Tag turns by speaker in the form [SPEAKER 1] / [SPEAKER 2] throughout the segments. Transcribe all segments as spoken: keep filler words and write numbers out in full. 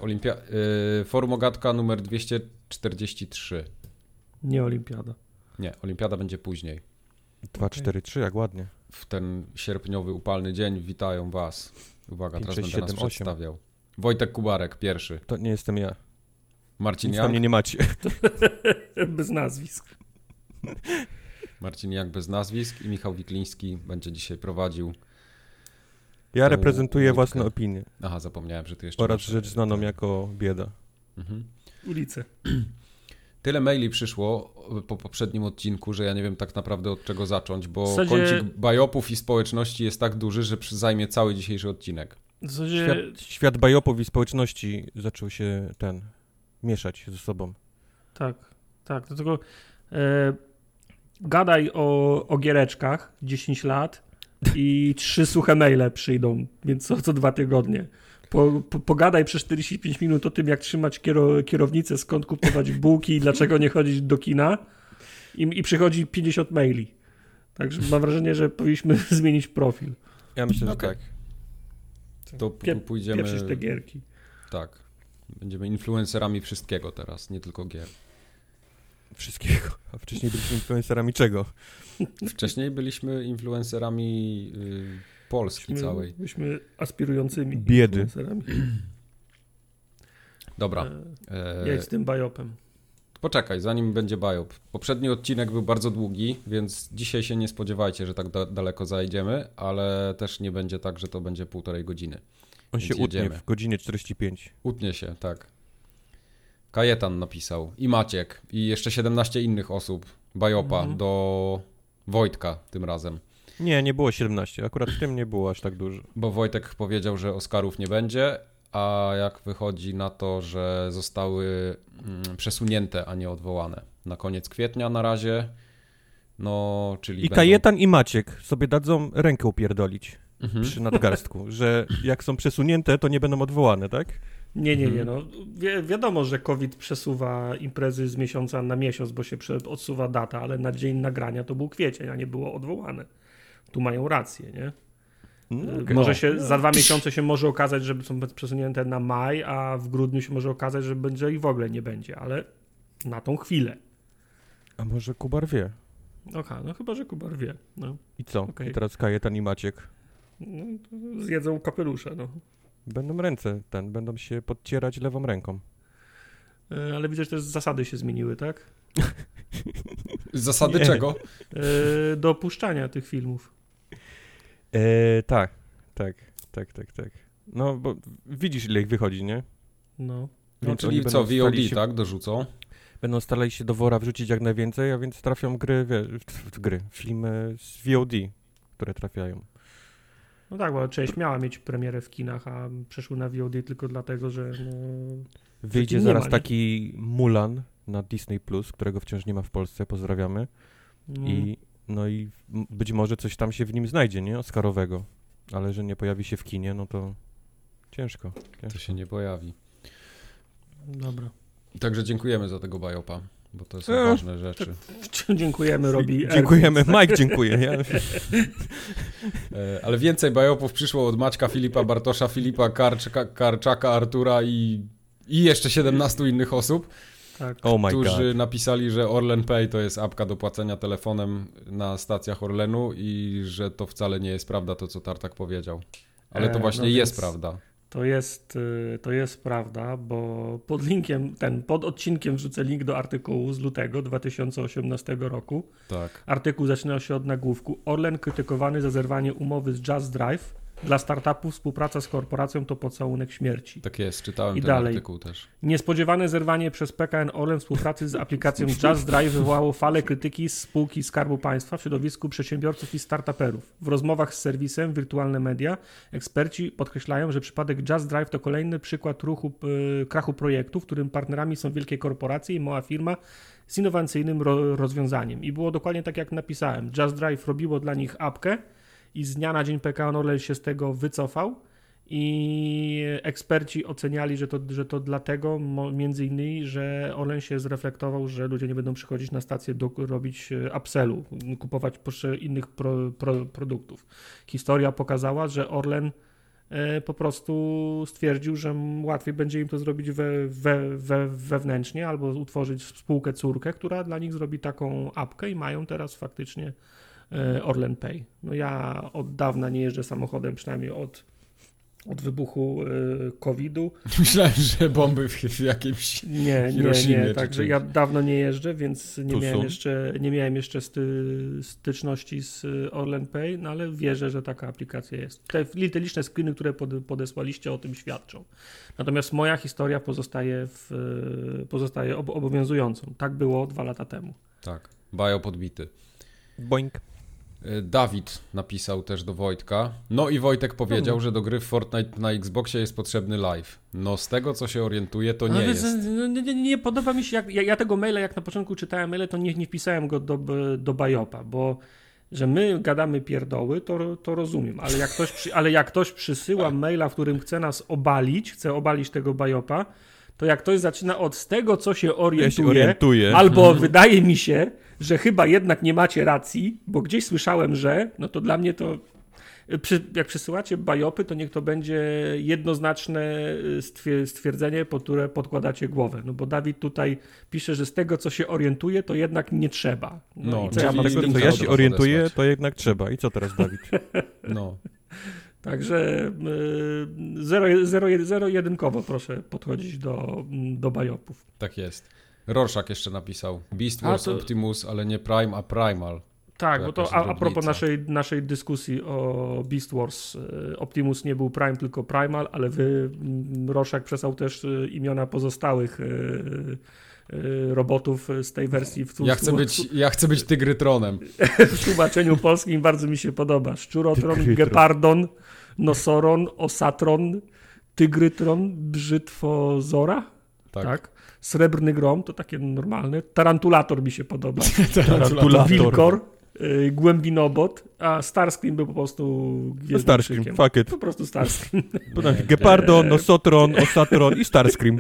[SPEAKER 1] Olimpia... Yy, Forum Ogatka numer dwieście czterdzieści trzy.
[SPEAKER 2] Nie Olimpiada.
[SPEAKER 1] Nie, Olimpiada będzie później.
[SPEAKER 3] dwa cztery trzy, jak ładnie.
[SPEAKER 1] W ten sierpniowy, upalny dzień witają was. Uwaga, teraz będę nas przedstawiał. Wojtek Kubarek, pierwszy.
[SPEAKER 3] To nie jestem ja.
[SPEAKER 1] Marcin
[SPEAKER 3] Nic
[SPEAKER 1] Jank.
[SPEAKER 3] mnie nie macie.
[SPEAKER 2] Bez nazwisk.
[SPEAKER 1] Marcin Jank bez nazwisk i Michał Wikliński będzie dzisiaj prowadził.
[SPEAKER 3] Ja reprezentuję
[SPEAKER 1] łódkę.
[SPEAKER 3] Własne opinie.
[SPEAKER 1] Aha, zapomniałem, że ty jeszcze...
[SPEAKER 3] Oraz
[SPEAKER 1] masz...
[SPEAKER 3] rzecz znaną jako bieda.
[SPEAKER 1] Mhm.
[SPEAKER 2] Ulice.
[SPEAKER 1] Tyle maili przyszło po poprzednim odcinku, że ja nie wiem tak naprawdę od czego zacząć, bo
[SPEAKER 2] W zasadzie...
[SPEAKER 1] kącik bajopów i społeczności jest tak duży, że zajmie cały dzisiejszy odcinek.
[SPEAKER 2] W zasadzie...
[SPEAKER 3] Świat, świat bajopów i społeczności zaczął się ten mieszać ze sobą.
[SPEAKER 2] Tak, tak. Dlatego e, gadaj o, o giereczkach dziesięć lat i trzy suche maile przyjdą, więc co, co dwa tygodnie. Po, po, pogadaj przez czterdzieści pięć minut o tym, jak trzymać kiero, kierownicę, skąd kupować bułki i dlaczego nie chodzić do kina i, i przychodzi pięćdziesiąt maili. Także mam wrażenie, że powinniśmy zmienić profil.
[SPEAKER 3] Ja myślę, że
[SPEAKER 1] Okay.
[SPEAKER 3] tak.
[SPEAKER 1] To
[SPEAKER 2] Pie-
[SPEAKER 1] pójdziemy...
[SPEAKER 2] Pieprzyć te gierki.
[SPEAKER 1] Tak. Będziemy influencerami wszystkiego teraz, nie tylko gier.
[SPEAKER 3] Wszystkiego. A wcześniej byliśmy influencerami czego?
[SPEAKER 1] Wcześniej byliśmy influencerami y, Polski
[SPEAKER 2] Myśmy,
[SPEAKER 1] całej.
[SPEAKER 2] Myśmy aspirującymi
[SPEAKER 3] Biedy.
[SPEAKER 2] influencerami.
[SPEAKER 1] Dobra.
[SPEAKER 2] E, jedź z tym bajopem.
[SPEAKER 1] Poczekaj, zanim będzie bajop. Poprzedni odcinek był bardzo długi, więc dzisiaj się nie spodziewajcie, że tak da- daleko zajdziemy, ale też nie będzie tak, że to będzie półtorej godziny.
[SPEAKER 3] On
[SPEAKER 1] Więc
[SPEAKER 3] się utnie
[SPEAKER 1] jedziemy.
[SPEAKER 3] w godzinie czterdzieści pięć.
[SPEAKER 1] Utnie się, tak. Kajetan napisał i Maciek i jeszcze siedemnaście innych osób. Bajopa
[SPEAKER 2] Mhm.
[SPEAKER 1] do Wojtka tym razem.
[SPEAKER 3] Nie, nie było siedemnaście. Akurat w tym nie było aż tak dużo.
[SPEAKER 1] Bo Wojtek powiedział, że Oscarów nie będzie, a jak wychodzi na to, że zostały mm, przesunięte, a nie odwołane. Na koniec kwietnia na razie, no czyli
[SPEAKER 3] I
[SPEAKER 1] będą...
[SPEAKER 3] Kajetan i Maciek sobie dadzą rękę upierdolić
[SPEAKER 1] Mhm.
[SPEAKER 3] przy nadgarstku, że jak są przesunięte, to nie będą odwołane, tak?
[SPEAKER 2] Nie, nie, nie.
[SPEAKER 1] Mhm.
[SPEAKER 2] No. Wi- wiadomo, że COVID przesuwa imprezy z miesiąca na miesiąc, bo się prze- odsuwa data, ale na dzień nagrania to był kwiecień, a nie było odwołane. Tu mają rację, nie?
[SPEAKER 3] No,
[SPEAKER 2] Y,
[SPEAKER 3] okej.
[SPEAKER 2] Może
[SPEAKER 3] No.
[SPEAKER 2] się za dwa miesiące się może okazać, że są przesunięte na maj, a w grudniu się może okazać, że będzie i w ogóle nie będzie, ale na tą chwilę.
[SPEAKER 3] A może Kubar wie?
[SPEAKER 2] Okej, no chyba, że Kubar wie. No.
[SPEAKER 3] I co?
[SPEAKER 2] Okej.
[SPEAKER 3] I teraz Kajetan i Maciek
[SPEAKER 2] No, to zjedzą kapelusze, no.
[SPEAKER 3] będą ręce, ten, będą się podcierać lewą ręką.
[SPEAKER 2] Y, Ale widzę, że też zasady się zmieniły, tak?
[SPEAKER 1] Zasady
[SPEAKER 3] Nie.
[SPEAKER 1] czego?
[SPEAKER 2] Y, Do opuszczania tych filmów.
[SPEAKER 3] E, tak, tak, tak, tak, tak. No, bo widzisz, ile ich wychodzi, nie?
[SPEAKER 2] No.
[SPEAKER 1] No,
[SPEAKER 3] Więc
[SPEAKER 1] czyli
[SPEAKER 3] oni
[SPEAKER 1] co,
[SPEAKER 3] będą
[SPEAKER 1] V O D,
[SPEAKER 3] starali się-
[SPEAKER 1] tak, dorzucą?
[SPEAKER 3] Będą starali się do wora wrzucić jak najwięcej, a więc trafią gry, wiesz, w- gry, filmy z V O D, które trafiają.
[SPEAKER 2] No tak, bo część miała mieć premierę w kinach, a przeszły na V O D tylko dlatego, że no...
[SPEAKER 3] Wyjdzie
[SPEAKER 2] nie
[SPEAKER 3] zaraz
[SPEAKER 2] ma, nie?
[SPEAKER 3] taki Mulan na Disney Plus, którego wciąż nie ma w Polsce, pozdrawiamy.
[SPEAKER 2] no
[SPEAKER 3] I no i m- być może coś tam się w nim znajdzie, nie? Oscarowego. Ale że nie pojawi się w kinie, no to ciężko.
[SPEAKER 1] To
[SPEAKER 3] ciężko.
[SPEAKER 1] się nie pojawi.
[SPEAKER 2] Dobra.
[SPEAKER 1] Także dziękujemy za tego bajopa, bo to są
[SPEAKER 3] E,
[SPEAKER 1] ważne rzeczy.
[SPEAKER 2] Dziękujemy, robi
[SPEAKER 3] Dziękujemy,
[SPEAKER 2] Airpods,
[SPEAKER 3] Mike dziękuję. Ja,
[SPEAKER 1] E, Ale więcej bajopów przyszło od Maćka, Filipa, Bartosza, Filipa, Karczaka, Karczaka Artura i, i jeszcze siedemnastu innych osób,
[SPEAKER 2] Tak.
[SPEAKER 3] oh my
[SPEAKER 1] którzy
[SPEAKER 3] god.
[SPEAKER 1] napisali, że Orlen Pay to jest apka do płacenia telefonem na stacjach Orlenu i że to wcale nie jest prawda to, co Tartak powiedział. Ale to
[SPEAKER 2] E,
[SPEAKER 1] właśnie
[SPEAKER 2] no
[SPEAKER 1] jest
[SPEAKER 2] więc-
[SPEAKER 1] prawda.
[SPEAKER 2] To jest, y, to jest prawda, bo pod linkiem, ten, pod odcinkiem wrzucę link do artykułu z lutego dwa tysiące osiemnastego roku.
[SPEAKER 1] Tak.
[SPEAKER 2] Artykuł zaczyna się od nagłówku. Orlen krytykowany za zerwanie umowy z Just Drive. Dla startupów współpraca z korporacją to pocałunek śmierci.
[SPEAKER 1] Tak jest, czytałem
[SPEAKER 2] I
[SPEAKER 1] ten
[SPEAKER 2] dalej.
[SPEAKER 1] artykuł też.
[SPEAKER 2] Niespodziewane zerwanie przez P K N Orlen współpracy z aplikacją Just Drive wywołało falę krytyki z spółki Skarbu Państwa w środowisku przedsiębiorców i startuperów. W rozmowach z serwisem Wirtualne Media eksperci podkreślają, że przypadek Just Drive to kolejny przykład ruchu, yy, krachu projektu, w którym partnerami są wielkie korporacje i mała firma z innowacyjnym ro- rozwiązaniem. I było dokładnie tak, jak napisałem. Just Drive robiło dla nich apkę i z dnia na dzień P K N Orlen się z tego wycofał. I eksperci oceniali, że to, że to dlatego, mo- między innymi, że Orlen się zreflektował, że ludzie nie będą przychodzić na stację do, robić e, upsellu, kupować poszcze- innych pro, pro, produktów. Historia pokazała, że Orlen po prostu stwierdził, że łatwiej będzie im to zrobić we, we, we, wewnętrznie albo utworzyć spółkę córkę, która dla nich zrobi taką apkę i mają teraz faktycznie Orlen Pay. No ja od dawna nie jeżdżę samochodem, przynajmniej od, od wybuchu kowida.
[SPEAKER 1] Myślałem, że bomby w jakimś
[SPEAKER 2] Nie, nie, nie, także ja dawno nie jeżdżę, więc nie miałem jeszcze, nie miałem jeszcze sty, styczności z Orlen Pay, no ale wierzę, że taka aplikacja jest. Te, te liczne screeny, które pod, podesłaliście, o tym świadczą. Natomiast moja historia pozostaje, w, pozostaje obowiązującą. Tak było dwa lata temu.
[SPEAKER 1] Tak, bio podbity.
[SPEAKER 3] Boink.
[SPEAKER 1] Dawid napisał też do Wojtka. No i Wojtek powiedział, no. że do gry w Fortnite na Xboxie jest potrzebny live. No z tego, co się orientuję, to nie
[SPEAKER 2] Ale
[SPEAKER 1] jest.
[SPEAKER 2] Nie, nie, nie podoba mi się, jak, ja, ja tego maila, jak na początku czytałem maile, to nie, nie wpisałem go do, do Bajopa, bo że my gadamy pierdoły, to, to rozumiem, ale jak, ktoś przy, ale jak ktoś przysyła maila, w którym chce nas obalić, chce obalić tego Bajopa, to jak ktoś zaczyna od z tego, co się orientuje,
[SPEAKER 3] ja się orientuję.
[SPEAKER 2] albo hmm. wydaje mi się, że chyba jednak nie macie racji, bo gdzieś słyszałem, że, no to dla mnie to, przy, jak przesyłacie bajopy, to niech to będzie jednoznaczne stwierdzenie, pod które podkładacie głowę. No bo Dawid tutaj pisze, że z tego, co się orientuje, to jednak nie trzeba.
[SPEAKER 1] No, no
[SPEAKER 2] i
[SPEAKER 3] co ja mam tego, co ja się orientuję, to jednak trzeba. I co teraz, Dawid?
[SPEAKER 1] No.
[SPEAKER 2] Także zero-jedynkowo proszę podchodzić do, do bajopów.
[SPEAKER 1] Tak jest. Rorschach jeszcze napisał. Beast Wars to... Optimus, ale nie Prime, a Primal.
[SPEAKER 2] Tak, to bo to a, a propos naszej, naszej dyskusji o Beast Wars. Optimus nie był Prime, tylko Primal, ale wy, Rorschach przesłał też imiona pozostałych robotów z tej wersji. W
[SPEAKER 1] ja, chcę być, ja chcę być Tygrytronem.
[SPEAKER 2] W tłumaczeniu polskim bardzo mi się podoba. Szczurotron, Tygrytron. Gepardon, Nosoron, Osatron, Tygrytron, Brzytwozora. Tak. tak. Srebrny Grom, to takie normalne. Tarantulator mi się podoba.
[SPEAKER 3] Tarantulator.
[SPEAKER 2] Wilkor, y, Głębinobot, a Starscream był po prostu gwiezdnym
[SPEAKER 3] Starscream,
[SPEAKER 2] szykiem.
[SPEAKER 3] fuck it.
[SPEAKER 2] Po prostu Starscream.
[SPEAKER 3] Gepardon, Nosotron, Osatron i Starscream.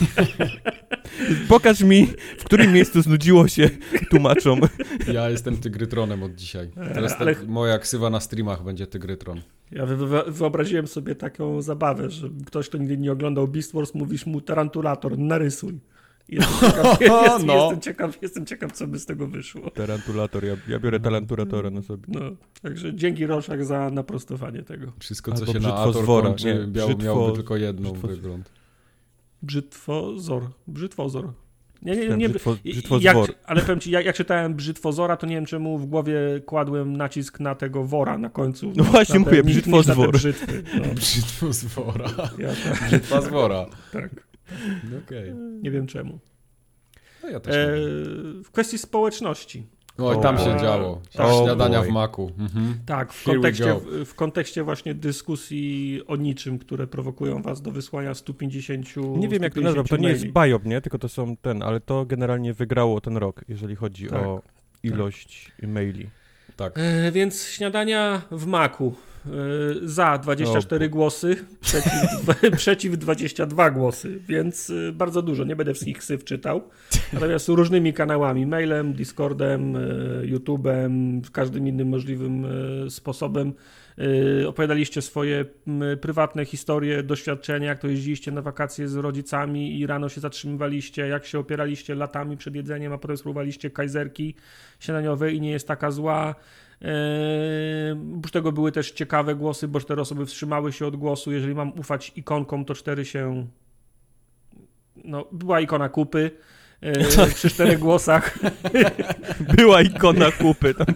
[SPEAKER 3] Pokaż mi, w którym miejscu znudziło się tłumaczom.
[SPEAKER 1] Ja jestem Tygrytronem od dzisiaj. Teraz Ale... tak, moja ksywa na streamach będzie Tygrytron.
[SPEAKER 2] Ja wyobraziłem sobie taką zabawę, że ktoś, kto nigdy nie oglądał Beast Wars, mówisz mu Tarantulator, narysuj. Jestem ciekaw, jest, no. jestem, ciekaw, jestem ciekaw, co by z tego wyszło.
[SPEAKER 3] Tarantulator, ja, ja biorę Tarantulatora na sobie.
[SPEAKER 2] No, także dzięki Rorschach za naprostowanie tego.
[SPEAKER 1] Wszystko, co Albo się na Ator kończy, miał, miałby tylko jedną brzytwo... wygląd.
[SPEAKER 2] Brzytwozor. Brzytwozor. Nie, nie, nie, nie.
[SPEAKER 3] Brzytwo, brzytwo
[SPEAKER 2] jak, ale powiem ci, jak, jak czytałem Brzytwozora, to nie wiem czemu w głowie kładłem nacisk na tego wora na końcu.
[SPEAKER 3] No właśnie mówię, Brzytwozwor.
[SPEAKER 2] No.
[SPEAKER 1] Brzytwozwora.
[SPEAKER 2] Ja tak.
[SPEAKER 1] Brzytwa z wora.
[SPEAKER 2] Tak.
[SPEAKER 1] Okay.
[SPEAKER 2] Nie wiem czemu.
[SPEAKER 1] No ja też
[SPEAKER 2] e,
[SPEAKER 1] nie
[SPEAKER 2] w kwestii społeczności.
[SPEAKER 1] Oj, tam się
[SPEAKER 2] o,
[SPEAKER 1] działo.
[SPEAKER 2] Tak,
[SPEAKER 1] śniadania w maku. Mhm.
[SPEAKER 2] Tak, w kontekście, w, w kontekście właśnie dyskusji o niczym, które prowokują was do wysłania stu pięćdziesięciu
[SPEAKER 3] Nie wiem jak to nazwać, to nie jest Biop, nie? Tylko to są ten, ale to generalnie wygrało ten rok, jeżeli chodzi tak, o ilość tak. maili.
[SPEAKER 1] Tak.
[SPEAKER 2] E, więc śniadania w maku. Za dwadzieścia cztery o, głosy, przeciw, przeciw dwadzieścia dwa głosy, więc bardzo dużo. Nie będę wszystkich ksyw czytał. Natomiast różnymi kanałami, mailem, Discordem, YouTube'em, każdym innym możliwym sposobem opowiadaliście swoje prywatne historie, doświadczenia, jak to jeździliście na wakacje z rodzicami i rano się zatrzymywaliście, jak się opieraliście latami przed jedzeniem, a potem spróbowaliście kajzerki śniadaniowej i nie jest taka zła. Oprócz tego były też ciekawe głosy, bo cztery osoby wstrzymały się od głosu. Jeżeli mam ufać ikonkom, to cztery się... No, była ikona kupy e, przy czterech głosach.
[SPEAKER 3] Była ikona kupy. Tam.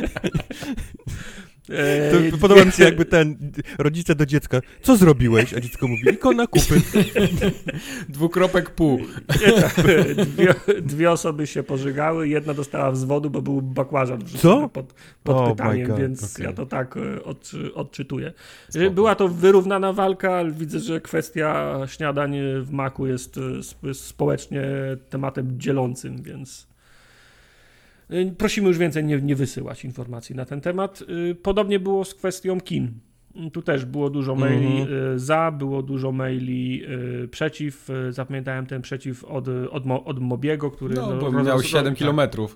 [SPEAKER 3] To podoba mi się jakby ten rodzice do dziecka. Co zrobiłeś? A dziecko mówi, ikona kupy.
[SPEAKER 1] Dwukropek pół.
[SPEAKER 2] Dwie, dwie osoby się pożygały, jedna dostała wzwodu, bo był bakłażan
[SPEAKER 3] Co?
[SPEAKER 2] pod, pod
[SPEAKER 3] oh
[SPEAKER 2] pytaniem, więc
[SPEAKER 3] okay.
[SPEAKER 2] ja to tak od, odczytuję. Spoko. Była to wyrównana walka, ale widzę, że kwestia śniadań w maku jest, jest społecznie tematem dzielącym, więc... Prosimy już więcej nie, nie wysyłać informacji na ten temat. Podobnie było z kwestią kin. Tu też było dużo maili mm-hmm. za, było dużo maili przeciw. Zapamiętałem ten przeciw od, od, od Mobiego, który...
[SPEAKER 1] No, no bo roz, miał siedem kilometrów.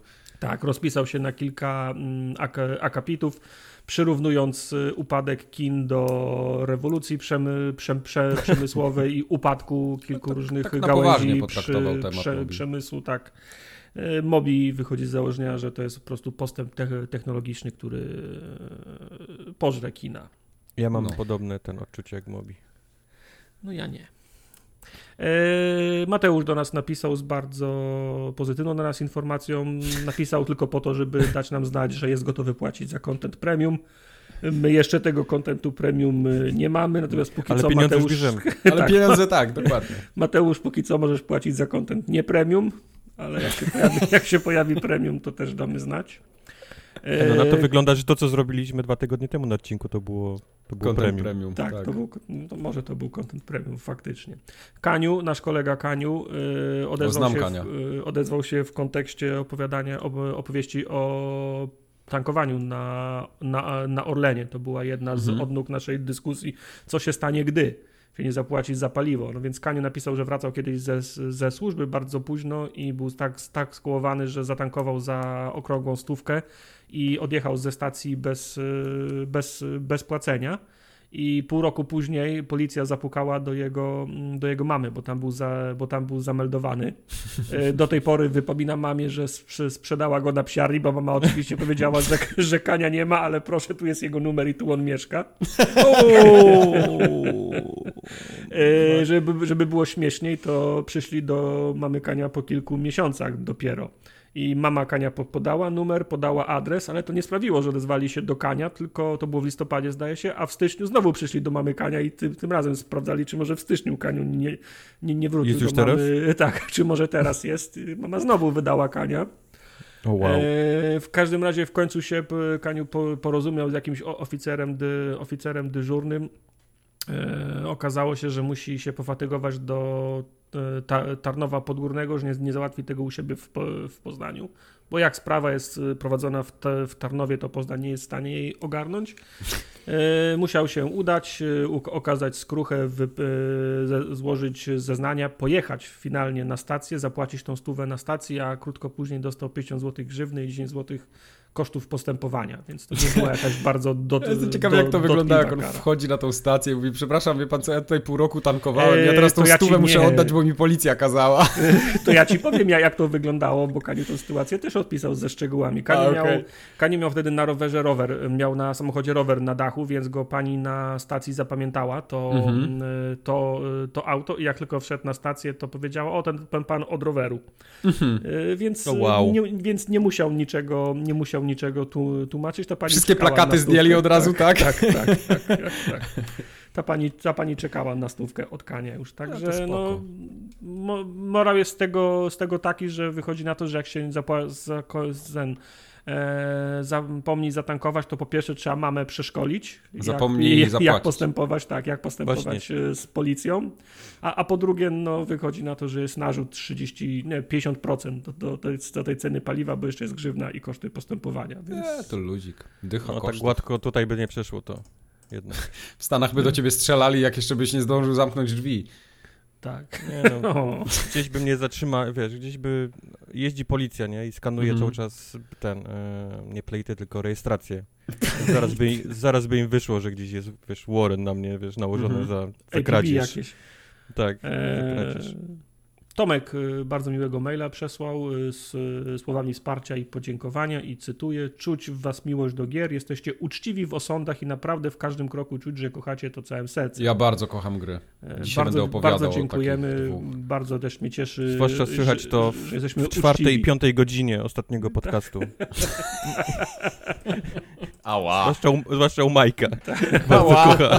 [SPEAKER 2] Tak, rozpisał się na kilka ak- akapitów, przyrównując upadek kin do rewolucji przemy, prze, prze, przemysłowej i upadku kilku
[SPEAKER 1] tak,
[SPEAKER 2] różnych
[SPEAKER 1] tak
[SPEAKER 2] gałęzi
[SPEAKER 1] przy,
[SPEAKER 2] temat prze, przemysłu. Tak. Mobi wychodzi z założenia, że to jest po prostu postęp te- technologiczny, który pożre kina.
[SPEAKER 3] Ja mam
[SPEAKER 1] No.
[SPEAKER 3] podobne ten odczucie jak Mobi.
[SPEAKER 2] No ja nie. Mateusz do nas napisał z bardzo pozytywną na nas informacją. Napisał tylko po to, żeby dać nam znać, że jest gotowy płacić za content premium. My jeszcze tego contentu premium nie mamy, natomiast póki
[SPEAKER 3] Ale
[SPEAKER 2] co
[SPEAKER 3] pieniądze
[SPEAKER 2] Mateusz...
[SPEAKER 3] już bierzemy.
[SPEAKER 1] Ale
[SPEAKER 2] tak,
[SPEAKER 1] pieniądze tak, dokładnie.
[SPEAKER 2] Mateusz, póki co możesz płacić za content nie premium, ale jak się pojawi, jak się pojawi premium, to też damy znać.
[SPEAKER 3] No na to wygląda, że to, co zrobiliśmy dwa tygodnie temu na odcinku, to było, to było
[SPEAKER 1] Content
[SPEAKER 3] premium.
[SPEAKER 1] premium.
[SPEAKER 2] Tak,
[SPEAKER 1] tak.
[SPEAKER 2] To był, to może to był content premium, faktycznie. Kaniu, nasz kolega Kaniu yy, odezwał,
[SPEAKER 1] Znam
[SPEAKER 2] się
[SPEAKER 1] Kania.
[SPEAKER 2] w, yy, odezwał się w kontekście opowiadania, op, opowieści o tankowaniu na, na, na Orlenie. To była jedna z
[SPEAKER 1] Mhm.
[SPEAKER 2] odnóg naszej dyskusji, co się stanie, gdy się nie zapłaci za paliwo. No więc Kaniu napisał, że wracał kiedyś ze, ze służby bardzo późno i był tak, tak skołowany, że zatankował za okrągłą stówkę i odjechał ze stacji bez, bez, bez płacenia. I pół roku później policja zapukała do jego, do jego mamy, bo tam był, za, bo tam był zameldowany. Do tej pory wypomina mamie, że sprze- sprzedała go na psiarni, bo mama oczywiście powiedziała, że, że Kania nie ma, ale proszę, tu jest jego numer i tu on mieszka. E, żeby, żeby było śmieszniej, to przyszli do mamy Kania po kilku miesiącach dopiero. I mama Kania podała numer, podała adres, ale to nie sprawiło, że odezwali się do Kania, tylko to było w listopadzie, zdaje się, a w styczniu znowu przyszli do mamy Kania i ty, tym razem sprawdzali, czy może w styczniu Kaniu nie, nie, nie wrócił
[SPEAKER 3] Jest już
[SPEAKER 2] do mamy.
[SPEAKER 3] teraz?
[SPEAKER 2] Tak, czy może teraz jest. Mama znowu wydała Kania.
[SPEAKER 3] O wow.
[SPEAKER 2] E, w każdym razie w końcu się Kaniu porozumiał z jakimś oficerem, dy, oficerem dyżurnym. E, okazało się, że musi się pofatygować do Ta, Tarnowa Podgórnego, że nie, nie załatwi tego u siebie w, w Poznaniu, bo jak sprawa jest prowadzona w, te, w Tarnowie, to Poznań nie jest w stanie jej ogarnąć. E, musiał się udać, e, okazać skruchę, wy, e, ze, złożyć zeznania, pojechać finalnie na stację, zapłacić tą stówę na stacji, a krótko później dostał pięćdziesiąt złotych grzywny i dziesięć złotych kosztów postępowania, więc to nie była jakaś bardzo do,
[SPEAKER 1] Ja jestem ciekawy,
[SPEAKER 2] do,
[SPEAKER 1] jak to wygląda, jak on
[SPEAKER 2] kara.
[SPEAKER 1] wchodzi na tą stację i mówi, przepraszam, wie pan co, ja tutaj pół roku tankowałem, ja
[SPEAKER 2] Eee,
[SPEAKER 1] teraz tą
[SPEAKER 2] to ja ci
[SPEAKER 1] stówę muszę
[SPEAKER 2] nie-
[SPEAKER 1] oddać, bo mi policja kazała.
[SPEAKER 2] To ja ci powiem, jak to wyglądało, bo Kaniu tę sytuację też odpisał ze szczegółami. Kaniu,
[SPEAKER 1] A,
[SPEAKER 2] miał,
[SPEAKER 1] okej.
[SPEAKER 2] Kaniu miał wtedy na rowerze rower, miał na samochodzie rower na dachu, więc go pani na stacji zapamiętała, to,
[SPEAKER 1] Mhm.
[SPEAKER 2] to, to auto i jak tylko wszedł na stację, to powiedziała, o ten, ten pan od roweru.
[SPEAKER 1] Mhm.
[SPEAKER 2] Y, Więc,
[SPEAKER 3] O, wow.
[SPEAKER 2] nie, więc nie musiał niczego, nie musiał niczego tu, tłumaczyć. Ta pani
[SPEAKER 1] Wszystkie
[SPEAKER 2] czekała
[SPEAKER 1] plakaty
[SPEAKER 2] na stówkę.
[SPEAKER 1] zdjęli od razu, tak?
[SPEAKER 2] Tak, tak, tak, tak, tak. Ta pani, ta pani czekała na stówkę od Kania już,
[SPEAKER 1] to
[SPEAKER 2] także
[SPEAKER 1] spoko.
[SPEAKER 2] no, mo, morał jest z tego, z tego taki, że wychodzi na to, że jak się zapła- za, ten, e, zapomni zatankować, to po pierwsze trzeba mamę przeszkolić,
[SPEAKER 1] Zapomnij
[SPEAKER 2] jak,
[SPEAKER 1] zapłacić.
[SPEAKER 2] jak postępować, tak, jak postępować
[SPEAKER 3] Właśnie.
[SPEAKER 2] z policją, a, a po drugie no, wychodzi na to, że jest narzut trzydzieści, nie, pięćdziesiąt procent do, do, tej, do tej ceny paliwa, bo jeszcze jest grzywna i koszty postępowania, więc...
[SPEAKER 1] Nie, to luzik. Dycha
[SPEAKER 3] No tak
[SPEAKER 1] kosztów.
[SPEAKER 3] gładko tutaj by nie przeszło to jednak.
[SPEAKER 1] W Stanach by do ciebie strzelali, jak jeszcze byś nie zdążył zamknąć drzwi.
[SPEAKER 2] Tak.
[SPEAKER 3] Nie no,
[SPEAKER 2] O.
[SPEAKER 3] gdzieś by mnie zatrzymał, wiesz, gdzieś by jeździ policja, nie? I skanuje
[SPEAKER 1] Mhm.
[SPEAKER 3] cały czas ten, e, nie plejty, tylko rejestrację. Zaraz by, zaraz by im wyszło, że gdzieś jest, wiesz, warrant na mnie, wiesz, nałożony
[SPEAKER 1] Mhm.
[SPEAKER 3] za, za
[SPEAKER 2] A T B
[SPEAKER 3] kradzież.
[SPEAKER 2] jakieś.
[SPEAKER 3] Tak, za
[SPEAKER 2] Eee,
[SPEAKER 3] kradzież.
[SPEAKER 2] Tomek y, bardzo miłego maila przesłał y, z y, słowami wsparcia i podziękowania i cytuję: czuć w was miłość do gier, jesteście uczciwi w osądach i naprawdę w każdym kroku czuć, że kochacie to całym sercem.
[SPEAKER 1] Ja bardzo kocham gry.
[SPEAKER 2] E,
[SPEAKER 1] Dzisiaj będę
[SPEAKER 2] bardzo,
[SPEAKER 1] opowiadał
[SPEAKER 2] bardzo
[SPEAKER 1] o
[SPEAKER 2] dziękujemy,
[SPEAKER 1] takich dwóch.
[SPEAKER 2] bardzo też mnie cieszy,
[SPEAKER 3] Zwłaszcza słychać
[SPEAKER 2] że,
[SPEAKER 3] to
[SPEAKER 2] że jesteśmy
[SPEAKER 3] W czwartej i
[SPEAKER 2] uczciwi.
[SPEAKER 3] piątej godzinie ostatniego podcastu.
[SPEAKER 1] Ała.
[SPEAKER 3] Zwłaszcza u, zwłaszcza u Majka.
[SPEAKER 2] Tak.
[SPEAKER 3] Bardzo
[SPEAKER 1] Ała.
[SPEAKER 3] kocha.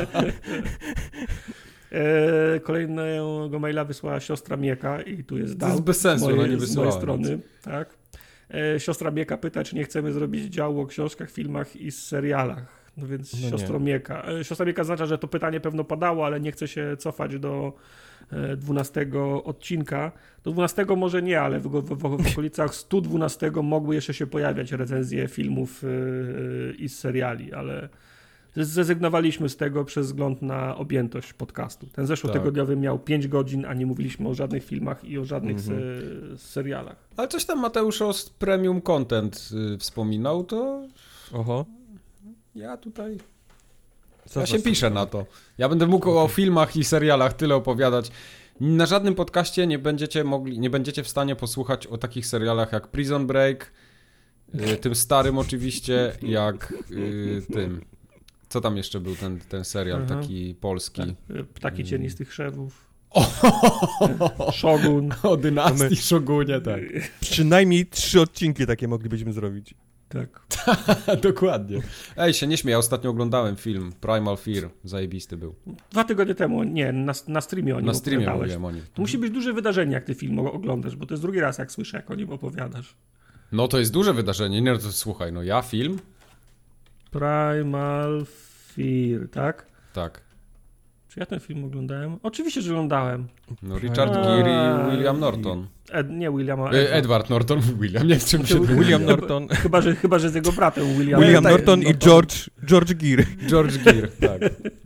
[SPEAKER 2] E, kolejnego maila wysłała siostra Mieka i tu jest
[SPEAKER 1] To jest
[SPEAKER 2] dał
[SPEAKER 1] bez sensu,
[SPEAKER 2] z mojej,
[SPEAKER 1] ona nie
[SPEAKER 2] z
[SPEAKER 1] wysyłała
[SPEAKER 2] mojej strony.
[SPEAKER 1] nic.
[SPEAKER 2] Tak. E, siostra Mieka pyta, czy nie chcemy zrobić działu o książkach, filmach i serialach. No więc
[SPEAKER 3] No
[SPEAKER 2] siostro
[SPEAKER 3] nie.
[SPEAKER 2] Mieka. E, siostra Mieka zaznacza, że to pytanie pewno padało, ale nie chce się cofać do e, dwunastego odcinka. Do dwunastego może nie, ale w, w, w, w okolicach sto dwunastego mogły jeszcze się pojawiać recenzje filmów e, i seriali, ale Zrezygnowaliśmy z tego przez wzgląd na objętość podcastu. Ten zeszłotygodniowy tak. miał pięć godzin, a nie mówiliśmy o żadnych filmach i o żadnych mm-hmm. se- serialach.
[SPEAKER 1] Ale coś tam Mateusz o premium content y, wspominał, to
[SPEAKER 3] Oho.
[SPEAKER 1] ja tutaj...
[SPEAKER 3] Co
[SPEAKER 1] ja się piszę na to. Ja będę mógł okay. o filmach i serialach tyle opowiadać. Na żadnym podcaście nie będziecie mogli, nie będziecie w stanie posłuchać o takich serialach jak Prison Break, y, tym starym oczywiście, jak y, tym... Co tam jeszcze był ten, ten serial Aha. taki polski?
[SPEAKER 2] Tak. Ptaki cienistych krzewów. Shogun.
[SPEAKER 1] O dynastii my... Shogunie, tak.
[SPEAKER 3] Przynajmniej trzy odcinki takie moglibyśmy zrobić.
[SPEAKER 2] Tak.
[SPEAKER 1] Dokładnie. Ej, się nie śmiej, ja ostatnio oglądałem film Primal Fear. Zajebisty był.
[SPEAKER 2] Dwa tygodnie temu, nie, na, na streamie o nim
[SPEAKER 1] Na streamie mówiłem o nim.
[SPEAKER 2] To musi być duże wydarzenie, jak ty film oglądasz, bo to jest drugi raz, jak słyszę, jak o nim opowiadasz.
[SPEAKER 1] No to jest duże wydarzenie. Nie, no to słuchaj, no ja film...
[SPEAKER 2] Primal Fear, tak?
[SPEAKER 1] Tak.
[SPEAKER 2] Czy ja ten film oglądałem? Oczywiście, że oglądałem.
[SPEAKER 1] No Richard Gere i William Norton.
[SPEAKER 2] Ed, nie William,
[SPEAKER 1] Edward. Edward Norton, William, nie wiem czym się
[SPEAKER 3] William Norton.
[SPEAKER 2] Chyba że, chyba, że z jego bratem William.
[SPEAKER 3] William Norton i George, George Gere.
[SPEAKER 1] George Gere, tak.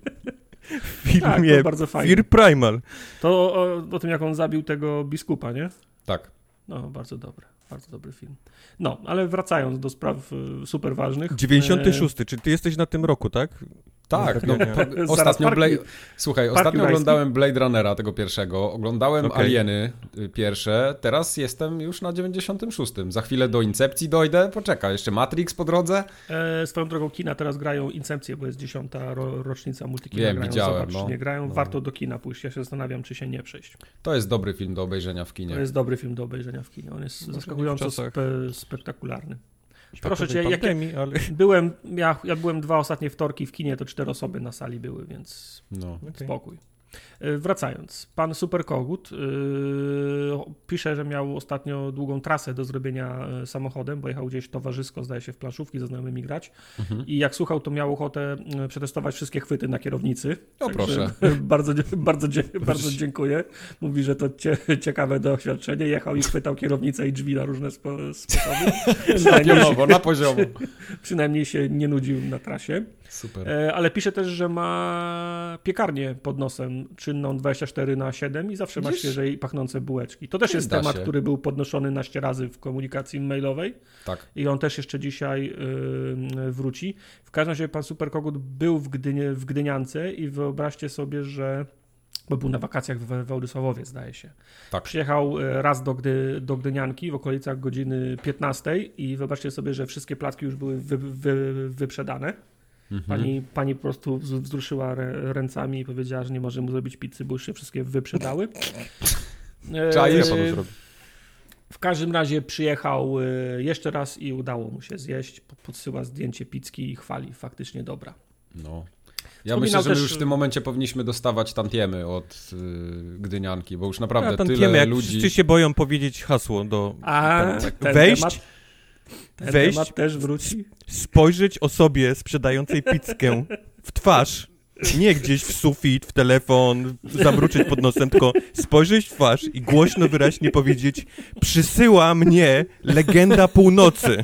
[SPEAKER 3] W filmie
[SPEAKER 2] tak, bardzo fajnie.
[SPEAKER 3] Fear Primal.
[SPEAKER 2] To o, o tym, jak on zabił tego biskupa, nie?
[SPEAKER 1] Tak.
[SPEAKER 2] No, bardzo dobry. Bardzo dobry film. No, ale wracając do spraw y, super ważnych.
[SPEAKER 3] dziewięćdziesiąty szósty, e... czy ty jesteś na tym roku, tak?
[SPEAKER 1] Tak, no, po, ostatnio Blade, słuchaj,
[SPEAKER 2] Parki
[SPEAKER 1] ostatnio
[SPEAKER 2] Rajski.
[SPEAKER 1] oglądałem Blade Runnera tego pierwszego, oglądałem
[SPEAKER 3] okay.
[SPEAKER 1] Alieny pierwsze, teraz jestem już na dziewięćdziesiątym szóstym. Za chwilę do Incepcji dojdę, poczekaj, jeszcze Matrix po drodze.
[SPEAKER 2] E, swoją drogą kina teraz grają Incepcję, bo jest dziesiąta ro, rocznica multikina.
[SPEAKER 1] Wiem,
[SPEAKER 2] grają.
[SPEAKER 1] widziałem.
[SPEAKER 2] Zobacz,
[SPEAKER 1] no.
[SPEAKER 2] nie grają,
[SPEAKER 1] no.
[SPEAKER 2] warto do kina pójść. Ja się zastanawiam, czy się nie przejść.
[SPEAKER 1] To jest dobry film do obejrzenia w kinie.
[SPEAKER 2] To jest dobry film do obejrzenia w kinie. On jest no, zaskakująco spe, spektakularny. Proszę cię, jak
[SPEAKER 3] pandemii, ale...
[SPEAKER 2] byłem, ja, ja byłem dwa ostatnie wtorki w kinie, to cztery osoby na sali były, więc
[SPEAKER 1] no.
[SPEAKER 2] spokój. Wracając, pan Super Kogut yy, pisze, że miał ostatnio długą trasę do zrobienia samochodem, bo jechał gdzieś towarzysko, zdaje się, w planszówki ze znajomymi grać mhm. i jak słuchał, to miał ochotę przetestować wszystkie chwyty na kierownicy.
[SPEAKER 1] No proszę.
[SPEAKER 2] Bardzo, bardzo, bardzo dziękuję. Mówi, że to cie, ciekawe doświadczenie. Jechał i chwytał kierownicę i drzwi na różne spo, sposoby.
[SPEAKER 1] Zapionowo, na poziomu.
[SPEAKER 2] Przynajmniej się nie nudził na trasie.
[SPEAKER 1] Super.
[SPEAKER 2] Ale pisze też, że ma piekarnię pod nosem czynną dwadzieścia cztery na siedem i zawsze ma świeże i pachnące bułeczki. To też jest temat, się. który był podnoszony naście razy w komunikacji mailowej.
[SPEAKER 1] Tak.
[SPEAKER 2] I on też jeszcze dzisiaj yy, wróci. W każdym razie pan Superkogut był w, Gdynie, w Gdyniance i wyobraźcie sobie, że bo był na wakacjach w Władysławowie, zdaje się.
[SPEAKER 1] Tak.
[SPEAKER 2] Przyjechał raz do, Gdy, do Gdynianki w okolicach godziny piętnastej i wyobraźcie sobie, że wszystkie placki już były wy, wy, wyprzedane. Mhm. Pani, pani po prostu wzruszyła ręcami i powiedziała, że nie może mu zrobić pizzy, bo już się wszystkie wyprzedały.
[SPEAKER 1] Trzeba je panu zrobić.
[SPEAKER 2] W każdym razie przyjechał jeszcze raz i udało mu się zjeść. Podsyła zdjęcie pizzki i chwali. Faktycznie dobra.
[SPEAKER 1] No. Ja myślę, że my już w tym momencie powinniśmy dostawać tantiemy od yy, Gdynianki, bo już naprawdę ja, tantiemy, tyle
[SPEAKER 3] jak
[SPEAKER 1] ludzi...
[SPEAKER 3] Wszyscy się boją powiedzieć hasło do...
[SPEAKER 2] A,
[SPEAKER 3] ten,
[SPEAKER 2] ten
[SPEAKER 3] wejść...
[SPEAKER 2] Temat... Ten
[SPEAKER 3] wejść,
[SPEAKER 2] temat też wróci.
[SPEAKER 3] Spojrzeć osobie sprzedającej pizzkę w twarz, nie gdzieś w sufit, w telefon, zamruczyć pod nosem, tylko spojrzeć w twarz i głośno, wyraźnie powiedzieć: przysyła mnie legenda północy.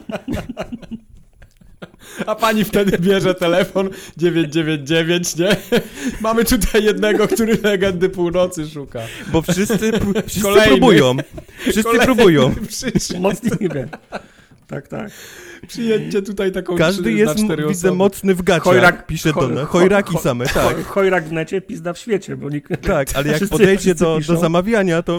[SPEAKER 1] A pani wtedy bierze telefon dziewięć dziewięć dziewięć, nie? Mamy tutaj jednego, który legendy północy szuka.
[SPEAKER 3] Bo wszyscy, wszyscy próbują. Wszyscy Kolejny próbują.
[SPEAKER 2] Mocny wiem. Tak, tak.
[SPEAKER 1] Przyjedźcie tutaj taką
[SPEAKER 3] Każdy
[SPEAKER 1] trzy,
[SPEAKER 3] jest,
[SPEAKER 1] na cztery
[SPEAKER 3] widzę,
[SPEAKER 1] osoby.
[SPEAKER 3] mocny w gaciach,
[SPEAKER 2] Chojrak,
[SPEAKER 3] pisze
[SPEAKER 2] cho,
[SPEAKER 3] do nas.
[SPEAKER 2] cho,
[SPEAKER 3] Chojraki
[SPEAKER 2] cho,
[SPEAKER 3] same, tak.
[SPEAKER 2] Chojrak w necie, pizda w świecie, bo nikt...
[SPEAKER 3] Tak, ale jak
[SPEAKER 2] wszyscy,
[SPEAKER 3] podejdzie
[SPEAKER 2] wszyscy
[SPEAKER 3] do, do zamawiania, to...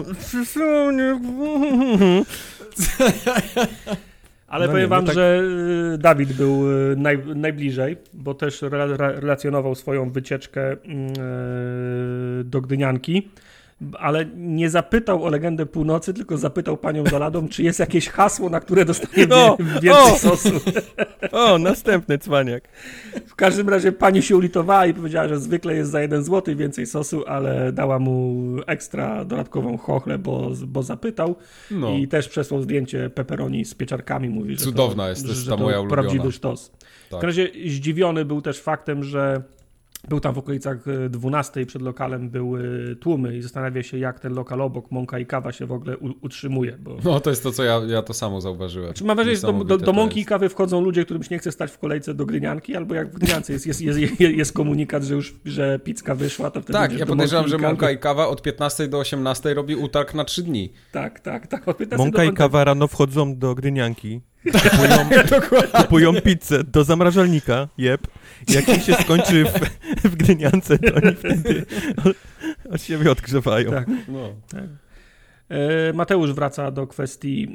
[SPEAKER 2] Ale
[SPEAKER 3] no
[SPEAKER 2] powiem
[SPEAKER 3] nie,
[SPEAKER 2] wam,
[SPEAKER 3] no tak...
[SPEAKER 2] że Dawid był naj, najbliżej, bo też re, relacjonował swoją wycieczkę yy, do Gdynianki, ale nie zapytał o legendę północy, tylko zapytał panią za ladą, czy jest jakieś hasło, na które dostanie o, więcej o, sosu.
[SPEAKER 3] O, następny cwaniak.
[SPEAKER 2] W każdym razie pani się ulitowała i powiedziała, że zwykle jest za jeden złoty więcej sosu, ale dała mu ekstra dodatkową chochlę, bo, bo zapytał. No. I też przesłał zdjęcie pepperoni z pieczarkami. Mówi, że
[SPEAKER 1] cudowna
[SPEAKER 2] to,
[SPEAKER 1] jest też
[SPEAKER 2] że
[SPEAKER 1] ta
[SPEAKER 2] to
[SPEAKER 1] moja ulubiona.
[SPEAKER 2] Prawdziwy sztos. Tak. W każdym razie zdziwiony był też faktem, że Był tam w okolicach dwunastej przed lokalem były tłumy i zastanawia się, jak ten lokal obok, Mąka i Kawa się w ogóle u, utrzymuje. Bo...
[SPEAKER 1] No to jest to, co ja, ja to samo zauważyłem.
[SPEAKER 2] Czy mam wrażenie, że do, do, do Mąki i Kawy wchodzą ludzie, którym się nie chce stać w kolejce do Grynianki, albo jak w Gryniance jest, jest, jest, jest, jest komunikat, że już że pizka wyszła, to wtedy...
[SPEAKER 1] Tak, ja podejrzewam, że Mąka i Kawa od piętnastej do osiemnastej robi utarg na trzy dni.
[SPEAKER 2] Tak, tak, tak. Od piętnastej
[SPEAKER 3] Mąka
[SPEAKER 2] do...
[SPEAKER 3] i Kawa rano wchodzą do Grynianki. Kupują, kupują pizzę do zamrażalnika, jeb. Jak im się skończy w, w Gryniance, to oni wtedy od, od siebie odgrzewają.
[SPEAKER 2] Tak,
[SPEAKER 1] No.
[SPEAKER 2] tak. E, Mateusz wraca do kwestii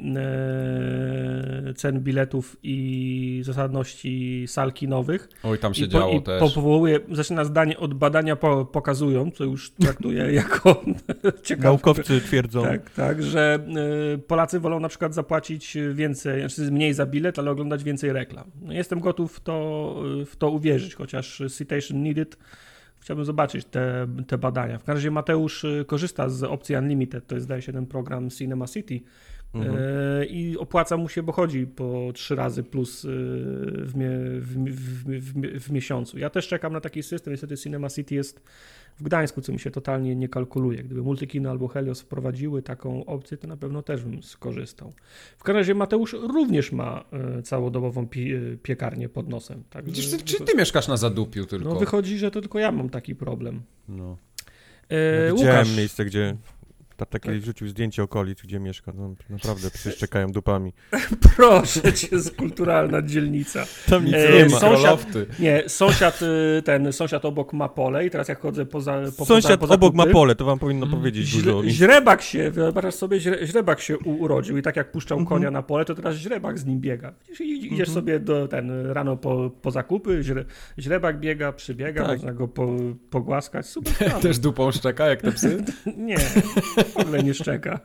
[SPEAKER 2] e, cen biletów i zasadności sal kinowych.
[SPEAKER 1] Oj, tam się
[SPEAKER 2] I
[SPEAKER 1] działo
[SPEAKER 2] po, i
[SPEAKER 1] też.
[SPEAKER 2] Po, powołuje, zaczyna zdanie od badania po, pokazują, co już traktuję jako ciekawe.
[SPEAKER 3] Naukowcy twierdzą.
[SPEAKER 2] Tak, tak, że y, Polacy wolą na przykład zapłacić więcej, znaczy mniej za bilet, ale oglądać więcej reklam. No, jestem gotów w to, w to uwierzyć, chociaż citation needed. Chciałbym zobaczyć te, te badania. W każdym razie Mateusz korzysta z opcji Unlimited, to jest zdaje się ten program Cinema City mhm. y, i opłaca mu się, bo chodzi po trzy razy plus y, w, mie, w, w, w, w miesiącu. Ja też czekam na taki system, niestety Cinema City jest w Gdańsku, co mi się totalnie nie kalkuluje. Gdyby Multikino albo Helios wprowadziły taką opcję, to na pewno też bym skorzystał. W każdym razie Mateusz również ma y, całodobową pi, y, piekarnię pod nosem. Tak,
[SPEAKER 1] Widzisz,
[SPEAKER 2] że,
[SPEAKER 1] ty, czy ty mieszkasz na Zadupiu tylko?
[SPEAKER 2] No wychodzi, że to tylko ja mam taki problem.
[SPEAKER 1] No.
[SPEAKER 2] E,
[SPEAKER 3] Ja widziałem
[SPEAKER 2] Łukasz,
[SPEAKER 3] miejsce, gdzie tata kiedyś
[SPEAKER 2] Tak.
[SPEAKER 3] wrzucił zdjęcie okolic, gdzie mieszka. No, naprawdę przecież czekają dupami.
[SPEAKER 2] proszę cię, jest kulturalna dzielnica.
[SPEAKER 3] Tam nic
[SPEAKER 2] E,
[SPEAKER 3] nie ma.
[SPEAKER 2] sąsiad, nie, sąsiad, y, ten sąsiad obok ma pole i teraz jak chodzę poza po,
[SPEAKER 3] Sąsiad
[SPEAKER 2] poza,
[SPEAKER 3] obok ma
[SPEAKER 2] zakupy,
[SPEAKER 3] pole, to wam powinno powiedzieć dużo.
[SPEAKER 2] Źle, źrebak się, wyobraź sobie, źre, źrebak się u, urodził i tak jak puszczał
[SPEAKER 3] Mhm.
[SPEAKER 2] konia na pole, to teraz źrebak z nim biega. Idziesz, idziesz
[SPEAKER 3] Mhm.
[SPEAKER 2] sobie do ten rano po, po zakupy, źre, źrebak biega, przybiega,
[SPEAKER 3] Tak.
[SPEAKER 2] można go po, pogłaskać. Super sprawa.
[SPEAKER 1] Też dupą szczeka, jak te psy?
[SPEAKER 2] Nie, w ogóle nie szczeka.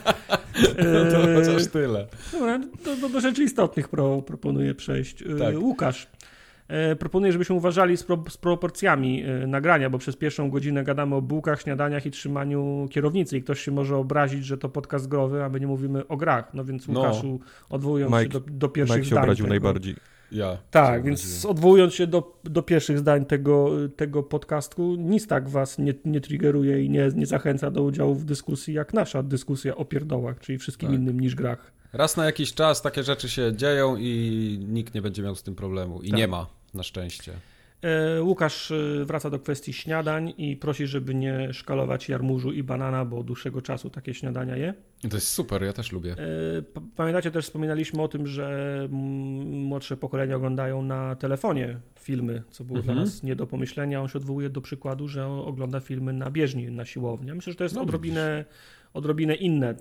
[SPEAKER 1] No to
[SPEAKER 2] E,
[SPEAKER 1] chociaż tyle.
[SPEAKER 2] Dobra, do, do, do rzeczy istotnych pro, proponuję przejść. E,
[SPEAKER 1] Tak.
[SPEAKER 2] Łukasz, e, proponuję, żebyśmy uważali z, pro, z proporcjami e, nagrania, bo przez pierwszą godzinę gadamy o bułkach, śniadaniach i trzymaniu kierownicy i ktoś się może obrazić, że to podcast growy, a my nie mówimy o grach. No więc
[SPEAKER 1] No.
[SPEAKER 2] Łukaszu, odwołując
[SPEAKER 3] Mike-
[SPEAKER 2] się do, do pierwszych
[SPEAKER 3] Mike się
[SPEAKER 2] zdań
[SPEAKER 3] obraził
[SPEAKER 2] tego,
[SPEAKER 3] najbardziej.
[SPEAKER 1] Ja.
[SPEAKER 2] Tak,
[SPEAKER 1] się
[SPEAKER 2] więc
[SPEAKER 1] obraziłem.
[SPEAKER 2] odwołując się do, do pierwszych zdań tego, tego podcastu, nic tak was nie, nie triggeruje i nie, nie zachęca do udziału w dyskusji, jak nasza dyskusja o pierdołach, czyli wszystkim
[SPEAKER 1] Tak.
[SPEAKER 2] innym niż grach.
[SPEAKER 1] Raz na jakiś czas takie rzeczy się dzieją i nikt nie będzie miał z tym problemu. I
[SPEAKER 2] Tak.
[SPEAKER 1] nie ma, na szczęście.
[SPEAKER 2] E, Łukasz e, wraca do kwestii śniadań i prosi, żeby nie szkalować jarmużu i banana, bo od dłuższego czasu takie śniadania je.
[SPEAKER 1] To jest super, ja też lubię.
[SPEAKER 2] E, p- Pamiętacie, też wspominaliśmy o tym, że mm, młodsze pokolenia oglądają na telefonie filmy, co było
[SPEAKER 1] Mhm.
[SPEAKER 2] dla nas nie do pomyślenia. On się odwołuje do przykładu, że on ogląda filmy na bieżni, na siłowni. Ja myślę, że to jest
[SPEAKER 1] No,
[SPEAKER 2] odrobinę, odrobinę inne, e,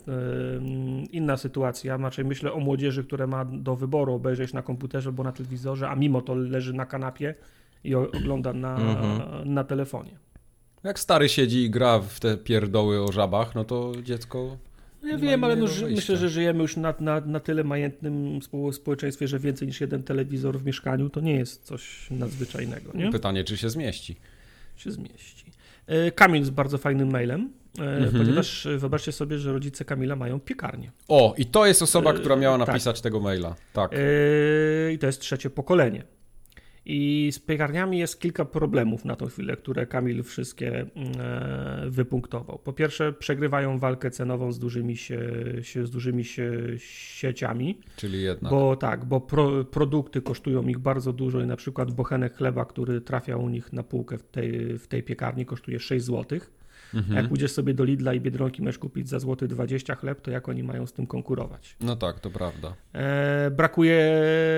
[SPEAKER 2] inna sytuacja. Raczej myślę o młodzieży, która ma do wyboru obejrzeć na komputerze albo na telewizorze, a mimo to leży na kanapie i o- ogląda na,
[SPEAKER 3] Mhm.
[SPEAKER 2] na telefonie.
[SPEAKER 1] Jak stary siedzi i gra w te pierdoły o żabach, no to dziecko...
[SPEAKER 2] No ja
[SPEAKER 1] Nie
[SPEAKER 2] wiem,
[SPEAKER 1] ma
[SPEAKER 2] ale no,
[SPEAKER 1] innego
[SPEAKER 2] ży-
[SPEAKER 1] wyjścia.
[SPEAKER 2] myślę, że żyjemy już na, na, na tyle majętnym spo- społeczeństwie, że więcej niż jeden telewizor w mieszkaniu to nie jest coś nadzwyczajnego, nie?
[SPEAKER 1] Pytanie, czy się zmieści.
[SPEAKER 2] Się zmieści. E, Kamil z bardzo fajnym mailem, e,
[SPEAKER 1] Mhm.
[SPEAKER 2] ponieważ e, wyobraźcie sobie, że rodzice Kamila mają piekarnię.
[SPEAKER 1] O, i to jest osoba,
[SPEAKER 2] E,
[SPEAKER 1] która miała
[SPEAKER 2] tak.
[SPEAKER 1] napisać tego maila. Tak.
[SPEAKER 2] E, I to jest trzecie pokolenie. I z piekarniami jest kilka problemów na tą chwilę, które Kamil wszystkie e, wypunktował. Po pierwsze, przegrywają walkę cenową z dużymi, się, się, z dużymi się sieciami.
[SPEAKER 1] Czyli jednak.
[SPEAKER 2] Bo tak, bo pro, produkty kosztują ich bardzo dużo i na przykład bochenek chleba, który trafia u nich na półkę w tej, w tej piekarni, kosztuje sześć złotych.
[SPEAKER 1] Mhm.
[SPEAKER 2] Jak pójdziesz sobie do Lidla i Biedronki, możesz kupić za złoty dwadzieścia chleb, to jak oni mają z tym konkurować?
[SPEAKER 1] No tak, to prawda.
[SPEAKER 2] E, brakuje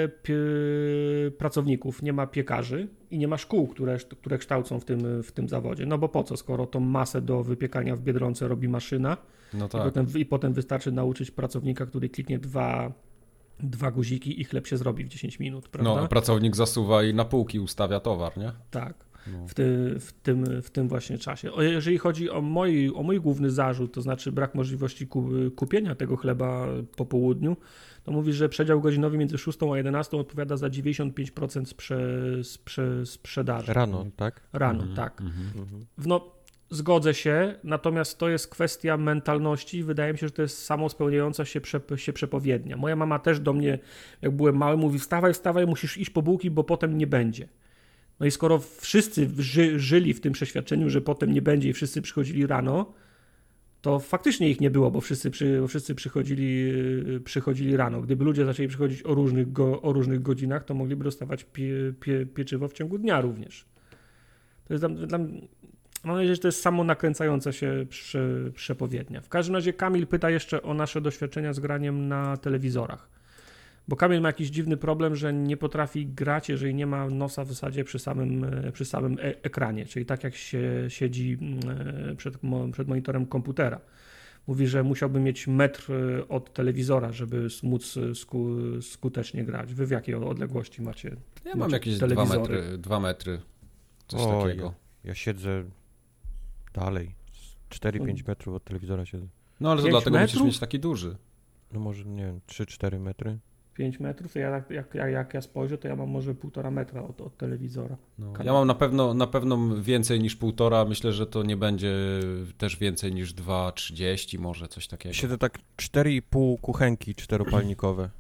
[SPEAKER 2] pie- pracowników, nie ma piekarzy i nie ma szkół, które, które kształcą w tym, w tym zawodzie. No bo po co, skoro tą masę do wypiekania w Biedronce robi maszyna
[SPEAKER 1] No
[SPEAKER 2] i,
[SPEAKER 1] tak.
[SPEAKER 2] potem, i potem wystarczy nauczyć pracownika, który kliknie dwa, dwa guziki i chleb się zrobi w dziesięć minut, prawda?
[SPEAKER 1] No, a pracownik zasuwa i na półki ustawia towar, nie?
[SPEAKER 2] Tak.
[SPEAKER 1] No.
[SPEAKER 2] W, ty, w, tym, w tym właśnie czasie. O, jeżeli chodzi o mój, o mój główny zarzut, to znaczy brak możliwości ku, kupienia tego chleba po południu, to mówi, że przedział godzinowy między szóstą a jedenastą odpowiada za dziewięćdziesiąt pięć procent sprze, sprze, sprzedaży.
[SPEAKER 3] Rano, tak?
[SPEAKER 2] Rano,
[SPEAKER 1] Mhm,
[SPEAKER 2] tak.
[SPEAKER 1] mhm.
[SPEAKER 3] Mhm.
[SPEAKER 2] No, zgodzę się, natomiast to jest kwestia mentalności. Wydaje mi się, że to jest samo spełniająca się, prze, się przepowiednia. Moja mama też do mnie, jak byłem mały, mówi: wstawaj, wstawaj, musisz iść po bułki, bo potem nie będzie. No i skoro wszyscy ży, żyli w tym przeświadczeniu, że potem nie będzie i wszyscy przychodzili rano, to faktycznie ich nie było, bo wszyscy, przy, bo wszyscy przychodzili, przychodzili rano. Gdyby ludzie zaczęli przychodzić o różnych, go, o różnych godzinach, to mogliby dostawać pie, pie, pieczywo w ciągu dnia również. To jest dla, dla, mam nadzieję, że to jest samo nakręcająca się prze, przepowiednia. W każdym razie Kamil pyta jeszcze o nasze doświadczenia z graniem na telewizorach. Bo Kamil ma jakiś dziwny problem, że nie potrafi grać, jeżeli nie ma nosa w zasadzie przy samym, przy samym e- ekranie, czyli tak jak się siedzi przed, przed monitorem komputera. Mówi, że musiałby mieć metr od telewizora, żeby móc sku, skutecznie grać. Wy w jakiej odległości macie?
[SPEAKER 1] Ja
[SPEAKER 2] macie
[SPEAKER 1] mam jakieś dwa metry, dwa metry, coś
[SPEAKER 3] o,
[SPEAKER 1] takiego.
[SPEAKER 3] Ja, ja siedzę dalej, cztery pięć metrów od telewizora siedzę.
[SPEAKER 1] No ale to dlatego metrów? Musisz mieć taki duży.
[SPEAKER 3] No może, nie wiem, trzy cztery metry.
[SPEAKER 2] pięć metrów, to ja, jak, jak, jak ja spojrzę, to ja mam może półtora metra od, od telewizora.
[SPEAKER 1] No, ja mam na pewno, na pewno więcej niż półtora, myślę, że to nie będzie też więcej niż dwa trzydzieści, może coś takiego.
[SPEAKER 3] Siedzę tak cztery i pół kuchenki czteropalnikowe.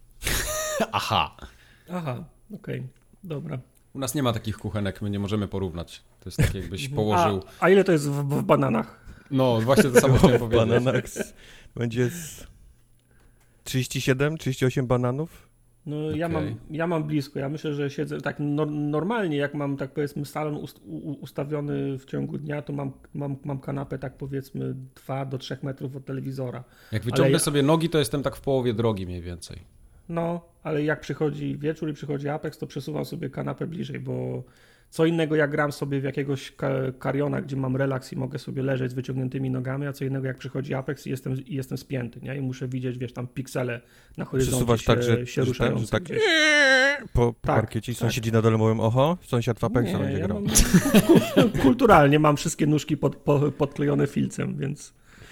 [SPEAKER 1] Aha.
[SPEAKER 2] Aha, okej, okay. Dobra.
[SPEAKER 1] U nas nie ma takich kuchenek, my nie możemy porównać. To jest tak, jakbyś położył...
[SPEAKER 2] A, a ile to jest w, w bananach?
[SPEAKER 1] No, właśnie to samo chciałem powiedzieć.
[SPEAKER 3] W bananach będzie z trzydzieści siedem, trzydzieści osiem bananów?
[SPEAKER 2] No
[SPEAKER 1] okay.
[SPEAKER 2] ja, mam, ja mam blisko, ja myślę, że siedzę tak no, normalnie, jak mam tak powiedzmy salon ust, u, ustawiony w ciągu dnia, to mam, mam, mam kanapę tak powiedzmy dwa do trzech metrów od telewizora.
[SPEAKER 1] Jak wyciągnę
[SPEAKER 2] ja,
[SPEAKER 1] sobie nogi, to jestem tak w połowie drogi mniej więcej.
[SPEAKER 2] No, ale jak przychodzi wieczór i przychodzi Apex, to przesuwam sobie kanapę bliżej, bo co innego jak gram sobie w jakiegoś kariona, gdzie mam relaks i mogę sobie leżeć z wyciągniętymi nogami, a co innego jak przychodzi Apex i jestem, i jestem spięty, nie? I muszę widzieć, wiesz, tam piksele na horyzoncie się,
[SPEAKER 3] tak, że,
[SPEAKER 2] się ruszają.
[SPEAKER 3] Że tak po, po tak, parkiecie i sąsiedzi tak. na dole mówią, oho, sąsiad w Apexa nie, będzie ja grał.
[SPEAKER 2] Mam, kulturalnie mam wszystkie nóżki pod, po, podklejone filcem, więc...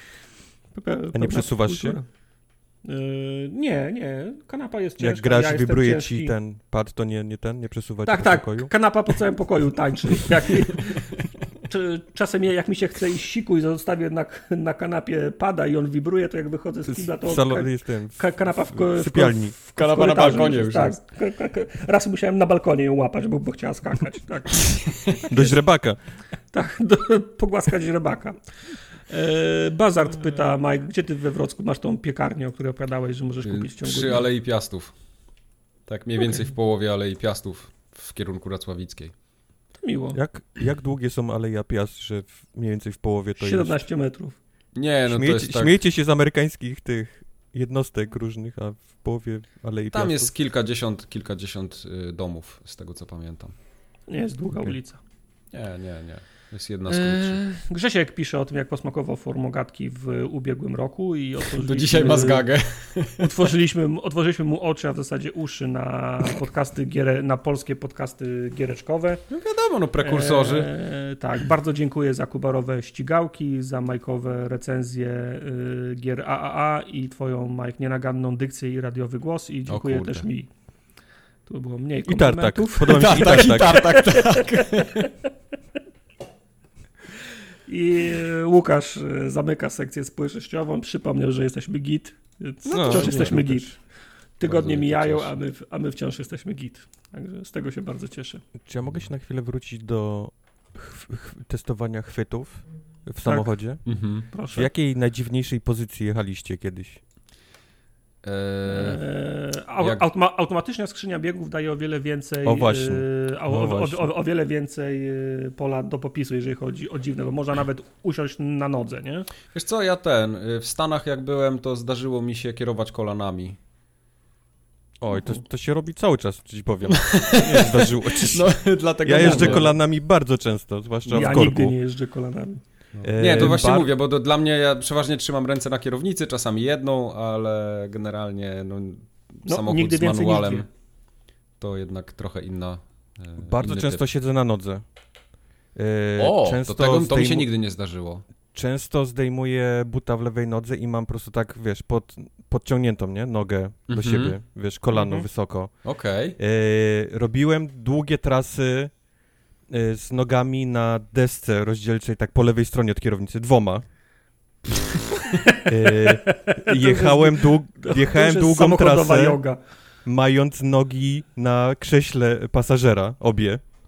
[SPEAKER 3] A nie przesuwasz kultura. się?
[SPEAKER 2] Yy, nie, nie. Kanapa jest ciężka.
[SPEAKER 3] Jak grasz
[SPEAKER 2] ja
[SPEAKER 3] i wibruje
[SPEAKER 2] ciężki.
[SPEAKER 3] ci ten pad, to nie, nie ten, nie przesuwa
[SPEAKER 2] tak,
[SPEAKER 3] ci
[SPEAKER 2] tak,
[SPEAKER 3] po pokoju?
[SPEAKER 2] Tak, kanapa po całym pokoju tańczy. Jak, czasem jak mi się chce iść siku i zostawię na, na kanapie pada i on wibruje, to jak wychodzę z kibla, to
[SPEAKER 3] Salon, jestem w,
[SPEAKER 2] ka, kanapa w,
[SPEAKER 3] w sypialni. W, w,
[SPEAKER 1] kanapa na balkonie już
[SPEAKER 2] tak,
[SPEAKER 1] jest.
[SPEAKER 2] Raz musiałem na balkonie ją łapać, bo, bo chciała skakać. Tak.
[SPEAKER 3] Do źrebaka.
[SPEAKER 2] Tak, do, pogłaskać źrebaka. Bazard pyta, Mike, gdzie ty we Wrocku masz tą piekarnię, o której opowiadałeś, że możesz kupić w ciągu
[SPEAKER 1] Przy
[SPEAKER 2] dnia?
[SPEAKER 1] Alei Piastów. Tak mniej więcej okay. w połowie Alei Piastów w kierunku Racławickiej.
[SPEAKER 2] To miło.
[SPEAKER 3] Jak, jak długie są Aleja Piast, że w, mniej więcej w połowie to
[SPEAKER 2] siedemnaście
[SPEAKER 3] jest...
[SPEAKER 2] metrów.
[SPEAKER 1] Nie, no
[SPEAKER 3] śmiejcie,
[SPEAKER 1] to jest tak...
[SPEAKER 3] Śmiejcie się z amerykańskich tych jednostek różnych, a w połowie Alei Piastów...
[SPEAKER 1] Tam jest kilkadziesiąt, kilkadziesiąt domów, z tego co pamiętam.
[SPEAKER 2] Nie jest długa okay. ulica.
[SPEAKER 1] Nie, nie, nie. Jest jedna z krótszych.
[SPEAKER 2] Grzesiek pisze o tym, jak posmakował formogatki w ubiegłym roku i
[SPEAKER 1] do dzisiaj ma zgagę.
[SPEAKER 2] Otworzyliśmy, otworzyliśmy mu oczy, a w zasadzie uszy na podcasty, giere, na polskie podcasty giereczkowe.
[SPEAKER 1] No wiadomo, no prekursorzy.
[SPEAKER 2] E, tak, bardzo dziękuję za kubarowe ścigałki, za Majkowe recenzje y, gier A A A i twoją, Mike, nienaganną dykcję i radiowy głos i dziękuję też mi. Tu było mniej komplementów.
[SPEAKER 3] I tartak.
[SPEAKER 1] I tartak, i tartak, tak.
[SPEAKER 2] I Łukasz zamyka sekcję społecznościową, przypomniał, że jesteśmy git, więc no, wciąż jesteśmy git. Tygodnie mijają, a my, a my wciąż jesteśmy git. Także z tego się bardzo cieszę.
[SPEAKER 3] Czy ja mogę się na chwilę wrócić do ch- ch- testowania chwytów w tak. samochodzie?
[SPEAKER 1] Mhm.
[SPEAKER 2] Proszę.
[SPEAKER 3] W jakiej najdziwniejszej pozycji jechaliście kiedyś?
[SPEAKER 2] Eee, jak... automa- automatyczna skrzynia biegów daje o wiele więcej
[SPEAKER 3] o właśnie.
[SPEAKER 2] E, o,
[SPEAKER 3] o,
[SPEAKER 2] o,
[SPEAKER 3] właśnie.
[SPEAKER 2] o, o wiele więcej pola do popisu, jeżeli chodzi o dziwne, bo można nawet usiąść na nodze, nie?
[SPEAKER 1] Wiesz co, ja ten, w Stanach jak byłem, to zdarzyło mi się kierować kolanami.
[SPEAKER 3] Oj, to, to się robi cały czas, ci powiem. Nie zdarzyło ci się.
[SPEAKER 1] No, dlatego
[SPEAKER 3] ja jeżdżę
[SPEAKER 1] mówię.
[SPEAKER 3] kolanami bardzo często, zwłaszcza
[SPEAKER 2] ja
[SPEAKER 3] w korku.
[SPEAKER 2] Ja nigdy nie jeżdżę kolanami.
[SPEAKER 1] No. Nie, to właśnie bar... mówię, bo do, dla mnie, ja przeważnie trzymam ręce na kierownicy, czasami jedną, ale generalnie no, no, samochód z manualem to jednak trochę inna. E,
[SPEAKER 3] Bardzo często typ. siedzę na nodze.
[SPEAKER 1] E, o, często to, tego, to zdejmu... mi się nigdy nie zdarzyło.
[SPEAKER 3] Często zdejmuję buta w lewej nodze i mam po prostu tak, wiesz, pod, podciągniętą, nie, nogę mm-hmm. do siebie, wiesz, kolano mm-hmm. wysoko.
[SPEAKER 1] Okej. Okay.
[SPEAKER 3] E, robiłem długie trasy z nogami na desce rozdzielczej, tak po lewej stronie od kierownicy, dwoma. e, jechałem dług, jechałem długą trasę,
[SPEAKER 2] yoga.
[SPEAKER 3] mając nogi na krześle pasażera, obie.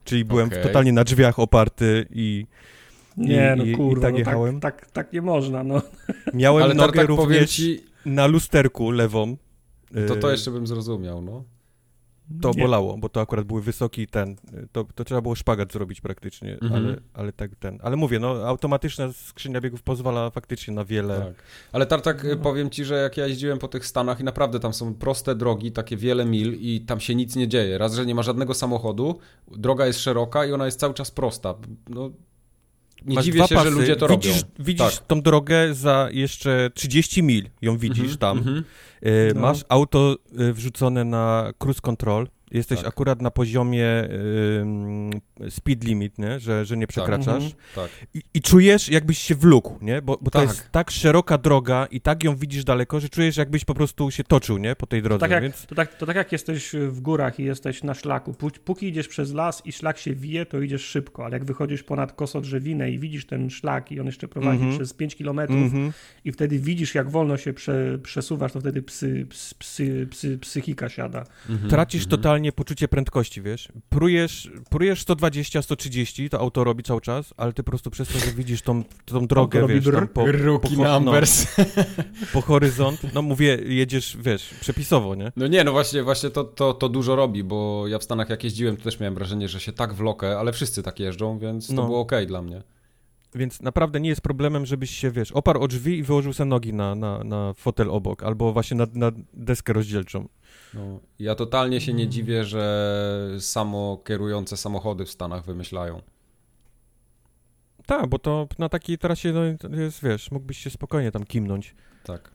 [SPEAKER 3] czyli byłem
[SPEAKER 1] Okay.
[SPEAKER 3] totalnie na drzwiach oparty i
[SPEAKER 2] Nie,
[SPEAKER 3] i,
[SPEAKER 2] no kurwa,
[SPEAKER 3] i tak
[SPEAKER 2] no
[SPEAKER 3] jechałem.
[SPEAKER 2] tak, tak, tak nie można, no.
[SPEAKER 3] Miałem
[SPEAKER 1] Ale
[SPEAKER 3] nogę
[SPEAKER 1] Tartak, powiem
[SPEAKER 3] również
[SPEAKER 1] ci,
[SPEAKER 3] na lusterku lewą.
[SPEAKER 1] to to
[SPEAKER 3] Y,
[SPEAKER 1] jeszcze bym zrozumiał, no.
[SPEAKER 3] To
[SPEAKER 2] Nie.
[SPEAKER 3] bolało, bo to akurat były wysoki ten, to, to trzeba było szpagat zrobić praktycznie,
[SPEAKER 1] Mhm.
[SPEAKER 3] ale, ale tak ten, ale mówię, no automatyczna skrzynia biegów pozwala faktycznie na wiele.
[SPEAKER 1] Tak. Ale Tartak,
[SPEAKER 2] No.
[SPEAKER 1] powiem ci, że jak ja jeździłem po tych Stanach i naprawdę tam są proste drogi, takie wiele mil i tam się nic nie dzieje. Raz, że nie ma żadnego samochodu, droga jest szeroka i ona jest cały czas prosta. No, nie
[SPEAKER 3] Masz
[SPEAKER 1] dziwię
[SPEAKER 3] dwa
[SPEAKER 1] się,
[SPEAKER 3] pasy,
[SPEAKER 1] że ludzie to
[SPEAKER 3] widzisz,
[SPEAKER 1] robią.
[SPEAKER 3] Widzisz
[SPEAKER 1] Tak.
[SPEAKER 3] tą drogę za jeszcze trzydzieści mil, ją widzisz
[SPEAKER 1] Mhm,
[SPEAKER 3] tam.
[SPEAKER 1] mhm.
[SPEAKER 3] Y,
[SPEAKER 2] No.
[SPEAKER 3] Masz auto y, wrzucone na cruise control, jesteś
[SPEAKER 1] Tak.
[SPEAKER 3] akurat na poziomie y, speed limit, nie? Że, że nie przekraczasz.
[SPEAKER 2] Mhm.
[SPEAKER 1] Tak.
[SPEAKER 3] I, I czujesz, jakbyś się wlókł, nie? Bo, bo to
[SPEAKER 1] Tak.
[SPEAKER 3] jest tak szeroka droga i tak ją widzisz daleko, że czujesz, jakbyś po prostu się toczył, nie? Po tej drodze,
[SPEAKER 2] Tak jak,
[SPEAKER 3] więc...
[SPEAKER 2] to, tak, to tak jak jesteś w górach i jesteś na szlaku. Pó- Póki idziesz przez las i szlak się wije, to idziesz szybko, ale jak wychodzisz ponad kosodrzewinę i widzisz ten szlak i on jeszcze prowadzi
[SPEAKER 3] Mhm.
[SPEAKER 2] przez pięć kilometrów
[SPEAKER 3] Mhm.
[SPEAKER 2] i wtedy widzisz, jak wolno się prze, przesuwasz, to wtedy psy, psy, psy, psy, psychika siada.
[SPEAKER 1] Mhm,
[SPEAKER 3] Tracisz
[SPEAKER 1] mhm.
[SPEAKER 3] totalnie poczucie prędkości, wiesz? Prujesz, prujesz sto dwadzieścia, sto trzydzieści, to auto robi cały czas, ale ty po prostu przez to, że widzisz tą, tą drogę,
[SPEAKER 2] robi
[SPEAKER 3] wiesz, tam
[SPEAKER 2] brr.
[SPEAKER 3] po,
[SPEAKER 1] Rookie
[SPEAKER 3] po, no,
[SPEAKER 1] numbers.
[SPEAKER 3] po horyzont, no mówię, jedziesz, wiesz, przepisowo, nie?
[SPEAKER 1] No nie, no właśnie, właśnie to, to, to dużo robi, bo ja w Stanach jak jeździłem, to też miałem wrażenie, że się tak wlokę, ale wszyscy tak jeżdżą, więc to
[SPEAKER 3] No.
[SPEAKER 1] było okej dla mnie.
[SPEAKER 3] Więc naprawdę nie jest problemem, żebyś się, wiesz, oparł o drzwi i wyłożył sobie nogi na, na, na fotel obok, albo właśnie na, na deskę rozdzielczą.
[SPEAKER 1] No, ja totalnie się nie dziwię, że samo kierujące samochody w Stanach wymyślają.
[SPEAKER 3] Tak, bo to na takiej trasie, no, to jest, wiesz, mógłbyś się spokojnie tam kimnąć.
[SPEAKER 1] Tak.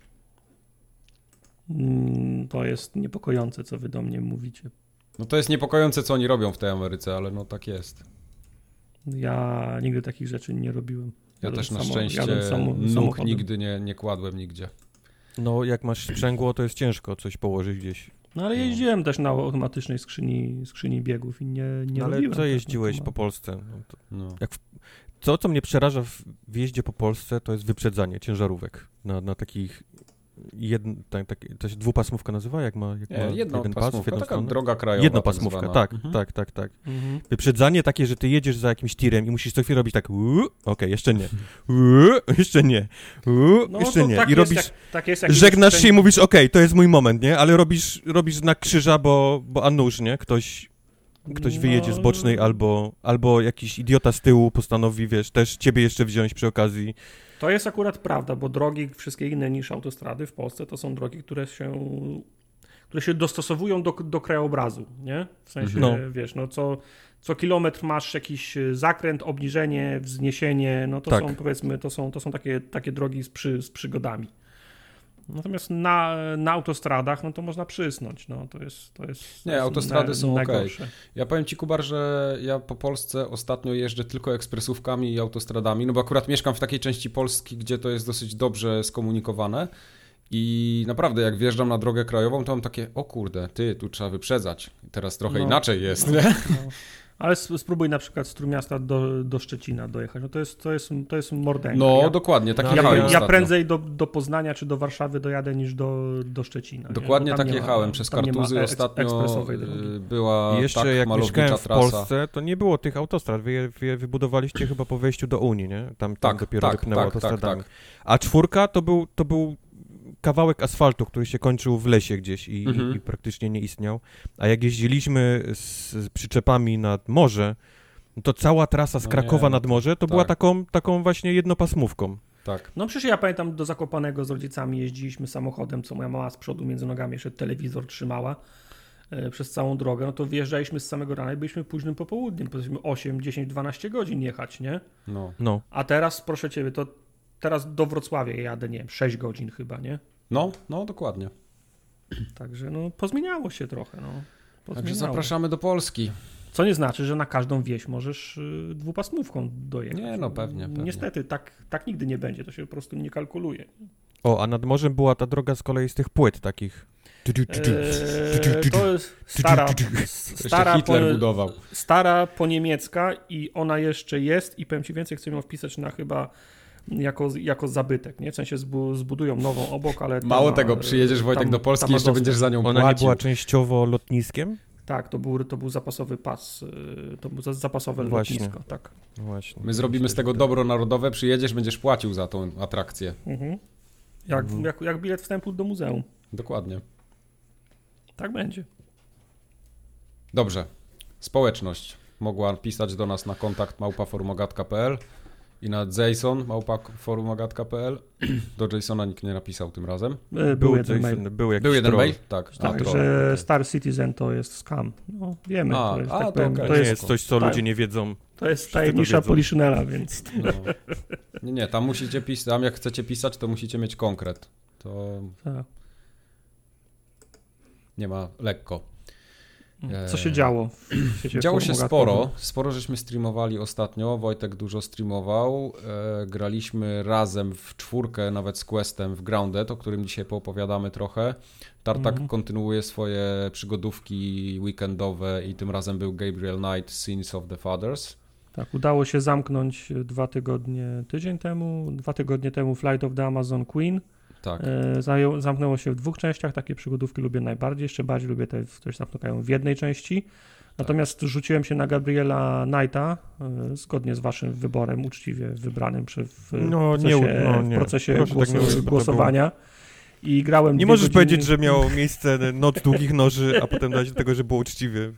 [SPEAKER 2] Mm, To jest niepokojące, co wy do mnie mówicie.
[SPEAKER 1] No to jest niepokojące, co oni robią w tej Ameryce, ale no tak jest.
[SPEAKER 2] Ja nigdy takich rzeczy nie robiłem.
[SPEAKER 1] Ja
[SPEAKER 2] Jadąc
[SPEAKER 1] też na
[SPEAKER 2] samo-
[SPEAKER 1] szczęście
[SPEAKER 2] jadąc samo-
[SPEAKER 1] nóg
[SPEAKER 2] samochodem.
[SPEAKER 1] nigdy nie, nie kładłem nigdzie.
[SPEAKER 3] No, jak masz sprzęgło, to jest ciężko coś położyć gdzieś.
[SPEAKER 2] No ale jeździłem też na automatycznej skrzyni, skrzyni biegów i nie, nie
[SPEAKER 3] No, ale
[SPEAKER 2] robiłem
[SPEAKER 3] co
[SPEAKER 2] tak
[SPEAKER 3] jeździłeś po
[SPEAKER 2] automatu.
[SPEAKER 3] Polsce? No to,
[SPEAKER 1] No.
[SPEAKER 3] co, co mnie przeraża w, w jeździe po Polsce, to jest wyprzedzanie ciężarówek na, na takich... Jedn, tak, tak, to się dwupasmówka nazywa? Jak ma, jak ma
[SPEAKER 1] Nie,
[SPEAKER 3] jeden pas w
[SPEAKER 1] jednopasmówka,
[SPEAKER 3] jedną
[SPEAKER 1] taka
[SPEAKER 3] stronę?
[SPEAKER 1] droga krajowa.
[SPEAKER 3] Jednopasmówka,
[SPEAKER 1] tak,
[SPEAKER 3] tak,
[SPEAKER 1] zwana. Mhm.
[SPEAKER 3] tak, tak, tak.
[SPEAKER 2] Mhm.
[SPEAKER 3] Wyprzedzanie takie, że ty jedziesz za jakimś tirem i musisz co chwilę robić tak uuu, okej, jeszcze nie, uuu, jeszcze nie, uuu,
[SPEAKER 2] No
[SPEAKER 3] jeszcze
[SPEAKER 2] to
[SPEAKER 3] nie.
[SPEAKER 2] tak
[SPEAKER 3] I
[SPEAKER 2] jest,
[SPEAKER 3] robisz,
[SPEAKER 2] jak, tak jest, jak
[SPEAKER 3] żegnasz
[SPEAKER 2] idziesz
[SPEAKER 3] się i mówisz, okej, to jest mój moment, nie? Ale robisz, robisz znak krzyża, bo, bo a nuż, nie? Ktoś, ktoś
[SPEAKER 2] No,
[SPEAKER 3] wyjedzie z bocznej albo, albo jakiś idiota z tyłu postanowi, wiesz, też ciebie jeszcze wziąć przy okazji.
[SPEAKER 2] To jest akurat prawda, bo drogi wszystkie inne niż autostrady w Polsce to są drogi, które się, które się dostosowują do, do krajobrazu, nie? W sensie,
[SPEAKER 3] No.
[SPEAKER 2] wiesz, no co, co kilometr masz jakiś zakręt, obniżenie, wzniesienie, no to
[SPEAKER 3] Tak.
[SPEAKER 2] są powiedzmy, to są, to są takie, takie drogi z, przy, z przygodami. Natomiast na, na autostradach, no to można przysnąć, no to jest, to jest
[SPEAKER 1] Nie,
[SPEAKER 2] to jest
[SPEAKER 1] autostrady
[SPEAKER 2] na,
[SPEAKER 1] są okej.
[SPEAKER 2] najgorsze.
[SPEAKER 1] Ja powiem ci, Kubar, że ja po Polsce ostatnio jeżdżę tylko ekspresówkami i autostradami, no bo akurat mieszkam w takiej części Polski, gdzie to jest dosyć dobrze skomunikowane i naprawdę jak wjeżdżam na drogę krajową, to mam takie, o kurde, ty, tu trzeba wyprzedzać. Teraz trochę
[SPEAKER 2] No,
[SPEAKER 1] inaczej jest,
[SPEAKER 2] no,
[SPEAKER 1] nie?
[SPEAKER 2] no. Ale s- spróbuj na przykład z Trójmiasta do, do Szczecina dojechać, no to jest, to jest, to jest mordęga.
[SPEAKER 1] No,
[SPEAKER 2] ja,
[SPEAKER 1] dokładnie, tak
[SPEAKER 3] No,
[SPEAKER 2] ja,
[SPEAKER 1] jechałem
[SPEAKER 3] ja
[SPEAKER 2] ja
[SPEAKER 1] ostatnio.
[SPEAKER 2] prędzej do, do Poznania czy do Warszawy dojadę niż do, do Szczecina. nie?
[SPEAKER 1] Dokładnie
[SPEAKER 2] Bo tam
[SPEAKER 1] tak
[SPEAKER 2] nie ma-
[SPEAKER 1] jechałem przez
[SPEAKER 2] tam nie ma
[SPEAKER 1] Kartuzy
[SPEAKER 2] eks-
[SPEAKER 1] ostatnio,
[SPEAKER 2] ekspresowej drogi.
[SPEAKER 1] y, była
[SPEAKER 3] I jeszcze
[SPEAKER 1] tak
[SPEAKER 3] jak
[SPEAKER 1] malownicza
[SPEAKER 3] mieszkałem w
[SPEAKER 1] trasa.
[SPEAKER 3] Polsce, to nie było tych autostrad, wy je, wy je wybudowaliście chyba po wejściu do Unii, nie? Tam, tam
[SPEAKER 1] Tak,
[SPEAKER 3] dopiero
[SPEAKER 1] tak,
[SPEAKER 3] wypnęło
[SPEAKER 1] tak, tak,
[SPEAKER 3] autostradami.
[SPEAKER 1] tak.
[SPEAKER 3] A czwórka to był, to był kawałek asfaltu, który się kończył w lesie gdzieś i,
[SPEAKER 1] Mhm.
[SPEAKER 3] i, i praktycznie nie istniał. A jak jeździliśmy z, z przyczepami nad morze, no to cała trasa z
[SPEAKER 1] No
[SPEAKER 3] Krakowa
[SPEAKER 1] nie,
[SPEAKER 3] nad morze to
[SPEAKER 1] tak.
[SPEAKER 3] była taką, taką właśnie jednopasmówką.
[SPEAKER 1] Tak.
[SPEAKER 2] No przecież ja pamiętam, do Zakopanego z rodzicami jeździliśmy samochodem, co moja mama z przodu między nogami jeszcze telewizor trzymała e, przez całą drogę, no to wjeżdżaliśmy z samego rana i byliśmy późnym popołudniem, powiedzmy osiem, dziesięć, dwanaście godzin jechać, nie?
[SPEAKER 1] No.
[SPEAKER 3] No.
[SPEAKER 2] A teraz, proszę ciebie, to teraz do Wrocławia jadę, nie wiem, sześć godzin chyba, nie?
[SPEAKER 1] No, no, dokładnie.
[SPEAKER 2] Także no pozmieniało się trochę, no.
[SPEAKER 1] Także
[SPEAKER 2] Pozmieniało.
[SPEAKER 1] zapraszamy do Polski.
[SPEAKER 2] Co nie znaczy, że na każdą wieś możesz y, dwupasmówką dojechać.
[SPEAKER 1] Nie, no pewnie, pewnie.
[SPEAKER 2] Niestety, tak, tak nigdy nie będzie, to się po prostu nie kalkuluje.
[SPEAKER 3] O, a nad morzem była ta droga z kolei z tych płyt takich.
[SPEAKER 2] Eee, to jest stara, stara,
[SPEAKER 1] Jeszcze
[SPEAKER 2] po,
[SPEAKER 1] Hitler budował.
[SPEAKER 2] stara poniemiecka i ona jeszcze jest i powiem ci więcej, chcę ją wpisać na chyba jako, jako zabytek, nie? W sensie zbu, zbudują nową obok, ale...
[SPEAKER 1] Mało
[SPEAKER 2] ma,
[SPEAKER 1] tego, przyjedziesz Wojtek
[SPEAKER 2] tam-
[SPEAKER 1] do
[SPEAKER 2] tam
[SPEAKER 1] Polski,
[SPEAKER 2] ma
[SPEAKER 1] jeszcze
[SPEAKER 2] dostęp.
[SPEAKER 1] będziesz za nią
[SPEAKER 3] Ona
[SPEAKER 1] płacił.
[SPEAKER 3] nie była częściowo lotniskiem?
[SPEAKER 2] Tak, to był, to był zapasowy pas, to było zapasowe
[SPEAKER 3] Właśnie.
[SPEAKER 2] lotnisko, tak.
[SPEAKER 3] Właśnie.
[SPEAKER 1] My zrobimy z tego dobro narodowe, przyjedziesz, będziesz płacił za tą atrakcję.
[SPEAKER 2] Mhm. Jak,
[SPEAKER 3] Mhm.
[SPEAKER 2] jak, jak bilet wstępu do muzeum.
[SPEAKER 1] Dokładnie.
[SPEAKER 2] Tak będzie.
[SPEAKER 1] Dobrze. Społeczność mogła pisać do nas na kontakt małpa forumogatka kropka p l i na jason małpa forumogatka kropka p l. Do Jasona nikt nie napisał tym razem.
[SPEAKER 2] Był,
[SPEAKER 3] Był,
[SPEAKER 2] jeden mail.
[SPEAKER 3] Jason, był jakiś
[SPEAKER 1] Był jeden
[SPEAKER 3] troll.
[SPEAKER 1] mail? Tak. A,
[SPEAKER 2] Tak,
[SPEAKER 1] troll.
[SPEAKER 2] że Star Citizen to jest scam. No, wiemy.
[SPEAKER 1] A,
[SPEAKER 2] to jest,
[SPEAKER 1] a,
[SPEAKER 2] tak
[SPEAKER 1] to
[SPEAKER 2] powiem,
[SPEAKER 1] okej.
[SPEAKER 2] to
[SPEAKER 3] Nie
[SPEAKER 2] jest,
[SPEAKER 3] jest coś, co
[SPEAKER 2] tak.
[SPEAKER 3] ludzie nie wiedzą.
[SPEAKER 2] to jest
[SPEAKER 3] Wszyscy to
[SPEAKER 2] tajemnicza
[SPEAKER 3] wiedzą.
[SPEAKER 2] Poliszynela, więc...
[SPEAKER 1] No. Nie, nie, tam musicie pisać, tam jak chcecie pisać, to musicie mieć konkret. To
[SPEAKER 2] Tak.
[SPEAKER 1] nie ma lekko.
[SPEAKER 2] Co się działo w świecie
[SPEAKER 1] Działo się
[SPEAKER 2] forumogatkowym?
[SPEAKER 1] sporo, sporo żeśmy streamowali ostatnio, Wojtek dużo streamował, e, graliśmy razem w czwórkę, nawet z Questem w Grounded, o którym dzisiaj poopowiadamy trochę. Tartak
[SPEAKER 2] Mhm.
[SPEAKER 1] kontynuuje swoje przygodówki weekendowe i tym razem był Gabriel Knight, Sins of the Fathers.
[SPEAKER 2] Tak, udało się zamknąć dwa tygodnie, tydzień temu, dwa tygodnie temu Flight of the Amazon Queen.
[SPEAKER 1] Tak,
[SPEAKER 2] E, zajął, zamknęło się w dwóch częściach, takie przygodówki lubię najbardziej, jeszcze bardziej lubię te, które się zamknęły w jednej części. Natomiast rzuciłem się na Gabriela Knighta, e, zgodnie z waszym wyborem, uczciwie wybranym przy, w,
[SPEAKER 3] No,
[SPEAKER 2] procesie,
[SPEAKER 3] nie, no, nie.
[SPEAKER 2] w procesie
[SPEAKER 3] Proszę
[SPEAKER 2] głos,
[SPEAKER 3] tak nie mówić, bo to
[SPEAKER 2] głosowania. I grałem
[SPEAKER 3] Nie
[SPEAKER 2] dwie
[SPEAKER 3] możesz
[SPEAKER 2] godziny...
[SPEAKER 3] powiedzieć, że miało miejsce noc długich noży, a potem dać do tego, że było uczciwie.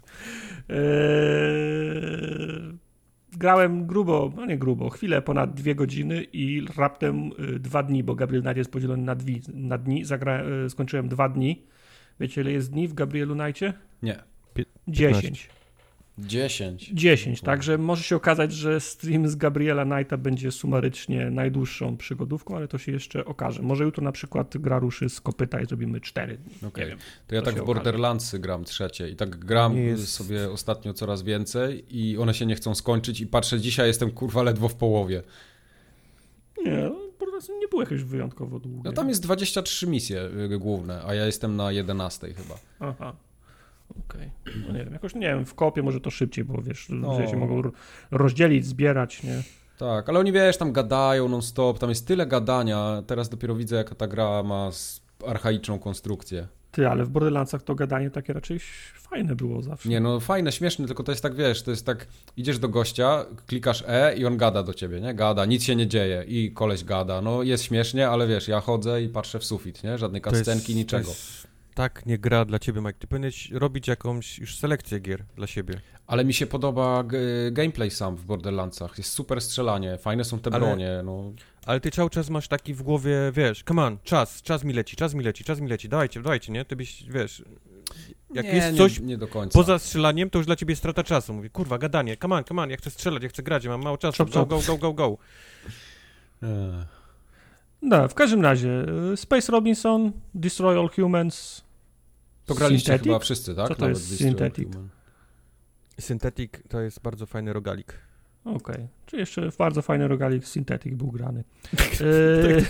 [SPEAKER 2] Eee, grałem grubo, no nie grubo, chwilę ponad dwie godziny i raptem y, dwa dni, bo Gabriel Knight jest podzielony na, dwi, na dni. Zagra, y, skończyłem dwa dni. Wiecie, ile jest dni w Gabrielu Knightie?
[SPEAKER 1] nie,
[SPEAKER 2] Dziesięć.
[SPEAKER 1] dziesięć.
[SPEAKER 2] Dziesięć, także może się okazać, że stream z Gabriela Knighta będzie sumarycznie najdłuższą przygodówką, ale to się jeszcze okaże. Może jutro na przykład gra ruszy z kopyta i zrobimy cztery dni.
[SPEAKER 1] Okej.
[SPEAKER 2] Nie wiem.
[SPEAKER 1] To ja
[SPEAKER 2] To
[SPEAKER 1] tak
[SPEAKER 2] się
[SPEAKER 1] w Borderlandsy gram trzecie i tak gram
[SPEAKER 3] Nie jest-
[SPEAKER 1] sobie ostatnio coraz więcej i one się nie chcą skończyć i patrzę, dzisiaj jestem kurwa ledwo w połowie.
[SPEAKER 2] Nie, no, po prostu nie było jakieś wyjątkowo długie.
[SPEAKER 1] No tam jest dwadzieścia trzy misje y, główne, a ja jestem na jedenastej chyba.
[SPEAKER 2] Aha. Okej. No nie wiem, jakoś nie wiem, w kopie może to szybciej, bo wiesz,
[SPEAKER 1] No.
[SPEAKER 2] ludzie się mogą r- rozdzielić, zbierać, nie?
[SPEAKER 1] Tak, ale oni wiesz, tam gadają non stop, tam jest tyle gadania, teraz dopiero widzę jaka ta gra ma s- archaiczną konstrukcję.
[SPEAKER 2] Ty, ale w Borderlandsach to gadanie takie raczej fajne było zawsze.
[SPEAKER 1] Nie no, fajne, śmieszne, tylko to jest tak, wiesz, to jest tak, idziesz do gościa, klikasz E i on gada do ciebie, nie? Gada, nic się nie dzieje i koleś gada, no jest śmiesznie, ale wiesz, ja chodzę i patrzę w sufit, nie? Żadnej
[SPEAKER 3] To jest-
[SPEAKER 1] cutscenki, niczego.
[SPEAKER 3] To jest tak nie gra dla ciebie, Mike. Ty powinieneś robić jakąś już selekcję gier dla siebie.
[SPEAKER 1] Ale mi się podoba g- gameplay sam w Borderlandsach, jest super strzelanie, fajne są te
[SPEAKER 3] Ale-
[SPEAKER 1] bronie, no.
[SPEAKER 3] Ale ty cały czas masz taki w głowie, wiesz, come on, czas, czas mi leci, czas mi leci, czas mi leci, dawajcie, dawajcie, nie? Ty byś, wiesz, jak
[SPEAKER 1] nie,
[SPEAKER 3] jest coś
[SPEAKER 1] nie, nie do końca.
[SPEAKER 3] poza strzelaniem, to już dla ciebie strata czasu. Mówię, kurwa, gadanie, come on, come on, ja chcę strzelać, ja chcę grać, ja mam mało czasu,
[SPEAKER 2] Czop,
[SPEAKER 3] go,
[SPEAKER 2] czop.
[SPEAKER 3] go, go, go, go.
[SPEAKER 1] Ech.
[SPEAKER 2] No, w każdym razie, y, Space Robinson, Destroy All Humans.
[SPEAKER 1] To graliście
[SPEAKER 2] Synthetic?
[SPEAKER 1] chyba wszyscy, tak?
[SPEAKER 2] Co to
[SPEAKER 1] Nawet
[SPEAKER 2] jest
[SPEAKER 1] Destroy All
[SPEAKER 2] Synthetic?
[SPEAKER 1] Human.
[SPEAKER 3] Synthetic to jest bardzo fajny rogalik.
[SPEAKER 2] Okej, czy jeszcze bardzo fajny rogalik Synthetic był grany. Y,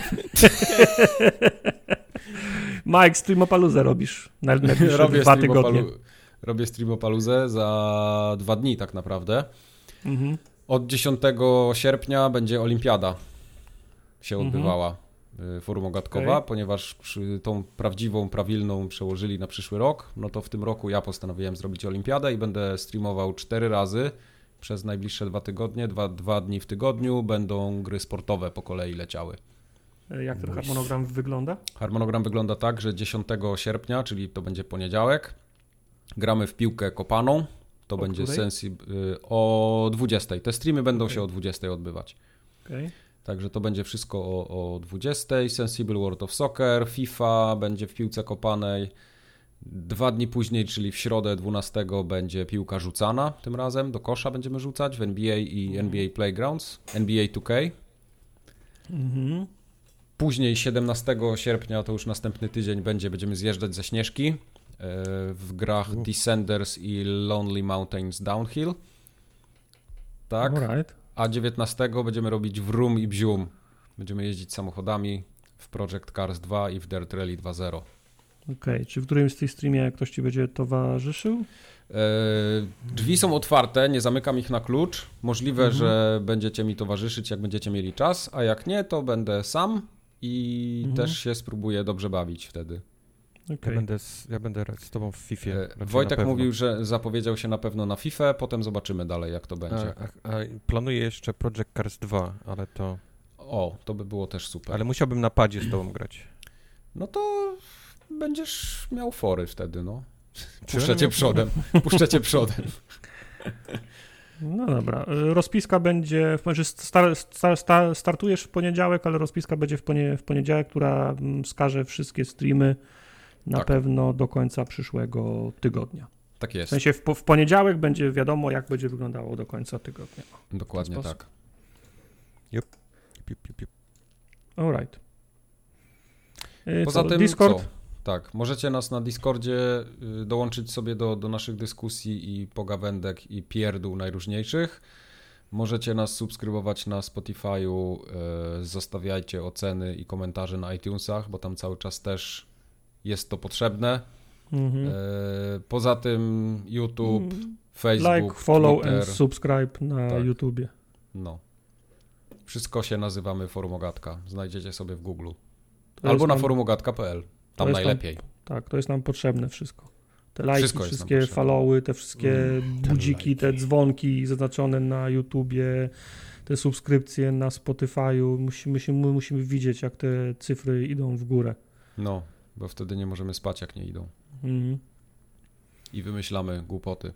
[SPEAKER 2] Mike, Streamopalooza robisz na najbliższe
[SPEAKER 1] Robię
[SPEAKER 2] dwa tygodnie.
[SPEAKER 1] streamopalu- Robię streamopaluzę za dwa dni tak naprawdę.
[SPEAKER 2] Mhm.
[SPEAKER 1] Od dziesiątego sierpnia będzie olimpiada się
[SPEAKER 2] Mhm.
[SPEAKER 1] odbywała, y, forum ogatkowa,
[SPEAKER 2] Okej.
[SPEAKER 1] ponieważ przy, tą prawdziwą, prawilną przełożyli na przyszły rok, no to w tym roku ja postanowiłem zrobić olimpiadę i będę streamował cztery razy przez najbliższe dwa tygodnie, dwa, dwa dni w tygodniu będą gry sportowe po kolei leciały.
[SPEAKER 2] Jak ten harmonogram wygląda?
[SPEAKER 1] Harmonogram wygląda tak, że dziesiątego sierpnia, czyli to będzie poniedziałek, gramy w piłkę kopaną. To
[SPEAKER 2] O
[SPEAKER 1] będzie
[SPEAKER 2] której?
[SPEAKER 1] Sensi- y, o dwudziestej. Te streamy będą
[SPEAKER 2] Okej.
[SPEAKER 1] się o dwudziestej odbywać.
[SPEAKER 2] Okay.
[SPEAKER 1] Także to będzie wszystko o, o dwudziestej. Sensible World of Soccer, FIFA będzie w piłce kopanej. Dwa dni później, czyli w środę dwunastego będzie piłka rzucana. Tym razem do kosza będziemy rzucać w N B A i N B A Playgrounds, N B A two K.
[SPEAKER 2] Mhm.
[SPEAKER 1] Później siedemnastego sierpnia, to już następny tydzień będzie, będziemy zjeżdżać ze Śnieżki e, w grach Descenders i Lonely Mountains Downhill. Tak.
[SPEAKER 2] Alright.
[SPEAKER 1] A dziewiętnastego będziemy robić Vroom i Bzium. Będziemy jeździć samochodami w Project Cars dwa i w Dirt Rally dwa zero.
[SPEAKER 2] Okej, okay. Czy w którymś z tych streamie ktoś ci będzie towarzyszył?
[SPEAKER 1] E, drzwi są otwarte, nie zamykam ich na klucz. Możliwe,
[SPEAKER 2] Mhm.
[SPEAKER 1] że będziecie mi towarzyszyć, jak będziecie mieli czas, a jak nie, to będę sam i
[SPEAKER 2] Mhm.
[SPEAKER 1] też się spróbuję dobrze bawić wtedy.
[SPEAKER 2] Okay.
[SPEAKER 3] Ja, będę z, ja będę z tobą w Fifie.
[SPEAKER 1] Wojtek mówił, że zapowiedział się na pewno na Fifę, potem zobaczymy dalej, jak to będzie.
[SPEAKER 3] A, a, a planuję jeszcze Project Cars dwa, ale to...
[SPEAKER 1] O, to by było też super.
[SPEAKER 3] Ale musiałbym na padzie z tobą grać.
[SPEAKER 1] No to będziesz miał fory wtedy, no. Puszczę cię przodem. Puszczę cię przodem.
[SPEAKER 2] No dobra. Rozpiska będzie, znaczy star, star, star, startujesz w poniedziałek, ale rozpiska będzie w, ponie, w poniedziałek, która wskaże wszystkie streamy na
[SPEAKER 1] tak.
[SPEAKER 2] pewno do końca przyszłego tygodnia.
[SPEAKER 1] Tak jest.
[SPEAKER 2] W sensie w, w poniedziałek będzie wiadomo, jak będzie wyglądało do końca tygodnia.
[SPEAKER 1] Dokładnie tak.
[SPEAKER 3] Yep. Yep, yep, yep.
[SPEAKER 2] All right.
[SPEAKER 1] Poza
[SPEAKER 2] co,
[SPEAKER 1] tym,
[SPEAKER 2] Discord?
[SPEAKER 1] co? Tak, możecie nas na Discordzie dołączyć sobie do, do naszych dyskusji i pogawędek i pierdół najróżniejszych. Możecie nas subskrybować na Spotify'u, e, zostawiajcie oceny i komentarze na iTunesach, bo tam cały czas też jest to potrzebne.
[SPEAKER 2] Mhm.
[SPEAKER 1] E, poza tym YouTube,
[SPEAKER 2] Mm.
[SPEAKER 1] Facebook,
[SPEAKER 2] Like, follow
[SPEAKER 1] Twitter.
[SPEAKER 2] and subscribe na
[SPEAKER 1] Tak.
[SPEAKER 2] YouTubie.
[SPEAKER 1] No. Wszystko się nazywamy Forum Ogatka. Znajdziecie sobie w Google.
[SPEAKER 2] To
[SPEAKER 1] Albo na
[SPEAKER 2] nam,
[SPEAKER 1] forum ogatka kropka p l. Tam
[SPEAKER 2] jest
[SPEAKER 1] najlepiej.
[SPEAKER 2] Nam, tak, to jest nam potrzebne wszystko. Te lajki,
[SPEAKER 1] Wszystko jest nam
[SPEAKER 2] wszystkie
[SPEAKER 1] potrzebne.
[SPEAKER 2] followy, te wszystkie
[SPEAKER 1] Mm,
[SPEAKER 3] te
[SPEAKER 2] budziki, te dzwonki zaznaczone na YouTubie, te subskrypcje na Spotify'u. Musimy, musimy, musimy widzieć, jak te cyfry idą w górę.
[SPEAKER 1] No, bo wtedy nie możemy spać, jak nie idą.
[SPEAKER 2] Mhm.
[SPEAKER 1] I wymyślamy głupoty.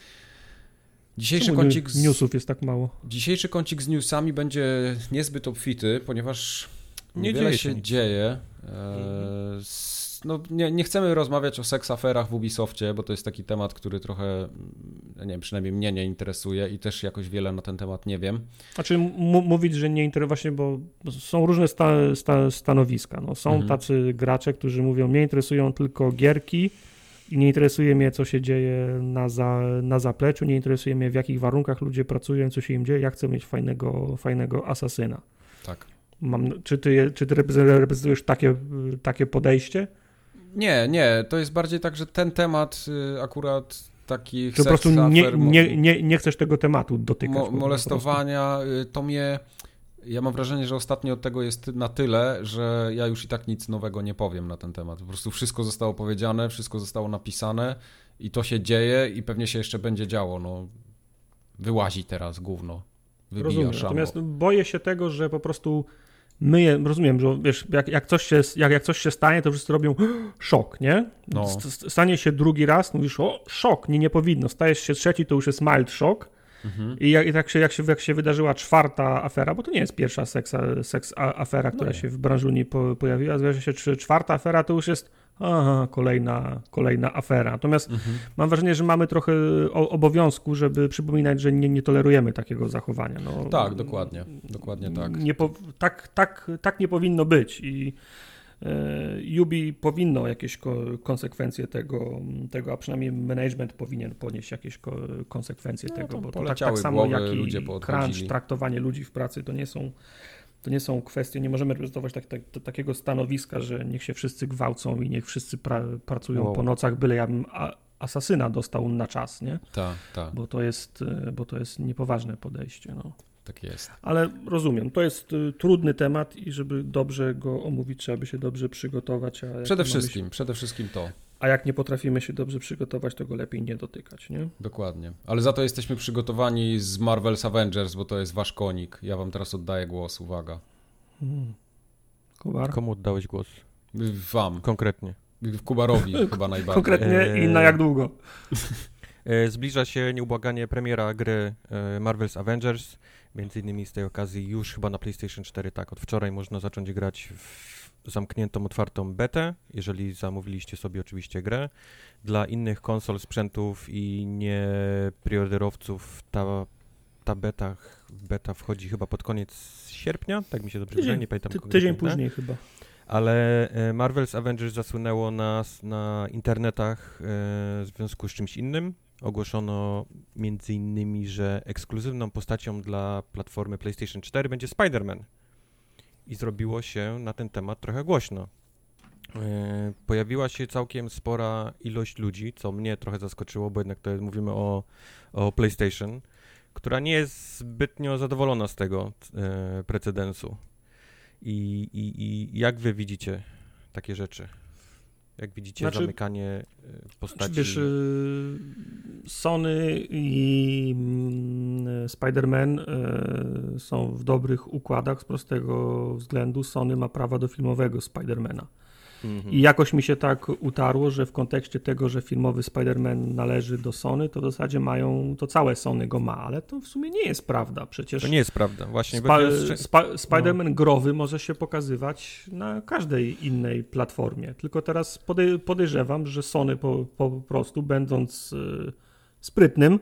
[SPEAKER 1] Dzisiejszy
[SPEAKER 2] Czemu
[SPEAKER 1] kącik, z,
[SPEAKER 2] newsów jest tak mało?
[SPEAKER 1] dzisiejszy kącik z newsami będzie niezbyt obfity, ponieważ
[SPEAKER 3] Nie
[SPEAKER 1] niewiele
[SPEAKER 3] dzieje
[SPEAKER 1] się
[SPEAKER 3] się nic.
[SPEAKER 1] dzieje. E, s- no, nie, nie chcemy rozmawiać o seks aferach w Ubisoftie, bo to jest taki temat, który trochę, nie wiem, przynajmniej mnie nie interesuje i też jakoś wiele na ten temat nie wiem.
[SPEAKER 2] Znaczy m- mówić, że nie interesuje, właśnie, bo są różne sta, sta, stanowiska. No, są
[SPEAKER 1] Mhm.
[SPEAKER 2] tacy gracze, którzy mówią, mnie interesują tylko gierki i nie interesuje mnie, co się dzieje na, za, na zapleczu, nie interesuje mnie, w jakich warunkach ludzie pracują, co się im dzieje, ja chcę mieć fajnego, fajnego asasyna.
[SPEAKER 1] Tak.
[SPEAKER 2] Mam, czy ty, czy ty reprezentujesz takie, takie podejście?
[SPEAKER 1] Nie, nie, to jest bardziej tak, że ten temat y, akurat takich
[SPEAKER 2] Czy po prostu
[SPEAKER 1] seks
[SPEAKER 2] nie,
[SPEAKER 1] afer, mo-
[SPEAKER 2] nie, nie, nie chcesz tego tematu dotykać?
[SPEAKER 1] mo-
[SPEAKER 2] po- po
[SPEAKER 1] molestowania, y, to mnie... Ja mam wrażenie, że ostatnio od tego jest na tyle, że ja już i tak nic nowego nie powiem na ten temat. Po prostu wszystko zostało powiedziane, wszystko zostało napisane i to się dzieje i pewnie się jeszcze będzie działo. No, wyłazi teraz gówno, wybija
[SPEAKER 2] Rozumiem.
[SPEAKER 1] szambo.
[SPEAKER 2] Natomiast boję się tego, że po prostu my, je, rozumiem, że wiesz, jak, jak, coś się, jak, jak coś się stanie, to wszyscy robią szok, nie?
[SPEAKER 1] No.
[SPEAKER 2] S- Stanie się drugi raz, mówisz, o, szok, nie, nie powinno. Stajesz się trzeci, to już jest mild szok.
[SPEAKER 1] Mhm.
[SPEAKER 2] I jak, i tak się, jak, się, jak się wydarzyła czwarta afera, bo to nie jest pierwsza seks, seks a- afera, która
[SPEAKER 1] No nie.
[SPEAKER 2] się w branżuni po, pojawiła, zdarza się czy czwarta afera, to już jest aha, kolejna, kolejna afera. Natomiast
[SPEAKER 1] Mhm.
[SPEAKER 2] mam wrażenie, że mamy trochę o, obowiązku, żeby przypominać, że nie, nie tolerujemy takiego zachowania. No,
[SPEAKER 1] Tak, dokładnie, dokładnie tak.
[SPEAKER 2] Nie po, tak, tak. Tak nie powinno być i e, Ubi powinno jakieś ko, konsekwencje tego, tego, a przynajmniej management powinien ponieść jakieś ko, konsekwencje
[SPEAKER 1] No,
[SPEAKER 2] tego,
[SPEAKER 1] tam
[SPEAKER 2] bo to tak,
[SPEAKER 1] poleciały
[SPEAKER 2] tak samo
[SPEAKER 1] głowy,
[SPEAKER 2] jak i
[SPEAKER 1] ludzie
[SPEAKER 2] crunch,
[SPEAKER 1] poodchodzili.
[SPEAKER 2] traktowanie ludzi w pracy, to nie są to nie są kwestie, nie możemy reprezentować tak, tak, to, takiego stanowiska, że niech się wszyscy gwałcą i niech wszyscy pra, pracują
[SPEAKER 3] Wow.
[SPEAKER 2] po nocach, byle ja bym a, asasyna dostał na czas, nie?
[SPEAKER 1] Tak, tak,
[SPEAKER 2] Bo to jest, e, bo to jest niepoważne podejście, no.
[SPEAKER 1] tak jest.
[SPEAKER 2] Ale rozumiem, to jest y, trudny temat i żeby dobrze go omówić, trzeba by się dobrze przygotować. A jak
[SPEAKER 1] Przede
[SPEAKER 2] mamy
[SPEAKER 1] wszystkim,
[SPEAKER 2] Się,
[SPEAKER 1] przede wszystkim to.
[SPEAKER 2] a jak nie potrafimy się dobrze przygotować, to go lepiej nie dotykać, nie?
[SPEAKER 1] Dokładnie. Ale za to jesteśmy przygotowani z Marvel's Avengers, bo to jest wasz konik. Ja wam teraz oddaję głos, uwaga.
[SPEAKER 2] Hmm. Kubar?
[SPEAKER 3] Komu oddałeś głos?
[SPEAKER 1] Wam.
[SPEAKER 3] Konkretnie.
[SPEAKER 1] Kubarowi chyba najbardziej.
[SPEAKER 2] Konkretnie
[SPEAKER 3] Eee.
[SPEAKER 2] i na jak długo?
[SPEAKER 3] E, Zbliża się nieubłaganie premiera gry e, Marvel's Avengers. Między innymi z tej okazji już chyba na PlayStation cztery, tak, od wczoraj można zacząć grać w zamkniętą, otwartą betę, jeżeli zamówiliście sobie oczywiście grę. Dla innych konsol, sprzętów i nie preorderowców ta, ta beta, beta wchodzi chyba pod koniec sierpnia, tak mi się dobrze wydaje, nie pamiętam.
[SPEAKER 2] Ty,
[SPEAKER 3] konkretnie,
[SPEAKER 2] tydzień
[SPEAKER 3] tak?
[SPEAKER 2] później chyba.
[SPEAKER 3] Ale e, Marvel's Avengers zasłynęło nas na internetach e, w związku z czymś innym. Ogłoszono między innymi, że ekskluzywną postacią dla platformy PlayStation cztery będzie Spider-Man. I zrobiło się na ten temat trochę głośno. E, Pojawiła się całkiem spora ilość ludzi, co mnie trochę zaskoczyło, bo jednak to jest, mówimy o, o PlayStation, która nie jest zbytnio zadowolona z tego e, precedensu. I, i, I jak wy widzicie takie rzeczy? Jak widzicie,
[SPEAKER 2] Znaczy,
[SPEAKER 3] zamykanie postaci...
[SPEAKER 2] Wiesz, Sony i Spider-Man są w dobrych układach z prostego względu. Sony ma prawa do filmowego Spider-Mana. Mhm. I jakoś mi się tak utarło, że w kontekście tego, że filmowy Spider-Man należy do Sony, to w zasadzie mają, to całe Sony go ma, ale to w sumie nie jest prawda. Przecież
[SPEAKER 3] to nie jest prawda, właśnie.
[SPEAKER 2] Spa- Spa- Spider-Man no. growy może się pokazywać na każdej innej platformie, tylko teraz podej- podejrzewam, że Sony po, po prostu, będąc y, sprytnym,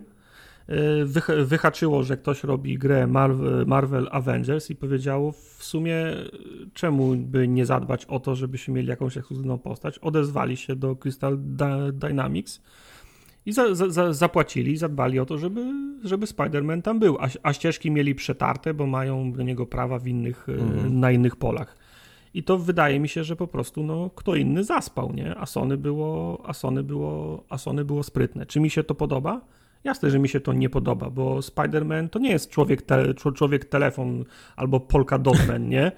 [SPEAKER 2] Wych- wyhaczyło, że ktoś robi grę Marvel, Marvel Avengers i powiedziało w sumie czemu by nie zadbać o to, żebyśmy mieli jakąś ekskluzywną postać. Odezwali się do Crystal da- Dynamics i za- za- zapłacili, zadbali o to, żeby, żeby Spider-Man tam był, a, a ścieżki mieli przetarte, bo mają do niego prawa w innych, mhm. na innych polach. I to wydaje mi się, że po prostu no, kto inny zaspał, nie? A Sony było, a Sony było, a Sony było sprytne. Czy mi się to podoba? Jasne, że mi się to nie podoba, bo Spider-Man to nie jest człowiek, te, człowiek telefon albo Polka Dotman, nie?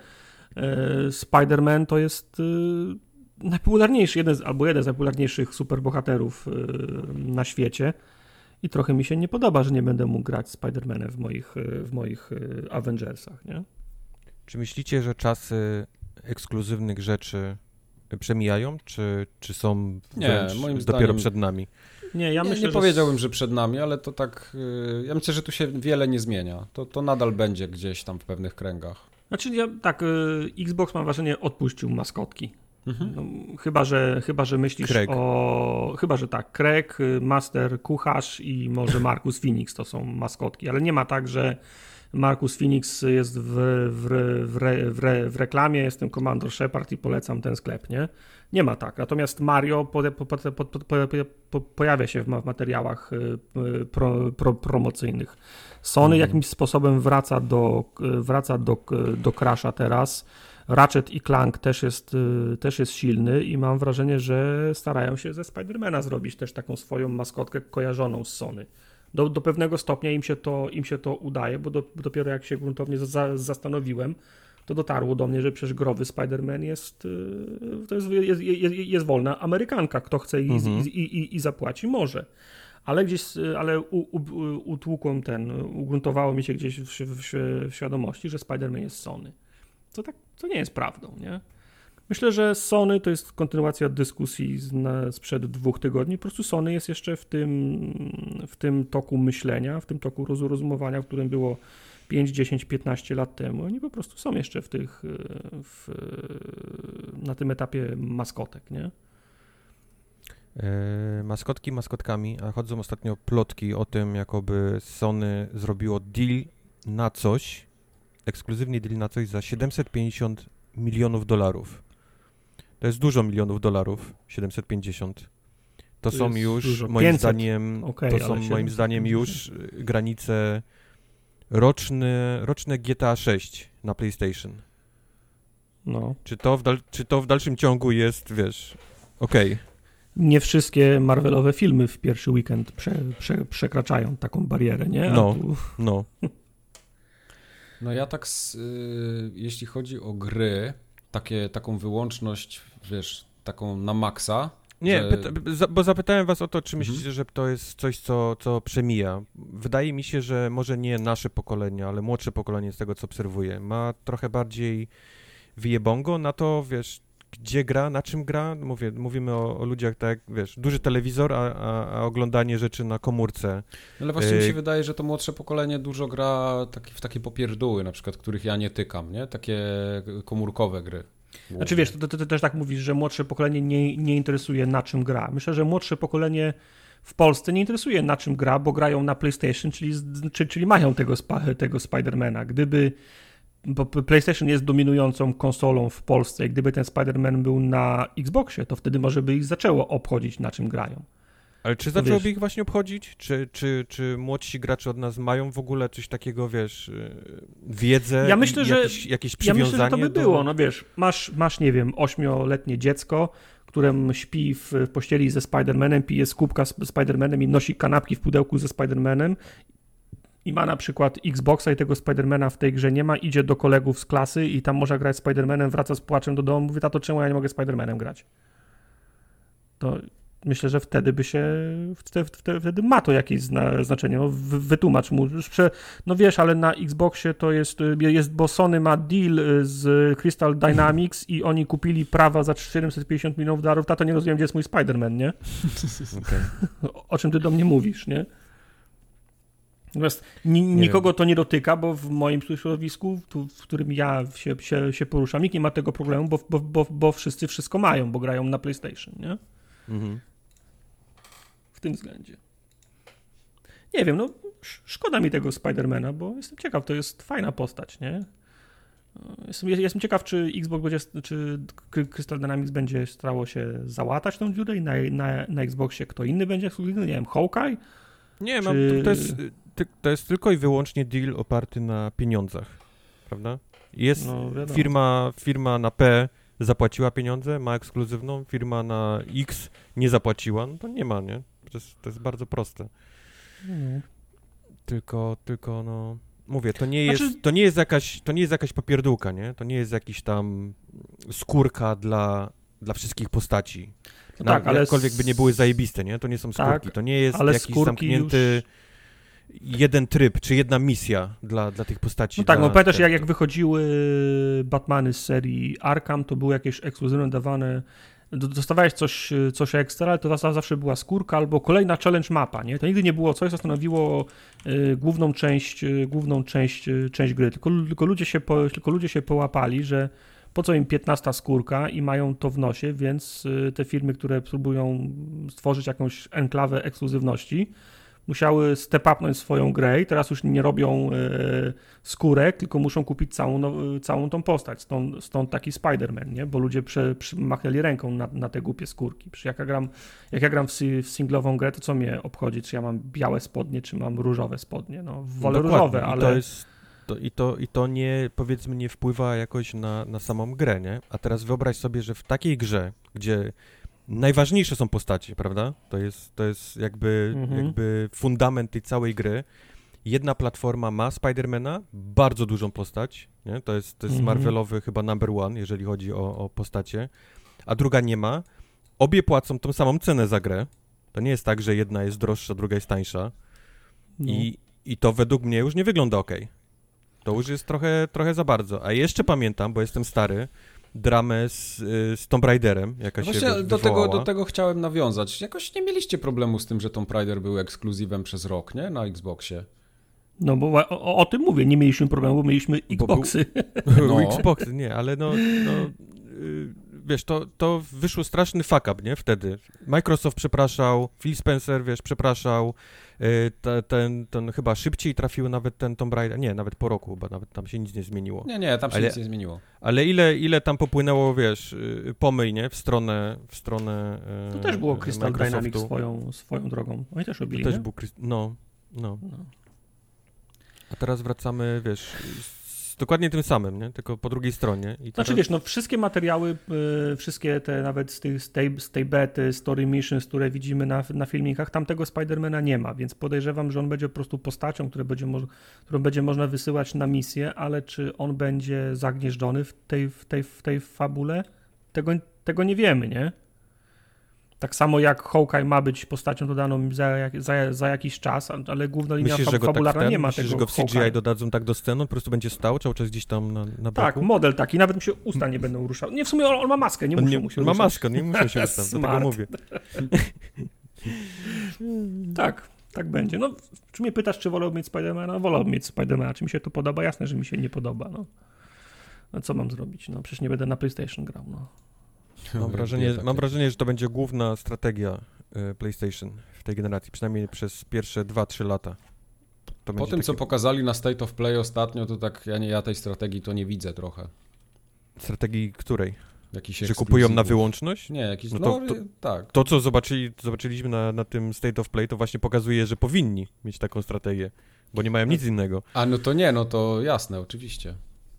[SPEAKER 2] Spider-Man to jest najpopularniejszy, jeden z, albo jeden z najpopularniejszych superbohaterów na świecie i trochę mi się nie podoba, że nie będę mógł grać Spider-Manem w moich, w moich Avengersach, nie?
[SPEAKER 3] Czy myślicie, że czasy ekskluzywnych rzeczy przemijają, czy, czy są
[SPEAKER 1] nie, moim
[SPEAKER 3] dopiero
[SPEAKER 1] zdaniem...
[SPEAKER 3] przed nami?
[SPEAKER 2] Nie, ja
[SPEAKER 1] nie,
[SPEAKER 2] myślę,
[SPEAKER 1] nie
[SPEAKER 2] że...
[SPEAKER 1] powiedziałbym, że przed nami, ale to tak, ja myślę, że tu się wiele nie zmienia. To, to nadal będzie gdzieś tam w pewnych kręgach.
[SPEAKER 2] Znaczy, ja, tak, Xbox, mam wrażenie, odpuścił maskotki. Mhm. No, chyba, że, chyba, że myślisz
[SPEAKER 3] Craig.
[SPEAKER 2] o... Chyba, że tak, Craig, Master Kucharz i może Marcus Phoenix to są maskotki, ale nie ma tak, że Marcus Phoenix jest w, w, w, re, w, re, w reklamie, jestem Commander Shepard i polecam ten sklep, nie? Nie ma tak. Natomiast Mario po, po, po, po, po, po, pojawia się w, w materiałach pro, pro, promocyjnych. Sony mm. jakimś sposobem wraca do, wraca do, do Crasha teraz. Ratchet i Clank też jest, też jest silny i mam wrażenie, że starają się ze Spidermana zrobić też taką swoją maskotkę kojarzoną z Sony. Do, do pewnego stopnia im się to, im się to udaje, bo do, dopiero jak się gruntownie za, zastanowiłem, to dotarło do mnie, że przecież growy Spider-Man jest, to jest, jest, jest, jest wolna Amerykanka. Kto chce i, mhm. i, i, i zapłaci, może. Ale gdzieś, ale u, u, utłukłem ten, ugruntowało mi się gdzieś w, w, w świadomości, że Spider-Man jest Sony. To tak, to nie jest prawdą, nie? Myślę, że Sony to jest kontynuacja dyskusji z, na, sprzed dwóch tygodni. Po prostu Sony jest jeszcze w tym, w tym toku myślenia, w tym toku rozumowania, w którym było pięć, dziesięć, piętnaście lat temu. Oni po prostu są jeszcze w tych, w, na tym etapie maskotek, nie?
[SPEAKER 3] E, maskotki maskotkami, a chodzą ostatnio plotki o tym, jakoby Sony zrobiło deal na coś, ekskluzywny deal na coś za siedemset pięćdziesiąt milionów dolarów. To jest dużo milionów dolarów, siedemset pięćdziesiąt. To, to są już, dużo. moim pięćset. zdaniem, okay, to są moim siedemset zdaniem już granice roczne, roczne G T A sześć na PlayStation.
[SPEAKER 2] No.
[SPEAKER 3] Czy to w, dal, czy to w dalszym ciągu jest, wiesz, okej. Okay.
[SPEAKER 2] Nie wszystkie Marvelowe filmy w pierwszy weekend prze, prze, przekraczają taką barierę, nie? A
[SPEAKER 3] no,
[SPEAKER 2] tu...
[SPEAKER 3] no.
[SPEAKER 1] No ja tak, z, y, jeśli chodzi o gry, takie, taką wyłączność, wiesz, taką na maksa.
[SPEAKER 3] Nie,
[SPEAKER 1] że...
[SPEAKER 3] pyta, za, bo zapytałem was o to, czy myślicie, mhm. że to jest coś, co, co przemija. Wydaje mi się, że może nie nasze pokolenie, ale młodsze pokolenie z tego, co obserwuję, ma trochę bardziej wyjebongo na to, wiesz, gdzie gra, na czym gra. Mówię, mówimy o, o ludziach tak, wiesz, duży telewizor, a, a, a oglądanie rzeczy na komórce.
[SPEAKER 1] Ale właśnie mi się wydaje, że to młodsze pokolenie dużo gra taki, w takie popierdóły, na przykład, których ja nie tykam, nie? Takie komórkowe gry. Głównie.
[SPEAKER 2] Znaczy wiesz, to, to, to też tak mówisz, że młodsze pokolenie nie, nie interesuje, na czym gra. Myślę, że młodsze pokolenie w Polsce nie interesuje, na czym gra, bo grają na PlayStation, czyli, czyli, czyli mają tego, tego Spidermana. Gdyby bo PlayStation jest dominującą konsolą w Polsce i gdyby ten Spider-Man był na Xboxie, to wtedy może by ich zaczęło obchodzić, na czym grają.
[SPEAKER 3] Ale czy to zaczęłoby wiesz, ich właśnie obchodzić? Czy, czy, czy młodsi gracze od nas mają w ogóle coś takiego, wiesz, wiedzę,
[SPEAKER 2] ja myślę, że,
[SPEAKER 3] jakieś, jakieś przywiązanie?
[SPEAKER 2] Ja myślę, że to by
[SPEAKER 3] do...
[SPEAKER 2] było, no wiesz, masz, masz, nie wiem, ośmioletnie dziecko, które śpi w pościeli ze Spider-Manem, pije z kubka z Spider-Manem i nosi kanapki w pudełku ze Spider-Manem i ma na przykład Xboxa i tego Spidermana w tej grze nie ma, idzie do kolegów z klasy i tam może grać Spidermanem, wraca z płaczem do domu, mówi, tato, czemu ja nie mogę Spidermanem grać? to myślę, że wtedy by się, wtedy, wtedy ma to jakieś zna, znaczenie. No, wytłumacz mu, że, no wiesz, ale na Xboxie to jest, jest, bo Sony ma deal z Crystal Dynamics i oni kupili prawa za siedemset pięćdziesiąt milionów dolarów, to nie rozumiem, gdzie jest mój Spider-Man, nie? Okay. O, o czym ty do mnie mówisz, nie? Natomiast ni, nikogo to nie dotyka, bo w moim środowisku, tu, w którym ja się, się, się poruszam, nikt nie ma tego problemu, bo, bo, bo, bo wszyscy wszystko mają, bo grają na PlayStation, nie? Mhm. W tym względzie. Nie wiem, no szkoda mi tego Spidermana, bo jestem ciekaw, to jest fajna postać, nie? Jestem, jestem ciekaw, czy Xbox będzie, czy Crystal Dynamics będzie starało się załatać tą dziurę i na, na, na Xboxie kto inny będzie ekskluzywny, nie wiem, Hawkeye?
[SPEAKER 3] Nie,
[SPEAKER 2] czy...
[SPEAKER 3] no to jest, to jest tylko i wyłącznie deal oparty na pieniądzach, prawda? Jest no, firma, firma na P zapłaciła pieniądze, ma ekskluzywną, firma na X nie zapłaciła, no to nie ma, nie? To jest, to jest bardzo proste. Mm. Tylko, tylko no, mówię, to nie jest, znaczy... to nie jest jakaś, to nie jest jakaś popierdółka, nie? To nie jest jakiś tam skórka dla, dla wszystkich postaci.
[SPEAKER 2] No
[SPEAKER 3] na,
[SPEAKER 2] tak, ale...
[SPEAKER 3] Jakkolwiek by nie były zajebiste, nie? To nie są skórki,
[SPEAKER 2] tak,
[SPEAKER 3] to nie jest jakiś zamknięty... Już... jeden tryb, czy jedna misja dla, dla tych postaci.
[SPEAKER 2] No tak,
[SPEAKER 3] dla,
[SPEAKER 2] no pamiętasz,
[SPEAKER 3] te,
[SPEAKER 2] jak, jak wychodziły Batmany z serii Arkham, to były jakieś ekskluzywne dawane, dostawałeś coś, coś ekstra, ale to zawsze była skórka albo kolejna challenge mapa, nie? To nigdy nie było coś, co stanowiło y, główną część, y, główną część, y, część gry, tylko, tylko, ludzie się po, tylko ludzie się połapali, że po co im piętnasta skórka i mają to w nosie, więc y, te firmy, które próbują stworzyć jakąś enklawę ekskluzywności, musiały step-upnąć swoją grę i teraz już nie robią e, skórek, tylko muszą kupić całą, no, całą tą postać. Stąd, stąd taki Spider-Man, nie? Bo ludzie prze, prze, machnęli ręką na, na te głupie skórki. Przecież jak ja gram, jak ja gram w, w singlową grę, to co mnie obchodzi? Czy ja mam białe spodnie, czy mam różowe spodnie? No, wolę
[SPEAKER 3] Dokładnie.
[SPEAKER 2] różowe, ale...
[SPEAKER 3] I to, jest, to, i, to, I to nie, powiedzmy, nie wpływa jakoś na, na samą grę, nie? A teraz wyobraź sobie, że w takiej grze, gdzie najważniejsze są postacie, prawda? To jest, to jest jakby, mhm. jakby fundament tej całej gry. Jedna platforma ma Spidermana, bardzo dużą postać, nie? To jest, to jest mhm. Marvelowy chyba number one, jeżeli chodzi o, o postacie, a druga nie ma. Obie płacą tą samą cenę za grę. To nie jest tak, że jedna jest droższa, druga jest tańsza. No. I, I to według mnie już nie wygląda okej. To już jest trochę, trochę za bardzo. A jeszcze pamiętam, bo jestem stary, dramę z, z Tomb Raiderem, jaka
[SPEAKER 1] no
[SPEAKER 3] się
[SPEAKER 1] właśnie do
[SPEAKER 3] wywołała.
[SPEAKER 1] tego, do tego chciałem nawiązać. Jakoś nie mieliście problemu z tym, że Tomb Raider był ekskluzywem przez rok, nie? Na Xboxie.
[SPEAKER 2] No bo o, o tym mówię, nie mieliśmy problemu, bo mieliśmy Xboxy.
[SPEAKER 3] Bo był, no. Xboxy, nie, ale no, no yy, wiesz, to, to wyszło straszny fuck up, nie? Wtedy. Microsoft przepraszał, Phil Spencer, wiesz, przepraszał, yy, te, ten, ten chyba szybciej trafił nawet ten Tomb Raider, nie, nawet po roku chyba, nawet tam się nic nie zmieniło.
[SPEAKER 1] Nie, nie, tam się
[SPEAKER 3] ale,
[SPEAKER 1] nic nie zmieniło.
[SPEAKER 3] Ale ile, ile tam popłynęło, wiesz, yy, pomyj, nie? W stronę, w stronę yy,
[SPEAKER 2] To też było Crystal Dynamics swoją, swoją drogą. Oni też robili,
[SPEAKER 3] To też
[SPEAKER 2] nie?
[SPEAKER 3] był, no, no. no. A teraz wracamy, wiesz, z dokładnie tym samym, nie? Tylko po drugiej stronie. I
[SPEAKER 2] znaczy,
[SPEAKER 3] teraz...
[SPEAKER 2] wiesz, no wszystkie materiały, yy, wszystkie te nawet z tej, z tej, z tej bety, story missions, które widzimy na, na filmikach, tam tego Spidermana nie ma, więc podejrzewam, że on będzie po prostu postacią, które będzie mo- którą będzie można wysyłać na misję, ale czy on będzie zagnieżdżony w tej, w tej, w tej fabule, tego, tego nie wiemy, nie? Tak samo jak Hawkeye ma być postacią dodaną za, za, za jakiś czas, ale główna linia
[SPEAKER 3] myślisz,
[SPEAKER 2] fa- fabularna
[SPEAKER 3] tak ten,
[SPEAKER 2] nie ma
[SPEAKER 3] myślisz,
[SPEAKER 2] tego
[SPEAKER 3] że go w C G I
[SPEAKER 2] Hawkeye.
[SPEAKER 3] dodadzą tak do sceny, on po prostu będzie stał cały czas gdzieś tam na, na boku?
[SPEAKER 2] Tak, model taki, nawet mu się usta nie będą ruszały. Nie, w sumie on, on ma maskę, nie muszą
[SPEAKER 3] nie,
[SPEAKER 2] mu się
[SPEAKER 3] ma
[SPEAKER 2] ruszać.
[SPEAKER 3] maskę, nie muszę się ruszać, dlatego mówię.
[SPEAKER 2] Tak, tak będzie. No, czy mnie pytasz, czy wolę mieć Spidermana? Wolę mieć Spidermana. Czy mi się to podoba? Jasne, że mi się nie podoba. No, no co mam zrobić? No przecież nie będę na PlayStation grał, no.
[SPEAKER 3] Mam wrażenie, mam wrażenie, że to będzie główna strategia y, PlayStation w tej generacji, przynajmniej przez pierwsze dwa trzy lata.
[SPEAKER 1] To po tym, takie... co pokazali na State of Play ostatnio, to tak ja, nie, ja tej strategii to nie widzę trochę.
[SPEAKER 3] Strategii której?
[SPEAKER 1] Jakiś
[SPEAKER 3] że kupują na wyłączność?
[SPEAKER 1] Nie, jakiś...
[SPEAKER 3] No to,
[SPEAKER 1] no,
[SPEAKER 3] to,
[SPEAKER 1] tak.
[SPEAKER 3] To, co zobaczyli, zobaczyliśmy na, na tym State of Play, to właśnie pokazuje, że powinni mieć taką strategię, bo nie mają nic innego.
[SPEAKER 1] A no to nie, no to jasne, oczywiście.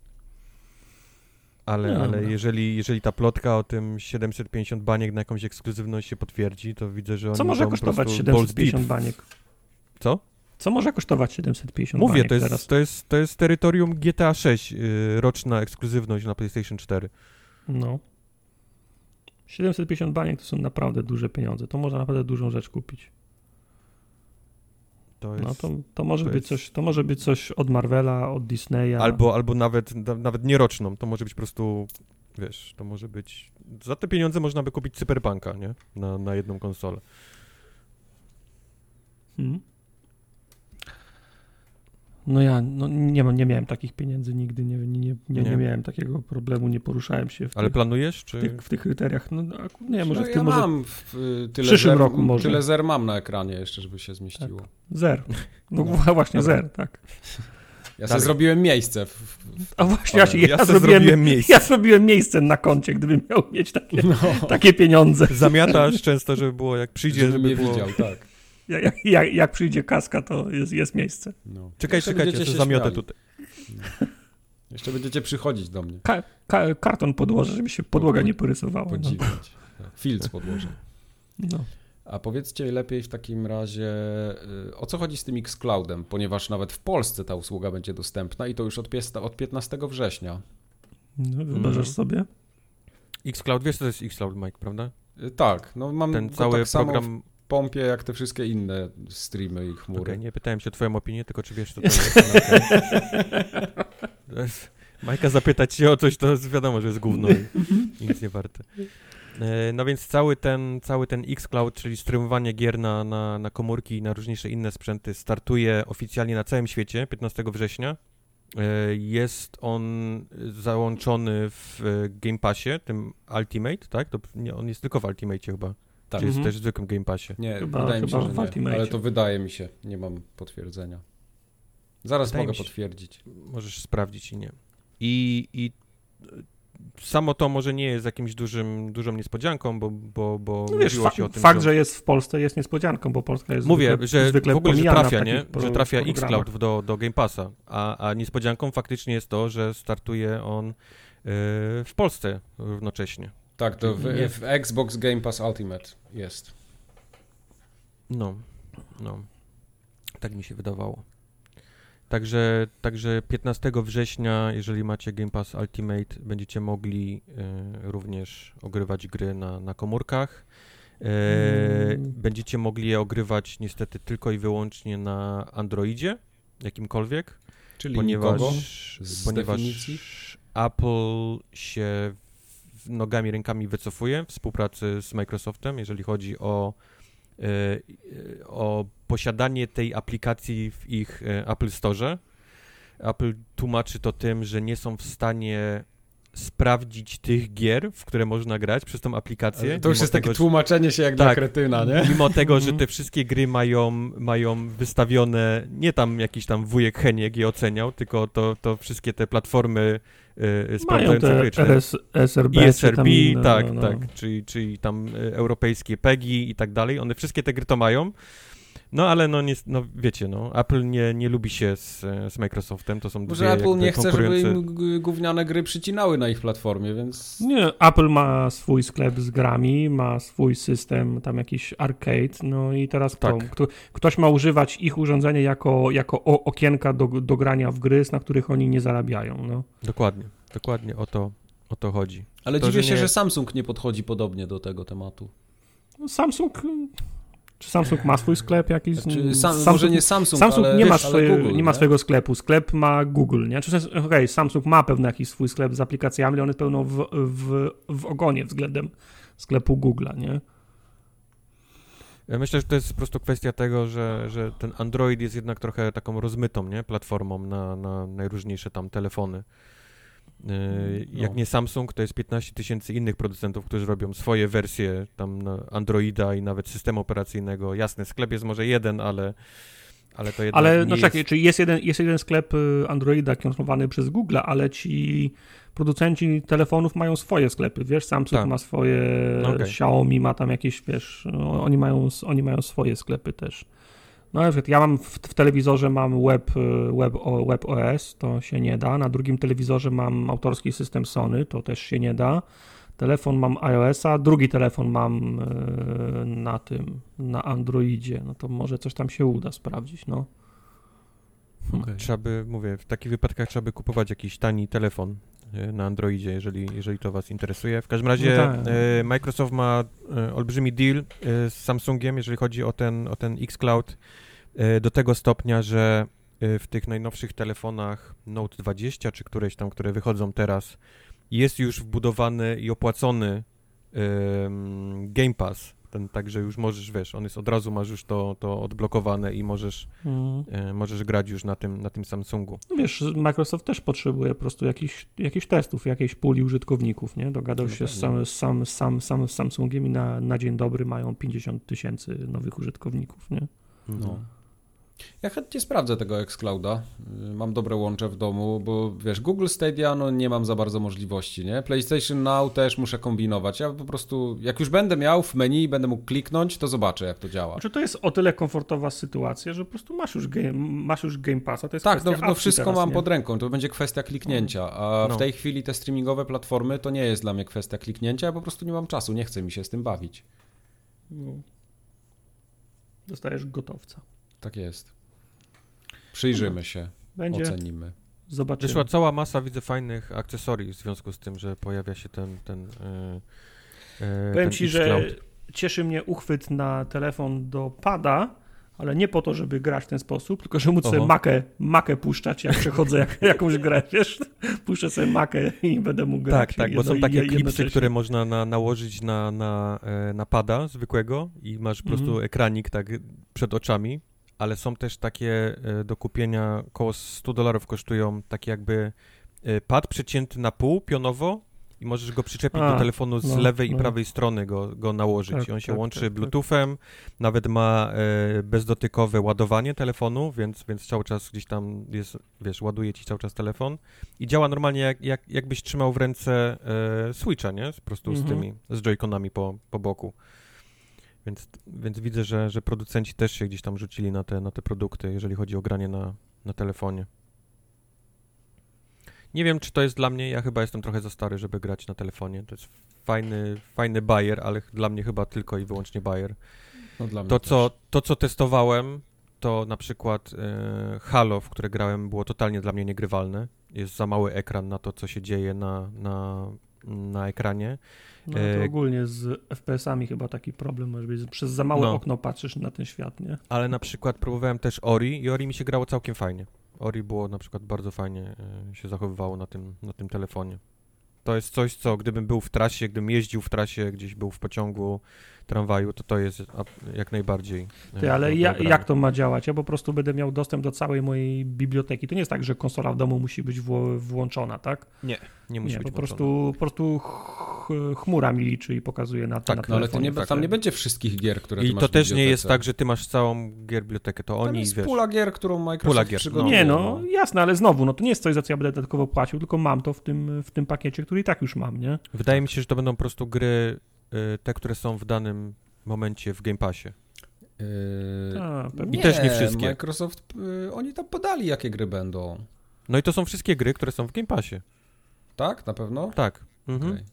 [SPEAKER 3] Ale, no, ale jeżeli, jeżeli ta plotka o tym siedemset pięćdziesiąt baniek na jakąś ekskluzywność się potwierdzi, to widzę, że oni
[SPEAKER 2] co może kosztować siedemset pięćdziesiąt baniek?
[SPEAKER 3] Co?
[SPEAKER 2] Co może kosztować siedemset pięćdziesiąt
[SPEAKER 3] Mówię,
[SPEAKER 2] baniek
[SPEAKER 3] to jest,
[SPEAKER 2] teraz?
[SPEAKER 3] to jest, to jest terytorium G T A sześć, yy, roczna ekskluzywność na PlayStation cztery.
[SPEAKER 2] No. siedemset pięćdziesiąt baniek to są naprawdę duże pieniądze. To można naprawdę dużą rzecz kupić.
[SPEAKER 3] To jest,
[SPEAKER 2] no to, to, może
[SPEAKER 3] to
[SPEAKER 2] być
[SPEAKER 3] jest...
[SPEAKER 2] coś, to może być coś od Marvela, od Disneya.
[SPEAKER 3] Albo, albo nawet, nawet nieroczną. To może być po prostu, wiesz, to może być... Za te pieniądze można by kupić Cyberpunka, nie? Na, na jedną konsolę.
[SPEAKER 2] Hmm. No ja no nie, nie miałem takich pieniędzy nigdy, nie, nie, nie, nie, nie miałem takiego problemu, nie poruszałem się w
[SPEAKER 3] Ale
[SPEAKER 2] tych,
[SPEAKER 3] planujesz, czy...
[SPEAKER 2] w tych, w tych kryteriach. No, nie, może
[SPEAKER 1] no,
[SPEAKER 2] w
[SPEAKER 1] ja
[SPEAKER 2] tym może
[SPEAKER 1] mam w, tyle
[SPEAKER 2] przyszłym
[SPEAKER 1] zer,
[SPEAKER 2] roku może.
[SPEAKER 1] Tyle zer mam na ekranie jeszcze, żeby się zmieściło.
[SPEAKER 2] Tak. Zer. No,
[SPEAKER 1] No.
[SPEAKER 2] właśnie zer, tak.
[SPEAKER 1] Ja sobie zrobiłem miejsce. W, w,
[SPEAKER 2] A właśnie, ja,
[SPEAKER 3] ja,
[SPEAKER 2] ja,
[SPEAKER 3] ja
[SPEAKER 2] zrobiłem,
[SPEAKER 3] zrobiłem miejsce.
[SPEAKER 2] ja zrobiłem miejsce na koncie, gdybym miał mieć takie,
[SPEAKER 1] no.
[SPEAKER 2] takie pieniądze.
[SPEAKER 3] Zamiatasz często, żeby było, jak przyjdzie,
[SPEAKER 1] Żebym
[SPEAKER 3] żeby
[SPEAKER 1] nie
[SPEAKER 3] było...
[SPEAKER 1] widział, tak.
[SPEAKER 2] Jak, jak, jak przyjdzie kaska, to jest, jest miejsce.
[SPEAKER 1] No.
[SPEAKER 3] Czekaj,
[SPEAKER 1] Jeszcze
[SPEAKER 3] czekajcie,
[SPEAKER 1] będziecie
[SPEAKER 3] co
[SPEAKER 1] się
[SPEAKER 3] zamiotę
[SPEAKER 1] śmiali.
[SPEAKER 3] tutaj.
[SPEAKER 1] No. Jeszcze będziecie przychodzić do mnie.
[SPEAKER 2] Ka, ka, karton podłożę, żeby się podłoga nie porysowała. No.
[SPEAKER 1] Podziwiać. Tak. Filc podłożę.
[SPEAKER 2] No.
[SPEAKER 1] A powiedzcie lepiej w takim razie, o co chodzi z tym Xcloudem, ponieważ nawet w Polsce ta usługa będzie dostępna i to już od, pies- od piętnastego września.
[SPEAKER 2] No, wyobrażasz
[SPEAKER 3] Mhm.
[SPEAKER 2] sobie?
[SPEAKER 3] Xcloud, wiesz co to jest Xcloud, Mike, prawda?
[SPEAKER 1] Tak, no mam
[SPEAKER 3] Ten
[SPEAKER 1] go
[SPEAKER 3] cały
[SPEAKER 1] tak samo
[SPEAKER 3] program...
[SPEAKER 1] w pompie jak te wszystkie inne streamy i chmury.
[SPEAKER 3] Okej, nie pytałem się o twoją opinię, tylko czy wiesz co to jest. To jest... Majka zapytać się o coś, to jest wiadomo, że jest gówno i, i nic nie warte. E, No więc cały ten, cały ten Xcloud, czyli streamowanie gier na, na, na komórki i na różniejsze inne sprzęty startuje oficjalnie na całym świecie piętnastego września. E, Jest on załączony w e, Game Passie, tym Ultimate, tak? To nie, on jest tylko w Ultimate chyba.
[SPEAKER 1] Tak.
[SPEAKER 3] Czy jest
[SPEAKER 2] Mhm.
[SPEAKER 3] też w zwykłym Game Passie?
[SPEAKER 1] Nie,
[SPEAKER 2] Chyba-
[SPEAKER 1] wydaje mi się,
[SPEAKER 2] chyba
[SPEAKER 1] że
[SPEAKER 2] w
[SPEAKER 1] nie,
[SPEAKER 2] Ultimate.
[SPEAKER 1] ale to wydaje mi się, nie mam potwierdzenia. Zaraz
[SPEAKER 3] Wydaje
[SPEAKER 1] mogę
[SPEAKER 3] mi się-
[SPEAKER 1] potwierdzić.
[SPEAKER 3] Możesz sprawdzić i nie. I, i samo to może nie jest jakimś dużym, dużą niespodzianką, bo, bo, bo
[SPEAKER 2] No wiesz,
[SPEAKER 3] mówiło
[SPEAKER 2] fa-
[SPEAKER 3] się o tym,
[SPEAKER 2] fakt,
[SPEAKER 3] że...
[SPEAKER 2] że jest w Polsce jest niespodzianką, bo Polska jest
[SPEAKER 3] Mówię,
[SPEAKER 2] zwykle,
[SPEAKER 3] że
[SPEAKER 2] zwykle
[SPEAKER 3] w ogóle, że
[SPEAKER 2] pomijana
[SPEAKER 3] trafia,
[SPEAKER 2] w
[SPEAKER 3] nie?
[SPEAKER 2] takich pro-
[SPEAKER 3] Że trafia
[SPEAKER 2] programach.
[SPEAKER 3] Xcloud do, do Game Passa, a, a niespodzianką faktycznie jest to, że startuje on yy, w Polsce równocześnie.
[SPEAKER 1] Tak, to w,
[SPEAKER 3] Nie.
[SPEAKER 1] w Xbox Game Pass Ultimate jest.
[SPEAKER 3] No, no. Tak mi się wydawało. Także, także piętnastego września, jeżeli macie Game Pass Ultimate, będziecie mogli y, również ogrywać gry na, na komórkach. Y,
[SPEAKER 2] Mm.
[SPEAKER 3] Będziecie mogli je ogrywać niestety tylko i wyłącznie na Androidzie, jakimkolwiek,
[SPEAKER 1] Czyli
[SPEAKER 3] ponieważ,
[SPEAKER 1] kogo? Z
[SPEAKER 3] ponieważ
[SPEAKER 1] definicji?
[SPEAKER 3] Apple się w, nogami, rękami wycofuje w współpracy z Microsoftem, jeżeli chodzi o y, o posiadanie tej aplikacji w ich y, Apple Store. Apple tłumaczy to tym, że nie są w stanie sprawdzić tych gier, w które można grać przez tą aplikację.
[SPEAKER 1] To już
[SPEAKER 3] mimo
[SPEAKER 1] jest
[SPEAKER 3] tego,
[SPEAKER 1] takie
[SPEAKER 3] że-
[SPEAKER 1] tłumaczenie się jak dla
[SPEAKER 3] Tak.
[SPEAKER 1] kretyna, nie?
[SPEAKER 3] Mimo tego, że
[SPEAKER 2] Mhm.
[SPEAKER 3] te wszystkie gry mają, mają wystawione, nie tam jakiś tam wujek Heniek je oceniał, tylko to, to wszystkie te platformy y,
[SPEAKER 2] Mają
[SPEAKER 3] sprawdzające
[SPEAKER 2] te
[SPEAKER 3] gry, czy
[SPEAKER 2] R S, S R B,
[SPEAKER 3] E S
[SPEAKER 2] czy
[SPEAKER 3] R B,
[SPEAKER 2] tam inne,
[SPEAKER 3] tak,
[SPEAKER 2] no, no.
[SPEAKER 3] tak, czyli, czyli tam y, europejskie P E G I i tak dalej, one wszystkie te gry to mają, no ale no, nie, no wiecie, no, Apple nie, nie lubi się z, z Microsoftem, to są dwie
[SPEAKER 1] Może Apple
[SPEAKER 3] jakby
[SPEAKER 1] nie chce, żeby
[SPEAKER 3] konkurujące...
[SPEAKER 1] im g- gówniane gry przycinały na ich platformie, więc...
[SPEAKER 2] Nie, Apple ma swój sklep z grami, ma swój system, tam jakiś arcade, no i teraz kto,
[SPEAKER 3] Tak.
[SPEAKER 2] kto, ktoś ma używać ich urządzenie jako, jako o, okienka do, do grania w gry, na których oni nie zarabiają, no.
[SPEAKER 3] Dokładnie, dokładnie o to, o to chodzi.
[SPEAKER 1] Ale
[SPEAKER 3] To,
[SPEAKER 1] dziwię
[SPEAKER 3] że
[SPEAKER 1] się,
[SPEAKER 3] nie-
[SPEAKER 1] że Samsung nie podchodzi podobnie do tego tematu.
[SPEAKER 2] No Samsung, czy Samsung ma swój sklep jakiś?
[SPEAKER 1] Znaczy, sam,
[SPEAKER 2] Samsung,
[SPEAKER 1] może nie Samsung,
[SPEAKER 2] Samsung
[SPEAKER 1] ale,
[SPEAKER 2] nie, ma
[SPEAKER 1] ale
[SPEAKER 2] swoje,
[SPEAKER 1] Google,
[SPEAKER 2] nie ma swojego sklepu, sklep ma Google, nie? Czy, okej, okay, Samsung ma pewnie jakiś swój sklep z aplikacjami, ale on jest pełno w, w, w ogonie względem sklepu Google'a, nie?
[SPEAKER 3] Ja myślę, że to jest po prostu kwestia tego, że, że ten Android jest jednak trochę taką rozmytą, nie, platformą na, na najróżniejsze tam telefony. Yy, Jak
[SPEAKER 1] No.
[SPEAKER 3] nie Samsung, to jest piętnaście tysięcy innych producentów, którzy robią swoje wersje tam na Androida i nawet systemu operacyjnego. Jasne, sklep jest może jeden, ale, ale to jednak
[SPEAKER 2] Ale
[SPEAKER 3] nie
[SPEAKER 2] no
[SPEAKER 3] jest...
[SPEAKER 2] czekaj, czyli jest jeden, jest jeden sklep y, Androida kontrolowany przez Google, ale ci producenci telefonów mają swoje sklepy, wiesz, Samsung
[SPEAKER 3] Tak.
[SPEAKER 2] ma swoje,
[SPEAKER 3] No okej.
[SPEAKER 2] Xiaomi ma tam jakieś, wiesz, no, oni mają, oni mają swoje sklepy też. No na przykład ja mam w, w telewizorze mam web, y, web, o, web O S, to się nie da, na drugim telewizorze mam autorski system Sony, to też się nie da. Telefon mam iOS-a, drugi telefon mam y, na tym, na Androidzie, no to może coś tam się uda sprawdzić, no.
[SPEAKER 1] Okay.
[SPEAKER 3] Trzeba by, mówię, w takich wypadkach trzeba by kupować jakiś tani telefon, na Androidzie, jeżeli, jeżeli to was interesuje. W każdym razie
[SPEAKER 2] No tak.
[SPEAKER 3] e, Microsoft ma e, olbrzymi deal e, z Samsungiem, jeżeli chodzi o ten, o ten xCloud, e, do tego stopnia, że e, w tych najnowszych telefonach Note dwadzieścia, czy któreś tam, które wychodzą teraz, jest już wbudowany i opłacony e, Game Pass. Ten, także już możesz, wiesz, on jest od razu, masz już to, to odblokowane i możesz,
[SPEAKER 2] Mm.
[SPEAKER 3] e, możesz grać już na tym, na tym Samsungu.
[SPEAKER 2] No wiesz, Microsoft też potrzebuje po prostu jakichś, jakichś testów, jakiejś puli użytkowników, nie? Dogadał
[SPEAKER 1] No
[SPEAKER 2] się z,
[SPEAKER 1] pewnie.
[SPEAKER 2] sam, z, sam, sam, sam, z Samsungiem i na, na dzień dobry mają pięćdziesiąt tysięcy nowych użytkowników, nie?
[SPEAKER 1] No. Ja chętnie sprawdzę tego xClouda. Y, Mam dobre łącze w domu, bo wiesz, Google Stadia, no nie mam za bardzo możliwości, nie? PlayStation Now też muszę kombinować. Ja po prostu, jak już będę miał w menu, będę mógł kliknąć, to zobaczę, jak to działa.
[SPEAKER 2] Znaczy to jest o tyle komfortowa sytuacja, że po prostu masz już game, masz już Game Passa, to jest
[SPEAKER 1] Tak, no,
[SPEAKER 2] kwestia
[SPEAKER 1] no
[SPEAKER 2] opcji
[SPEAKER 1] wszystko
[SPEAKER 2] teraz,
[SPEAKER 1] mam
[SPEAKER 2] nie?
[SPEAKER 1] pod ręką, to będzie kwestia kliknięcia, a
[SPEAKER 3] No.
[SPEAKER 1] w tej chwili te streamingowe platformy to nie jest dla mnie kwestia kliknięcia, ja po prostu nie mam czasu, nie chcę mi się z tym bawić.
[SPEAKER 2] No. Dostajesz gotowca.
[SPEAKER 1] Tak jest. Przyjrzymy się,
[SPEAKER 2] Będzie,
[SPEAKER 1] ocenimy.
[SPEAKER 2] zobaczymy.
[SPEAKER 3] Wyszła cała masa, widzę, fajnych akcesorii w związku z tym, że pojawia się ten ten, e, e,
[SPEAKER 2] Powiem
[SPEAKER 3] ten
[SPEAKER 2] ci, że
[SPEAKER 3] xCloud.
[SPEAKER 2] cieszy mnie uchwyt na telefon do pada, ale nie po to, żeby grać w ten sposób, tylko żeby móc
[SPEAKER 3] Oho.
[SPEAKER 2] sobie makę, makę puszczać, jak przechodzę jak, jakąś grę, wiesz? Puszczę sobie makę i będę mógł grać.
[SPEAKER 3] Tak, tak, bo
[SPEAKER 2] jedno-
[SPEAKER 3] są takie
[SPEAKER 2] je-
[SPEAKER 3] klipsy,
[SPEAKER 2] jednocześnie.
[SPEAKER 3] które można na, nałożyć na, na, e, na pada zwykłego i masz po prostu
[SPEAKER 2] Mhm.
[SPEAKER 3] ekranik tak przed oczami, ale są też takie e, do kupienia, około sto dolarów kosztują, takie jakby e, pad przecięty na pół pionowo i możesz go przyczepić
[SPEAKER 2] A,
[SPEAKER 3] do telefonu z
[SPEAKER 2] no,
[SPEAKER 3] lewej
[SPEAKER 2] no.
[SPEAKER 3] i prawej strony, go, go nałożyć
[SPEAKER 2] Tak,
[SPEAKER 3] i on się
[SPEAKER 2] tak,
[SPEAKER 3] łączy
[SPEAKER 2] tak, tak.
[SPEAKER 3] bluetoothem, nawet ma e, bezdotykowe ładowanie telefonu, więc, więc cały czas gdzieś tam jest, wiesz, ładuje ci cały czas telefon i działa normalnie jak, jak, jakbyś trzymał w ręce e, Switcha, nie? Po prostu z
[SPEAKER 2] Mhm.
[SPEAKER 3] tymi, z joyconami po, po boku. Więc, więc widzę, że, że producenci też się gdzieś tam rzucili na te, na te produkty, jeżeli chodzi o granie na, na telefonie. Nie wiem, czy to jest dla mnie, ja chyba jestem trochę za stary, żeby grać na telefonie. To jest fajny, fajny bajer, ale dla mnie chyba tylko i wyłącznie bajer.
[SPEAKER 1] No, dla mnie
[SPEAKER 3] To,
[SPEAKER 1] też.
[SPEAKER 3] co, to, co testowałem, to na przykład e, Halo, w które grałem, było totalnie dla mnie niegrywalne. Jest za mały ekran na to, co się dzieje na, na, na ekranie.
[SPEAKER 2] No to
[SPEAKER 3] e,
[SPEAKER 2] ogólnie z F P S-ami chyba taki problem może być. Przez za małe
[SPEAKER 3] No.
[SPEAKER 2] okno patrzysz na ten świat, nie?
[SPEAKER 3] Ale na przykład próbowałem też Ori i Ori mi się grało całkiem fajnie. Ori było na przykład bardzo fajnie e, się zachowywało na tym, na tym telefonie. To jest coś, co gdybym był w trasie, gdybym jeździł w trasie, gdzieś był w pociągu, tramwaju, to to jest a- jak najbardziej. e,
[SPEAKER 2] Ty, ale
[SPEAKER 3] do- do
[SPEAKER 2] ja,
[SPEAKER 3] grania.
[SPEAKER 2] jak to ma działać? Ja po prostu będę miał dostęp do całej mojej biblioteki. To nie jest tak, że konsola w domu musi być wło- włączona, tak?
[SPEAKER 3] Nie musi
[SPEAKER 2] Nie,
[SPEAKER 3] być
[SPEAKER 2] po
[SPEAKER 3] włączone.
[SPEAKER 2] prostu, po prostu ch- chmura mi liczy i pokazuje na,
[SPEAKER 3] Tak,
[SPEAKER 2] na
[SPEAKER 1] No ale to
[SPEAKER 2] telefonie.
[SPEAKER 1] nie,
[SPEAKER 3] tak,
[SPEAKER 1] tam
[SPEAKER 3] tak.
[SPEAKER 1] nie będzie wszystkich gier, które ty
[SPEAKER 3] I
[SPEAKER 1] masz
[SPEAKER 3] to
[SPEAKER 1] w
[SPEAKER 3] też nie jest
[SPEAKER 1] bibliotece.
[SPEAKER 3] tak, że ty masz całą gier bibliotekę, to
[SPEAKER 1] Tam
[SPEAKER 3] oni,
[SPEAKER 1] jest
[SPEAKER 3] wiesz,
[SPEAKER 1] pula gier, którą Microsoft
[SPEAKER 3] Pula gier,
[SPEAKER 1] przygotuje.
[SPEAKER 2] Nie no, jasne, ale znowu, no to nie jest coś, za co ja będę dodatkowo płacił, tylko mam to w tym, w tym pakiecie, który i tak już mam, nie?
[SPEAKER 3] wydaje mi się, że to będą po prostu gry, y, te, które są w danym momencie w Game Passie.
[SPEAKER 1] Yy,
[SPEAKER 2] A, pewnie.
[SPEAKER 3] I też nie wszystkie.
[SPEAKER 1] Microsoft, yy, oni tam podali, jakie gry będą.
[SPEAKER 3] No i to są wszystkie gry, które są w Game Passie.
[SPEAKER 1] Tak? Na pewno?
[SPEAKER 3] Tak. Mhm.
[SPEAKER 1] Okej.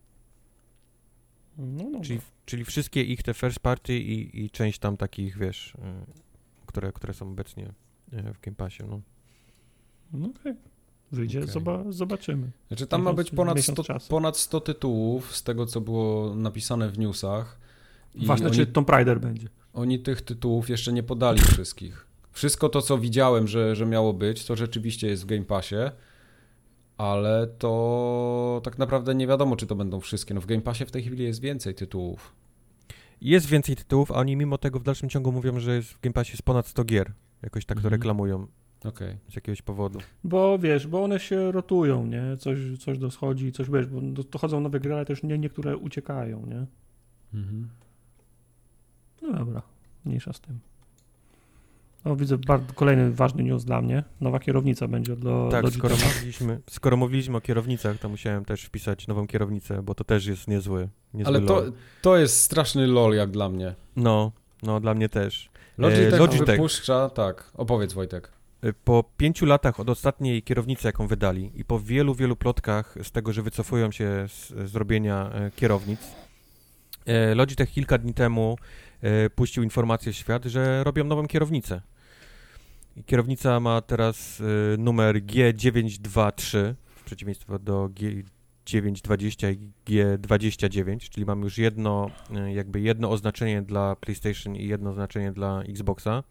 [SPEAKER 2] No, no,
[SPEAKER 3] Czyli, czyli wszystkie ich te first party i, i część tam takich, wiesz, y, które, które są obecnie y, w Game Passie, no.
[SPEAKER 2] no okej. Wyjdzie,
[SPEAKER 1] Okej.
[SPEAKER 2] zoba- zobaczymy.
[SPEAKER 1] Znaczy tam ma
[SPEAKER 2] Miesiąc-
[SPEAKER 1] być ponad
[SPEAKER 2] miesiąc
[SPEAKER 1] sto,
[SPEAKER 2] czasu.
[SPEAKER 1] ponad sto tytułów, z tego co było napisane w newsach. I
[SPEAKER 2] Ważne,
[SPEAKER 1] oni,
[SPEAKER 2] czy Tomb Raider będzie.
[SPEAKER 1] oni tych tytułów jeszcze nie podali wszystkich. Wszystko to, co widziałem, że, że miało być, to rzeczywiście jest w Game Passie, ale to tak naprawdę nie wiadomo, czy to będą wszystkie. No w Game Passie w tej chwili jest więcej tytułów.
[SPEAKER 3] Jest więcej tytułów, a oni mimo tego w dalszym ciągu mówią, że jest w Game Passie jest ponad sto gier. Jakoś tak to
[SPEAKER 1] Mhm.
[SPEAKER 3] reklamują
[SPEAKER 1] Okej.
[SPEAKER 3] z jakiegoś powodu.
[SPEAKER 2] Bo wiesz, bo one się rotują, nie? Coś, coś doschodzi, coś wiesz, bo do- dochodzą nowe gry, ale też nie, niektóre uciekają, nie?
[SPEAKER 1] Mhm.
[SPEAKER 2] No dobra, mniejsza z tym. O, widzę bardzo, kolejny ważny news dla mnie. Nowa kierownica będzie do
[SPEAKER 3] Tak,
[SPEAKER 2] Logitecha.
[SPEAKER 3] skoro mówiliśmy, skoro mówiliśmy o kierownicach, to musiałem też wpisać nową kierownicę, bo to też jest niezły, niezły
[SPEAKER 1] Ale to,
[SPEAKER 3] lol.
[SPEAKER 1] to jest straszny lol jak dla mnie.
[SPEAKER 3] No, no dla mnie też.
[SPEAKER 1] Logitech,
[SPEAKER 3] E, Logitech.
[SPEAKER 1] wypuszcza, tak, opowiedz Wojtek.
[SPEAKER 3] Y, Po pięciu latach od ostatniej kierownicy, jaką wydali i po wielu, wielu plotkach z tego, że wycofują się z, z robienia e, kierownic, e, Logitech kilka dni temu e, puścił informację w świat, że robią nową kierownicę. I kierownica ma teraz e, numer G dziewięćset dwadzieścia trzy w przeciwieństwo do G dziewięćset dwadzieścia i G dwadzieścia dziewięć, czyli mamy już jedno, jakby jedno oznaczenie dla PlayStation i jedno oznaczenie dla Xboxa.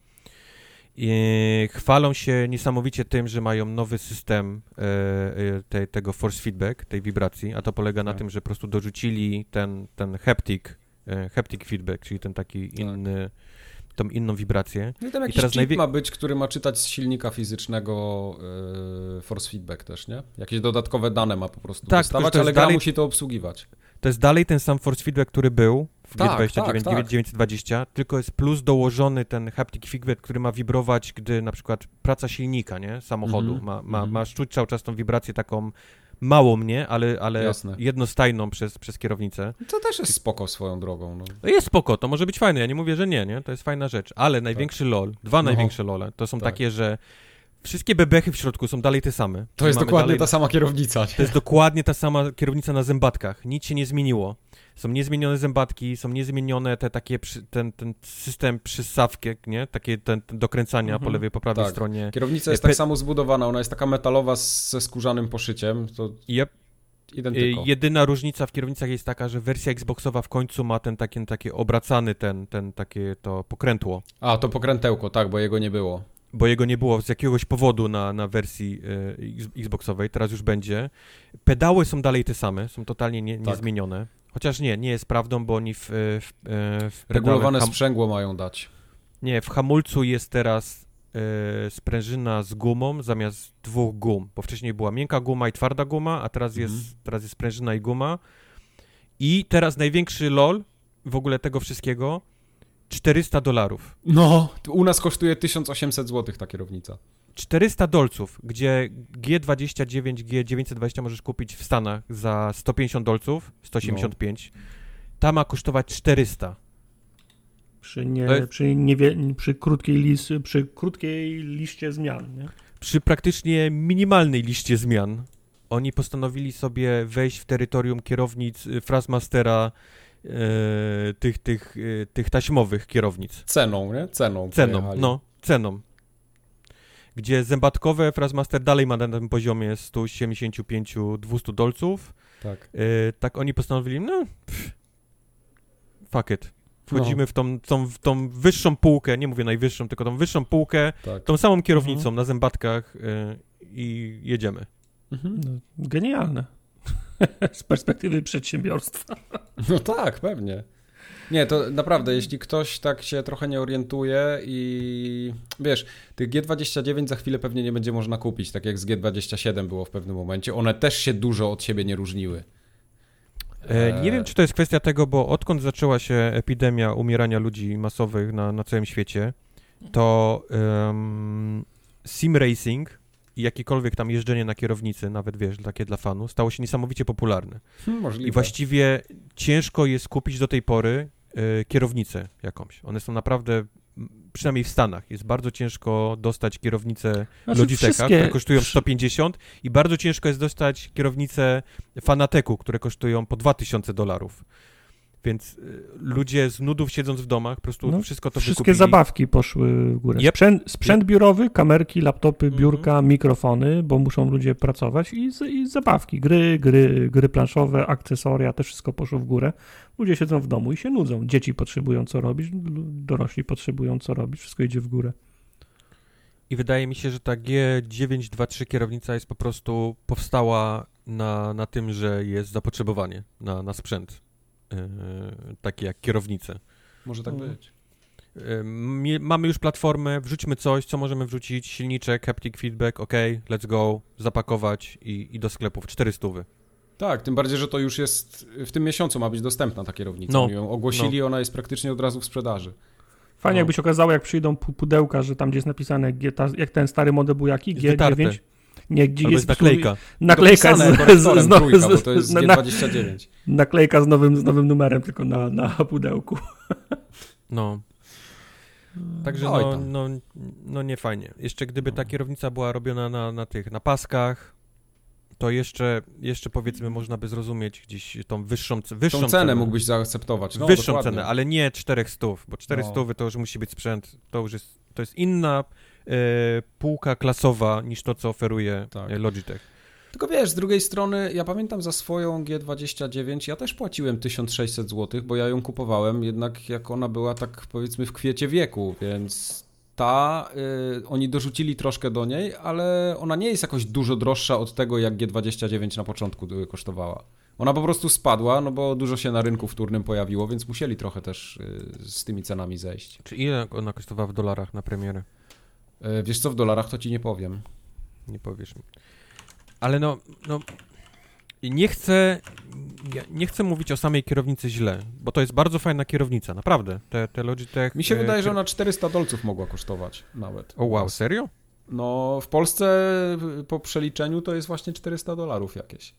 [SPEAKER 3] I chwalą się niesamowicie tym, że mają nowy system e, te, tego force feedback, tej wibracji, a to polega na
[SPEAKER 1] tak.
[SPEAKER 3] tym, że po prostu dorzucili ten, ten haptic, e, haptic feedback, czyli ten taki
[SPEAKER 1] tak.
[SPEAKER 3] inny, tą inną wibrację.
[SPEAKER 1] No i tam jakiś
[SPEAKER 3] I teraz
[SPEAKER 1] chip
[SPEAKER 3] najwie...
[SPEAKER 1] ma być, który ma czytać z silnika fizycznego yy, force feedback też, nie? Jakieś dodatkowe dane ma po prostu
[SPEAKER 3] tak,
[SPEAKER 1] dostawać,
[SPEAKER 3] to
[SPEAKER 1] ale gra
[SPEAKER 3] dalej...
[SPEAKER 1] musi to obsługiwać.
[SPEAKER 3] To jest dalej ten sam force feedback, który był w
[SPEAKER 1] tak,
[SPEAKER 3] G dwadzieścia dziewięć,
[SPEAKER 1] tak, tak.
[SPEAKER 3] dziewięćset dwadzieścia, tylko jest plus dołożony ten haptic feedback, który ma wibrować, gdy na przykład praca silnika, nie, samochodu,
[SPEAKER 1] Mm-hmm.
[SPEAKER 3] ma, ma,
[SPEAKER 1] Mm-hmm.
[SPEAKER 3] ma czuć cały czas tą wibrację taką małą, nie, ale, ale jednostajną przez, przez kierownicę.
[SPEAKER 1] To też jest spoko swoją drogą. No.
[SPEAKER 3] No jest spoko, to może być fajne, ja nie mówię, że nie, nie, to jest fajna rzecz, ale największy tak. lol, dwa no. największe lole, to są tak. takie, że wszystkie bebechy w środku są dalej te same.
[SPEAKER 1] To jest dokładnie
[SPEAKER 3] dalej...
[SPEAKER 1] ta sama kierownica. Nie?
[SPEAKER 3] To jest dokładnie ta sama kierownica na zębatkach. Nic się nie zmieniło. Są niezmienione zębatki, są niezmienione te takie, przy, ten, ten system przyssawki, nie? Takie ten, ten dokręcania mhm. po lewej, po prawej
[SPEAKER 1] tak.
[SPEAKER 3] stronie.
[SPEAKER 1] Kierownica jest Pe... tak samo zbudowana, ona jest taka metalowa z, ze skórzanym poszyciem. To
[SPEAKER 3] yep.
[SPEAKER 1] identyko.
[SPEAKER 3] Jedyna różnica w kierownicach jest taka, że wersja Xboxowa w końcu ma ten taki, taki obracany ten, ten takie to pokrętło.
[SPEAKER 1] A, to pokrętełko, tak, bo jego nie było.
[SPEAKER 3] Bo jego nie było z jakiegoś powodu na, na wersji y, Xboxowej, teraz już będzie. Pedały są dalej te same, są totalnie nie, niezmienione. Tak. Chociaż nie, nie jest prawdą, bo oni w... w, w
[SPEAKER 1] Regulowane
[SPEAKER 3] ham...
[SPEAKER 1] sprzęgło mają dać.
[SPEAKER 3] Nie, w hamulcu jest teraz y, sprężyna z gumą zamiast dwóch gum, bo wcześniej była miękka guma i twarda guma, a teraz jest, mm. teraz jest sprężyna i guma. I teraz największy lol w ogóle tego wszystkiego, czterysta dolarów.
[SPEAKER 1] No, u nas kosztuje tysiąc osiemset złotych ta kierownica.
[SPEAKER 3] czterysta dolców, gdzie G dwadzieścia dziewięć, G dziewięćset dwadzieścia możesz kupić w Stanach za sto pięćdziesiąt dolców, sto osiemdziesiąt pięć. No. Ta ma kosztować czterysta.
[SPEAKER 2] Przy, nie, jest... przy, niewie, przy, krótkiej lis, przy krótkiej liście zmian, nie?
[SPEAKER 3] Przy praktycznie minimalnej liście zmian. Oni postanowili sobie wejść w terytorium kierownic Thrustmastera, e, tych, tych, e, tych taśmowych kierownic.
[SPEAKER 1] Ceną, nie? Ceną.
[SPEAKER 3] Ceną,
[SPEAKER 1] pojechali.
[SPEAKER 3] no, ceną. Gdzie zębatkowe Thrustmaster dalej ma na tym poziomie sto siedemdziesiąt pięć do dwustu dolców.
[SPEAKER 1] Tak.
[SPEAKER 3] E, tak oni postanowili, no, pff, fuck it. Wchodzimy no. w, tą, tą, w tą wyższą półkę, nie mówię najwyższą, tylko tą wyższą półkę, tak. tą samą kierownicą mhm. na zębatkach y, i jedziemy.
[SPEAKER 2] Mhm. No, genialne. Z perspektywy przedsiębiorstwa.
[SPEAKER 1] No tak, pewnie. Nie, to naprawdę, jeśli ktoś tak się trochę nie orientuje i wiesz, tych G dwadzieścia dziewięć za chwilę pewnie nie będzie można kupić, tak jak z G dwadzieścia siedem było w pewnym momencie. One też się dużo od siebie nie różniły.
[SPEAKER 3] E, nie wiem, czy to jest kwestia tego, bo odkąd zaczęła się epidemia umierania ludzi masowych na, na całym świecie, to um, sim racing i jakiekolwiek tam jeżdżenie na kierownicy, nawet wiesz, takie dla fanów, stało się niesamowicie popularne.
[SPEAKER 1] Hmm, możliwe.
[SPEAKER 3] I właściwie ciężko jest kupić do tej pory y, kierownicę jakąś. One są naprawdę, przynajmniej w Stanach, jest bardzo ciężko dostać kierownicę znaczy Logitecha, wszystkie... które kosztują sto pięćdziesiąt i bardzo ciężko jest dostać kierownicę Fanatecu, które kosztują po dwa tysiące dolarów. Więc y, ludzie z nudów siedząc w domach, po prostu no, wszystko to
[SPEAKER 2] wszystkie
[SPEAKER 3] wykupili.
[SPEAKER 2] zabawki poszły w górę.
[SPEAKER 3] Yep.
[SPEAKER 2] Sprzęt, sprzęt
[SPEAKER 3] yep.
[SPEAKER 2] biurowy, kamerki, laptopy, biurka, mm-hmm. mikrofony, bo muszą ludzie pracować i, i zabawki, gry, gry, gry planszowe, akcesoria, to wszystko poszło w górę. Ludzie siedzą w domu i się nudzą. Dzieci potrzebują co robić, dorośli potrzebują co robić, wszystko idzie w górę.
[SPEAKER 3] I wydaje mi się, że ta G dziewięćset dwadzieścia trzy kierownica jest po prostu powstała na, na tym, że jest zapotrzebowanie na, na sprzęt. Yy, takie jak kierownice.
[SPEAKER 1] Może tak być.
[SPEAKER 3] Yy, mamy już platformę, wrzućmy coś, co możemy wrzucić, silniczek, haptic feedback, ok, let's go, zapakować i, i do sklepów, czterysta.
[SPEAKER 1] Tak, tym bardziej, że to już jest, w tym miesiącu ma być dostępna ta kierownica.
[SPEAKER 3] No,
[SPEAKER 1] Oni ją ogłosili,
[SPEAKER 3] no.
[SPEAKER 1] ona jest praktycznie od razu w sprzedaży.
[SPEAKER 2] Fajnie,
[SPEAKER 3] no.
[SPEAKER 2] jakby się okazało, jak przyjdą pudełka, że tam gdzie jest napisane, G, ta, jak ten stary model był jaki, G dziewięć. Nie, gdzie
[SPEAKER 3] jest,
[SPEAKER 2] jest
[SPEAKER 3] naklejka.
[SPEAKER 2] Naklejka z, z, z, z,
[SPEAKER 1] trójka, bo to jest
[SPEAKER 2] na,
[SPEAKER 1] G dwadzieścia dziewięć.
[SPEAKER 2] Naklejka z nowym, z nowym numerem, tylko na, na pudełku.
[SPEAKER 3] No. Także no, no, no nie fajnie. Jeszcze gdyby ta kierownica była robiona na, na tych, na paskach, to jeszcze, jeszcze powiedzmy można by zrozumieć gdzieś tą wyższą, wyższą
[SPEAKER 1] tą cenę. cenę mógłbyś zaakceptować. No,
[SPEAKER 3] wyższą
[SPEAKER 1] dokładnie.
[SPEAKER 3] cenę, ale nie czterysta, bo czterysta no. to już musi być sprzęt, to już jest, to jest inna e, półka klasowa niż to, co oferuje tak. Logitech.
[SPEAKER 1] Tylko wiesz, z drugiej strony, ja pamiętam za swoją G dwadzieścia dziewięć, ja też płaciłem tysiąc sześćset złotych, bo ja ją kupowałem, jednak jak ona była tak powiedzmy w kwiecie wieku, więc ta, y, oni dorzucili troszkę do niej, ale ona nie jest jakoś dużo droższa od tego, jak G dwadzieścia dziewięć na początku kosztowała. Ona po prostu spadła, no bo dużo się na rynku wtórnym pojawiło, więc musieli trochę też y, z tymi cenami zejść.
[SPEAKER 3] Czy ile ona kosztowała w dolarach na premierę?
[SPEAKER 1] Y, wiesz co, w dolarach to ci nie powiem.
[SPEAKER 3] Nie powiesz mi. Ale no, no nie chcę, ja nie chcę mówić o samej kierownicy źle, bo to jest bardzo fajna kierownica, naprawdę. Te, te Logitech...
[SPEAKER 1] Mi się
[SPEAKER 3] e,
[SPEAKER 1] wydaje, że ona czterysta dolców mogła kosztować nawet.
[SPEAKER 3] O wow, serio?
[SPEAKER 1] No w Polsce po przeliczeniu to jest właśnie czterysta dolarów jakieś.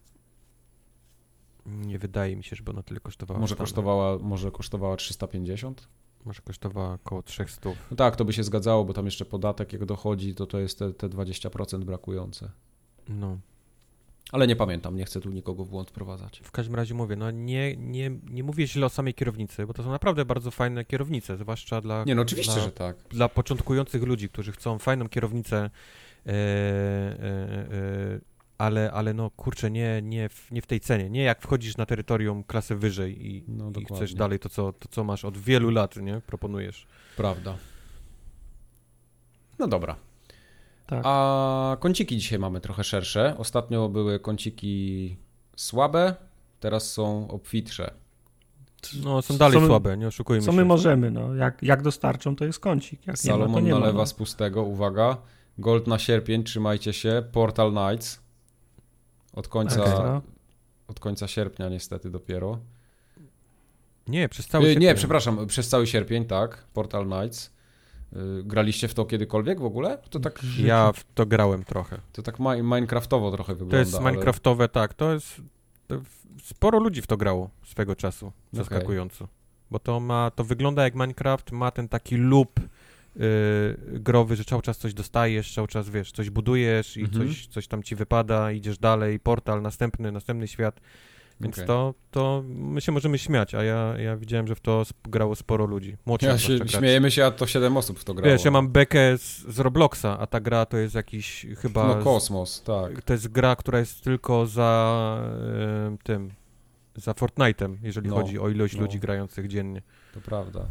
[SPEAKER 3] Nie wydaje mi się, żeby ona tyle kosztowała.
[SPEAKER 1] Może kosztowała, może kosztowała trzysta pięćdziesiąt?
[SPEAKER 3] Może kosztowała około trzysta.
[SPEAKER 1] No tak, to by się zgadzało, bo tam jeszcze podatek jak dochodzi, to to jest te, te dwadzieścia procent brakujące.
[SPEAKER 3] No.
[SPEAKER 1] Ale nie pamiętam, nie chcę tu nikogo w błąd wprowadzać.
[SPEAKER 3] W każdym razie mówię, no nie, nie, nie mówię źle o samej kierownicy, bo to są naprawdę bardzo fajne kierownice, zwłaszcza dla...
[SPEAKER 1] Nie, no oczywiście,
[SPEAKER 3] dla,
[SPEAKER 1] że tak.
[SPEAKER 3] Dla początkujących ludzi, którzy chcą fajną kierownicę, e, e, e, ale, ale no kurczę, nie, nie, w, nie w tej cenie. Nie jak wchodzisz na terytorium klasy wyżej i,
[SPEAKER 1] No,
[SPEAKER 3] i chcesz dalej to co, to, co masz od wielu lat, nie? Proponujesz.
[SPEAKER 1] Prawda. No dobra.
[SPEAKER 2] Tak.
[SPEAKER 1] A kąciki dzisiaj mamy trochę szersze. Ostatnio były kąciki słabe, teraz są obfitsze.
[SPEAKER 3] No są dalej
[SPEAKER 2] co my,
[SPEAKER 3] słabe, nie oszukujmy
[SPEAKER 2] co
[SPEAKER 3] się.
[SPEAKER 2] my możemy, no. Jak, jak dostarczą, to jest kącik. Jak
[SPEAKER 1] Salomon
[SPEAKER 2] nie ma, to nie
[SPEAKER 1] nalewa
[SPEAKER 2] ma, no.
[SPEAKER 1] z pustego, uwaga. Gold na sierpień, trzymajcie się. Portal Knights. Od końca,
[SPEAKER 2] Ekstra.
[SPEAKER 1] od końca sierpnia niestety dopiero.
[SPEAKER 3] Nie, przez cały
[SPEAKER 1] Yy,
[SPEAKER 3] sierpień.
[SPEAKER 1] nie, przepraszam, przez cały sierpień, tak. Portal Knights. Yy, graliście w to kiedykolwiek w ogóle? To tak,
[SPEAKER 3] Ja w to grałem trochę.
[SPEAKER 1] to tak mi- minecraftowo trochę wygląda.
[SPEAKER 3] To jest
[SPEAKER 1] ale-
[SPEAKER 3] minecraftowe, tak, to jest... To w- sporo ludzi w to grało swego czasu, zaskakująco. Bo to ma, to wygląda jak Minecraft, ma ten taki loop yy, growy, że cały czas coś dostajesz, cały czas, wiesz, coś budujesz i
[SPEAKER 1] Mhm.
[SPEAKER 3] coś, coś tam ci wypada, idziesz dalej, portal, następny, następny świat. Więc
[SPEAKER 1] Okej.
[SPEAKER 3] to, to my się możemy śmiać, a ja, ja widziałem, że w to sp- grało sporo ludzi. Młodszych
[SPEAKER 1] Ja
[SPEAKER 3] zwłaszcza
[SPEAKER 1] się,
[SPEAKER 3] graczy.
[SPEAKER 1] śmiejemy się, a to siedem osób w to grało.
[SPEAKER 3] Wiesz, ja mam bekę z, z Robloxa, a ta gra to jest jakiś chyba...
[SPEAKER 1] No kosmos, tak.
[SPEAKER 3] To jest gra, która jest tylko za e, tym, za Fortnite'em, jeżeli
[SPEAKER 1] No,
[SPEAKER 3] chodzi o ilość
[SPEAKER 1] no.
[SPEAKER 3] ludzi grających dziennie.
[SPEAKER 1] To prawda.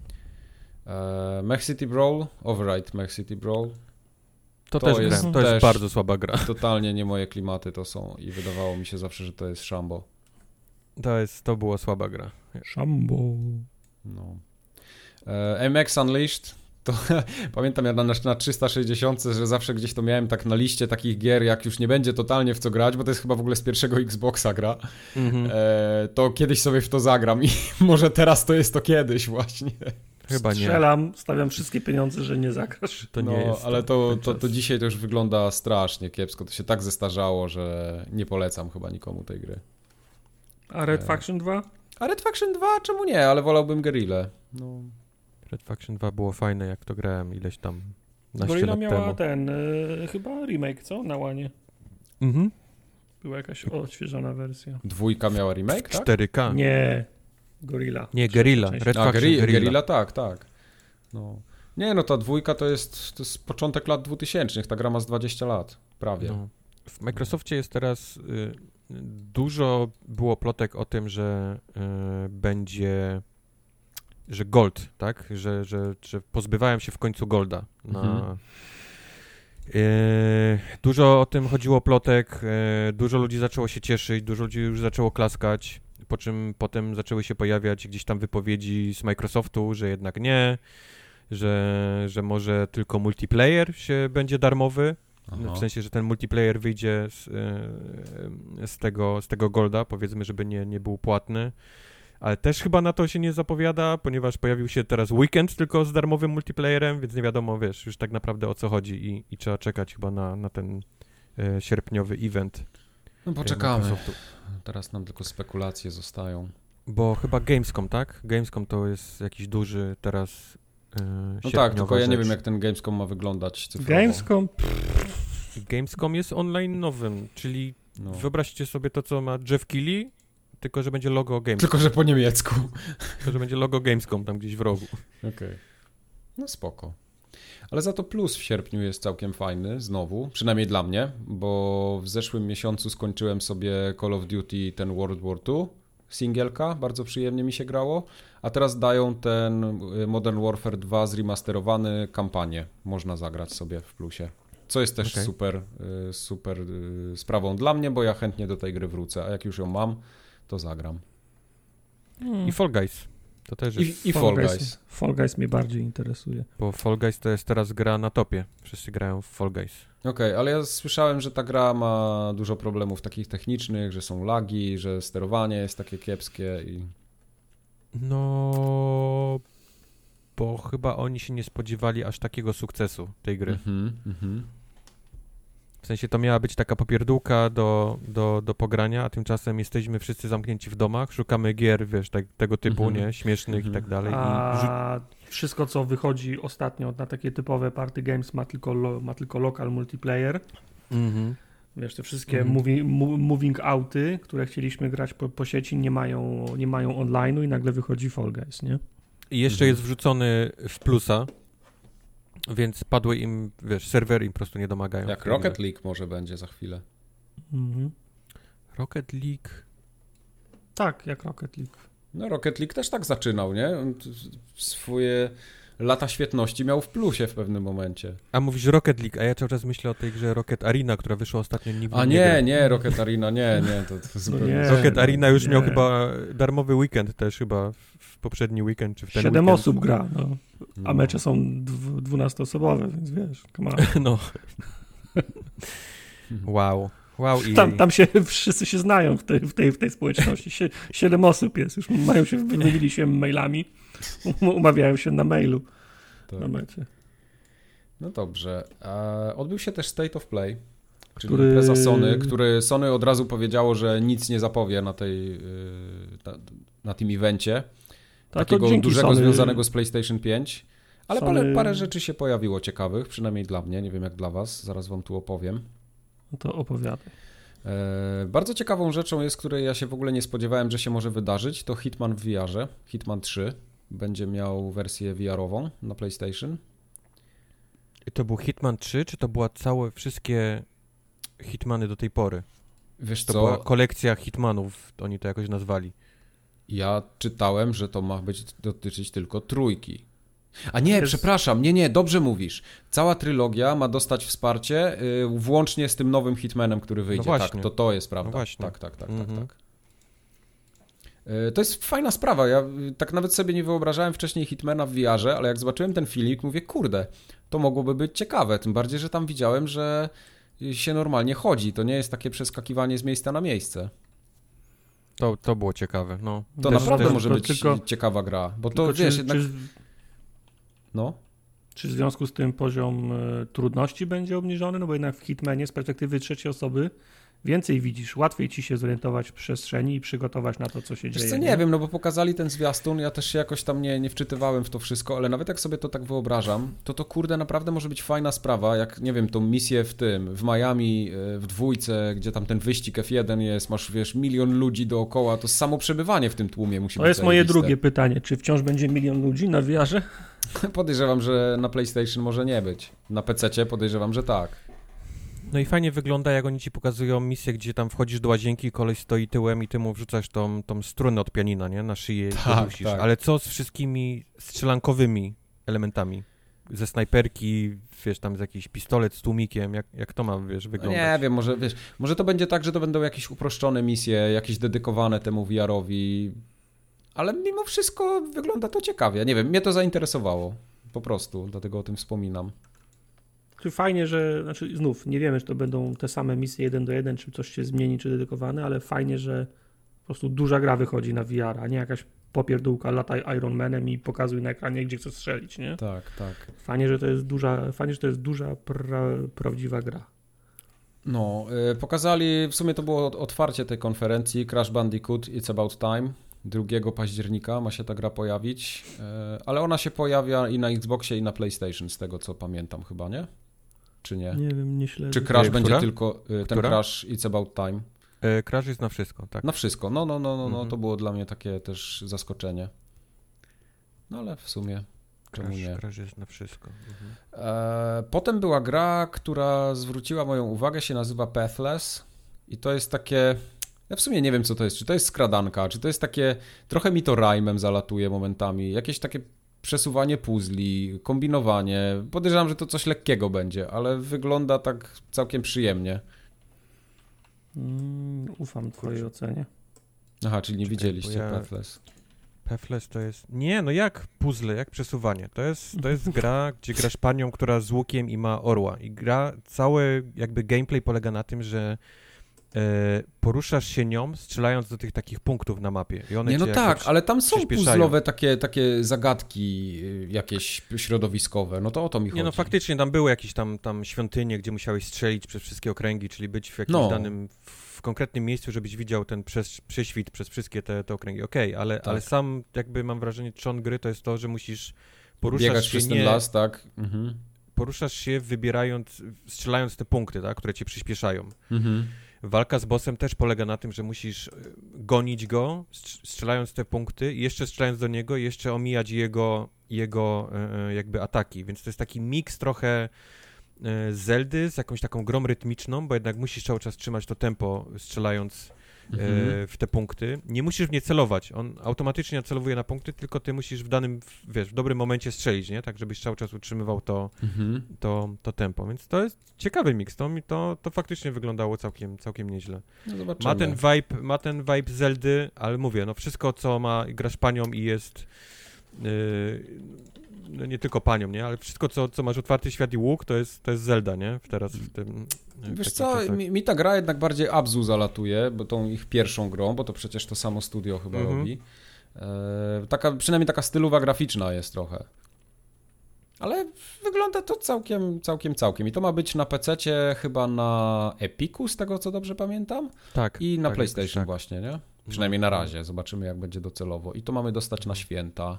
[SPEAKER 1] E, Mech City Brawl, Override Mech City Brawl.
[SPEAKER 3] To,
[SPEAKER 1] To
[SPEAKER 3] też
[SPEAKER 1] jest
[SPEAKER 3] grałem, to jest
[SPEAKER 1] też-
[SPEAKER 3] bardzo słaba gra.
[SPEAKER 1] Totalnie nie moje klimaty to są i wydawało mi się zawsze, że to jest szambo.
[SPEAKER 3] To jest, to była słaba gra.
[SPEAKER 2] Szambo.
[SPEAKER 1] No. E, M X Unleashed, to pamiętam ja na, na trzysta sześćdziesiąt, że zawsze gdzieś to miałem tak na liście takich gier, jak już nie będzie totalnie w co grać, bo to jest chyba w ogóle z pierwszego Xboxa gra,
[SPEAKER 3] Mhm.
[SPEAKER 1] e, to kiedyś sobie w to zagram i może teraz to jest to kiedyś właśnie.
[SPEAKER 3] Chyba nie.
[SPEAKER 2] Strzelam, stawiam wszystkie pieniądze, że nie zagrasz.
[SPEAKER 3] To
[SPEAKER 1] no,
[SPEAKER 3] nie jest.
[SPEAKER 1] ale
[SPEAKER 3] ten-
[SPEAKER 1] to,
[SPEAKER 3] ten
[SPEAKER 1] to,
[SPEAKER 3] czas.
[SPEAKER 1] to dzisiaj to już wygląda strasznie kiepsko, to się tak zestarzało, że nie polecam chyba nikomu tej gry.
[SPEAKER 2] A Red
[SPEAKER 1] E.
[SPEAKER 2] Faction dwa?
[SPEAKER 1] A Red Faction dwa czemu nie, ale wolałbym Guerrillę. No.
[SPEAKER 3] Red Faction dwa było fajne, jak to grałem ileś tam naście
[SPEAKER 2] Gorilla
[SPEAKER 3] lat
[SPEAKER 2] miała
[SPEAKER 3] temu.
[SPEAKER 2] ten, y, chyba remake, co? Na łanie.
[SPEAKER 3] Mhm.
[SPEAKER 2] Była jakaś odświeżona wersja.
[SPEAKER 1] Dwójka miała remake, tak?
[SPEAKER 3] cztery K.
[SPEAKER 2] Nie, Gorilla.
[SPEAKER 3] Nie, Guerrilla.
[SPEAKER 2] Część.
[SPEAKER 3] Red
[SPEAKER 1] A,
[SPEAKER 3] Faction
[SPEAKER 1] Guerrilla,
[SPEAKER 3] Guerrilla.
[SPEAKER 1] Guerrilla, tak, tak. No. Nie, no ta dwójka to jest, to jest początek lat dwutysięcznych, ta gra ma z dwadzieścia lat, prawie.
[SPEAKER 3] No. W Microsoftie jest teraz y, dużo było plotek o tym, że y, będzie, że Gold, tak? Że, że, że pozbywają się w końcu Golda. Na,
[SPEAKER 1] Mhm.
[SPEAKER 3] y, dużo o tym chodziło plotek, y, dużo ludzi zaczęło się cieszyć, dużo ludzi już zaczęło klaskać, po czym potem zaczęły się pojawiać gdzieś tam wypowiedzi z Microsoftu, że jednak nie, że, że może tylko multiplayer się będzie darmowy.
[SPEAKER 1] Aha.
[SPEAKER 3] W sensie, że ten multiplayer wyjdzie z, e, z, tego, z tego Golda, powiedzmy, żeby nie, nie był płatny. Ale też chyba na to się nie zapowiada, ponieważ pojawił się teraz Weekend tylko z darmowym multiplayerem, więc nie wiadomo, wiesz, już tak naprawdę o co chodzi i, i trzeba czekać chyba na, na ten e, sierpniowy event.
[SPEAKER 1] No poczekamy.
[SPEAKER 3] Microsoftu.
[SPEAKER 1] Teraz nam tylko spekulacje zostają.
[SPEAKER 3] Bo chyba Gamescom, tak? Gamescom to jest jakiś duży teraz e,
[SPEAKER 1] No tak, tylko ja
[SPEAKER 3] rzecz.
[SPEAKER 1] nie wiem jak ten Gamescom ma wyglądać cyfrowo.
[SPEAKER 2] Gamescom?
[SPEAKER 3] Gamescom jest online nowym, czyli
[SPEAKER 1] No.
[SPEAKER 3] wyobraźcie sobie to, co ma Jeff Keighley, tylko że będzie logo Gamescom.
[SPEAKER 1] Tylko, że po niemiecku.
[SPEAKER 3] Tylko, że będzie logo Gamescom tam gdzieś w rogu.
[SPEAKER 1] Okej. No spoko. Ale za to plus w sierpniu jest całkiem fajny, znowu, przynajmniej dla mnie, bo w zeszłym miesiącu skończyłem sobie Call of Duty ten World War Two, singielka, bardzo przyjemnie mi się grało, a teraz dają ten Modern Warfare dwa zremasterowany kampanię, można zagrać sobie w plusie. Co jest też okay. super, super sprawą dla mnie, bo ja chętnie do tej gry wrócę, a jak już ją mam, to zagram.
[SPEAKER 3] Hmm. I Fall Guys. To też jest...
[SPEAKER 1] I, i Fall, Fall Guys. Guys.
[SPEAKER 2] Fall Guys mnie bardziej interesuje.
[SPEAKER 3] Bo Fall Guys to jest teraz gra na topie. Wszyscy grają w Fall Guys.
[SPEAKER 1] Okej, okay, ale ja słyszałem, że ta gra ma dużo problemów takich technicznych, że są lagi, że sterowanie jest takie kiepskie i...
[SPEAKER 3] No... Bo chyba oni się nie spodziewali aż takiego sukcesu tej gry.
[SPEAKER 1] Mm-hmm, mm-hmm.
[SPEAKER 3] W sensie to miała być taka popierdółka do, do, do pogrania, a tymczasem jesteśmy wszyscy zamknięci w domach, szukamy gier, wiesz, tak, tego typu, mm-hmm. nie? Śmiesznych mm-hmm. i tak dalej.
[SPEAKER 2] A I... wszystko, co wychodzi ostatnio na takie typowe party games ma tylko, lo, ma tylko local multiplayer.
[SPEAKER 3] Mm-hmm.
[SPEAKER 2] Wiesz, te wszystkie
[SPEAKER 3] mm-hmm.
[SPEAKER 2] moving, moving outy, które chcieliśmy grać po, po sieci, nie mają, nie mają online'u i nagle wychodzi Fall Guys, nie?
[SPEAKER 3] I jeszcze mm-hmm. jest wrzucony w plusa, więc padły im, wiesz, serwery im po prostu nie domagają.
[SPEAKER 1] Jak Rocket League może będzie za chwilę.
[SPEAKER 2] Mhm.
[SPEAKER 3] Rocket League?
[SPEAKER 2] Tak, jak Rocket League.
[SPEAKER 1] No Rocket League też tak zaczynał, nie? Swoje lata świetności miał w plusie w pewnym momencie.
[SPEAKER 3] A mówisz Rocket League, a ja cały czas myślę o tej grze Rocket Arena, która wyszła ostatnio. Nigdy
[SPEAKER 1] a nie, nie, nie, Rocket Arena, nie, nie. To, to
[SPEAKER 2] zupełnie... nie
[SPEAKER 3] Rocket
[SPEAKER 2] no,
[SPEAKER 3] Arena już
[SPEAKER 2] nie.
[SPEAKER 3] miał chyba darmowy weekend też chyba w poprzedni weekend, czy w ten
[SPEAKER 2] Siedem
[SPEAKER 3] weekend.
[SPEAKER 2] osób gra, no. A no. mecze są dw- dwunastoosobowe, więc wiesz, come on.
[SPEAKER 3] No. Wow. Wow, i...
[SPEAKER 2] tam, tam się wszyscy się znają w tej, w tej, w tej społeczności. Sie, siedem osób jest, już mają się, wymienili się mailami, umawiają się na mailu tak. na mecie.
[SPEAKER 1] No dobrze. E, odbył się też State of Play, czyli
[SPEAKER 2] który...
[SPEAKER 1] impreza Sony, który Sony od razu powiedziało, że nic nie zapowie na tej na, na tym evencie.
[SPEAKER 2] Tak,
[SPEAKER 1] takiego dużego
[SPEAKER 2] Sony... związanego
[SPEAKER 1] z PlayStation pięć. Ale Sony... parę, parę rzeczy się pojawiło ciekawych, przynajmniej dla mnie, nie wiem jak dla was, zaraz wam tu opowiem.
[SPEAKER 2] No to opowiadaj.
[SPEAKER 1] E, bardzo ciekawą rzeczą jest, której ja się w ogóle nie spodziewałem, że się może wydarzyć, to Hitman w V R-ze, Hitman trzy. Będzie miał wersję V R-ową na PlayStation.
[SPEAKER 3] I to był Hitman trzy, czy to była całe, wszystkie Hitmany do tej pory?
[SPEAKER 1] Wiesz
[SPEAKER 3] to
[SPEAKER 1] co?
[SPEAKER 3] była kolekcja Hitmanów, oni to jakoś nazwali.
[SPEAKER 1] Ja czytałem, że to ma być dotyczyć tylko trójki. A nie,
[SPEAKER 2] jest...
[SPEAKER 1] przepraszam, nie, nie, dobrze mówisz. Cała trylogia ma dostać wsparcie yy, włącznie z tym nowym Hitmanem, który wyjdzie.
[SPEAKER 3] No
[SPEAKER 1] tak, to to jest prawda.
[SPEAKER 3] No właśnie.
[SPEAKER 1] Tak, tak, tak,
[SPEAKER 3] mm-hmm.
[SPEAKER 1] tak, tak. Yy, to jest fajna sprawa. Ja yy, tak nawet sobie nie wyobrażałem wcześniej Hitmana w V R-ze, ale jak zobaczyłem ten filmik, mówię, kurde, to mogłoby być ciekawe. Tym bardziej, że tam widziałem, że się normalnie chodzi. To nie jest takie przeskakiwanie z miejsca na miejsce.
[SPEAKER 3] To, to było ciekawe, no.
[SPEAKER 1] To
[SPEAKER 2] też,
[SPEAKER 1] naprawdę
[SPEAKER 2] też,
[SPEAKER 1] może
[SPEAKER 2] to
[SPEAKER 1] być
[SPEAKER 2] tylko,
[SPEAKER 1] ciekawa gra, bo to
[SPEAKER 2] czy,
[SPEAKER 1] wiesz, jednak...
[SPEAKER 2] Czy,
[SPEAKER 1] no?
[SPEAKER 2] czy w związku z tym poziom y, trudności będzie obniżony? No bo jednak w Hitmanie z perspektywy trzeciej osoby więcej widzisz, łatwiej ci się zorientować w przestrzeni i przygotować na to, co się
[SPEAKER 1] Wiesz
[SPEAKER 2] dzieje.
[SPEAKER 1] co, nie, nie wiem, no bo pokazali ten zwiastun, ja też się jakoś tam nie, nie wczytywałem w to wszystko, ale nawet jak sobie to tak wyobrażam, to to kurde naprawdę może być fajna sprawa, jak nie wiem, tą misję w tym, w Miami, w dwójce, gdzie tam ten wyścig F jeden jest, masz wiesz, milion ludzi dookoła, to samo przebywanie w tym tłumie musi
[SPEAKER 2] to
[SPEAKER 1] być
[SPEAKER 2] jest
[SPEAKER 1] zajebiste.
[SPEAKER 2] moje drugie pytanie, czy wciąż będzie milion ludzi na V R-ze?
[SPEAKER 1] Podejrzewam, że na PlayStation może nie być, na pececie podejrzewam, że tak.
[SPEAKER 3] No i fajnie wygląda, jak oni ci pokazują misję, gdzie tam wchodzisz do łazienki, koleś stoi tyłem i ty mu wrzucasz tą, tą strunę od pianina, nie? Na szyję i
[SPEAKER 1] tak,
[SPEAKER 3] dusisz.
[SPEAKER 1] tak.
[SPEAKER 3] Ale co z wszystkimi strzelankowymi elementami? Ze snajperki, wiesz, tam z jakiś pistolet z tłumikiem, jak, jak to ma, wiesz, wyglądać?
[SPEAKER 1] No nie wiem, może, wiesz, może to będzie tak, że to będą jakieś uproszczone misje, jakieś dedykowane temu V R-owi, ale mimo wszystko wygląda to ciekawie. Nie wiem, mnie to zainteresowało, po prostu, dlatego o tym wspominam.
[SPEAKER 2] Fajnie, że, znaczy znów, nie wiemy, czy to będą te same misje jeden do jeden, czy coś się zmieni, czy dedykowane, ale fajnie, że po prostu duża gra wychodzi na V R, a nie jakaś popierdółka, lataj Iron Manem i pokazuj na ekranie, gdzie chcesz strzelić, nie?
[SPEAKER 1] Tak, tak.
[SPEAKER 2] Fajnie, że to jest duża, fajnie, że to jest duża, pra, prawdziwa gra.
[SPEAKER 1] No, yy, pokazali, w sumie to było otwarcie tej konferencji, Crash Bandicoot It's About Time, drugiego października ma się ta gra pojawić, yy, ale ona się pojawia i na Xboxie, i na PlayStation, z tego co pamiętam chyba, nie? Czy nie?
[SPEAKER 2] Nie wiem, nie śledzę.
[SPEAKER 1] Czy Crash
[SPEAKER 3] Która?
[SPEAKER 1] będzie tylko, yy, ten
[SPEAKER 3] Która?
[SPEAKER 1] Crash It's About Time?
[SPEAKER 3] E, Crash jest na wszystko, tak.
[SPEAKER 1] Na wszystko, no, no, no, no, no
[SPEAKER 3] mhm.
[SPEAKER 1] to było dla mnie takie też zaskoczenie. No ale w sumie... Czemu
[SPEAKER 3] Crash,
[SPEAKER 1] nie?
[SPEAKER 3] Crash jest na wszystko. Mhm.
[SPEAKER 1] E, potem była gra, która zwróciła moją uwagę, się nazywa Pathless i to jest takie... Ja w sumie nie wiem, co to jest. Czy to jest skradanka, czy to jest takie... Trochę mi to rajmem zalatuje momentami. Jakieś takie przesuwanie puzli, kombinowanie. Podejrzewam, że to coś lekkiego będzie, ale wygląda tak całkiem przyjemnie.
[SPEAKER 2] Mm, ufam twojej ocenie.
[SPEAKER 1] Aha, czyli nie
[SPEAKER 3] Czekaj,
[SPEAKER 1] widzieliście
[SPEAKER 3] bo ja-
[SPEAKER 1] Pathless.
[SPEAKER 3] Pathless to jest... Nie, no jak puzzle, jak przesuwanie. To jest, to jest gra, gdzie grasz panią, która z łukiem i ma orła. I gra, cały jakby gameplay polega na tym, że e, poruszasz się nią, strzelając do tych takich punktów na mapie. I one
[SPEAKER 1] Nie, no
[SPEAKER 3] cię
[SPEAKER 1] tak,
[SPEAKER 3] jakby
[SPEAKER 1] ale tam są
[SPEAKER 3] przyspieszają.
[SPEAKER 1] puzzlowe takie, takie zagadki y, jakieś środowiskowe. No to o to mi chodzi.
[SPEAKER 3] Nie, no faktycznie tam były jakieś tam, tam świątynie, gdzie musiałeś strzelić przez wszystkie okręgi, czyli być w jakimś
[SPEAKER 1] No.
[SPEAKER 3] danym, w konkretnym miejscu, żebyś widział ten przez, prześwit przez wszystkie te, te okręgi. Okej, ale,
[SPEAKER 1] Tak.
[SPEAKER 3] ale sam jakby mam wrażenie, trzon gry to jest to, że musisz poruszać
[SPEAKER 1] Biegać
[SPEAKER 3] się
[SPEAKER 1] przez
[SPEAKER 3] nie,
[SPEAKER 1] ten las, tak? Mhm.
[SPEAKER 3] poruszasz się wybierając, strzelając te punkty, tak, które cię przyspieszają.
[SPEAKER 1] Mhm.
[SPEAKER 3] Walka z bossem też polega na tym, że musisz y, gonić go, strz- strzelając te punkty i jeszcze strzelając do niego, i jeszcze omijać jego, jego y, jakby ataki, więc to jest taki miks trochę y, Zeldy z jakąś taką grą rytmiczną, bo jednak musisz cały czas trzymać to tempo, strzelając y,
[SPEAKER 1] Mhm.
[SPEAKER 3] w te punkty. Nie musisz w nie celować, on automatycznie nacelowuje na punkty, tylko ty musisz w danym, w- wiesz, w dobrym momencie strzelić, nie? Tak, żebyś cały czas utrzymywał to,
[SPEAKER 1] Mhm.
[SPEAKER 3] to, to tempo, więc to jest ciekawy miks, to, mi to, to faktycznie wyglądało całkiem, całkiem nieźle.
[SPEAKER 1] No zobaczymy.
[SPEAKER 3] Ma ten vibe, ma ten vibe Zeldy, ale mówię, no wszystko co ma, grasz panią i jest yy, no nie tylko panią, nie, ale wszystko co, co masz otwarty świat i łuk, to jest, to jest Zelda, nie, teraz w tym w
[SPEAKER 1] Wiesz
[SPEAKER 3] takich
[SPEAKER 1] co,
[SPEAKER 3] czasach.
[SPEAKER 1] mi, mi ta gra jednak bardziej Abzu zalatuje, bo tą ich pierwszą grą, bo to przecież to samo studio chyba
[SPEAKER 3] Mhm.
[SPEAKER 1] robi. E, taka, przynajmniej taka stylowa graficzna jest trochę. Ale wygląda to całkiem, całkiem, całkiem. I to ma być na pececie chyba na Epiku, z tego co dobrze pamiętam.
[SPEAKER 3] Tak.
[SPEAKER 1] I na
[SPEAKER 3] tak,
[SPEAKER 1] PlayStation
[SPEAKER 3] tak.
[SPEAKER 1] właśnie, nie? Przynajmniej na
[SPEAKER 3] No.
[SPEAKER 1] razie. Zobaczymy, jak będzie docelowo. I to mamy dostać na święta.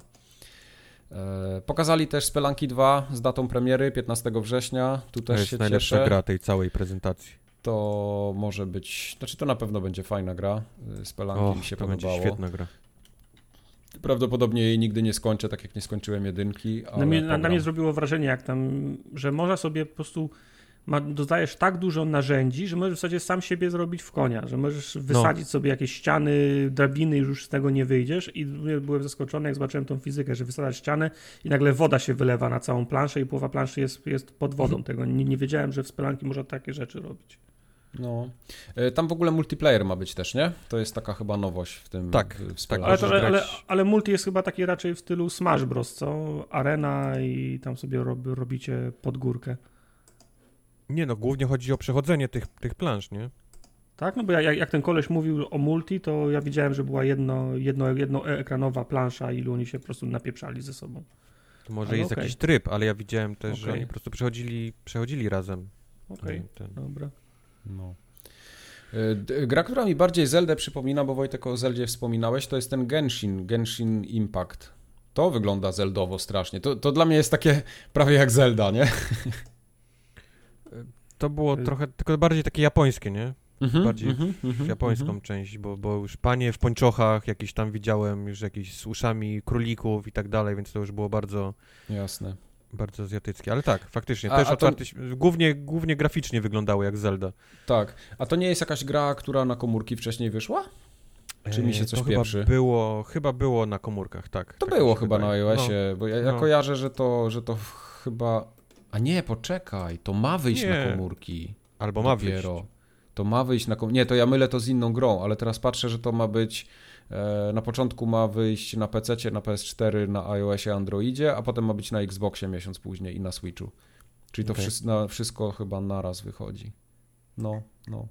[SPEAKER 1] E, pokazali też Spelunky dwa z datą premiery piętnastego września. Tu
[SPEAKER 3] To
[SPEAKER 1] też
[SPEAKER 3] jest
[SPEAKER 1] się
[SPEAKER 3] najlepsza
[SPEAKER 1] cieszę.
[SPEAKER 3] gra tej całej prezentacji.
[SPEAKER 1] To może być... Znaczy to na pewno będzie fajna gra. Spelunky
[SPEAKER 3] O,
[SPEAKER 1] mi się
[SPEAKER 3] to
[SPEAKER 1] podobało.
[SPEAKER 3] będzie świetna gra.
[SPEAKER 1] Prawdopodobnie jej nigdy nie skończę, tak jak nie skończyłem jedynki, ale
[SPEAKER 2] Na mnie, na, na
[SPEAKER 1] pogram.
[SPEAKER 2] mnie zrobiło wrażenie, jak tam, że można sobie po prostu, ma, dostajesz tak dużo narzędzi, że możesz w zasadzie sam siebie zrobić w konia, że możesz wysadzić sobie jakieś ściany, drabiny i już z tego nie wyjdziesz. I byłem zaskoczony, jak zobaczyłem tą fizykę, że wysadzasz ścianę i nagle woda się wylewa na całą planszę i połowa planszy jest, jest pod wodą. Tego nie, nie wiedziałem, że w Spelunky można takie rzeczy robić.
[SPEAKER 1] No. E, Tam w ogóle multiplayer ma być też, nie? To jest taka chyba nowość w tym
[SPEAKER 3] Tak,
[SPEAKER 1] w
[SPEAKER 3] tak,
[SPEAKER 1] Spelunky.
[SPEAKER 2] Ale, to,
[SPEAKER 3] Możesz
[SPEAKER 2] ale,
[SPEAKER 3] grać-
[SPEAKER 2] ale multi jest chyba taki raczej w stylu Smash Bros, co? Arena i tam sobie rob, robicie pod górkę.
[SPEAKER 3] Nie no, głównie chodzi o przechodzenie tych, tych plansz, nie?
[SPEAKER 2] Tak, no bo jak, jak ten koleś mówił o multi, to ja widziałem, że była jedno, jedno, jednoekranowa plansza, ilu oni się po prostu napieprzali ze sobą.
[SPEAKER 3] To może
[SPEAKER 2] Ale
[SPEAKER 3] jest
[SPEAKER 2] okej.
[SPEAKER 3] jakiś tryb, ale ja widziałem też, że
[SPEAKER 2] Okej.
[SPEAKER 3] oni po prostu przechodzili, przechodzili razem.
[SPEAKER 2] Okej,
[SPEAKER 3] Ten-
[SPEAKER 2] dobra.
[SPEAKER 1] No. E, d- Gra, która mi bardziej Zeldę przypomina, bo Wojtek o Zeldzie wspominałeś, to jest ten Genshin, Genshin Impact. To wygląda zeldowo strasznie. To, to dla mnie jest takie prawie jak Zelda, nie?
[SPEAKER 3] To było
[SPEAKER 2] Y-
[SPEAKER 3] trochę, tylko bardziej takie japońskie, nie?
[SPEAKER 1] Mhm,
[SPEAKER 3] Bardziej
[SPEAKER 1] mhm,
[SPEAKER 3] w
[SPEAKER 1] mhm,
[SPEAKER 3] japońską
[SPEAKER 1] mhm.
[SPEAKER 3] część, bo, bo już panie w pończochach jakieś tam widziałem, już jakieś z uszami królików i tak dalej, więc to już było bardzo,
[SPEAKER 1] Jasne.
[SPEAKER 3] bardzo azjatyckie. Ale tak, faktycznie,
[SPEAKER 1] A-
[SPEAKER 3] też
[SPEAKER 1] a to-
[SPEAKER 3] otwarty, ś- głównie, głównie graficznie wyglądało jak Zelda.
[SPEAKER 1] Tak. A to nie jest jakaś gra, która na komórki wcześniej wyszła? Czy mi się
[SPEAKER 3] E,
[SPEAKER 1] coś
[SPEAKER 3] to
[SPEAKER 1] pieprzy?
[SPEAKER 3] Chyba było, chyba było na komórkach, tak.
[SPEAKER 1] To
[SPEAKER 3] tak mi
[SPEAKER 1] było
[SPEAKER 3] się
[SPEAKER 1] chyba
[SPEAKER 3] wydaje.
[SPEAKER 1] na iOSie, bo ja, ja
[SPEAKER 3] no.
[SPEAKER 1] kojarzę, że to, że to chyba... A nie, poczekaj, to ma wyjść
[SPEAKER 3] Nie.
[SPEAKER 1] na komórki.
[SPEAKER 3] No, albo ma wyjść.
[SPEAKER 1] Dopiero. To ma wyjść na komórki. Nie, to ja mylę to z inną grą, ale teraz patrzę, że to ma być... E, na początku ma wyjść na pececie, na P S cztery, na iOSie, Androidzie, a potem ma być na Xboxie miesiąc później i na Switchu. Czyli to
[SPEAKER 3] Okej.
[SPEAKER 1] wszy- na, wszystko chyba naraz wychodzi. No, no.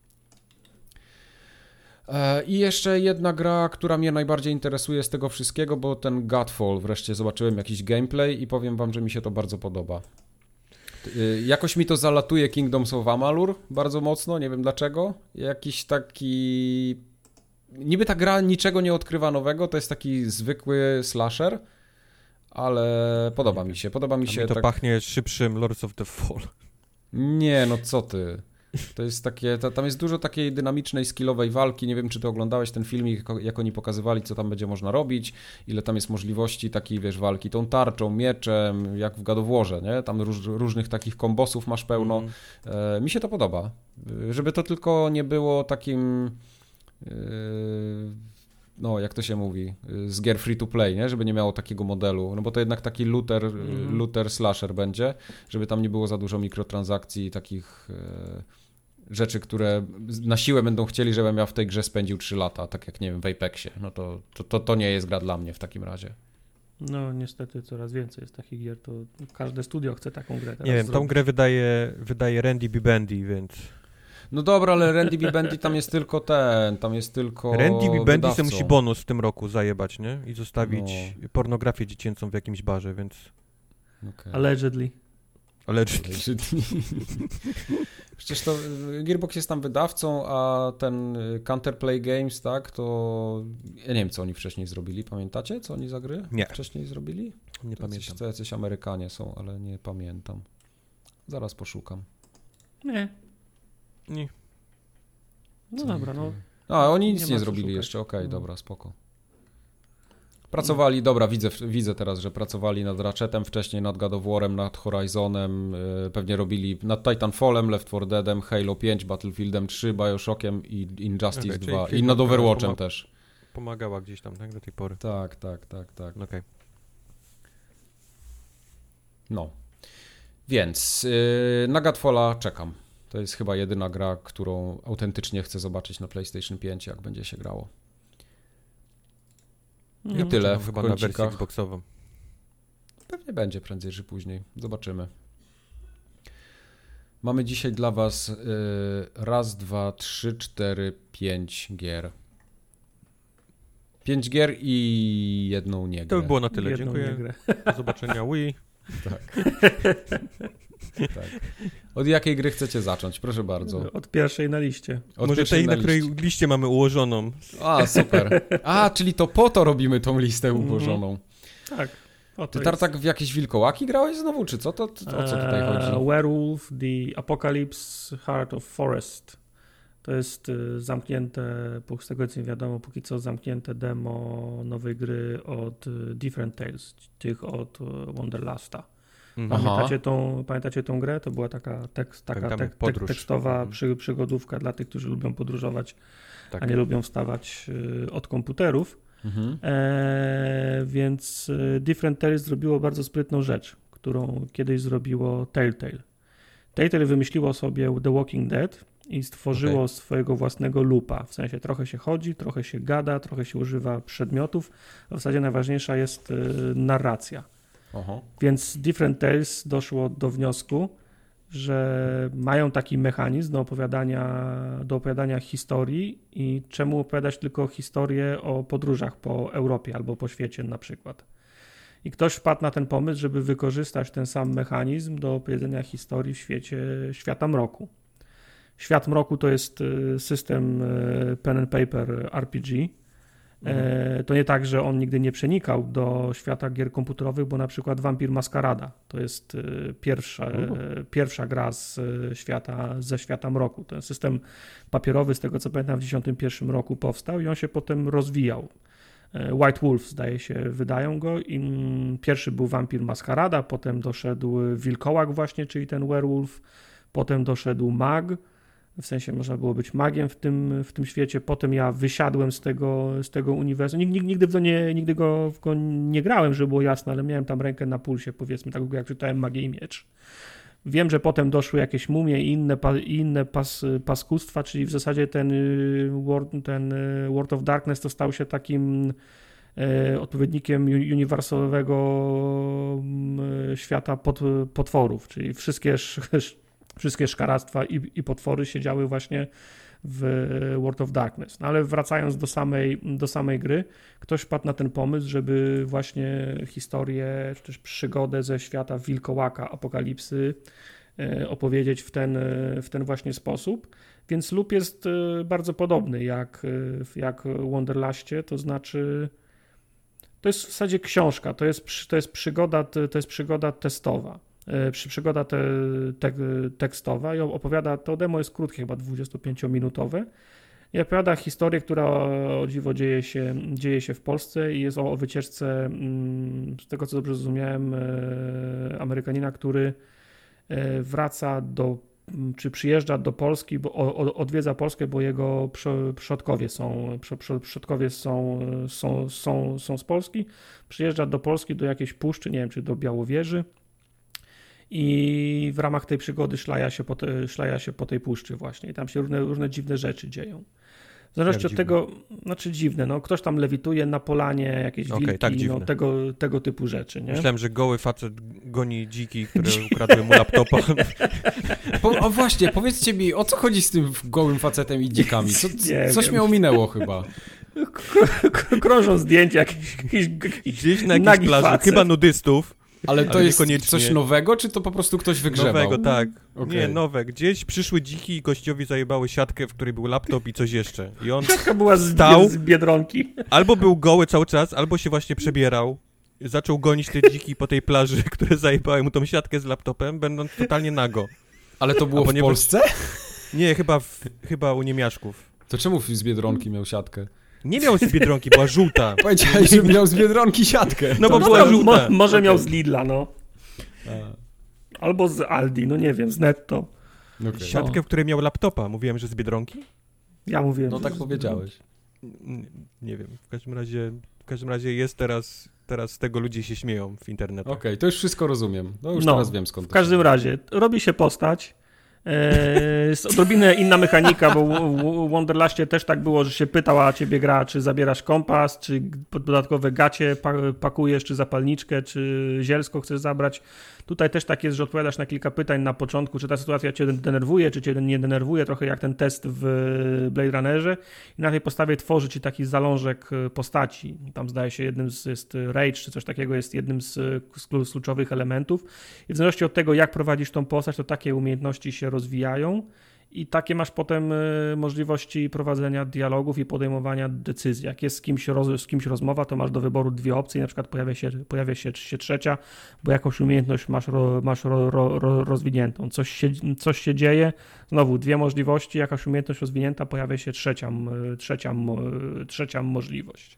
[SPEAKER 1] E, I jeszcze jedna gra, która mnie najbardziej interesuje z tego wszystkiego, bo ten Godfall, wreszcie zobaczyłem jakiś gameplay i powiem wam, że mi się to bardzo podoba. E, Jakoś mi to zalatuje Kingdoms of Amalur bardzo mocno, nie wiem dlaczego. Jakiś taki... Niby ta gra niczego nie odkrywa nowego, to jest taki zwykły slasher, ale podoba mi się, podoba mi
[SPEAKER 3] A
[SPEAKER 1] się
[SPEAKER 3] mi to
[SPEAKER 1] tak...
[SPEAKER 3] pachnie szybszym Lords of the Fall.
[SPEAKER 1] Nie, no co ty. To jest takie, to, tam jest dużo takiej dynamicznej, skillowej walki. Nie wiem, czy ty oglądałeś ten filmik, jak oni pokazywali, co tam będzie można robić, ile tam jest możliwości takiej, wiesz, walki tą tarczą, mieczem, jak w God of Warze, nie? Tam róż, różnych takich kombosów masz pełno. Mm. E, mi się to podoba. Żeby to tylko nie było takim... E, no, jak to się mówi, z gier free to play, nie? Żeby nie miało takiego modelu, no bo to jednak taki looter, mm. looter slasher będzie, żeby tam nie było za dużo mikrotransakcji, takich e, rzeczy, które na siłę będą chcieli, żebym ja w tej grze spędził trzy lata, tak jak, nie wiem, w Apexie. No to, to, to, to nie jest gra dla mnie w takim razie.
[SPEAKER 2] No niestety coraz więcej jest takich gier, to każde studio chce taką grę teraz
[SPEAKER 3] Nie wiem,
[SPEAKER 2] zrobić.
[SPEAKER 3] tą grę wydaje, wydaje Randy B. Bandy, więc...
[SPEAKER 1] No dobra, ale Randy B. Bandy tam jest tylko ten, tam jest tylko
[SPEAKER 3] Randy B. Bandy
[SPEAKER 1] wydawcą.
[SPEAKER 3] se musi bonus w tym roku zajebać, nie? I zostawić
[SPEAKER 1] no.
[SPEAKER 3] pornografię dziecięcą w jakimś barze, więc...
[SPEAKER 1] Okay.
[SPEAKER 2] Allegedly.
[SPEAKER 3] Allegedly.
[SPEAKER 1] Przecież to Gearbox jest tam wydawcą, a ten Counterplay Games, tak, to ja nie wiem, co oni wcześniej zrobili, pamiętacie, co oni za gry
[SPEAKER 3] nie.
[SPEAKER 1] wcześniej zrobili?
[SPEAKER 3] Nie
[SPEAKER 1] to
[SPEAKER 3] pamiętam.
[SPEAKER 1] To jacyś Amerykanie są, ale nie pamiętam. Zaraz poszukam.
[SPEAKER 2] Nie.
[SPEAKER 3] Nie.
[SPEAKER 2] No
[SPEAKER 1] co
[SPEAKER 2] dobra, no.
[SPEAKER 1] A, oni nic
[SPEAKER 2] nie,
[SPEAKER 1] nie,
[SPEAKER 2] nie
[SPEAKER 1] zrobili
[SPEAKER 2] szukać.
[SPEAKER 1] jeszcze, okej, okay,
[SPEAKER 2] no.
[SPEAKER 1] dobra, spoko. Pracowali, dobra, widzę, widzę teraz, że pracowali nad Ratchetem wcześniej, nad God of War'em, nad Horizonem, yy, pewnie robili nad Titanfallem, Left four Deadem, Halo pięć, Battlefieldem trzy, Bioshockiem i Injustice
[SPEAKER 3] okay,
[SPEAKER 1] dwa
[SPEAKER 3] czyli
[SPEAKER 1] i nad Overwatchem
[SPEAKER 3] pomag-
[SPEAKER 1] też.
[SPEAKER 3] Pomagała gdzieś tam, tak, do tej pory.
[SPEAKER 1] Tak, tak, tak, tak.
[SPEAKER 3] Okej. Okay.
[SPEAKER 1] No. Więc yy, na Godfalla czekam. To jest chyba jedyna gra, którą autentycznie chcę zobaczyć na PlayStation pięć, jak będzie się grało. I
[SPEAKER 2] Ja
[SPEAKER 1] tyle w
[SPEAKER 3] chyba na wersję
[SPEAKER 1] kącikach.
[SPEAKER 3] Xboxową.
[SPEAKER 1] Pewnie będzie prędzej czy później. Zobaczymy. Mamy dzisiaj dla was y, raz, dwa, trzy, cztery, pięć gier. Pięć gier i jedną nie grę.
[SPEAKER 3] To by było na tyle.
[SPEAKER 2] Jedną
[SPEAKER 3] Dziękuję.
[SPEAKER 2] niegrę.
[SPEAKER 3] Do zobaczenia. Wii.
[SPEAKER 1] Tak. tak. Od jakiej gry chcecie zacząć? Proszę bardzo.
[SPEAKER 2] Od pierwszej na liście.
[SPEAKER 1] Od
[SPEAKER 3] Może
[SPEAKER 1] pierwszej
[SPEAKER 3] tej, na
[SPEAKER 1] liście.
[SPEAKER 3] której liście mamy ułożoną.
[SPEAKER 1] A, super. A, czyli to po to robimy tą listę ułożoną.
[SPEAKER 2] Tak. O,
[SPEAKER 1] Ty
[SPEAKER 2] to
[SPEAKER 1] Tartak w jakieś wilkołaki grałeś znowu, czy co? To, to o co tutaj chodzi?
[SPEAKER 2] Uh, Werewolf, The Apocalypse, Heart of Forest. To jest y, zamknięte, z tego co mi wiadomo, póki co zamknięte demo nowej gry od y, Different Tales, tych od y, Wonderlasta.
[SPEAKER 3] Mhm.
[SPEAKER 2] Pamiętacie tą, pamiętacie tą grę? To była taka, tekst, taka
[SPEAKER 3] Pamiętamy,
[SPEAKER 2] tek,
[SPEAKER 3] podróż.
[SPEAKER 2] tek, tekstowa
[SPEAKER 3] Mhm.
[SPEAKER 2] przy, przygodówka dla tych, którzy lubią podróżować,
[SPEAKER 3] Tak.
[SPEAKER 2] a nie lubią wstawać y, od komputerów.
[SPEAKER 1] Mhm.
[SPEAKER 2] E, więc y, Different Tales zrobiło bardzo sprytną rzecz, którą kiedyś zrobiło Telltale. Telltale wymyśliło sobie The Walking Dead i stworzyło
[SPEAKER 1] Okay.
[SPEAKER 2] swojego własnego loopa. W sensie trochę się chodzi, trochę się gada, trochę się używa przedmiotów, a w zasadzie najważniejsza jest y, narracja.
[SPEAKER 1] Oho.
[SPEAKER 2] Więc Different Tales doszło do wniosku, że mają taki mechanizm do opowiadania, do opowiadania historii i czemu opowiadać tylko historię o podróżach po Europie albo po świecie na przykład. I ktoś wpadł na ten pomysł, żeby wykorzystać ten sam mechanizm do opowiedzenia historii w świecie Świata Mroku. Świat Mroku to jest system pen and paper R P G. Mhm. To nie tak, że on nigdy nie przenikał do świata gier komputerowych, bo na przykład Vampire Masquerada to jest pierwsza, mhm. pierwsza gra z świata, ze Świata Mroku. Ten system papierowy, z tego co pamiętam, w tysiąc dziewięćset dziewięćdziesiątym pierwszym roku powstał i on się potem rozwijał. White Wolf, zdaje się, wydają go. I pierwszy był Vampire Masquerada, potem doszedł Wilkołak właśnie, czyli ten werewolf, potem doszedł Mag, w sensie można było być magiem w tym, w tym świecie. Potem ja wysiadłem z tego, z tego uniwersum. Nigdy, nigdy, w to nie, nigdy go, w go nie grałem, żeby było jasne, ale miałem tam rękę na pulsie, powiedzmy, tak jak czytałem Magię i Miecz. Wiem, że potem doszły jakieś mumie i inne, i inne pas, paskustwa, czyli w zasadzie ten, ten World of Darkness to stał się takim e, odpowiednikiem uniwersalowego świata pot, potworów, czyli wszystkie, wszystkie szkaractwa i, i potwory siedziały właśnie w World of Darkness. No ale wracając do samej, do samej gry, ktoś wpadł na ten pomysł, żeby właśnie historię, czy też przygodę ze świata wilkołaka, apokalipsy opowiedzieć w ten, w ten właśnie sposób. Więc loop jest bardzo podobny jak, jak w Wonderlastie, to znaczy to jest w zasadzie książka, to jest, to jest, przygoda, to jest przygoda testowa. przy przygoda te, te, tekstowa i opowiada, to demo jest krótkie, chyba dwudziestopięciominutowe i opowiada historię, która o dziwo dzieje się, dzieje się w Polsce i jest o, o wycieczce, z tego co dobrze zrozumiałem, Amerykanina, który wraca do, czy przyjeżdża do Polski, bo odwiedza Polskę, bo jego przodkowie są, przodkowie są, są, są, są z Polski, przyjeżdża do Polski, do jakiejś puszczy, nie wiem, czy do Białowieży, i w ramach tej przygody szlaja się po, te, szlaja się po tej puszczy właśnie i tam się różne, różne dziwne rzeczy dzieją. W zależności od tego, znaczy dziwne, no ktoś tam lewituje na polanie, jakieś okay, wilki, tak, no, tego, tego typu rzeczy, nie?
[SPEAKER 3] Myślałem, że goły facet goni dziki, które ukradły mu laptopa.
[SPEAKER 1] Po, o właśnie, powiedzcie mi, o co chodzi z tym gołym facetem i dzikami? Co, coś mnie ominęło chyba.
[SPEAKER 2] Krążą zdjęcia jakichś, jakichś
[SPEAKER 3] gdzieś na jakiejś plaży, facet. Chyba nudystów.
[SPEAKER 1] Ale to ale jest niekoniecznie. Coś nowego, czy to po prostu ktoś wygrzewał?
[SPEAKER 3] Nowego, tak. Okay. Nie, nowe. Gdzieś przyszły dziki i gościowi zajebały siatkę, w której był laptop i coś jeszcze. I on
[SPEAKER 2] siatka była
[SPEAKER 3] stał,
[SPEAKER 2] z Biedronki.
[SPEAKER 3] Albo był goły cały czas, albo się właśnie przebierał. Zaczął gonić te dziki po tej plaży, które zajebały mu tą siatkę z laptopem, będąc totalnie nago.
[SPEAKER 1] Ale to było w Polsce?
[SPEAKER 3] Nie, chyba, w, chyba u niemiaszków.
[SPEAKER 1] To czemu z Biedronki miał siatkę?
[SPEAKER 3] Nie miał z Biedronki, była żółta.
[SPEAKER 1] Powiedziałeś, że miał z Biedronki siatkę.
[SPEAKER 3] No bo
[SPEAKER 2] no,
[SPEAKER 3] była
[SPEAKER 2] no,
[SPEAKER 3] żółta.
[SPEAKER 2] Mo, może okay. Miał z Lidla, no. A. Albo z Aldi, no nie wiem, z Netto.
[SPEAKER 3] Okay. Siatkę, w której miał laptopa. Mówiłem, że z Biedronki?
[SPEAKER 2] Ja mówiłem.
[SPEAKER 1] No tak powiedziałeś.
[SPEAKER 3] Nie, nie wiem, w każdym razie w każdym razie jest teraz, teraz z tego ludzie się śmieją w internecie.
[SPEAKER 1] Okej, okay, to już wszystko rozumiem. No już no, teraz wiem skąd.
[SPEAKER 2] W każdym to razie, robi się postać. Jest odrobinę inna mechanika, bo w Wonderlastie też tak było, że się pytała ciebie gra, czy zabierasz kompas, czy dodatkowe gacie pakujesz, czy zapalniczkę, czy zielsko chcesz zabrać. Tutaj też tak jest, że odpowiadasz na kilka pytań na początku, czy ta sytuacja cię denerwuje, czy cię nie denerwuje, trochę jak ten test w Blade Runnerze i na tej podstawie tworzy ci taki zalążek postaci. Tam zdaje się jednym z, jest rage, czy coś takiego jest jednym z, z kluczowych elementów i w zależności od tego, jak prowadzisz tą postać, to takie umiejętności się rozwijają i takie masz potem możliwości prowadzenia dialogów i podejmowania decyzji. Jak jest z kimś, roz, z kimś rozmowa, to masz do wyboru dwie opcje, na przykład pojawia się, pojawia się, się trzecia, bo jakąś umiejętność masz, ro, masz ro, ro, ro, rozwiniętą. Coś się, coś się dzieje, znowu dwie możliwości, jakaś umiejętność rozwinięta, pojawia się trzecia, trzecia, trzecia możliwość.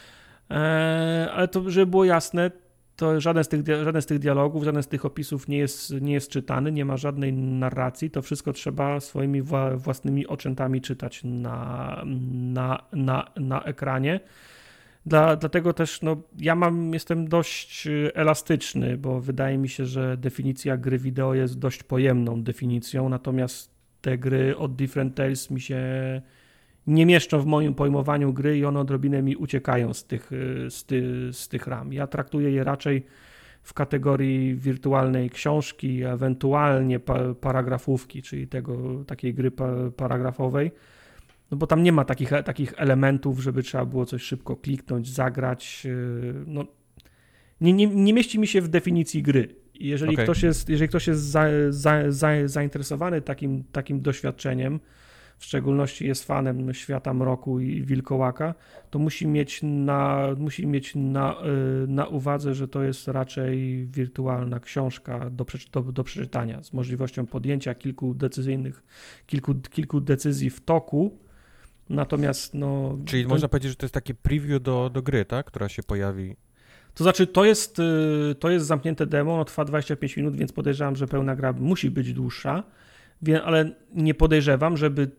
[SPEAKER 2] Eee, ale to, żeby było jasne, to żaden z tych, żaden z tych dialogów, żaden z tych opisów nie jest, nie jest czytany, nie ma żadnej narracji, to wszystko trzeba swoimi własnymi oczętami czytać na, na, na, na ekranie. Dla, dlatego też no, ja mam, jestem dość elastyczny, bo wydaje mi się, że definicja gry wideo jest dość pojemną definicją, natomiast te gry od Different Tales mi się nie mieszczą w moim pojmowaniu gry i one odrobinę mi uciekają z tych, z, ty, z tych ram. Ja traktuję je raczej w kategorii wirtualnej książki, ewentualnie pa, paragrafówki, czyli tego, takiej gry pa, paragrafowej, no bo tam nie ma takich, takich elementów, żeby trzeba było coś szybko kliknąć, zagrać. No, nie, nie, nie mieści mi się w definicji gry. Jeżeli okay. ktoś jest, jeżeli ktoś jest za, za, za, zainteresowany takim, takim doświadczeniem, w szczególności jest fanem Świata Mroku i Wilkołaka, to musi mieć na, musi mieć na, na uwadze, że to jest raczej wirtualna książka do, do, do przeczytania z możliwością podjęcia kilku decyzyjnych, kilku, kilku decyzji w toku. Natomiast no...
[SPEAKER 3] Czyli
[SPEAKER 2] to...
[SPEAKER 3] można powiedzieć, że to jest takie preview do, do gry, tak? Która się pojawi.
[SPEAKER 2] To znaczy, to jest, to jest zamknięte demo, ono trwa dwadzieścia pięć minut, więc podejrzewam, że pełna gra musi być dłuższa, ale nie podejrzewam, żeby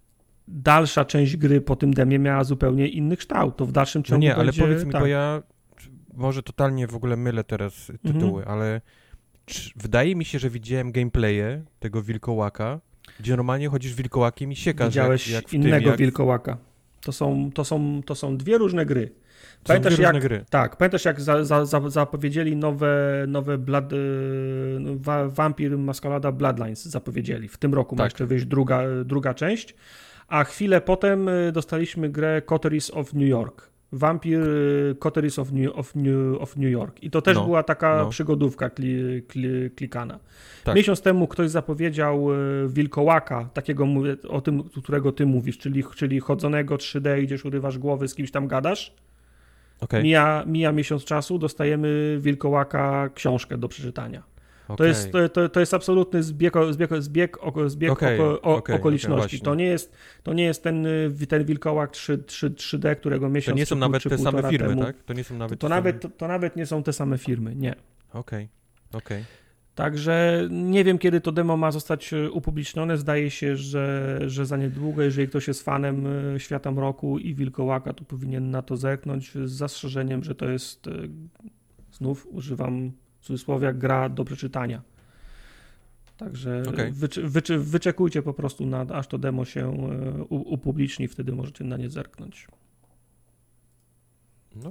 [SPEAKER 2] dalsza część gry po tym demie miała zupełnie inny kształt. To w dalszym ciągu
[SPEAKER 3] no nie, ale
[SPEAKER 2] będzie,
[SPEAKER 3] powiedz mi,
[SPEAKER 2] tak.
[SPEAKER 3] bo ja może totalnie w ogóle mylę teraz tytuły, mhm. ale czy, wydaje mi się, że widziałem gameplaye tego wilkołaka, gdzie normalnie chodzisz wilkołakiem i siekasz.
[SPEAKER 2] Widziałeś
[SPEAKER 3] jak, jak w
[SPEAKER 2] innego
[SPEAKER 3] tym, jak...
[SPEAKER 2] wilkołaka. To są, to, są, to są dwie różne gry.
[SPEAKER 3] Pamiętasz
[SPEAKER 2] jak,
[SPEAKER 3] różne gry.
[SPEAKER 2] Tak, pamiętasz jak za, za, za, zapowiedzieli nowe, nowe Blood, wa, Vampire Masquerada Bloodlines zapowiedzieli. W tym roku tak. ma jeszcze wyjść druga, druga część, a chwilę potem dostaliśmy grę Coteries of New York. Vampire Coteries of New, of New, of New York. I to też no, była taka no. przygodówka kli, kli, klikana. Tak. Miesiąc temu ktoś zapowiedział wilkołaka, takiego o tym, którego ty mówisz, czyli, czyli chodzonego trzy D, idziesz, urywasz głowy, z kimś tam gadasz.
[SPEAKER 3] Okay.
[SPEAKER 2] Mija, mija miesiąc czasu, dostajemy wilkołaka książkę do przeczytania.
[SPEAKER 3] Okay.
[SPEAKER 2] To, jest, to, to, to jest absolutny zbieg, zbieg, zbieg, oko, zbieg
[SPEAKER 3] okay,
[SPEAKER 2] oko, o,
[SPEAKER 3] okay,
[SPEAKER 2] okoliczności.
[SPEAKER 3] okay,
[SPEAKER 2] to, nie jest, to nie jest ten, ten wilkołak trzy D, którego miesiąc
[SPEAKER 3] To nie są
[SPEAKER 2] czy,
[SPEAKER 3] nawet
[SPEAKER 2] czy
[SPEAKER 3] te same firmy,
[SPEAKER 2] temu.
[SPEAKER 3] tak? To nie są nawet
[SPEAKER 2] to, to, nawet, to, to nawet nie są te same firmy, nie.
[SPEAKER 3] Okej, okay, okej. Okay.
[SPEAKER 2] Także nie wiem, kiedy to demo ma zostać upublicznione. Zdaje się, że, że za niedługo, jeżeli ktoś jest fanem Świata Mroku i Wilkołaka, to powinien na to zerknąć z zastrzeżeniem, że to jest, znów używam cudzysłowia, gra do przeczytania. Także okay. wyczy, wyczy, wyczekujcie po prostu, na, aż to demo się upubliczni, wtedy możecie na nie zerknąć.
[SPEAKER 3] No.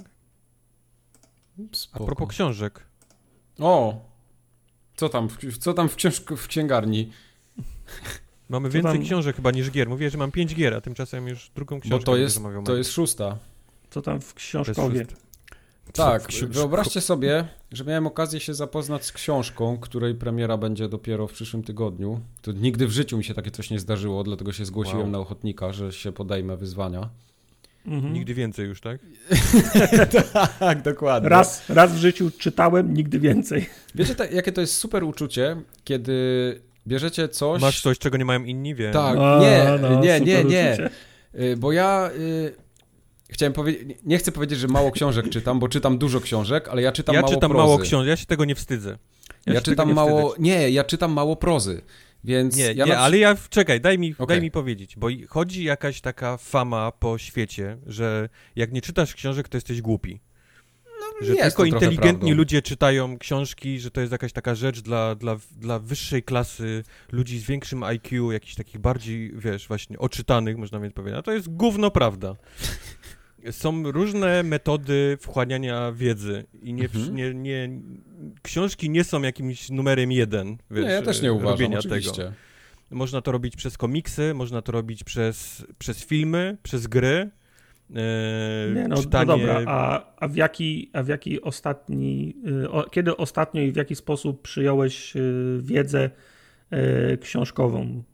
[SPEAKER 3] A propos książek.
[SPEAKER 1] O! Co tam, co tam w, książ- w księgarni?
[SPEAKER 3] Mamy
[SPEAKER 2] co
[SPEAKER 3] więcej
[SPEAKER 2] tam?
[SPEAKER 3] książek chyba niż gier. Mówię, że mam pięć gier, a tymczasem już drugą książkę.
[SPEAKER 1] Bo to jest, to jest szósta.
[SPEAKER 2] Co tam w książkowie?
[SPEAKER 1] Tak, wyobraźcie sobie, że miałem okazję się zapoznać z książką, której premiera będzie dopiero w przyszłym tygodniu. To nigdy w życiu mi się takie coś nie zdarzyło, dlatego się zgłosiłem wow. na ochotnika, że się podejmę wyzwania.
[SPEAKER 3] Mhm. Nigdy więcej już, tak?
[SPEAKER 1] Tak, dokładnie.
[SPEAKER 2] Raz, raz w życiu czytałem, nigdy więcej.
[SPEAKER 1] Wiecie, ta, jakie to jest super uczucie, kiedy bierzecie coś...
[SPEAKER 3] Masz coś, czego nie mają inni, wiem.
[SPEAKER 1] Tak,
[SPEAKER 2] A,
[SPEAKER 1] nie,
[SPEAKER 2] no,
[SPEAKER 1] nie, nie, nie.
[SPEAKER 2] Uczucie.
[SPEAKER 1] Bo ja y, chciałem powiedzieć, nie chcę powiedzieć, że mało książek czytam, bo czytam dużo książek, ale ja czytam
[SPEAKER 3] ja
[SPEAKER 1] mało
[SPEAKER 3] czytam
[SPEAKER 1] prozy.
[SPEAKER 3] mało książek, ja się tego nie wstydzę.
[SPEAKER 1] Ja, ja czytam
[SPEAKER 3] nie
[SPEAKER 1] mało,
[SPEAKER 3] wstydzę.
[SPEAKER 1] nie, ja czytam mało prozy. Więc
[SPEAKER 3] nie,
[SPEAKER 1] ja
[SPEAKER 3] nie
[SPEAKER 1] na...
[SPEAKER 3] ale ja, czekaj, daj mi,
[SPEAKER 1] okay.
[SPEAKER 3] daj mi powiedzieć, bo chodzi jakaś taka fama po świecie, że jak nie czytasz książek, to jesteś głupi.
[SPEAKER 1] No,
[SPEAKER 3] że
[SPEAKER 1] jest
[SPEAKER 3] tylko inteligentni
[SPEAKER 1] prawdą.
[SPEAKER 3] ludzie czytają książki, że to jest jakaś taka rzecz dla, dla, dla wyższej klasy ludzi z większym I Q, jakichś takich bardziej, wiesz, właśnie oczytanych, można więc powiedzieć. A to jest gówno prawda. Są różne metody wchłaniania wiedzy i nie, mhm. nie, nie, książki nie są jakimś numerem jeden, wiesz,
[SPEAKER 1] nie, ja też nie uważam, oczywiście.
[SPEAKER 3] Tego. Można to robić przez komiksy, można to robić przez, przez filmy, przez gry. Yy,
[SPEAKER 2] nie, no,
[SPEAKER 3] czytanie...
[SPEAKER 2] no dobra, a, a, w jaki, a w jaki ostatni, yy, o, kiedy ostatnio i w jaki sposób przyjąłeś yy, wiedzę yy, książkową?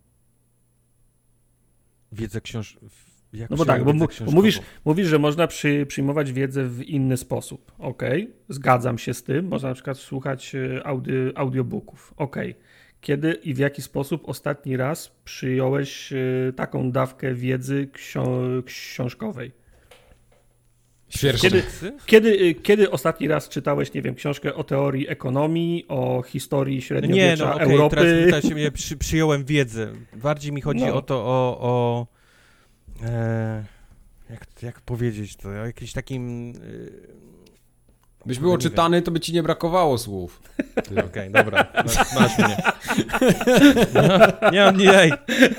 [SPEAKER 3] Wiedzę książ... Jak
[SPEAKER 2] no bo tak, bo, bo mówisz, mówisz, że można przy, przyjmować wiedzę w inny sposób. Okej, okay. Zgadzam się z tym. Można na przykład słuchać audi, audiobooków. Okej. Okay. Kiedy i w jaki sposób ostatni raz przyjąłeś taką dawkę wiedzy ksio- książkowej? Kiedy, kiedy, kiedy ostatni raz czytałeś, nie wiem, książkę o teorii ekonomii, o historii średniowiecza
[SPEAKER 3] nie, no, okay,
[SPEAKER 2] Europy?
[SPEAKER 3] Teraz, teraz ja przy, przyjąłem wiedzę. Bardziej mi chodzi no. o to, o... o e, jak, jak powiedzieć to? O jakimś takim... E,
[SPEAKER 1] Byś był czytany, to by ci nie brakowało słów.
[SPEAKER 3] Okej, okay, dobra, masz, masz mnie. No, nie, nie, ej.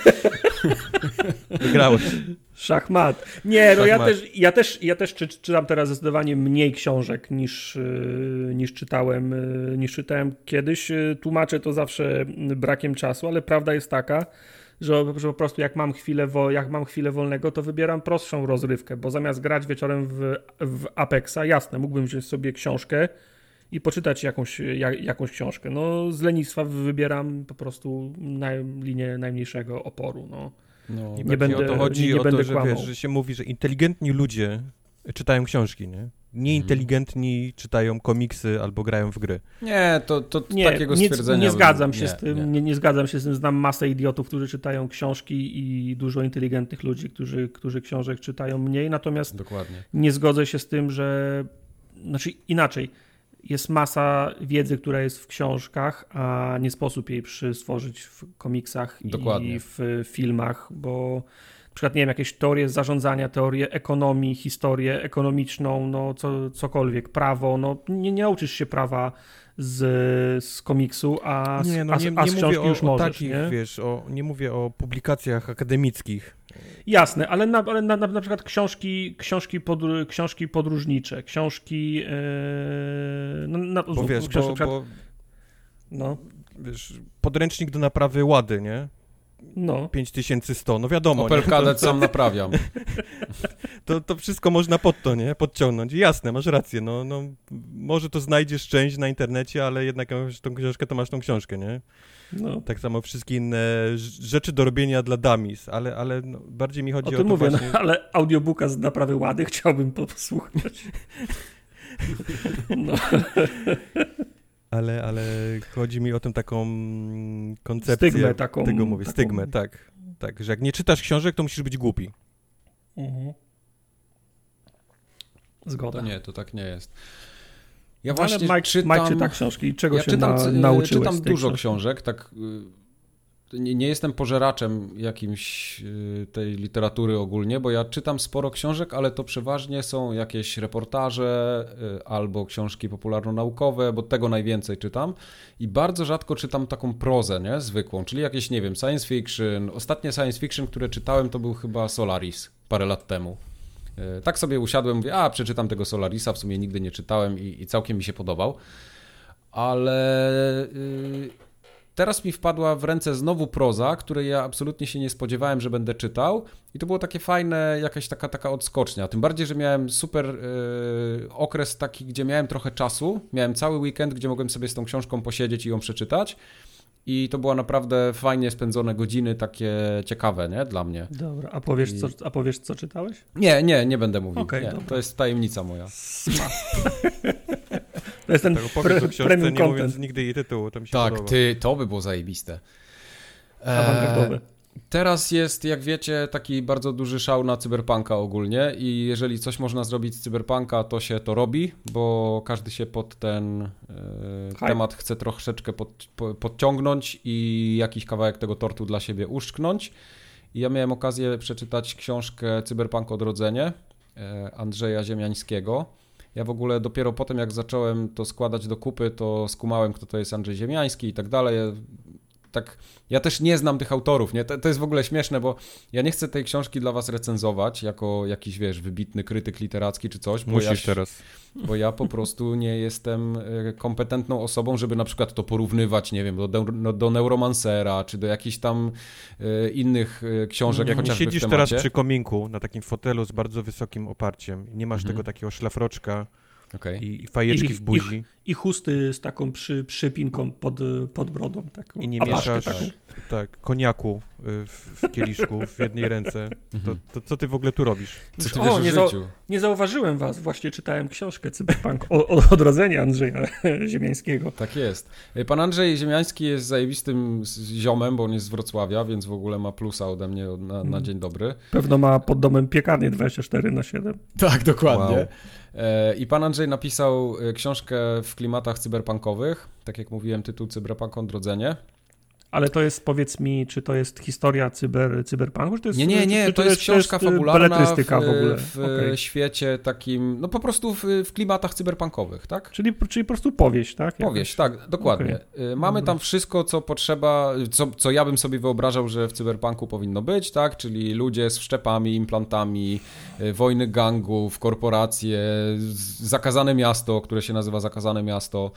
[SPEAKER 3] Wygrałeś.
[SPEAKER 2] Szachmat. Nie, no Szachmat. ja też, ja też, ja też czy, czytam teraz zdecydowanie mniej książek niż, niż czytałem, niż czytałem kiedyś. Tłumaczę to zawsze brakiem czasu, ale prawda jest taka, że, że po prostu jak mam, chwilę wo, jak mam chwilę wolnego, to wybieram prostszą rozrywkę, bo zamiast grać wieczorem w, w Apexa, jasne, mógłbym wziąć sobie książkę i poczytać jakąś, jak, jakąś książkę. No z lenistwa wybieram po prostu na linię najmniejszego oporu. No.
[SPEAKER 3] No, nie będę, o to chodzi, nie, nie o to, że, wiesz, że się mówi, że inteligentni ludzie czytają książki, nie? Nieinteligentni hmm. czytają komiksy albo grają w gry.
[SPEAKER 1] Nie, to, to
[SPEAKER 2] nie,
[SPEAKER 1] takiego stwierdzenia...
[SPEAKER 2] Nie, nie zgadzam się
[SPEAKER 1] nie,
[SPEAKER 2] z tym,
[SPEAKER 1] nie.
[SPEAKER 2] Nie, nie zgadzam się z tym. Znam masę idiotów, którzy czytają książki i dużo inteligentnych ludzi, którzy, którzy książek czytają mniej, natomiast
[SPEAKER 1] Dokładnie.
[SPEAKER 2] nie zgodzę się z tym, że... Znaczy inaczej, jest masa wiedzy, która jest w książkach, a nie sposób jej przystworzyć w komiksach
[SPEAKER 1] Dokładnie.
[SPEAKER 2] i w filmach, bo na przykład, nie wiem, jakieś teorie zarządzania, teorie ekonomii, historię ekonomiczną, no co, cokolwiek, prawo, no nie, nie nauczysz się prawa z, z komiksu, a,
[SPEAKER 3] nie, no,
[SPEAKER 2] a,
[SPEAKER 3] nie,
[SPEAKER 2] a
[SPEAKER 3] nie
[SPEAKER 2] z
[SPEAKER 3] mówię
[SPEAKER 2] książki
[SPEAKER 3] o,
[SPEAKER 2] już
[SPEAKER 3] o
[SPEAKER 2] możesz,
[SPEAKER 3] takich,
[SPEAKER 2] nie?
[SPEAKER 3] Wiesz, o, nie mówię o publikacjach akademickich.
[SPEAKER 2] Jasne, ale na, ale na, na, na przykład książki, książki, podr, książki podróżnicze, książki... Yy, no, na,
[SPEAKER 3] bo wiesz,
[SPEAKER 2] książki,
[SPEAKER 3] bo,
[SPEAKER 2] przykład,
[SPEAKER 3] bo
[SPEAKER 2] no.
[SPEAKER 3] wiesz, podręcznik do naprawy Łady, nie?
[SPEAKER 2] No.
[SPEAKER 3] pięć tysięcy sto, no wiadomo.
[SPEAKER 1] Opel Kadett sam naprawiam.
[SPEAKER 3] To, to wszystko można pod to, nie? Podciągnąć. Jasne, masz rację, no, no może to znajdziesz część na internecie, ale jednak jak masz tą książkę, to masz tą książkę, nie?
[SPEAKER 2] No.
[SPEAKER 3] Tak samo wszystkie inne rzeczy do robienia dla dummies, ale, ale no, bardziej mi chodzi o,
[SPEAKER 2] o
[SPEAKER 3] to
[SPEAKER 2] tym mówię,
[SPEAKER 3] właśnie...
[SPEAKER 2] no, ale audiobooka z naprawy Łady chciałbym posłuchać. No.
[SPEAKER 3] Ale, ale chodzi mi o tę taką koncepcję.
[SPEAKER 2] Stygmę taką.
[SPEAKER 3] Tego mówię,
[SPEAKER 2] taką...
[SPEAKER 3] stygmę, tak. Tak, że jak nie czytasz książek, to musisz być głupi.
[SPEAKER 2] Mhm. Zgoda.
[SPEAKER 1] To nie, to tak nie jest. Ja
[SPEAKER 2] no,
[SPEAKER 1] właśnie
[SPEAKER 2] ale Mike,
[SPEAKER 1] czytam...
[SPEAKER 2] Mike czyta książki. Czego
[SPEAKER 1] ja
[SPEAKER 2] się
[SPEAKER 1] czytam,
[SPEAKER 2] na, nauczyłeś
[SPEAKER 1] czytam dużo
[SPEAKER 2] książki?
[SPEAKER 1] książek, tak... Nie, nie jestem pożeraczem jakimś tej literatury ogólnie, bo ja czytam sporo książek, ale to przeważnie są jakieś reportaże albo książki popularno-naukowe, bo tego najwięcej czytam i bardzo rzadko czytam taką prozę, nie, zwykłą, czyli jakieś, nie wiem, science fiction. Ostatnie science fiction, które czytałem, to był chyba Solaris parę lat temu. Tak sobie usiadłem, mówię, a przeczytam tego Solarisa, w sumie nigdy nie czytałem i, i całkiem mi się podobał, ale... Yy... Teraz mi wpadła w ręce znowu proza, której ja absolutnie się nie spodziewałem, że będę czytał i to było takie fajne, jakaś taka, taka odskocznia. Tym bardziej, że miałem super yy, okres taki, gdzie miałem trochę czasu, miałem cały weekend, gdzie mogłem sobie z tą książką posiedzieć i ją przeczytać i to była naprawdę fajnie spędzone godziny, takie ciekawe, nie, dla mnie.
[SPEAKER 2] Dobra, a powiesz,
[SPEAKER 1] I...
[SPEAKER 2] co, a powiesz co czytałeś?
[SPEAKER 1] Nie, nie, nie będę mówił.
[SPEAKER 2] Okay,
[SPEAKER 1] nie, to jest tajemnica moja.
[SPEAKER 2] To jest ten
[SPEAKER 3] tak, pre, książce,
[SPEAKER 2] premium
[SPEAKER 3] nie
[SPEAKER 2] content.
[SPEAKER 3] mówiąc nigdy jej tytułu, to mi się
[SPEAKER 1] tak,
[SPEAKER 3] podoba.
[SPEAKER 1] ty, to by było zajebiste.
[SPEAKER 2] Awangardowe.
[SPEAKER 1] Teraz jest, jak wiecie, taki bardzo duży szał na cyberpunka ogólnie i jeżeli coś można zrobić z cyberpunka, to się to robi, bo każdy się pod ten e, temat chce troszeczkę pod, po, podciągnąć i jakiś kawałek tego tortu dla siebie uszczknąć. I ja miałem okazję przeczytać książkę Cyberpunk Odrodzenie e, Andrzeja Ziemiańskiego. Ja w ogóle dopiero potem, jak zacząłem to składać do kupy, to skumałem, kto to jest Andrzej Ziemiański i tak dalej. Tak, ja też nie znam tych autorów, nie? To, to jest w ogóle śmieszne, bo ja nie chcę tej książki dla was recenzować jako jakiś, wiesz, wybitny krytyk literacki czy coś. Bo
[SPEAKER 3] Musisz
[SPEAKER 1] ja,
[SPEAKER 3] teraz.
[SPEAKER 1] Bo ja po prostu nie jestem kompetentną osobą, żeby na przykład to porównywać, nie wiem, do, do, do Neuromancera, czy do jakichś tam y, innych książek,
[SPEAKER 3] jak
[SPEAKER 1] chociażby
[SPEAKER 3] siedzisz
[SPEAKER 1] w temacie.
[SPEAKER 3] teraz przy kominku na takim fotelu z bardzo wysokim oparciem, nie masz
[SPEAKER 1] Mhm.
[SPEAKER 3] tego takiego szlafroczka
[SPEAKER 1] okay.
[SPEAKER 3] i, i fajeczki
[SPEAKER 2] I,
[SPEAKER 3] w buzi.
[SPEAKER 2] I, i chusty z taką przy, przypinką pod, pod brodą. Taką,
[SPEAKER 3] I nie
[SPEAKER 2] apaszkę
[SPEAKER 3] mieszasz
[SPEAKER 2] taką.
[SPEAKER 3] tak, koniaku w, w kieliszku w jednej ręce. To, to co ty w ogóle tu robisz?
[SPEAKER 1] Co ty
[SPEAKER 2] O,
[SPEAKER 1] wiesz o
[SPEAKER 2] nie, za,
[SPEAKER 1] życiu?
[SPEAKER 2] nie zauważyłem was, właśnie czytałem książkę Cyberpunk o, o odrodzeniu Andrzeja Ziemiańskiego.
[SPEAKER 1] Tak jest. Pan Andrzej Ziemiański jest zajebistym ziomem, bo on jest z Wrocławia, więc w ogóle ma plusa ode mnie na, na dzień dobry.
[SPEAKER 2] Pewno ma pod domem piekarnię dwadzieścia cztery na siedem.
[SPEAKER 1] Tak, dokładnie.
[SPEAKER 3] Wow.
[SPEAKER 1] I pan Andrzej napisał książkę w klimatach cyberpunkowych, tak jak mówiłem, tytuł Cyberpunk Odrodzenie.
[SPEAKER 2] Ale to jest, powiedz mi, czy to jest historia cyber, cyberpunku? Czy to jest,
[SPEAKER 1] nie, nie, nie,
[SPEAKER 2] czy
[SPEAKER 1] to, to jest książka
[SPEAKER 2] to jest
[SPEAKER 1] fabularna
[SPEAKER 2] beletrystyka
[SPEAKER 1] w,
[SPEAKER 2] w ogóle.
[SPEAKER 1] w
[SPEAKER 2] okay.
[SPEAKER 1] świecie takim, no po prostu w, w klimatach cyberpunkowych, tak?
[SPEAKER 2] Czyli, czyli po prostu powieść, tak?
[SPEAKER 1] Powieść, Jakoś. tak, dokładnie. Okay. Mamy tam wszystko, co potrzeba, co, co ja bym sobie wyobrażał, że w cyberpunku powinno być, tak? Czyli ludzie z wszczepami, implantami, wojny gangów, korporacje, zakazane miasto, które się nazywa Zakazane Miasto.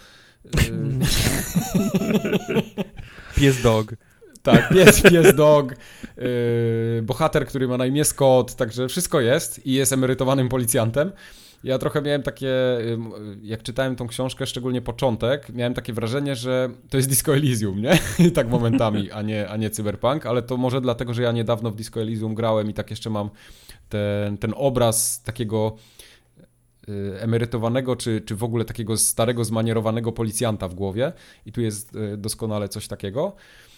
[SPEAKER 3] Pies dog.
[SPEAKER 1] Tak, pies, pies dog, yy, bohater, który ma na imię Scott, także wszystko jest i jest emerytowanym policjantem. Ja trochę miałem takie, jak czytałem tą książkę, szczególnie początek, miałem takie wrażenie, że to jest Disco Elysium, nie? I tak momentami, a nie, a nie Cyberpunk, ale to może dlatego, że ja niedawno w Disco Elysium grałem i tak jeszcze mam ten, ten obraz takiego emerytowanego, czy, czy w ogóle takiego starego, zmanierowanego policjanta w głowie i tu jest doskonale coś takiego.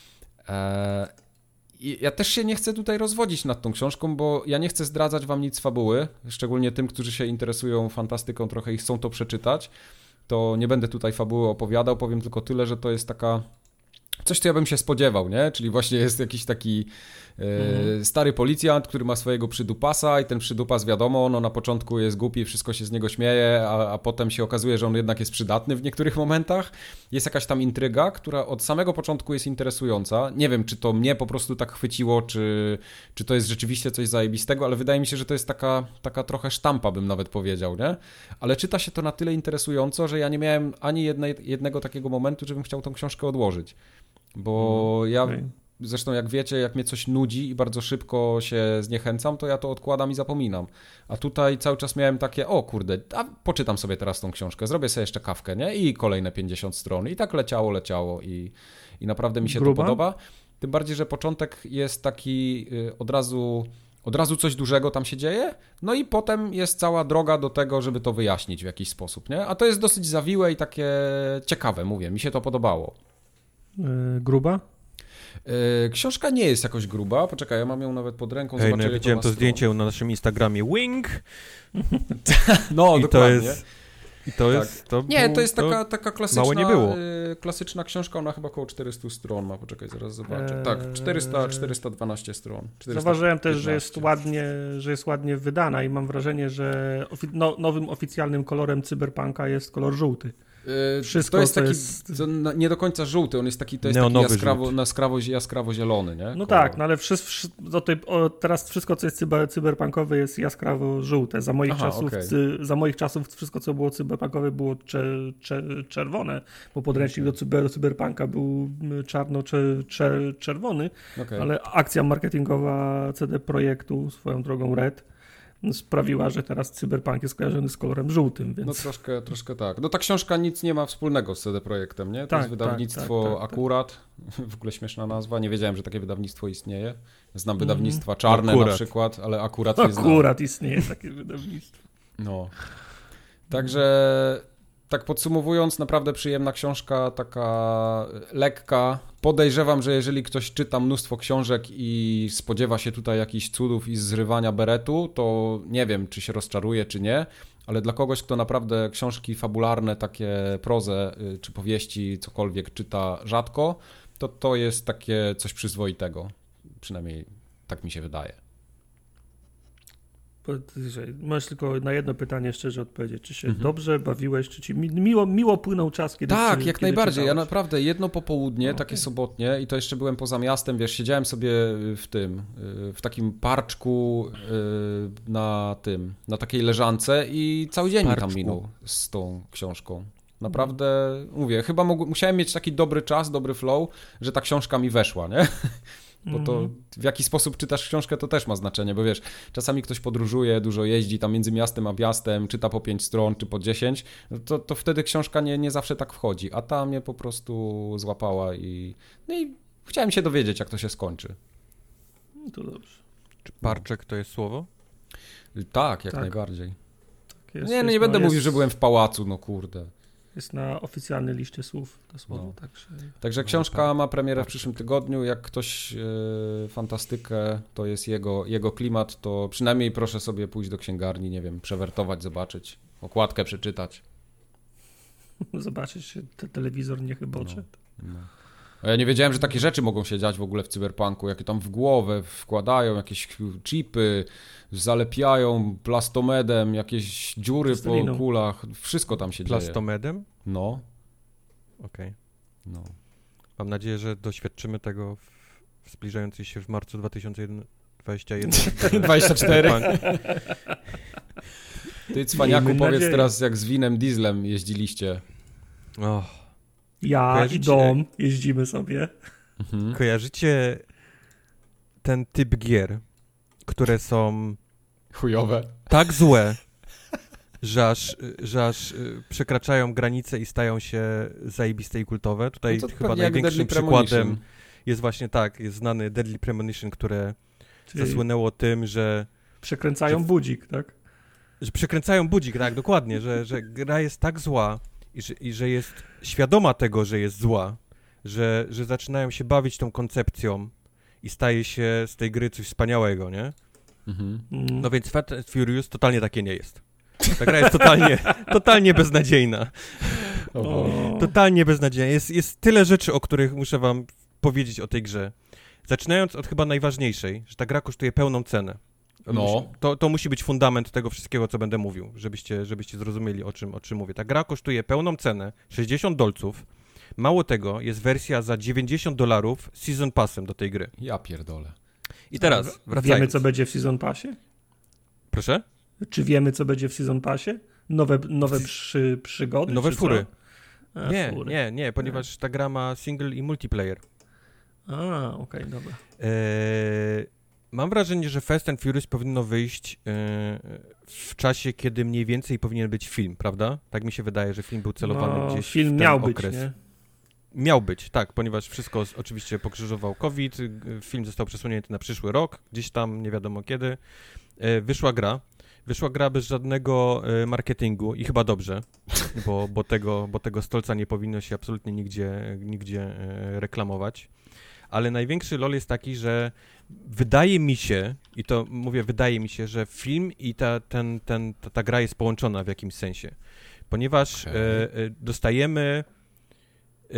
[SPEAKER 1] I ja też się nie chcę tutaj rozwodzić nad tą książką, bo ja nie chcę zdradzać wam nic z fabuły, szczególnie tym, którzy się interesują fantastyką trochę i chcą to przeczytać, to nie będę tutaj fabuły opowiadał, powiem tylko tyle, że to jest taka coś, co ja bym się spodziewał, nie? Czyli właśnie jest jakiś taki e, mhm. stary policjant, który ma swojego przydupasa i ten przydupas, wiadomo, no na początku jest głupi, wszystko się z niego śmieje, a, a potem się okazuje, że on jednak jest przydatny w niektórych momentach. Jest jakaś tam intryga, która od samego początku jest interesująca. Nie wiem, czy to mnie po prostu tak chwyciło, czy, czy to jest rzeczywiście coś zajebistego, ale wydaje mi się, że to jest taka, taka trochę sztampa, bym nawet powiedział, nie? Ale czyta się to na tyle interesująco, że ja nie miałem ani jednej, jednego takiego momentu, żebym chciał tą książkę odłożyć. Bo ja, okay. zresztą jak wiecie, jak mnie coś nudzi i bardzo szybko się zniechęcam, to ja to odkładam i zapominam. A tutaj cały czas miałem takie, o kurde, a poczytam sobie teraz tą książkę, zrobię sobie jeszcze kawkę, nie? I kolejne pięćdziesiąt stron. I tak leciało, leciało i, i naprawdę mi się
[SPEAKER 2] Gruba?
[SPEAKER 1] to podoba. Tym bardziej, że początek jest taki od razu Od razu coś dużego tam się dzieje, no i potem jest cała droga do tego, żeby to wyjaśnić w jakiś sposób, nie? A to jest dosyć zawiłe i takie ciekawe, mówię, mi się to podobało.
[SPEAKER 2] Yy, gruba?
[SPEAKER 1] Yy, książka nie jest jakoś gruba, poczekaj, ja mam ją nawet pod ręką.
[SPEAKER 3] Hej, no ja
[SPEAKER 1] ile
[SPEAKER 3] widziałem to
[SPEAKER 1] ma
[SPEAKER 3] zdjęcie na naszym Instagramie Wing.
[SPEAKER 1] No,
[SPEAKER 3] I
[SPEAKER 1] dokładnie.
[SPEAKER 3] to jest... I to
[SPEAKER 1] Tak.
[SPEAKER 3] jest... To
[SPEAKER 1] Nie,
[SPEAKER 3] było,
[SPEAKER 1] to jest taka, taka klasyczna,
[SPEAKER 3] mało nie było.
[SPEAKER 1] Yy, klasyczna książka, ona chyba około czterysta stron ma, poczekaj, zaraz zobaczę.
[SPEAKER 2] Eee,
[SPEAKER 1] Tak, czterysta, czterysta dwanaście stron. czterysta
[SPEAKER 2] Zauważyłem też, że jest,
[SPEAKER 1] piętnaście.
[SPEAKER 2] ładnie, że jest ładnie wydana i mam wrażenie, że ofi- no, nowym oficjalnym kolorem cyberpunka jest kolor żółty.
[SPEAKER 1] Yy,
[SPEAKER 2] Wszystko,
[SPEAKER 1] to jest
[SPEAKER 2] co
[SPEAKER 1] taki,
[SPEAKER 2] jest-
[SPEAKER 1] to na- nie do końca żółty, on jest taki, to jest taki
[SPEAKER 3] Neonowy
[SPEAKER 1] jaskrawo,
[SPEAKER 3] żółty.
[SPEAKER 1] jaskrawo, jaskrawo zielony, nie?
[SPEAKER 2] No
[SPEAKER 1] Kolor.
[SPEAKER 2] tak, no ale wszyscy, wszyscy, do tej, o, teraz wszystko, co jest cyber, cyberpunkowe jest jaskrawo żółte. Za moich,
[SPEAKER 1] Aha,
[SPEAKER 2] czasów,
[SPEAKER 1] okej.
[SPEAKER 2] cy, za moich czasów wszystko, co było cyberpunkowe było cze, cze, czerwone, bo podręcznik do, cyber, do cyberpunka był czarno cze, cze, czerwony,
[SPEAKER 1] Okej.
[SPEAKER 2] ale akcja marketingowa C D Projektu, swoją drogą Red, sprawiła, że teraz cyberpunk jest kojarzony z kolorem żółtym, więc...
[SPEAKER 1] No troszkę, troszkę tak. No ta książka nic nie ma wspólnego z C D Projektem, nie? To
[SPEAKER 2] Tak,
[SPEAKER 1] jest wydawnictwo
[SPEAKER 2] tak, tak, tak, tak.
[SPEAKER 1] Akurat. W ogóle śmieszna nazwa. Nie wiedziałem, że takie wydawnictwo istnieje. Znam
[SPEAKER 2] Mhm.
[SPEAKER 1] wydawnictwa czarne
[SPEAKER 3] Akurat.
[SPEAKER 1] na przykład, ale akurat nie znam.
[SPEAKER 2] Akurat istnieje takie wydawnictwo.
[SPEAKER 1] No. Także tak podsumowując, naprawdę przyjemna książka, taka lekka. Podejrzewam, że jeżeli ktoś czyta mnóstwo książek i spodziewa się tutaj jakichś cudów i zrywania beretu, to nie wiem, czy się rozczaruje, czy nie, ale dla kogoś, kto naprawdę książki fabularne, takie prozę, y, czy powieści, cokolwiek czyta rzadko, to to jest takie coś przyzwoitego. Przynajmniej tak mi się wydaje.
[SPEAKER 2] Możesz tylko na jedno pytanie szczerze odpowiedzieć. Czy się
[SPEAKER 1] Mhm.
[SPEAKER 2] dobrze bawiłeś, czy ci mi- miło, miło płynął czas, kiedy
[SPEAKER 1] Tak,
[SPEAKER 2] czy,
[SPEAKER 1] jak
[SPEAKER 2] kiedy
[SPEAKER 1] najbardziej. Ja
[SPEAKER 2] czytałeś?
[SPEAKER 1] naprawdę jedno popołudnie,
[SPEAKER 2] No,
[SPEAKER 1] takie
[SPEAKER 2] okej.
[SPEAKER 1] sobotnie i to jeszcze byłem poza miastem, wiesz, siedziałem sobie w tym, w takim parczku na tym, na takiej leżance i cały dzień mi tam
[SPEAKER 3] Parczku.
[SPEAKER 1] minął z tą książką. Naprawdę, mówię, chyba mógł, musiałem mieć taki dobry czas, dobry flow, że ta książka mi weszła, nie? Bo to
[SPEAKER 2] Mhm.
[SPEAKER 1] w jaki sposób czytasz książkę, to też ma znaczenie, bo wiesz, czasami ktoś podróżuje, dużo jeździ tam między miastem a miastem, czyta po pięć stron czy po dziesięć, no to, to wtedy książka nie, nie zawsze tak wchodzi, a ta mnie po prostu złapała i, no i chciałem się dowiedzieć, jak to się skończy.
[SPEAKER 2] No to dobrze.
[SPEAKER 3] Czy parczek to jest słowo?
[SPEAKER 1] Tak, jak
[SPEAKER 2] Tak.
[SPEAKER 1] najbardziej.
[SPEAKER 2] Tak jest,
[SPEAKER 1] nie, no
[SPEAKER 2] jest,
[SPEAKER 1] nie będę
[SPEAKER 2] jest,
[SPEAKER 1] mówił, że byłem w pałacu, no kurde.
[SPEAKER 2] Jest na oficjalnej liście słów to słowo,
[SPEAKER 1] No.
[SPEAKER 2] także...
[SPEAKER 1] Także
[SPEAKER 3] No,
[SPEAKER 1] książka
[SPEAKER 3] tak.
[SPEAKER 1] ma premierę w
[SPEAKER 3] Parczek.
[SPEAKER 1] przyszłym tygodniu. Jak ktoś e, fantastykę, to jest jego, jego klimat, to przynajmniej proszę sobie pójść do księgarni, nie wiem, przewertować, zobaczyć, okładkę przeczytać.
[SPEAKER 2] Zobaczyć, te, telewizor nie chybocze.
[SPEAKER 1] No. A ja nie wiedziałem, że takie rzeczy mogą się dziać w ogóle w cyberpunku, jakie tam w głowę wkładają jakieś chipy, zalepiają plastomedem, jakieś dziury po
[SPEAKER 2] Plasteliną.
[SPEAKER 1] kulach, wszystko tam się dzieje.
[SPEAKER 3] Plastomedem?
[SPEAKER 1] No,
[SPEAKER 3] Okej.
[SPEAKER 1] no.
[SPEAKER 3] Mam nadzieję, że doświadczymy tego w, w zbliżającej się w marcu dwa tysiące dwudziestym pierwszym
[SPEAKER 1] dwadzieścia cztery.
[SPEAKER 3] Cyberpunk.
[SPEAKER 1] Ty, cwaniaku,
[SPEAKER 2] Miejmy
[SPEAKER 1] powiedz
[SPEAKER 2] nadzieję.
[SPEAKER 1] teraz, jak z winem dieslem jeździliście.
[SPEAKER 3] Och.
[SPEAKER 2] Ja
[SPEAKER 3] Kojarzycie-
[SPEAKER 2] i dom jeździmy sobie.
[SPEAKER 1] Mhm.
[SPEAKER 3] Kojarzycie ten typ gier, które są
[SPEAKER 1] Chujowe.
[SPEAKER 3] tak złe, że aż, że aż y, przekraczają granice i stają się zajebiste i kultowe? Tutaj
[SPEAKER 1] No to
[SPEAKER 3] chyba
[SPEAKER 1] pewnie jak
[SPEAKER 3] największym
[SPEAKER 1] Deadly
[SPEAKER 3] przykładem
[SPEAKER 1] Premonition.
[SPEAKER 3] jest właśnie tak, jest znany Deadly Premonition, które
[SPEAKER 2] Czyli
[SPEAKER 3] zasłynęło tym, że,
[SPEAKER 2] przekręcają
[SPEAKER 3] że-
[SPEAKER 2] budzik, tak?
[SPEAKER 3] że przekręcają budzik, tak, dokładnie, że, że gra jest tak zła i że, i że jest świadoma tego, że jest zła, że, że zaczynają się bawić tą koncepcją i staje się z tej gry coś wspaniałego, nie?
[SPEAKER 1] Mhm.
[SPEAKER 2] Mm.
[SPEAKER 3] No więc Fast and Furious totalnie takie nie jest. Ta gra jest totalnie, totalnie beznadziejna.
[SPEAKER 1] O
[SPEAKER 2] O.
[SPEAKER 1] Boże.
[SPEAKER 3] Totalnie beznadziejna. Jest, jest tyle rzeczy, o których muszę wam powiedzieć o tej grze. Zaczynając od chyba najważniejszej, że ta gra kosztuje pełną cenę.
[SPEAKER 1] No.
[SPEAKER 3] Musi, to, to musi być fundament tego wszystkiego, co będę mówił, żebyście, żebyście zrozumieli, o czym, o czym mówię. Ta gra kosztuje pełną cenę, sześćdziesiąt dolców. Mało tego, jest wersja za dziewięćdziesiąt dolarów z Season Passem do tej gry.
[SPEAKER 1] Ja pierdolę.
[SPEAKER 3] I teraz, wracając.
[SPEAKER 2] Wiemy, co będzie w Season Passie?
[SPEAKER 3] Proszę?
[SPEAKER 2] Czy wiemy, co będzie w Season Passie? Nowe, nowe przy, przygody?
[SPEAKER 3] Nowe
[SPEAKER 2] czy co?
[SPEAKER 3] fury.
[SPEAKER 2] A,
[SPEAKER 3] Nie,
[SPEAKER 2] fury.
[SPEAKER 3] nie, nie, ponieważ ta gra ma single i multiplayer.
[SPEAKER 2] A, okej, dobra.
[SPEAKER 3] Eee, mam wrażenie, że Fast and Furious powinno wyjść eee, w czasie, kiedy mniej więcej powinien być film, prawda? Tak mi się wydaje, że film był celowany
[SPEAKER 2] No,
[SPEAKER 3] gdzieś w
[SPEAKER 2] film
[SPEAKER 3] ten
[SPEAKER 2] miał
[SPEAKER 3] okres.
[SPEAKER 2] być, nie?
[SPEAKER 3] Miał być, tak, ponieważ wszystko z, oczywiście pokrzyżował COVID, film został przesunięty na przyszły rok, gdzieś tam, nie wiadomo kiedy. E, wyszła gra. Wyszła gra bez żadnego e, marketingu i chyba dobrze, bo, bo, tego, bo tego stolca nie powinno się absolutnie nigdzie, nigdzie e, reklamować. Ale największy lol jest taki, że wydaje mi się, i to mówię, wydaje mi się, że film i ta, ten, ten, ta, ta gra jest połączona w jakimś sensie, ponieważ okay. e, e, dostajemy e,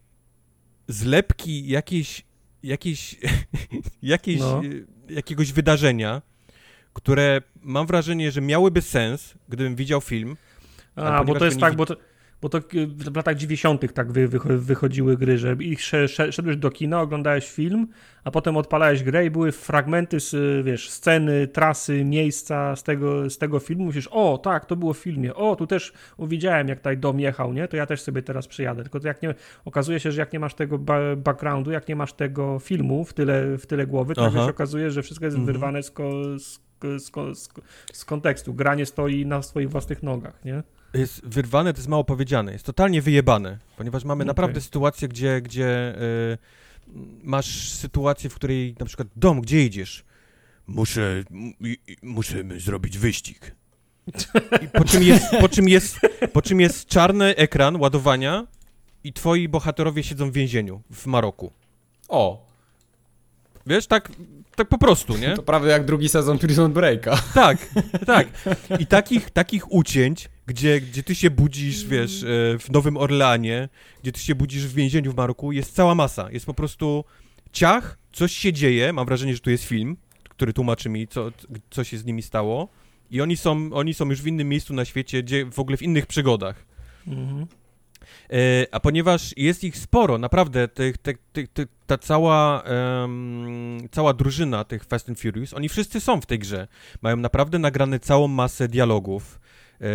[SPEAKER 3] zlepki jakiejś, jakiejś, jakiejś,
[SPEAKER 2] no.
[SPEAKER 3] e, jakiegoś wydarzenia, które mam wrażenie, że miałyby sens, gdybym widział film.
[SPEAKER 2] A, bo to jest tak, wi- bo to... Bo to w latach dziewięćdziesiątych tak wy, wy, wychodziły gry, że ich szedłeś do kina, oglądałeś film, a potem odpalałeś grę i były fragmenty, z, wiesz, sceny, trasy, miejsca z tego, z tego filmu. Myślisz, o tak, to było w filmie, o tu też widziałem, jak tutaj dom jechał, nie? To ja też sobie teraz przyjadę. Tylko to jak nie, okazuje się, że jak nie masz tego ba- backgroundu, jak nie masz tego filmu w tyle, w tyle głowy, to się okazuje, że wszystko jest mhm. wyrwane z, ko- z, z, z, z kontekstu. Gra nie stoi na swoich własnych nogach, nie?
[SPEAKER 3] Jest wyrwane, to jest mało powiedziane, jest totalnie wyjebane, ponieważ mamy okay. naprawdę sytuację, gdzie, gdzie y, masz sytuację, w której na przykład dom, gdzie idziesz? Muszę, m- musimy zrobić wyścig. I po czym jest, po czym jest, po czym jest czarny ekran ładowania i twoi bohaterowie siedzą w więzieniu w Maroku.
[SPEAKER 1] O!
[SPEAKER 3] Wiesz, tak... Tak po prostu, nie?
[SPEAKER 1] To prawie jak drugi sezon Prison Breaka.
[SPEAKER 3] Tak, tak. I takich, takich ucięć, gdzie, gdzie ty się budzisz, wiesz, w Nowym Orleanie, gdzie ty się budzisz w więzieniu w Maroku, jest cała masa. Jest po prostu ciach, coś się dzieje, mam wrażenie, że tu jest film, który tłumaczy mi, co, co się z nimi stało i oni są, oni są już w innym miejscu na świecie, gdzie w ogóle w innych przygodach. Mhm. E, a ponieważ jest ich sporo, naprawdę, tych, tych, tych, tych, ta cała, um, cała drużyna tych Fast and Furious, oni wszyscy są w tej grze. Mają naprawdę nagrane całą masę dialogów. E,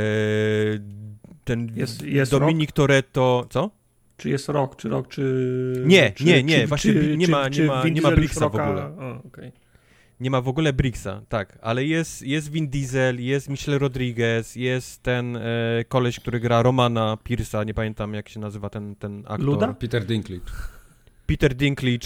[SPEAKER 3] ten
[SPEAKER 2] jest, jest
[SPEAKER 3] Dominic Toretto, co?
[SPEAKER 2] Czy jest Rock, czy Rock, czy...
[SPEAKER 3] Nie,
[SPEAKER 2] czy,
[SPEAKER 3] nie, nie,
[SPEAKER 2] czy,
[SPEAKER 3] właśnie
[SPEAKER 2] czy,
[SPEAKER 3] nie ma,
[SPEAKER 2] czy,
[SPEAKER 3] nie ma,
[SPEAKER 2] czy
[SPEAKER 3] nie ma Bricksa
[SPEAKER 2] Rocka...
[SPEAKER 3] w ogóle.
[SPEAKER 2] O, okay.
[SPEAKER 3] Nie ma w ogóle Bricksa, tak, ale jest, jest Vin Diesel, jest Michelle Rodriguez, jest ten e, koleś, który gra Romana Pierce'a, nie pamiętam jak się nazywa ten, ten aktor.
[SPEAKER 2] Luda?
[SPEAKER 1] Peter Dinklage.
[SPEAKER 3] Peter Dinklage.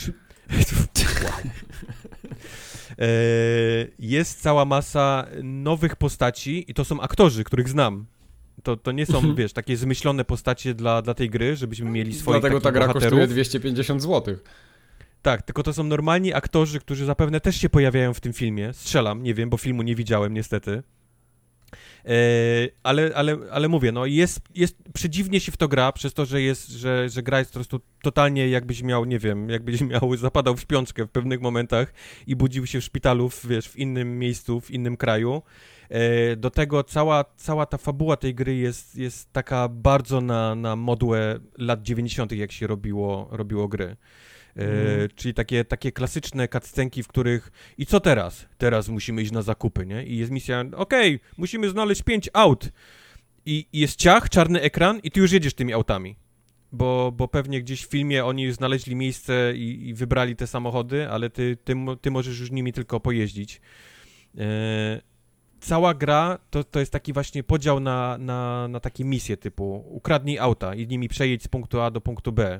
[SPEAKER 3] e, jest cała masa nowych postaci i to są aktorzy, których znam. To, to nie są, wiesz, takie zmyślone postacie dla, dla tej gry, żebyśmy mieli swoich
[SPEAKER 1] Dlatego ta gra
[SPEAKER 3] bohaterów.
[SPEAKER 1] kosztuje dwieście pięćdziesiąt złotych.
[SPEAKER 3] Tak, tylko to są normalni aktorzy, którzy zapewne też się pojawiają w tym filmie. Strzelam, nie wiem, bo filmu nie widziałem niestety. E, ale, ale, ale mówię, no jest, jest, przedziwnie się w to gra, przez to, że jest, że, że gra jest po prostu totalnie jakbyś miał, nie wiem, jakbyś miał, zapadał w śpiączkę w pewnych momentach i budził się w szpitalu, w, wiesz, w innym miejscu, w innym kraju. E, do tego cała, cała ta fabuła tej gry jest, jest taka bardzo na, na modłę lat dziewięćdziesiątych, jak się robiło, robiło gry. Mm. Czyli takie, takie klasyczne cutscenki, w których i co teraz? Teraz musimy iść na zakupy, nie? I jest misja, okej, okay, musimy znaleźć pięć aut. I, I jest ciach, czarny ekran i ty już jedziesz tymi autami. Bo, bo pewnie gdzieś w filmie oni znaleźli miejsce i, i wybrali te samochody, ale ty, ty, ty możesz już nimi tylko pojeździć. E, cała gra to, to jest taki właśnie podział na, na, na takie misje typu ukradnij auta i nimi przejedź z punktu A do punktu B.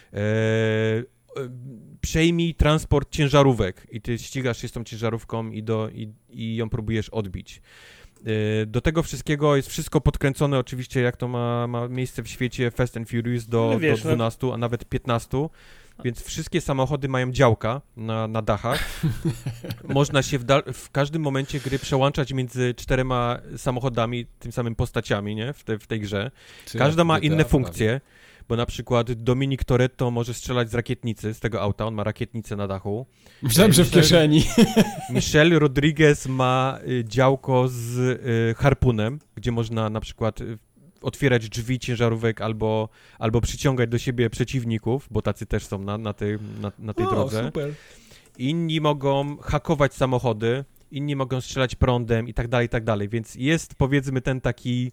[SPEAKER 3] E, przejmij transport ciężarówek i ty ścigasz się z tą ciężarówką i, do, i, i ją próbujesz odbić. Do tego wszystkiego jest wszystko podkręcone oczywiście, jak to ma, ma miejsce w świecie Fast and Furious do, no wiesz, do dwunastu, no... a nawet piętnastu, więc wszystkie samochody mają działka na, na dachach. Można się w, da- w każdym momencie gry przełączać między czterema samochodami, tym samym postaciami, nie? W, te, w tej grze. Czy każda ma inne funkcje. Bo na przykład Dominic Toretto może strzelać z rakietnicy, z tego auta, on ma rakietnicę na dachu.
[SPEAKER 1] Myślałem, że w kieszeni.
[SPEAKER 3] Michelle Rodriguez ma y, działko z y, harpunem, gdzie można na przykład y, otwierać drzwi ciężarówek albo, albo przyciągać do siebie przeciwników, bo tacy też są na, na, tej, na, na tej o, drodze. Super. Inni mogą hakować samochody, inni mogą strzelać prądem i tak dalej, i tak dalej, więc jest powiedzmy ten taki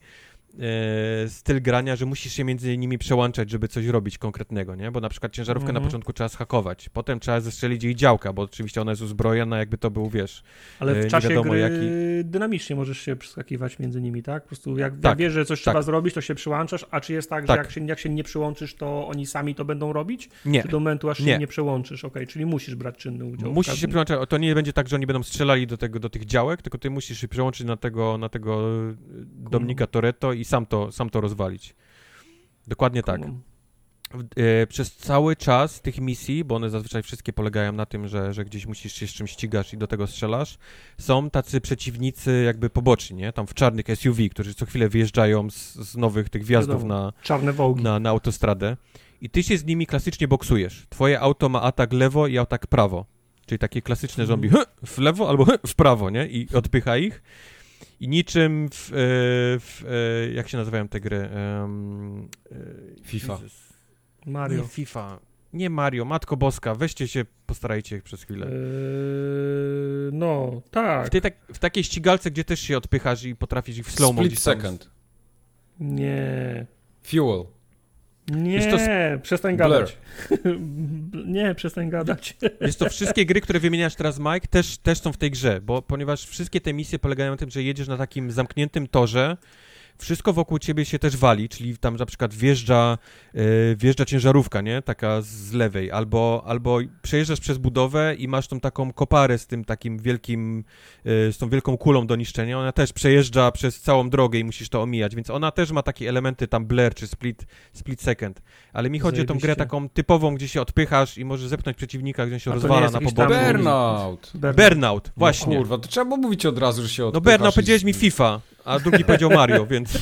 [SPEAKER 3] e, styl grania, że musisz się między nimi przełączać, żeby coś robić konkretnego, nie? Bo na przykład ciężarówkę mm. na początku trzeba zhakować, potem trzeba zestrzelić jej działka, bo oczywiście ona jest uzbrojona, jakby to był, wiesz,
[SPEAKER 2] ale w
[SPEAKER 3] e,
[SPEAKER 2] czasie
[SPEAKER 3] wiadomo,
[SPEAKER 2] gry
[SPEAKER 3] jaki...
[SPEAKER 2] dynamicznie możesz się przeskakiwać między nimi, tak? Po prostu jak,
[SPEAKER 3] tak,
[SPEAKER 2] jak wiesz, że coś
[SPEAKER 3] tak.
[SPEAKER 2] trzeba zrobić, to się przyłączasz, a czy jest tak,
[SPEAKER 3] tak.
[SPEAKER 2] że jak się, jak się nie przyłączysz, to oni sami to będą robić?
[SPEAKER 3] Nie.
[SPEAKER 2] Czy do momentu, aż
[SPEAKER 3] nie.
[SPEAKER 2] się nie przełączysz? Okej, okay, czyli musisz brać czynny udział.
[SPEAKER 3] Musisz się przyłączać, to nie będzie tak, że oni będą strzelali do, tego, do tych działek, tylko ty musisz się przyłączyć na tego, na tego Dominika Toretto i sam to, sam to rozwalić. Dokładnie tak. E, przez cały czas tych misji, bo one zazwyczaj wszystkie polegają na tym, że, że gdzieś musisz się z czymś ścigasz i do tego strzelasz, są tacy przeciwnicy jakby poboczni, nie? Tam w czarnych S U V, którzy co chwilę wyjeżdżają z, z nowych tych wjazdów na,
[SPEAKER 2] czarne wołgi.
[SPEAKER 3] Na, na autostradę i ty się z nimi klasycznie boksujesz. Twoje auto ma atak lewo i atak prawo. Czyli takie klasyczne zombie hmm. w lewo albo w prawo, nie? I odpycha ich. I niczym w, w, w jak się nazywają te gry? Um,
[SPEAKER 1] FIFA.
[SPEAKER 2] Mario.
[SPEAKER 3] Nie FIFA. Nie Mario, Matko Boska. Weźcie się, postarajcie przez chwilę.
[SPEAKER 2] Eee, no, tak.
[SPEAKER 3] W, tej, tak. w takiej ścigalce, gdzie też się odpychasz i potrafisz ich w slow-mo.
[SPEAKER 1] Split second.
[SPEAKER 2] Nie.
[SPEAKER 1] Fuel.
[SPEAKER 2] Nie, to... przestań gadać. Nie, przestań gadać.
[SPEAKER 3] Jest to wszystkie gry, które wymieniasz teraz, Mike, też, też są w tej grze, bo ponieważ wszystkie te misje polegają na tym, że jedziesz na takim zamkniętym torze, wszystko wokół ciebie się też wali, czyli tam na przykład wjeżdża, yy, wjeżdża ciężarówka, nie? Taka z lewej, albo, albo przejeżdżasz przez budowę i masz tą taką koparę z tym takim wielkim, yy, z tą wielką kulą do niszczenia, ona też przejeżdża przez całą drogę i musisz to omijać, więc ona też ma takie elementy tam blur czy split, split second, ale mi chodzi Zajebiście. o tą grę taką typową, gdzie się odpychasz i możesz zepchnąć przeciwnika, gdzie się rozwala na poboczu.
[SPEAKER 1] Burnout!
[SPEAKER 3] Burnout, Burnout właśnie.
[SPEAKER 1] No kurwa, to trzeba mówić od razu, że się odpychasz.
[SPEAKER 3] No Burnout, powiedziałeś mi FIFA, a drugi powiedział Mario, więc...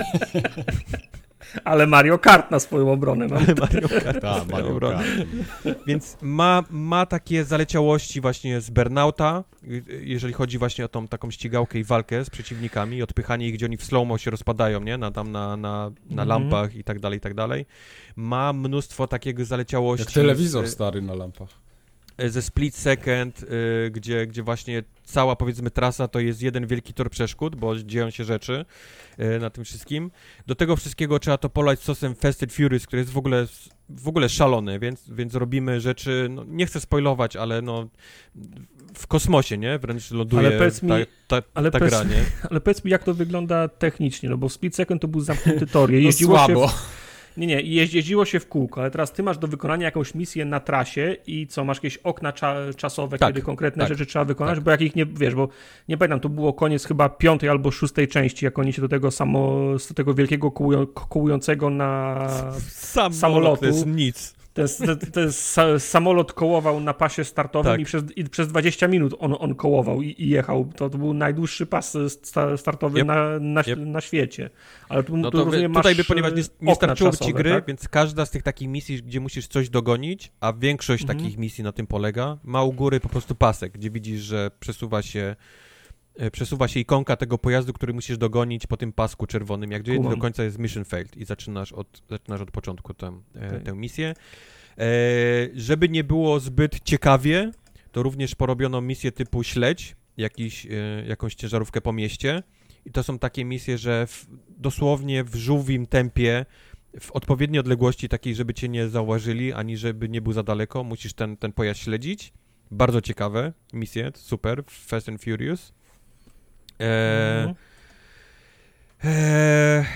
[SPEAKER 2] Ale Mario Kart na swoją obronę. No.
[SPEAKER 3] Ale Mario Kart
[SPEAKER 1] Ta,
[SPEAKER 3] na
[SPEAKER 1] Mario
[SPEAKER 3] obronę.
[SPEAKER 1] Kart.
[SPEAKER 3] Więc ma, ma takie zaleciałości właśnie z Burnouta, jeżeli chodzi właśnie o tą taką ścigałkę i walkę z przeciwnikami, odpychanie ich, gdzie oni w slow-mo się rozpadają, nie? Na, tam na, na, na mm-hmm. lampach i tak dalej, i tak dalej. Ma mnóstwo takiego zaleciałości.
[SPEAKER 1] Jak telewizor z, stary na lampach.
[SPEAKER 3] Ze Split Second, y, gdzie, gdzie właśnie cała, powiedzmy, trasa to jest jeden wielki tor przeszkód, bo dzieją się rzeczy y, na tym wszystkim. Do tego wszystkiego trzeba to polać sosem Fast and Furious, który jest w ogóle, w ogóle szalony, więc, więc robimy rzeczy, no, nie chcę spoilować, ale no w kosmosie, nie? Wręcz ląduje
[SPEAKER 2] ale
[SPEAKER 3] ta,
[SPEAKER 2] mi,
[SPEAKER 3] ta,
[SPEAKER 2] ale
[SPEAKER 3] ta
[SPEAKER 2] powiedz,
[SPEAKER 3] gra, nie?
[SPEAKER 2] Ale powiedz mi, jak to wygląda technicznie, no bo Split Second to był zamknięty tor.
[SPEAKER 1] No
[SPEAKER 2] jeździło
[SPEAKER 1] słabo.
[SPEAKER 2] Się w... Nie, nie, jeździło się w kółko, ale teraz ty masz do wykonania jakąś misję na trasie i co, masz jakieś okna cza- czasowe,
[SPEAKER 3] tak,
[SPEAKER 2] kiedy konkretne
[SPEAKER 3] tak,
[SPEAKER 2] rzeczy trzeba wykonać,
[SPEAKER 3] tak.
[SPEAKER 2] bo jak ich nie, wiesz, bo nie pamiętam, to było koniec chyba piątej albo szóstej części, jak oni się do tego samo, do tego wielkiego kołują, kołującego na
[SPEAKER 3] Sam
[SPEAKER 2] samolotu.
[SPEAKER 3] To jest nic.
[SPEAKER 2] Ten, ten, ten samolot kołował na pasie startowym tak. i, przez, i przez dwadzieścia minut on, on kołował i, i jechał. To, to był najdłuższy pas sta, startowy yep. na, na, yep. na świecie. Ale tu,
[SPEAKER 3] no
[SPEAKER 2] tu
[SPEAKER 3] to
[SPEAKER 2] rozumiem,
[SPEAKER 3] tutaj
[SPEAKER 2] masz
[SPEAKER 3] by, ponieważ nie, nie starczyło
[SPEAKER 2] czasowe,
[SPEAKER 3] ci gry,
[SPEAKER 2] tak?
[SPEAKER 3] więc każda z tych takich misji, gdzie musisz coś dogonić, a większość mhm. takich misji na tym polega, ma u góry po prostu pasek, gdzie widzisz, że przesuwa się przesuwa się ikonka tego pojazdu, który musisz dogonić po tym pasku czerwonym. Jak dojdziesz do końca jest mission failed i zaczynasz od, zaczynasz od początku tę, okay. tę misję. E, żeby nie było zbyt ciekawie, to również porobiono misję typu śledź, jakiś, e, jakąś ciężarówkę po mieście i to są takie misje, że w, dosłownie w żółwim tempie, w odpowiedniej odległości takiej, żeby cię nie zauważyli, ani żeby nie był za daleko, musisz ten, ten pojazd śledzić. Bardzo ciekawe misje, super, Fast and Furious. E, mm. e,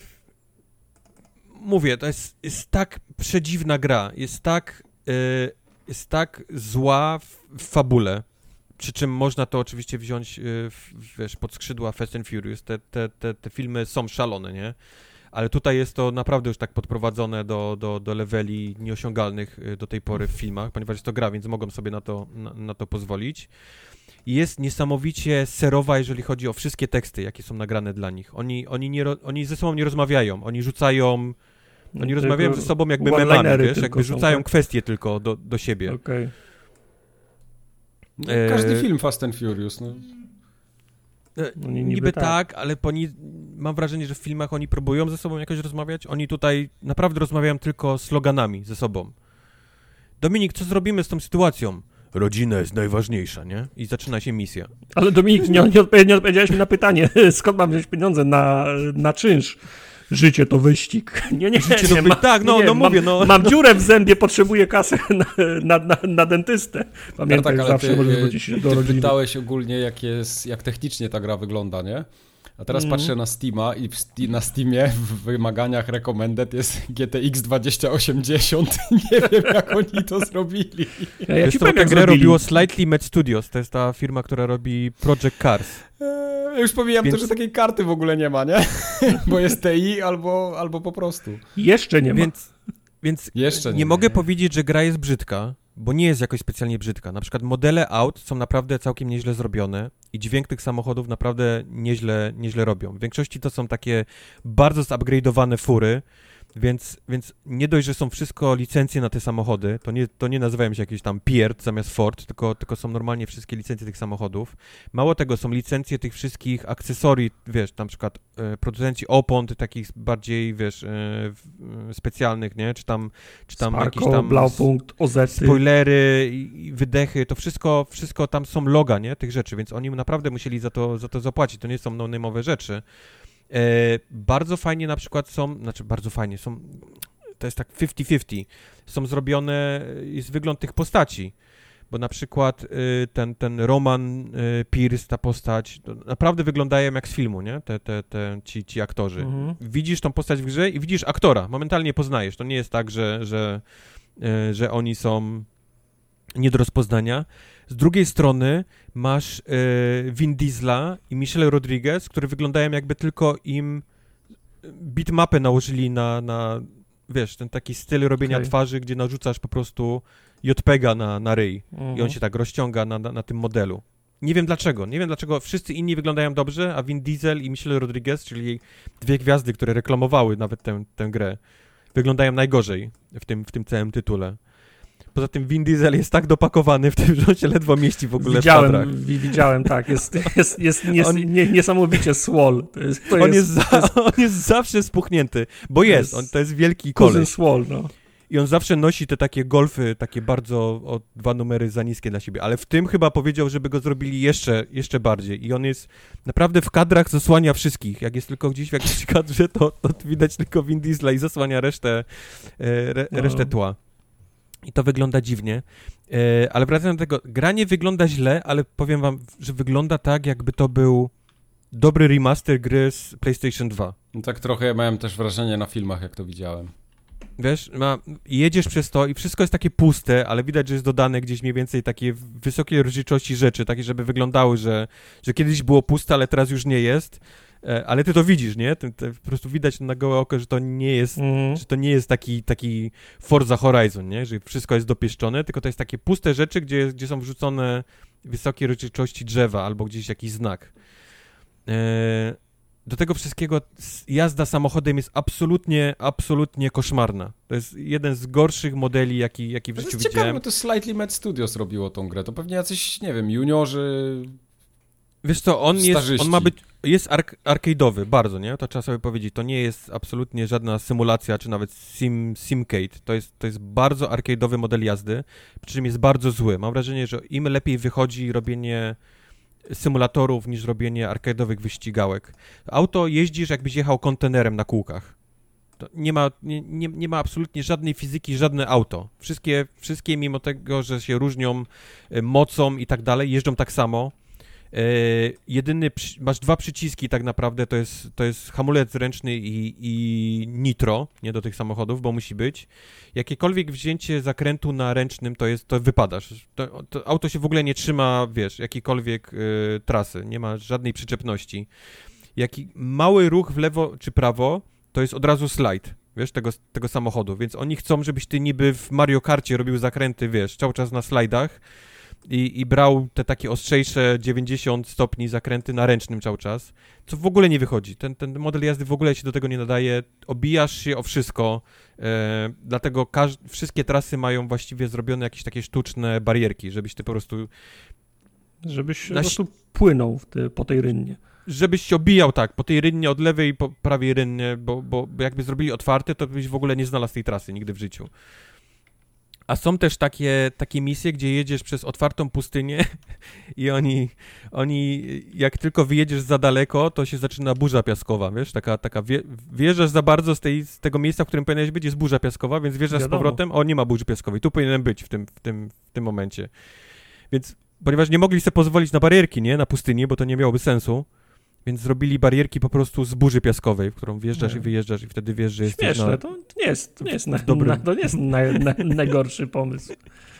[SPEAKER 3] Mówię, to jest, jest tak przedziwna gra, jest tak, yy, jest tak zła w, w fabule, przy czym można to oczywiście wziąć yy, w, wiesz, pod skrzydła Fast and Furious, te, te, te, te filmy są szalone, nie? Ale tutaj jest to naprawdę już tak podprowadzone do, do, do leveli nieosiągalnych do tej pory w filmach, ponieważ jest to gra, więc mogą sobie na to, na, na to pozwolić. Jest niesamowicie serowa, jeżeli chodzi o wszystkie teksty, jakie są nagrane dla nich. Oni, oni, nie, oni ze sobą nie rozmawiają, oni rzucają, oni tylko rozmawiają ze sobą jakby memami, wiesz, jakby rzucają są, tak? kwestie tylko do, do siebie.
[SPEAKER 2] Okay.
[SPEAKER 1] No, każdy e... film Fast and Furious, no.
[SPEAKER 3] No, niby, niby tak, tak ale poni... mam wrażenie, że w filmach oni próbują ze sobą jakoś rozmawiać. Oni tutaj naprawdę rozmawiają tylko sloganami ze sobą. Dominik, co zrobimy z tą sytuacją? rodzina jest najważniejsza, nie? I zaczyna się misja.
[SPEAKER 2] Ale Dominik, nie, nie, odpowiedziałeś, nie odpowiedziałeś mi na pytanie, skąd mam wziąć pieniądze na, na czynsz? Życie to wyścig. Nie, nie,
[SPEAKER 3] Życie
[SPEAKER 2] nie,
[SPEAKER 3] to wy...
[SPEAKER 2] ma,
[SPEAKER 3] Tak, no,
[SPEAKER 2] nie,
[SPEAKER 3] no
[SPEAKER 2] mam,
[SPEAKER 3] mówię, no.
[SPEAKER 2] Mam dziurę w zębie, potrzebuję kasy na, na, na, na dentystę. Pamiętaj,
[SPEAKER 1] tak,
[SPEAKER 2] że zawsze
[SPEAKER 1] ty,
[SPEAKER 2] możesz zwrócić się do
[SPEAKER 1] ty
[SPEAKER 2] rodziny.
[SPEAKER 1] pytałeś ogólnie, jak, jest, jak technicznie ta gra wygląda, nie? A teraz mm. patrzę na Steama i w Sti- na Steamie w wymaganiach recommended jest G T X dwadzieścia osiemdziesiąt. Nie wiem, jak oni to zrobili.
[SPEAKER 2] Ja, ja
[SPEAKER 3] Wiesz,
[SPEAKER 2] ci
[SPEAKER 3] to
[SPEAKER 2] powiem,
[SPEAKER 3] tę
[SPEAKER 2] jak
[SPEAKER 3] grę
[SPEAKER 2] zrobili.
[SPEAKER 3] robiło Slightly Mad Studios, to jest ta firma, która robi Project Cars.
[SPEAKER 1] Eee, już pomijam
[SPEAKER 3] Więc...
[SPEAKER 1] to, że takiej karty w ogóle nie ma, nie? Bo jest T I albo, albo po prostu.
[SPEAKER 2] Jeszcze nie ma.
[SPEAKER 3] Więc, więc
[SPEAKER 1] Jeszcze nie,
[SPEAKER 3] nie
[SPEAKER 1] nie
[SPEAKER 3] mogę
[SPEAKER 1] nie.
[SPEAKER 3] powiedzieć, że gra jest brzydka, bo nie jest jakoś specjalnie brzydka. Na przykład modele aut są naprawdę całkiem nieźle zrobione i dźwięk tych samochodów naprawdę nieźle, nieźle robią. W większości to są takie bardzo zupgrade'owane fury, więc, więc nie dość, że są wszystko licencje na te samochody, to nie, to nie nazywają się jakieś tam Pierd zamiast Ford, tylko, tylko są normalnie wszystkie licencje tych samochodów. Mało tego, są licencje tych wszystkich akcesorii, wiesz, na przykład e, producenci opon, takich bardziej, wiesz, e, w, specjalnych, nie? Czy tam, czy tam
[SPEAKER 2] Sparko,
[SPEAKER 3] jakieś tam
[SPEAKER 2] Blaupunkt, Ozety.
[SPEAKER 3] spoilery i, i wydechy, to wszystko, wszystko tam są loga, nie? Tych rzeczy, więc oni naprawdę musieli za to, za to zapłacić, to nie są no-name'owe rzeczy. E, bardzo fajnie na przykład są, znaczy bardzo fajnie, są, to jest tak fifty fifty, są zrobione, jest wygląd tych postaci, bo na przykład y, ten, ten Roman y, Pierce, ta postać, to naprawdę wyglądają jak z filmu, nie? Te, te, te, ci, ci aktorzy.
[SPEAKER 2] Mhm.
[SPEAKER 3] Widzisz tą postać w grze i widzisz aktora, momentalnie poznajesz, to nie jest tak, że, że, y, że oni są nie do rozpoznania. Z drugiej strony masz y, Vin Diesla i Michelle Rodriguez, które wyglądają jakby tylko im bitmapę nałożyli na, na wiesz, ten taki styl robienia
[SPEAKER 2] Okay.
[SPEAKER 3] twarzy, gdzie narzucasz po prostu J P G a na, na ryj
[SPEAKER 2] Mhm.
[SPEAKER 3] i on się tak rozciąga na, na, na tym modelu. Nie wiem dlaczego, nie wiem dlaczego wszyscy inni wyglądają dobrze, a Vin Diesel i Michelle Rodriguez, czyli dwie gwiazdy, które reklamowały nawet tę, tę grę, wyglądają najgorzej w tym, w tym całym tytule. Poza tym Vin Diesel jest tak dopakowany w tym, że on się ledwo mieści w ogóle
[SPEAKER 2] widziałem,
[SPEAKER 3] w kadrach.
[SPEAKER 2] wi- Widziałem, tak. Jest, jest, jest nies,
[SPEAKER 3] On-
[SPEAKER 2] nie, niesamowicie swol. To jest, to
[SPEAKER 3] On
[SPEAKER 2] jest,
[SPEAKER 3] jest, za,
[SPEAKER 2] to jest
[SPEAKER 3] on jest zawsze spuchnięty, bo jest,
[SPEAKER 2] jest
[SPEAKER 3] on, to jest wielki
[SPEAKER 2] kuzyn
[SPEAKER 3] koleś.
[SPEAKER 2] swol, no.
[SPEAKER 3] I on zawsze nosi te takie golfy, takie bardzo o dwa numery za niskie dla siebie, ale w tym chyba powiedział, żeby go zrobili jeszcze, jeszcze bardziej. I on jest naprawdę w kadrach zasłania wszystkich. Jak jest tylko gdzieś w jakimś kadrze, to, to widać tylko Vin Diesla i zasłania resztę, e, re,
[SPEAKER 2] No.
[SPEAKER 3] resztę tła. I to wygląda dziwnie. E, ale wracając do tego, gra nie wygląda źle, ale powiem wam, że wygląda tak, jakby to był dobry remaster gry z PlayStation dwa.
[SPEAKER 1] No tak trochę ja miałem też wrażenie na filmach, jak to widziałem.
[SPEAKER 3] Wiesz, ma, jedziesz przez to i wszystko jest takie puste, ale widać, że jest dodane gdzieś mniej więcej takie wysokiej rozdzielczości rzeczy, takie, żeby wyglądały, że, że kiedyś było puste, ale teraz już nie jest. E, ale ty to widzisz, nie? Ty, ty, po prostu widać na gołe oko, że to nie jest,
[SPEAKER 2] Mhm.
[SPEAKER 3] że to nie jest taki, taki Forza Horizon, nie? Że wszystko jest dopieszczone, tylko to jest takie puste rzeczy, gdzie, gdzie są wrzucone wysokiej rozdzielczości drzewa albo gdzieś jakiś znak. E, Do tego wszystkiego jazda samochodem jest absolutnie, absolutnie koszmarna. To jest jeden z gorszych modeli, jaki, jaki w
[SPEAKER 1] To
[SPEAKER 3] życiu
[SPEAKER 1] jest ciekawe,
[SPEAKER 3] widziałem.
[SPEAKER 1] bo to Slightly Mad Studios robiło tą grę. To pewnie jacyś, nie wiem, juniorzy...
[SPEAKER 3] Wiesz co, on jest,
[SPEAKER 1] Starzyści.
[SPEAKER 3] on ma być, jest ark, arcade'owy, bardzo, nie? To trzeba sobie powiedzieć. To nie jest absolutnie żadna symulacja, czy nawet sim, simcade. To jest, to jest bardzo arcade'owy model jazdy, przy czym jest bardzo zły. Mam wrażenie, że im lepiej wychodzi robienie symulatorów niż robienie arcade'owych wyścigałek. Auto jeździsz, jakbyś jechał kontenerem na kółkach. To nie ma, nie, nie, nie ma absolutnie żadnej fizyki, żadne auto. Wszystkie, wszystkie mimo tego, że się różnią y, mocą i tak dalej, jeżdżą tak samo. Y, jedyny, przy, masz dwa przyciski tak naprawdę, to jest, to jest hamulec ręczny i, i nitro, nie do tych samochodów, bo musi być. Jakiekolwiek wzięcie zakrętu na ręcznym, to jest, to wypadasz. To, to auto się w ogóle nie trzyma, wiesz, jakiejkolwiek y, trasy, nie ma żadnej przyczepności. Jaki mały ruch w lewo czy prawo, to jest od razu slajd, wiesz, tego, tego samochodu, więc oni chcą, żebyś ty niby w Mario Karcie robił zakręty, wiesz, cały czas na slajdach i, i brał te takie ostrzejsze dziewięćdziesiąt stopni zakręty na ręcznym cały czas, co w ogóle nie wychodzi. Ten, ten model jazdy w ogóle się do tego nie nadaje, obijasz się o wszystko, e, dlatego każ- wszystkie trasy mają właściwie zrobione jakieś takie sztuczne barierki, żebyś ty po prostu...
[SPEAKER 2] Żebyś
[SPEAKER 3] Na
[SPEAKER 2] po prostu płynął w ty, po tej rynnie.
[SPEAKER 3] Żebyś się obijał tak, po tej rynnie od lewej i po prawej rynnie, bo, bo, bo jakby zrobili otwarte, to byś w ogóle nie znalazł tej trasy nigdy w życiu. A są też takie, takie misje, gdzie jedziesz przez otwartą pustynię i oni, oni, jak tylko wyjedziesz za daleko, to się zaczyna burza piaskowa, wiesz, taka, taka wje, wjeżdżasz za bardzo z, tej, z tego miejsca, w którym powinieneś być, jest burza piaskowa, więc wjeżdżasz z powrotem, o, nie ma burzy piaskowej, tu powinienem być w tym, w tym, w tym momencie. Więc, ponieważ nie mogli sobie pozwolić na barierki, nie, na pustyni, bo to nie miałoby sensu, więc zrobili barierki po prostu z burzy piaskowej, w którą wjeżdżasz nie. i wyjeżdżasz i wtedy wiesz, że jesteś
[SPEAKER 2] Śmieszne,
[SPEAKER 3] na...
[SPEAKER 2] to nie jest, to nie jest, na,
[SPEAKER 3] dobrym...
[SPEAKER 2] na, to nie jest naj, na, najgorszy pomysł.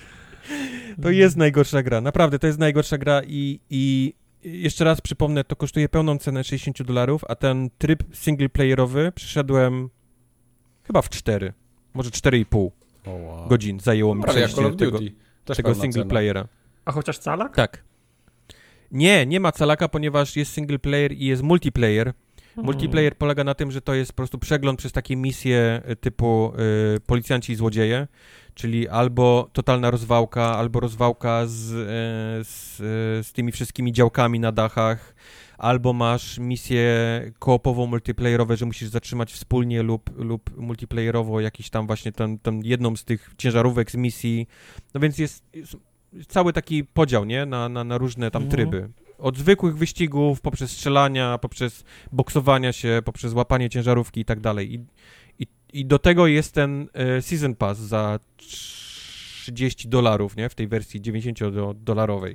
[SPEAKER 3] To jest najgorsza gra, naprawdę, to jest najgorsza gra i, i jeszcze raz przypomnę, to kosztuje pełną cenę sześćdziesiąt dolarów, a ten tryb singleplayerowy przyszedłem chyba w cztery, może cztery i pół oh, wow. godzin zajęło mi przejście tego, tego singleplayera.
[SPEAKER 2] A chociaż calak?
[SPEAKER 3] Tak. Nie, nie ma calaka, ponieważ jest single player i jest multiplayer. Hmm. Multiplayer polega na tym, że to jest po prostu przegląd przez takie misje typu y, policjanci i złodzieje, czyli albo totalna rozwałka, albo rozwałka z, y, z, y, z tymi wszystkimi działkami na dachach, albo masz misję koopową, multiplayerowe, że musisz zatrzymać wspólnie lub, lub multiplayerowo jakiś tam właśnie ten, ten jedną z tych ciężarówek z misji. No więc jest... jest cały taki podział, nie? Na, na, na różne tam tryby. Od zwykłych wyścigów, poprzez strzelania, poprzez boksowania się, poprzez łapanie ciężarówki i tak dalej. I, i, i do tego jest ten e, Season Pass za trzydzieści dolarów, nie? W tej wersji dziewięćdziesięciodolarowej.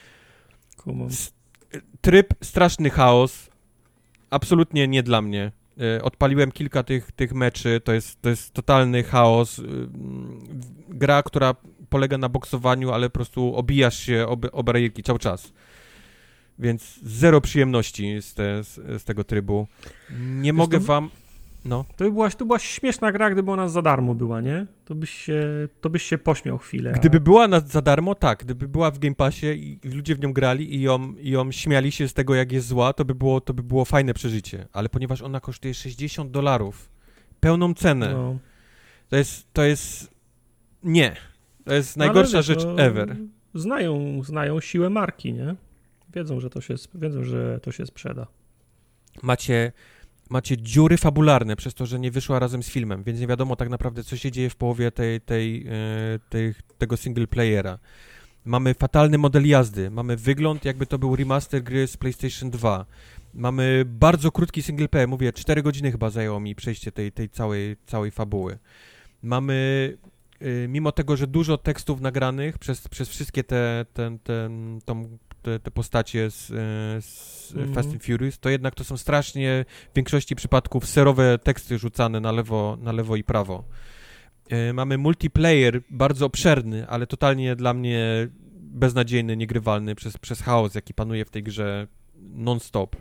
[SPEAKER 3] S- tryb straszny chaos. Absolutnie nie dla mnie. E, odpaliłem kilka tych, tych meczy. To jest, to jest totalny chaos. E, gra, która polega na boksowaniu, ale po prostu obijasz się o, o barierki cały czas. Więc zero przyjemności z, te, z, z tego trybu. Nie Wiesz, mogę to, wam... No.
[SPEAKER 2] To by, była, to była śmieszna gra, gdyby ona za darmo była, nie? To byś się, to byś się pośmiał chwilę.
[SPEAKER 3] Gdyby
[SPEAKER 2] a...
[SPEAKER 3] była na, za darmo, tak. Gdyby była w Game Passie i ludzie w nią grali i ją, i ją śmiali się z tego, jak jest zła, to by było, to by było fajne przeżycie. Ale ponieważ ona kosztuje sześćdziesiąt dolarów, pełną cenę, no. to jest... To jest... Nie. To jest najgorsza wiesz, rzecz ever.
[SPEAKER 2] Znają, znają siłę marki, nie? Wiedzą, że to się, wiedzą, że to się sprzeda.
[SPEAKER 3] Macie, macie dziury fabularne przez to, że nie wyszła razem z filmem, więc nie wiadomo tak naprawdę, co się dzieje w połowie tej, tej, tej, tego single playera. Mamy fatalny model jazdy, mamy wygląd, jakby to był remaster gry z PlayStation dwa. Mamy bardzo krótki single player, mówię, cztery godziny chyba zajęło mi przejście tej, tej całej, całej fabuły. Mamy... Mimo tego, że dużo tekstów nagranych przez, przez wszystkie te, te, te, tą, te, te postacie z, z mm. Fast and Furious, to jednak to są strasznie w większości przypadków serowe teksty rzucane na lewo, na lewo i prawo. Mamy multiplayer bardzo obszerny, ale totalnie dla mnie beznadziejny, niegrywalny przez, przez chaos, jaki panuje w tej grze non-stop.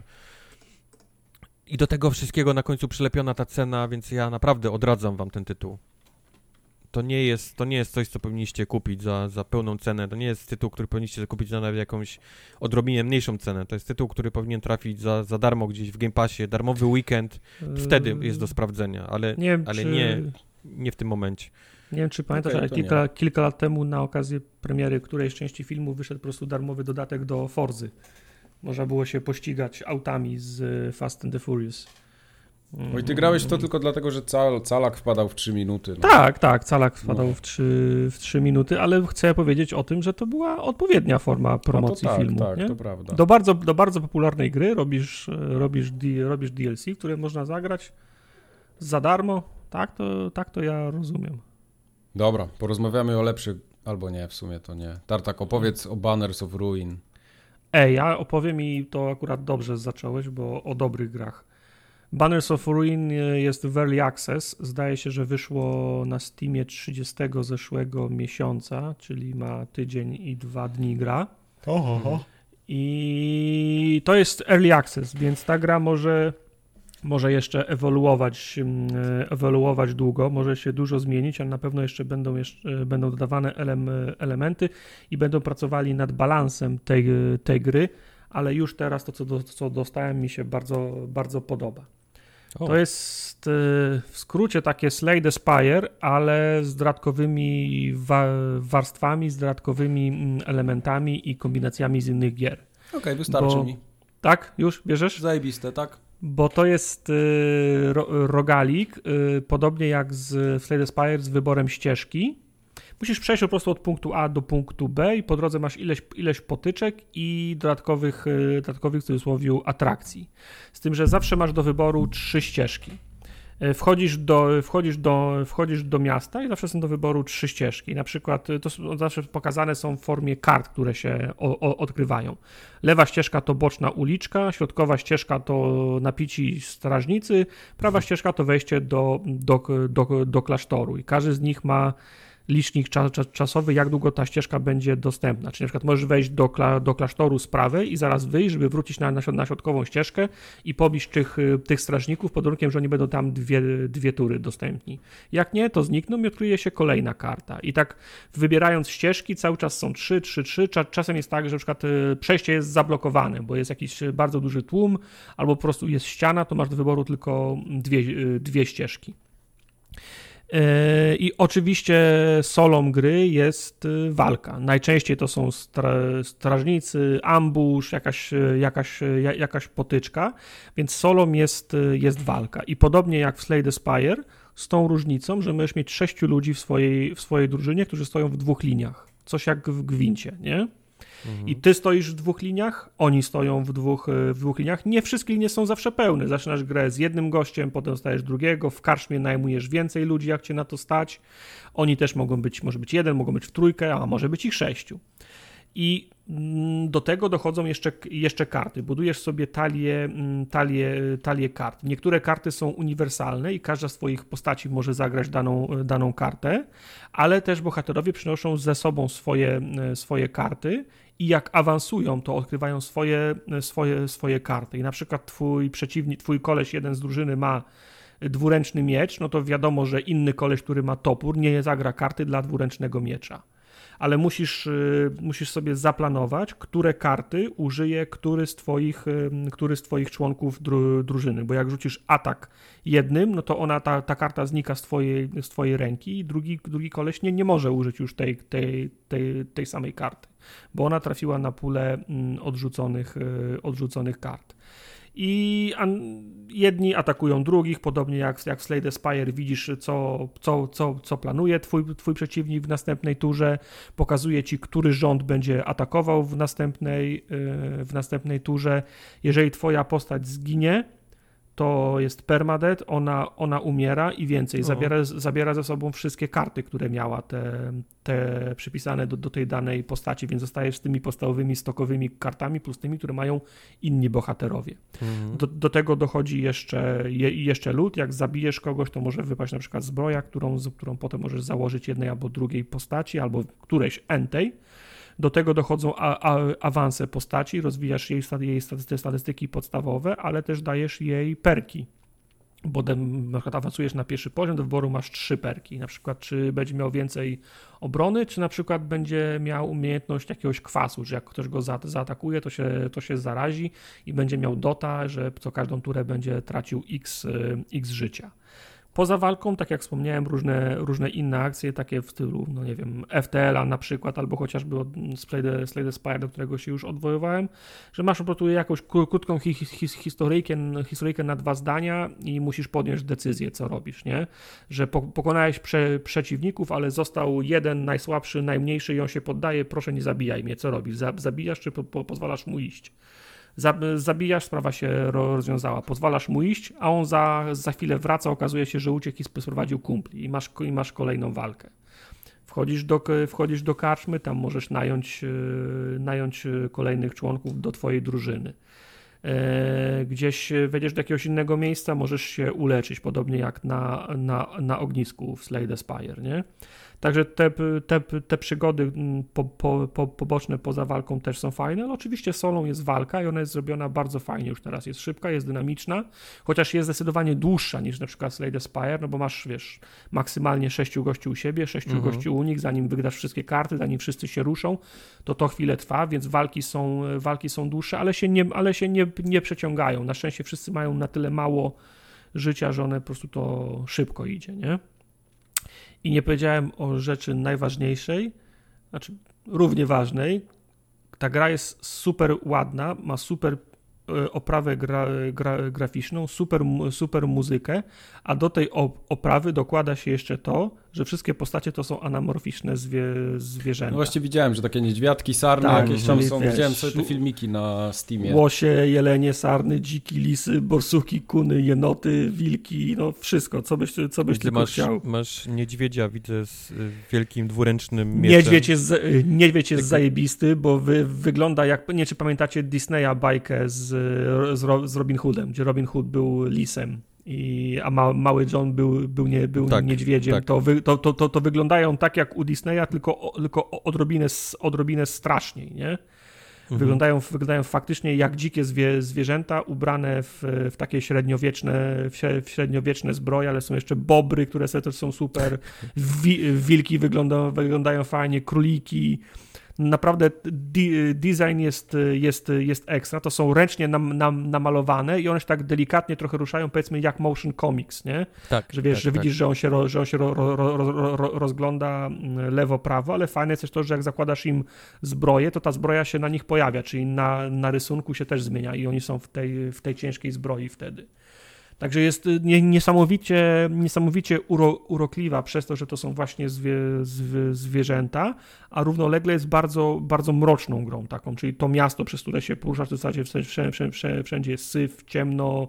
[SPEAKER 3] I do tego wszystkiego na końcu przylepiona ta cena, więc ja naprawdę odradzam wam ten tytuł. To nie jest, to nie jest coś, co powinniście kupić za, za pełną cenę. To nie jest tytuł, który powinniście kupić za nawet jakąś odrobinę mniejszą cenę. To jest tytuł, który powinien trafić za, za darmo gdzieś w Game Passie, darmowy weekend. Wtedy jest do sprawdzenia, ale nie, wiem, ale czy... nie, nie w tym momencie.
[SPEAKER 2] Nie wiem, czy pamiętasz, okay, ale kilka, kilka lat temu na okazję premiery którejś części filmu wyszedł po prostu darmowy dodatek do Forzy. Można było się pościgać autami z Fast and the Furious.
[SPEAKER 1] Oj, ty grałeś w to tylko dlatego, że cal, calak wpadał w trzy minuty. No.
[SPEAKER 2] Tak, tak, calak wpadał no. w, trzy, w trzy minuty, ale chcę powiedzieć o tym, że to była odpowiednia forma promocji
[SPEAKER 1] no to tak,
[SPEAKER 2] filmu.
[SPEAKER 1] Tak,
[SPEAKER 2] nie?
[SPEAKER 1] to prawda.
[SPEAKER 2] Do bardzo, do bardzo popularnej gry robisz, robisz, robisz D L C, które można zagrać za darmo. Tak to, tak to ja rozumiem.
[SPEAKER 1] Dobra, porozmawiamy o lepszych, albo nie, w sumie to nie. Tartak, opowiedz o Banners of Ruin.
[SPEAKER 2] Ej, ja opowiem i to akurat dobrze zacząłeś, bo o dobrych grach. Banners of Ruin jest w Early Access. Zdaje się, że wyszło na Steamie trzydziestego zeszłego miesiąca, czyli ma tydzień i dwa dni gra.
[SPEAKER 3] Oho, oho.
[SPEAKER 2] I to jest Early Access, więc ta gra może, może jeszcze ewoluować, ewoluować długo, może się dużo zmienić, ale na pewno jeszcze będą, jeszcze, będą dodawane ele- elementy i będą pracowali nad balansem tej, tej gry, ale już teraz to, co, do, co dostałem, mi się bardzo, bardzo podoba. O. To jest w skrócie takie Slay the Spire, ale z dodatkowymi wa- warstwami, z dodatkowymi elementami i kombinacjami z innych gier.
[SPEAKER 1] Okej, okay, wystarczy
[SPEAKER 2] Bo,
[SPEAKER 1] mi.
[SPEAKER 2] Tak? Już bierzesz?
[SPEAKER 1] Zajebiste, tak?
[SPEAKER 2] Bo to jest y, ro, rogalik, y, podobnie jak z Slay the Spire z wyborem ścieżki. Musisz przejść po prostu od punktu A do punktu B i po drodze masz ileś, ileś potyczek i dodatkowych, dodatkowych w cudzysłowie atrakcji. Z tym, że zawsze masz do wyboru trzy ścieżki. Wchodzisz do, wchodzisz, do, wchodzisz do miasta i zawsze są do wyboru trzy ścieżki. Na przykład to są, zawsze pokazane są w formie kart, które się o, o, odkrywają. Lewa ścieżka to boczna uliczka, środkowa ścieżka to napici strażnicy, prawa ścieżka to wejście do, do, do, do klasztoru i każdy z nich ma licznik czas, czas, czasowy, jak długo ta ścieżka będzie dostępna. Czyli na przykład możesz wejść do, kla, do klasztoru z prawej i zaraz wyjść, żeby wrócić na, na środkową ścieżkę i pobić tych, tych strażników pod warunkiem, że oni będą tam dwie, dwie tury dostępni. Jak nie, to znikną i odkryje się kolejna karta. I tak wybierając ścieżki cały czas są trzy, trzy, trzy. Czasem jest tak, że na przykład przejście jest zablokowane, bo jest jakiś bardzo duży tłum albo po prostu jest ściana, to masz do wyboru tylko dwie, dwie ścieżki. I oczywiście solą gry jest walka. Najczęściej to są stra- strażnicy, ambush, jakaś, jakaś, jakaś potyczka, więc solą jest, jest walka. I podobnie jak w Slay the Spire, z tą różnicą, że możesz mieć sześciu ludzi w swojej, w swojej drużynie, którzy stoją w dwóch liniach. Coś jak w Gwincie, nie? Mhm. I ty stoisz w dwóch liniach, oni stoją w dwóch, w dwóch liniach. Nie wszystkie linie są zawsze pełne. Zaczynasz grę z jednym gościem, potem stajesz drugiego, w karczmie najmujesz więcej ludzi, jak cię na to stać. Oni też mogą być, może być jeden, mogą być w trójkę, a może być ich sześciu. I do tego dochodzą jeszcze, jeszcze karty. Budujesz sobie talię, talię, talię kart. Niektóre karty są uniwersalne i każda z twoich postaci może zagrać daną, daną kartę, ale też bohaterowie przynoszą ze sobą swoje, swoje karty i jak awansują, to odkrywają swoje, swoje, swoje karty. I na przykład twój przeciwnik, twój koleś, jeden z drużyny ma dwuręczny miecz, no to wiadomo, że inny koleś, który ma topór, nie zagra karty dla dwuręcznego miecza. Ale musisz, musisz sobie zaplanować, które karty użyje który z twoich, który z twoich członków dru, drużyny, bo jak rzucisz atak jednym, no to ona, ta, ta karta znika z twojej, z twojej ręki i drugi, drugi koleś nie, nie może użyć już tej, tej, tej, tej samej karty, bo ona trafiła na pulę odrzuconych, odrzuconych kart. I jedni atakują drugich, podobnie jak, jak w Slay the Spire widzisz, co, co, co, co planuje twój, twój przeciwnik w następnej turze, pokazuje ci, który rząd będzie atakował w następnej, w następnej turze. Jeżeli twoja postać zginie, to jest permadeath, ona, ona umiera i więcej, zabiera, zabiera ze sobą wszystkie karty, które miała te, te przypisane do, do tej danej postaci, więc zostajesz z tymi podstawowymi stokowymi kartami plus tymi, które mają inni bohaterowie. Mhm. Do, do tego dochodzi jeszcze, je, jeszcze loot, jak zabijesz kogoś, to może wypaść na przykład zbroja, którą, którą potem możesz założyć jednej albo drugiej postaci, albo którejś entej. Do tego dochodzą a, a, awanse postaci, rozwijasz jej, jej statystyki podstawowe, ale też dajesz jej perki. Potem na przykład awansujesz na pierwszy poziom, do wyboru masz trzy perki. Na przykład czy będzie miał więcej obrony, czy na przykład będzie miał umiejętność jakiegoś kwasu, że jak ktoś go za, zaatakuje, to się, to się zarazi i będzie miał dota, że co każdą turę będzie tracił x, x życia. Poza walką, tak jak wspomniałem, różne, różne inne akcje, takie w stylu, no nie wiem, F T L a na przykład, albo chociażby od Slay the, Slay the Spire, do którego się już odwoływałem, że masz po prostu jakąś krótką hi, hi, historyjkę, historyjkę na dwa zdania i musisz podjąć decyzję, co robisz, nie? Że po, pokonałeś prze, przeciwników, ale został jeden najsłabszy, najmniejszy i on się poddaje, proszę nie zabijaj mnie, co robisz? Zabijasz, czy po, po, pozwalasz mu iść? Zabijasz, sprawa się rozwiązała, pozwalasz mu iść, a on za, za chwilę wraca, okazuje się, że uciekł i sprowadził kumpli i masz, i masz kolejną walkę. Wchodzisz do, wchodzisz do karczmy, tam możesz nająć, nająć kolejnych członków do twojej drużyny. Gdzieś wejdziesz do jakiegoś innego miejsca, możesz się uleczyć, podobnie jak na, na, na ognisku w Slay the Spire, nie? Także te, te, te przygody po, po, po, poboczne poza walką też są fajne, ale oczywiście solą jest walka i ona jest zrobiona bardzo fajnie już teraz. Jest szybka, jest dynamiczna, chociaż jest zdecydowanie dłuższa niż na przykład Slay the Spire, no bo masz, wiesz, maksymalnie sześciu gości u siebie, sześciu mhm. gości u nich, zanim wygrasz wszystkie karty, zanim wszyscy się ruszą, to to chwilę trwa, więc walki są, walki są dłuższe, ale się, nie, ale się nie, nie przeciągają. Na szczęście wszyscy mają na tyle mało życia, że one po prostu to szybko idzie, nie? I nie powiedziałem o rzeczy najważniejszej, znaczy równie ważnej. Ta gra jest super ładna, ma super oprawę gra, gra, graficzną, super, super muzykę, a do tej oprawy dokłada się jeszcze to, że wszystkie postacie to są anamorficzne zwie, zwierzęta.
[SPEAKER 1] No właśnie widziałem, że takie niedźwiadki, sarny
[SPEAKER 2] Tak,
[SPEAKER 1] jakieś tam
[SPEAKER 2] czyli
[SPEAKER 1] są.
[SPEAKER 2] wiesz,
[SPEAKER 1] Widziałem sobie te filmiki na Steamie.
[SPEAKER 2] Łosie, jelenie, sarny, dziki, lisy, borsuki, kuny, jenoty, wilki, no wszystko, co byś, co byś
[SPEAKER 3] Ty
[SPEAKER 2] tylko
[SPEAKER 3] masz,
[SPEAKER 2] chciał.
[SPEAKER 3] masz niedźwiedzia, widzę, z y, wielkim dwuręcznym mieczem.
[SPEAKER 2] Niedźwiedź jest, y, niedźwiedź jest zajebisty, bo wy, wygląda jak, nie wiem, czy pamiętacie Disneya bajkę z, z, Ro, z Robin Hoodem, gdzie Robin Hood był lisem. I, a ma, mały John był, był, nie, był
[SPEAKER 3] tak,
[SPEAKER 2] niedźwiedziem,
[SPEAKER 3] tak.
[SPEAKER 2] To, wy, to, to, to, to wyglądają tak jak u Disneya, tylko, tylko odrobinę, odrobinę straszniej, nie? Mhm. Wyglądają, wyglądają faktycznie jak dzikie zwie, zwierzęta ubrane w, w takie średniowieczne, w średniowieczne zbroje, ale są jeszcze bobry, które też są super, wi, wilki wyglądają, wyglądają fajnie, króliki. Naprawdę di- design jest, jest, jest ekstra, to są ręcznie nam, nam, namalowane i one się tak delikatnie trochę ruszają, powiedzmy jak motion comics, nie?
[SPEAKER 3] Tak,
[SPEAKER 2] że wiesz,
[SPEAKER 3] tak,
[SPEAKER 2] że
[SPEAKER 3] tak.
[SPEAKER 2] widzisz, że on się, ro, że on się ro, ro, ro, ro, ro, rozgląda lewo-prawo, ale fajne jest też to, że jak zakładasz im zbroję, to ta zbroja się na nich pojawia, czyli na, na rysunku się też zmienia i oni są w tej, w tej ciężkiej zbroi wtedy. Także jest niesamowicie, niesamowicie uro, urokliwa przez to, że to są właśnie zwie, zwie, zwierzęta, a równolegle jest bardzo, bardzo mroczną grą taką, czyli to miasto, przez które się poruszasz, w zasadzie wszędzie, wszędzie, wszędzie jest syf, ciemno,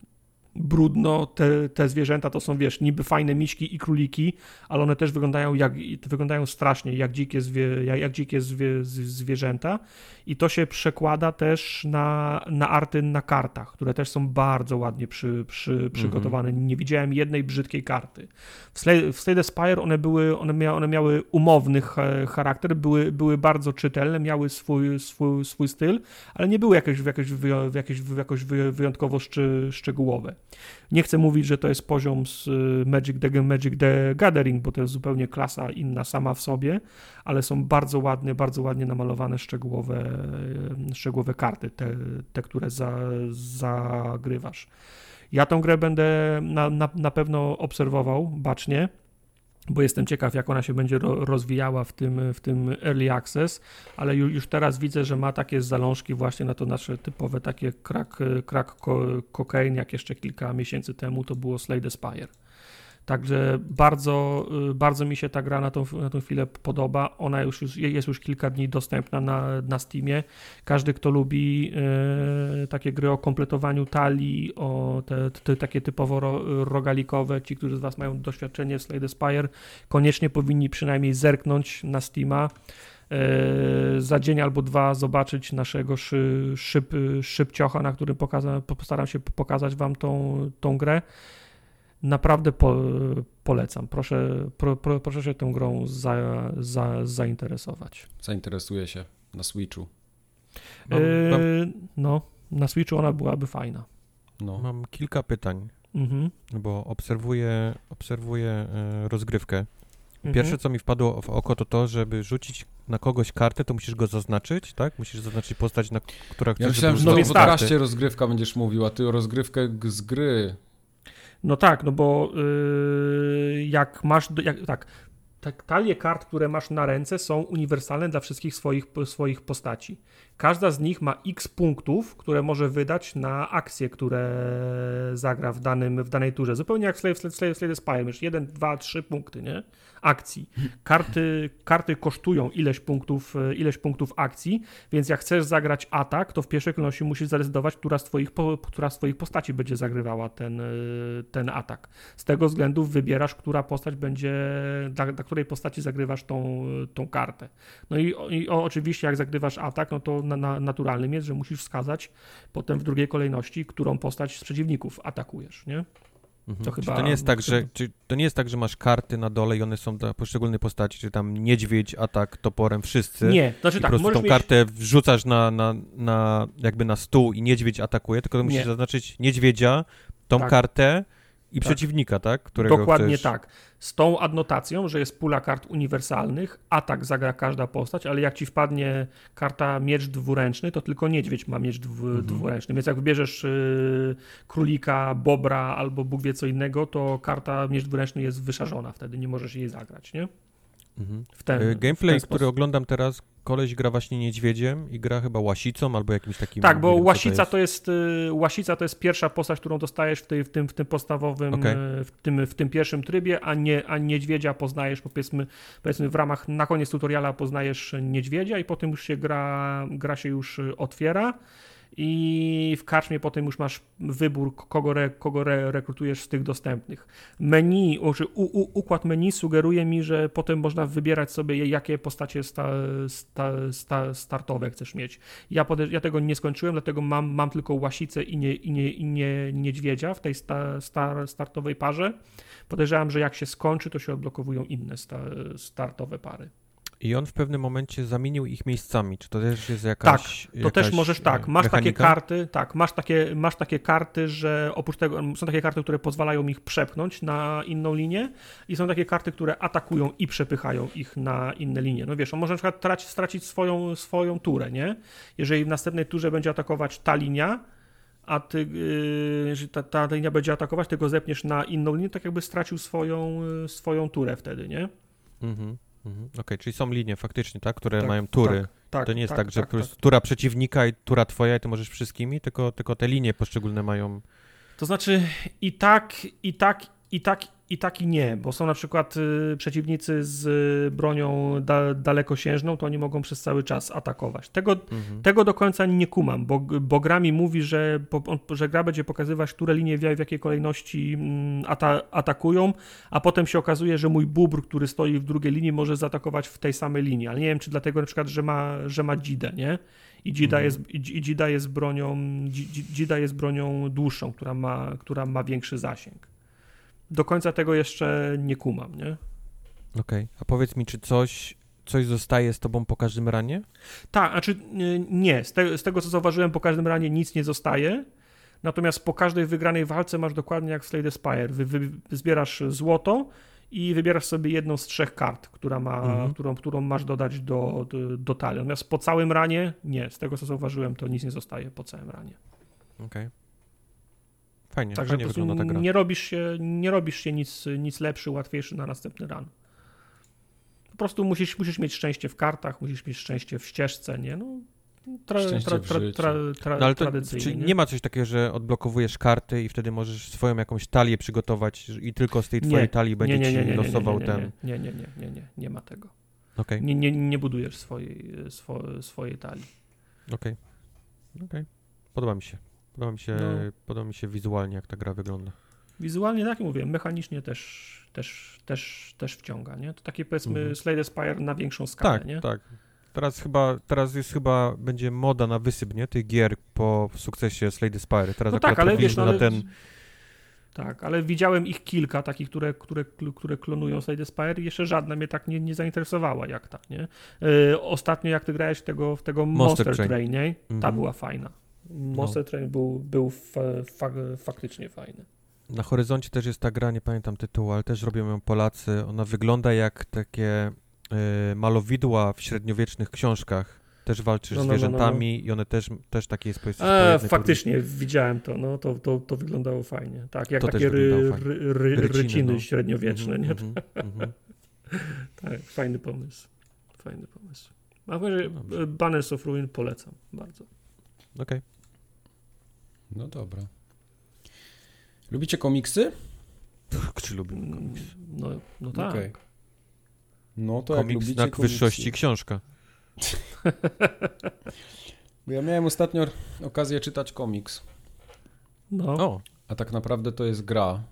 [SPEAKER 2] brudno, te, te zwierzęta to są, wiesz, niby fajne miśki i króliki, ale one też wyglądają jak, wyglądają strasznie, jak dzikie, zwie, jak, jak dzikie zwie, zwierzęta i to się przekłada też na, na arty na kartach, które też są bardzo ładnie przy, przy, przygotowane. Mm-hmm. Nie widziałem jednej brzydkiej karty. W Slay, w Slay the Spire one były, one, mia, one miały umowny charakter, były, były bardzo czytelne, miały swój, swój, swój styl, ale nie były jakieś, jakieś, jakieś, jakoś wyjątkowo szczy, szczegółowe. Nie chcę mówić, że to jest poziom z Magic the, Magic the Gathering, bo to jest zupełnie klasa inna sama w sobie, ale są bardzo ładnie, bardzo ładnie namalowane szczegółowe, szczegółowe karty, te, te które za, zagrywasz. Ja tą grę będę na, na, na pewno obserwował bacznie, bo jestem ciekaw, jak ona się będzie ro, rozwijała w tym, w tym Early Access, ale już, już teraz widzę, że ma takie zalążki właśnie na to nasze typowe takie crack, crack cocaine, jak jeszcze kilka miesięcy temu to było Slay the Spire. Także bardzo, bardzo mi się ta gra na tą, na tą chwilę podoba. Ona już, już jest już kilka dni dostępna na, na Steamie. Każdy, kto lubi e, takie gry o kompletowaniu talii, o te, te takie typowo ro, rogalikowe, ci, którzy z Was mają doświadczenie w Slay the Spire, koniecznie powinni przynajmniej zerknąć na Steama. E, za dzień albo dwa zobaczyć naszego szy, szyb, szybciocha, na którym pokaza, postaram się pokazać Wam tą, tą grę. Naprawdę po, polecam. Proszę, pro, pro, proszę się tą grą za, za, zainteresować.
[SPEAKER 1] Zainteresuję się na Switchu.
[SPEAKER 3] Mam,
[SPEAKER 2] yy,
[SPEAKER 3] mam,
[SPEAKER 2] no, na Switchu ona byłaby fajna.
[SPEAKER 1] No.
[SPEAKER 3] Mam kilka pytań,
[SPEAKER 2] Mhm.
[SPEAKER 3] bo obserwuję, obserwuję e, rozgrywkę.
[SPEAKER 2] Mhm.
[SPEAKER 3] Pierwsze, co mi wpadło w oko, to to, żeby rzucić na kogoś kartę, to musisz go zaznaczyć, tak? Musisz zaznaczyć postać, na która chcesz,
[SPEAKER 1] Ja myślałem, że
[SPEAKER 2] no
[SPEAKER 1] to
[SPEAKER 2] więc
[SPEAKER 1] w
[SPEAKER 2] tak.
[SPEAKER 1] podcaście rozgrywka będziesz mówił, a ty o rozgrywkę g- z gry.
[SPEAKER 2] No tak, no bo yy, jak masz, jak, tak, tak, talie kart, które masz na ręce są uniwersalne dla wszystkich swoich, swoich postaci. Każda z nich ma x punktów, które może wydać na akcje, które zagra w, danym, w danej turze. Zupełnie jak Slay, Slay, Slay, Slay the Spire, masz jeden, dwa, trzy punkty, nie? Akcji. Karty, karty kosztują ileś punktów, ileś punktów akcji, więc jak chcesz zagrać atak, to w pierwszej kolejności musisz zadecydować, która z twoich, która z twoich postaci będzie zagrywała ten, ten atak. Z tego względu wybierasz, która postać będzie, dla, dla której postaci zagrywasz tą, tą kartę. No i, i o, oczywiście jak zagrywasz atak, no to na, na, naturalnym jest, że musisz wskazać potem w drugiej kolejności, którą postać z przeciwników atakujesz, nie?
[SPEAKER 3] Mhm.
[SPEAKER 2] To
[SPEAKER 3] Czy
[SPEAKER 2] chyba,
[SPEAKER 3] to nie jest tak,
[SPEAKER 2] chyba...
[SPEAKER 3] że czy to nie jest tak, że masz karty na dole i one są dla poszczególnej postaci, czy tam niedźwiedź, atak, toporem, wszyscy.
[SPEAKER 2] Nie, znaczy
[SPEAKER 3] I
[SPEAKER 2] tak,
[SPEAKER 3] po prostu
[SPEAKER 2] możesz
[SPEAKER 3] tą
[SPEAKER 2] mieć...
[SPEAKER 3] kartę wrzucasz na, na, na jakby na stół i niedźwiedź atakuje, tylko musisz
[SPEAKER 2] Nie.
[SPEAKER 3] zaznaczyć niedźwiedzia, tą
[SPEAKER 2] Tak.
[SPEAKER 3] kartę i
[SPEAKER 2] Tak.
[SPEAKER 3] przeciwnika, tak? Którego
[SPEAKER 2] Dokładnie
[SPEAKER 3] chcesz...
[SPEAKER 2] tak. Z tą adnotacją, że jest pula kart uniwersalnych, atak zagra każda postać, ale jak ci wpadnie karta miecz dwuręczny, to tylko niedźwiedź ma miecz dwu,
[SPEAKER 3] Mhm.
[SPEAKER 2] dwuręczny. Więc jak wybierzesz y, królika, bobra albo Bóg wie co innego, to karta miecz dwuręczny jest wyszarzona, wtedy nie możesz jej zagrać, nie?
[SPEAKER 3] Mhm.
[SPEAKER 2] W ten,
[SPEAKER 3] Gameplay,
[SPEAKER 2] w ten
[SPEAKER 3] który oglądam teraz, koleś gra właśnie niedźwiedziem i gra chyba łasicą albo jakimś takim...
[SPEAKER 2] Tak, bo
[SPEAKER 3] wiem,
[SPEAKER 2] łasica
[SPEAKER 3] to
[SPEAKER 2] to jest, to jest łasica to jest pierwsza postać, którą dostajesz w, tej, w, tym, w tym podstawowym,
[SPEAKER 3] okay.
[SPEAKER 2] w, tym, w tym pierwszym trybie, a, nie, a niedźwiedzia poznajesz powiedzmy, powiedzmy w ramach, na koniec tutoriala poznajesz niedźwiedzia i potem już się gra, gra się już otwiera. I w karczmie potem już masz wybór, kogo, re, kogo re, rekrutujesz z tych dostępnych. Menu, u, u, układ menu sugeruje mi, że potem można wybierać sobie, jakie postacie sta, sta, sta, startowe chcesz mieć. Ja, pode, ja tego nie skończyłem, dlatego mam, mam tylko łasicę i, nie, i, nie, i nie, niedźwiedzia w tej sta, sta, startowej parze. Podejrzewam, że jak się skończy, to się odblokowują inne sta, startowe pary.
[SPEAKER 3] I on w pewnym momencie zamienił ich miejscami. Czy to też jest jakaś...
[SPEAKER 2] Tak, to jakaś też możesz, tak, masz
[SPEAKER 3] mechanika?
[SPEAKER 2] takie karty, tak, masz takie, masz takie karty, że oprócz tego, są takie karty, które pozwalają ich przepchnąć na inną linię i są takie karty, które atakują i przepychają ich na inne linie. No wiesz, on może na przykład traci, stracić swoją, swoją turę, nie? Jeżeli w następnej turze będzie atakować ta linia, a ty, yy, jeżeli ta, ta linia będzie atakować, ty go zepniesz na inną linię, tak jakby stracił swoją, swoją turę wtedy, nie?
[SPEAKER 3] Mhm. Mhm. Okej, okay, czyli są linie faktycznie, tak, które
[SPEAKER 2] tak,
[SPEAKER 3] mają tury.
[SPEAKER 2] Tak, tak,
[SPEAKER 3] to nie jest
[SPEAKER 2] tak,
[SPEAKER 3] tak, że
[SPEAKER 2] tak,
[SPEAKER 3] po prostu
[SPEAKER 2] tak.
[SPEAKER 3] tura przeciwnika i tura twoja i ty możesz wszystkimi, tylko, tylko te linie poszczególne mają...
[SPEAKER 2] To znaczy i tak, i tak, i tak, i tak i nie, bo są na przykład y, przeciwnicy z y, bronią da, dalekosiężną, to oni mogą przez cały czas atakować. Tego, mhm. tego do końca nie kumam, bo, bo gra mi mówi, że, po, on, że gra będzie pokazywać, które linie w, w jakiej kolejności mm, ata, atakują, a potem się okazuje, że mój bóbr, który stoi w drugiej linii, może zaatakować w tej samej linii, ale nie wiem, czy dlatego na przykład, że ma, że ma dzidę, nie? I dzida, mhm. jest, i, i dzida jest bronią, dzida jest bronią dłuższą, która ma, która ma większy zasięg. Do końca tego jeszcze nie kumam, nie?
[SPEAKER 3] Okej, okay. A powiedz mi, czy coś, coś zostaje z tobą po każdym ranie?
[SPEAKER 2] Tak, znaczy nie, z, te, z tego co zauważyłem, po każdym ranie nic nie zostaje, natomiast po każdej wygranej walce masz dokładnie jak w Slay the Spire, wy, wy, zbierasz złoto i wybierasz sobie jedną z trzech kart, która ma, mhm. którą, którą masz dodać do, do, do talii. Natomiast po całym ranie nie, z tego co zauważyłem, to nic nie zostaje po całym ranie.
[SPEAKER 3] Okej. Okay. Fajnie,
[SPEAKER 2] Także
[SPEAKER 3] fajnie wygląda ta gra.
[SPEAKER 2] Nie robisz się, nie robisz się nic, nic lepszy, łatwiejszy na następny run. Po prostu musisz, musisz mieć szczęście w kartach, musisz mieć szczęście w ścieżce, nie? No, tra, tra, tra, tra, tra,
[SPEAKER 3] no ale to,
[SPEAKER 2] tradycyjnie.
[SPEAKER 3] Czy
[SPEAKER 2] nie?
[SPEAKER 3] nie ma coś takiego, że odblokowujesz karty i wtedy możesz swoją jakąś talię przygotować i tylko z tej twojej
[SPEAKER 2] nie,
[SPEAKER 3] talii będzie
[SPEAKER 2] nie, nie, nie,
[SPEAKER 3] ci
[SPEAKER 2] nie,
[SPEAKER 3] losował
[SPEAKER 2] nie, nie,
[SPEAKER 3] ten...
[SPEAKER 2] Nie, nie, nie, nie, nie, nie ma tego.
[SPEAKER 3] Okay.
[SPEAKER 2] Nie, nie, nie budujesz swojej, swo, swojej talii.
[SPEAKER 3] Okej, okay. okej. Okay. Podoba mi się. Podoba mi się, no. podoba mi się wizualnie, jak ta gra wygląda.
[SPEAKER 2] Wizualnie, tak jak mówię, mechanicznie też, też, też, też wciąga, nie? To takie, powiedzmy, mm. Slay the Spire na większą skalę,
[SPEAKER 3] tak,
[SPEAKER 2] nie?
[SPEAKER 3] Tak, Teraz chyba, teraz jest chyba, będzie moda na wysyp, nie? Tych gier po sukcesie Slay the Spire. Teraz
[SPEAKER 2] no tak, ale wiesz, no,
[SPEAKER 3] na
[SPEAKER 2] ale...
[SPEAKER 3] ten...
[SPEAKER 2] Tak, ale widziałem ich kilka, takich, które, które, które klonują Slay the Spire i jeszcze żadna mnie tak nie, nie zainteresowała jak ta, nie? Yy, ostatnio jak ty grałeś w tego, w tego Monster, Monster Train, Train, nie? Ta mm-hmm. była fajna. Monster no. Train był, był fa, fa, faktycznie fajny.
[SPEAKER 3] Na horyzoncie też jest ta gra, nie pamiętam tytułu, ale też robią ją Polacy. Ona wygląda jak takie y, malowidła w średniowiecznych książkach. Też walczysz no, no, z zwierzętami no, no, no. i one też, też takie jest powiedzmy.
[SPEAKER 2] A, faktycznie, turnie. Widziałem to, no to, to, to wyglądało fajnie. Tak, jak to takie ry, ry, ry, ryciny no. średniowieczne, mm-hmm, nie? Mm-hmm. Tak, fajny pomysł. Fajny pomysł. A może Banners of Ruin polecam bardzo.
[SPEAKER 3] Okej. Okay.
[SPEAKER 1] No dobra. Lubicie komiksy?
[SPEAKER 3] Czy lubimy komiksy?
[SPEAKER 2] No, no tak. Okay.
[SPEAKER 1] No to
[SPEAKER 3] Komiks
[SPEAKER 1] jak lubicie
[SPEAKER 3] znak
[SPEAKER 1] komiksy.
[SPEAKER 3] Wyższości książka.
[SPEAKER 1] Bo ja miałem ostatnio okazję czytać komiks.
[SPEAKER 2] No.
[SPEAKER 3] O.
[SPEAKER 1] A tak naprawdę to jest gra,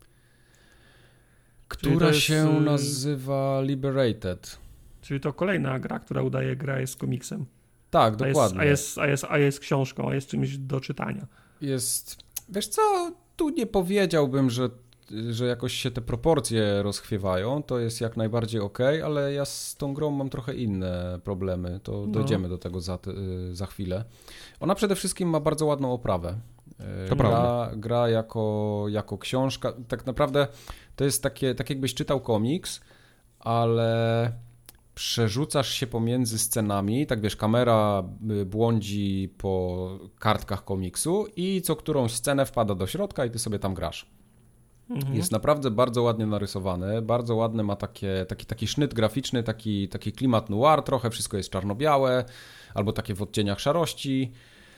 [SPEAKER 1] która jest... się nazywa Liberated.
[SPEAKER 2] Czyli to kolejna gra, która udaje gra jest komiksem.
[SPEAKER 1] Tak, dokładnie.
[SPEAKER 2] A jest, a, jest, a jest książką, a jest czymś do czytania.
[SPEAKER 1] Jest, wiesz co, tu nie powiedziałbym, że, że jakoś się te proporcje rozchwiewają, to jest jak najbardziej okej, ale ja z tą grą mam trochę inne problemy, to no. dojdziemy do tego za, za chwilę. Ona przede wszystkim ma bardzo ładną oprawę.
[SPEAKER 3] To
[SPEAKER 1] gra,
[SPEAKER 3] prawda.
[SPEAKER 1] Gra jako, jako książka, tak naprawdę to jest takie, tak jakbyś czytał komiks, ale... przerzucasz się pomiędzy scenami, tak wiesz, kamera błądzi po kartkach komiksu i co którąś scenę wpada do środka i ty sobie tam grasz. Mhm. Jest naprawdę bardzo ładnie narysowany, bardzo ładny, ma takie, taki, taki sznyt graficzny, taki, taki klimat noir trochę, wszystko jest czarno-białe, albo takie w odcieniach szarości.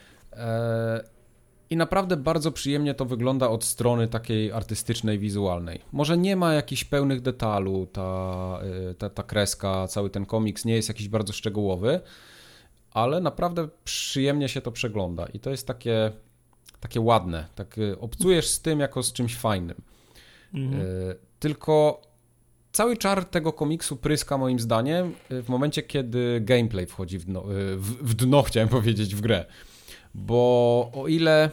[SPEAKER 1] I naprawdę bardzo przyjemnie to wygląda od strony takiej artystycznej, wizualnej. Może nie ma jakichś pełnych detalu, ta, ta, ta kreska, cały ten komiks nie jest jakiś bardzo szczegółowy, ale naprawdę przyjemnie się to przegląda i to jest takie, takie ładne, tak obcujesz z tym jako z czymś fajnym. Mhm. Tylko cały czar tego komiksu pryska moim zdaniem w momencie, kiedy gameplay wchodzi w dno, w, w dno chciałem powiedzieć, w grę. Bo o ile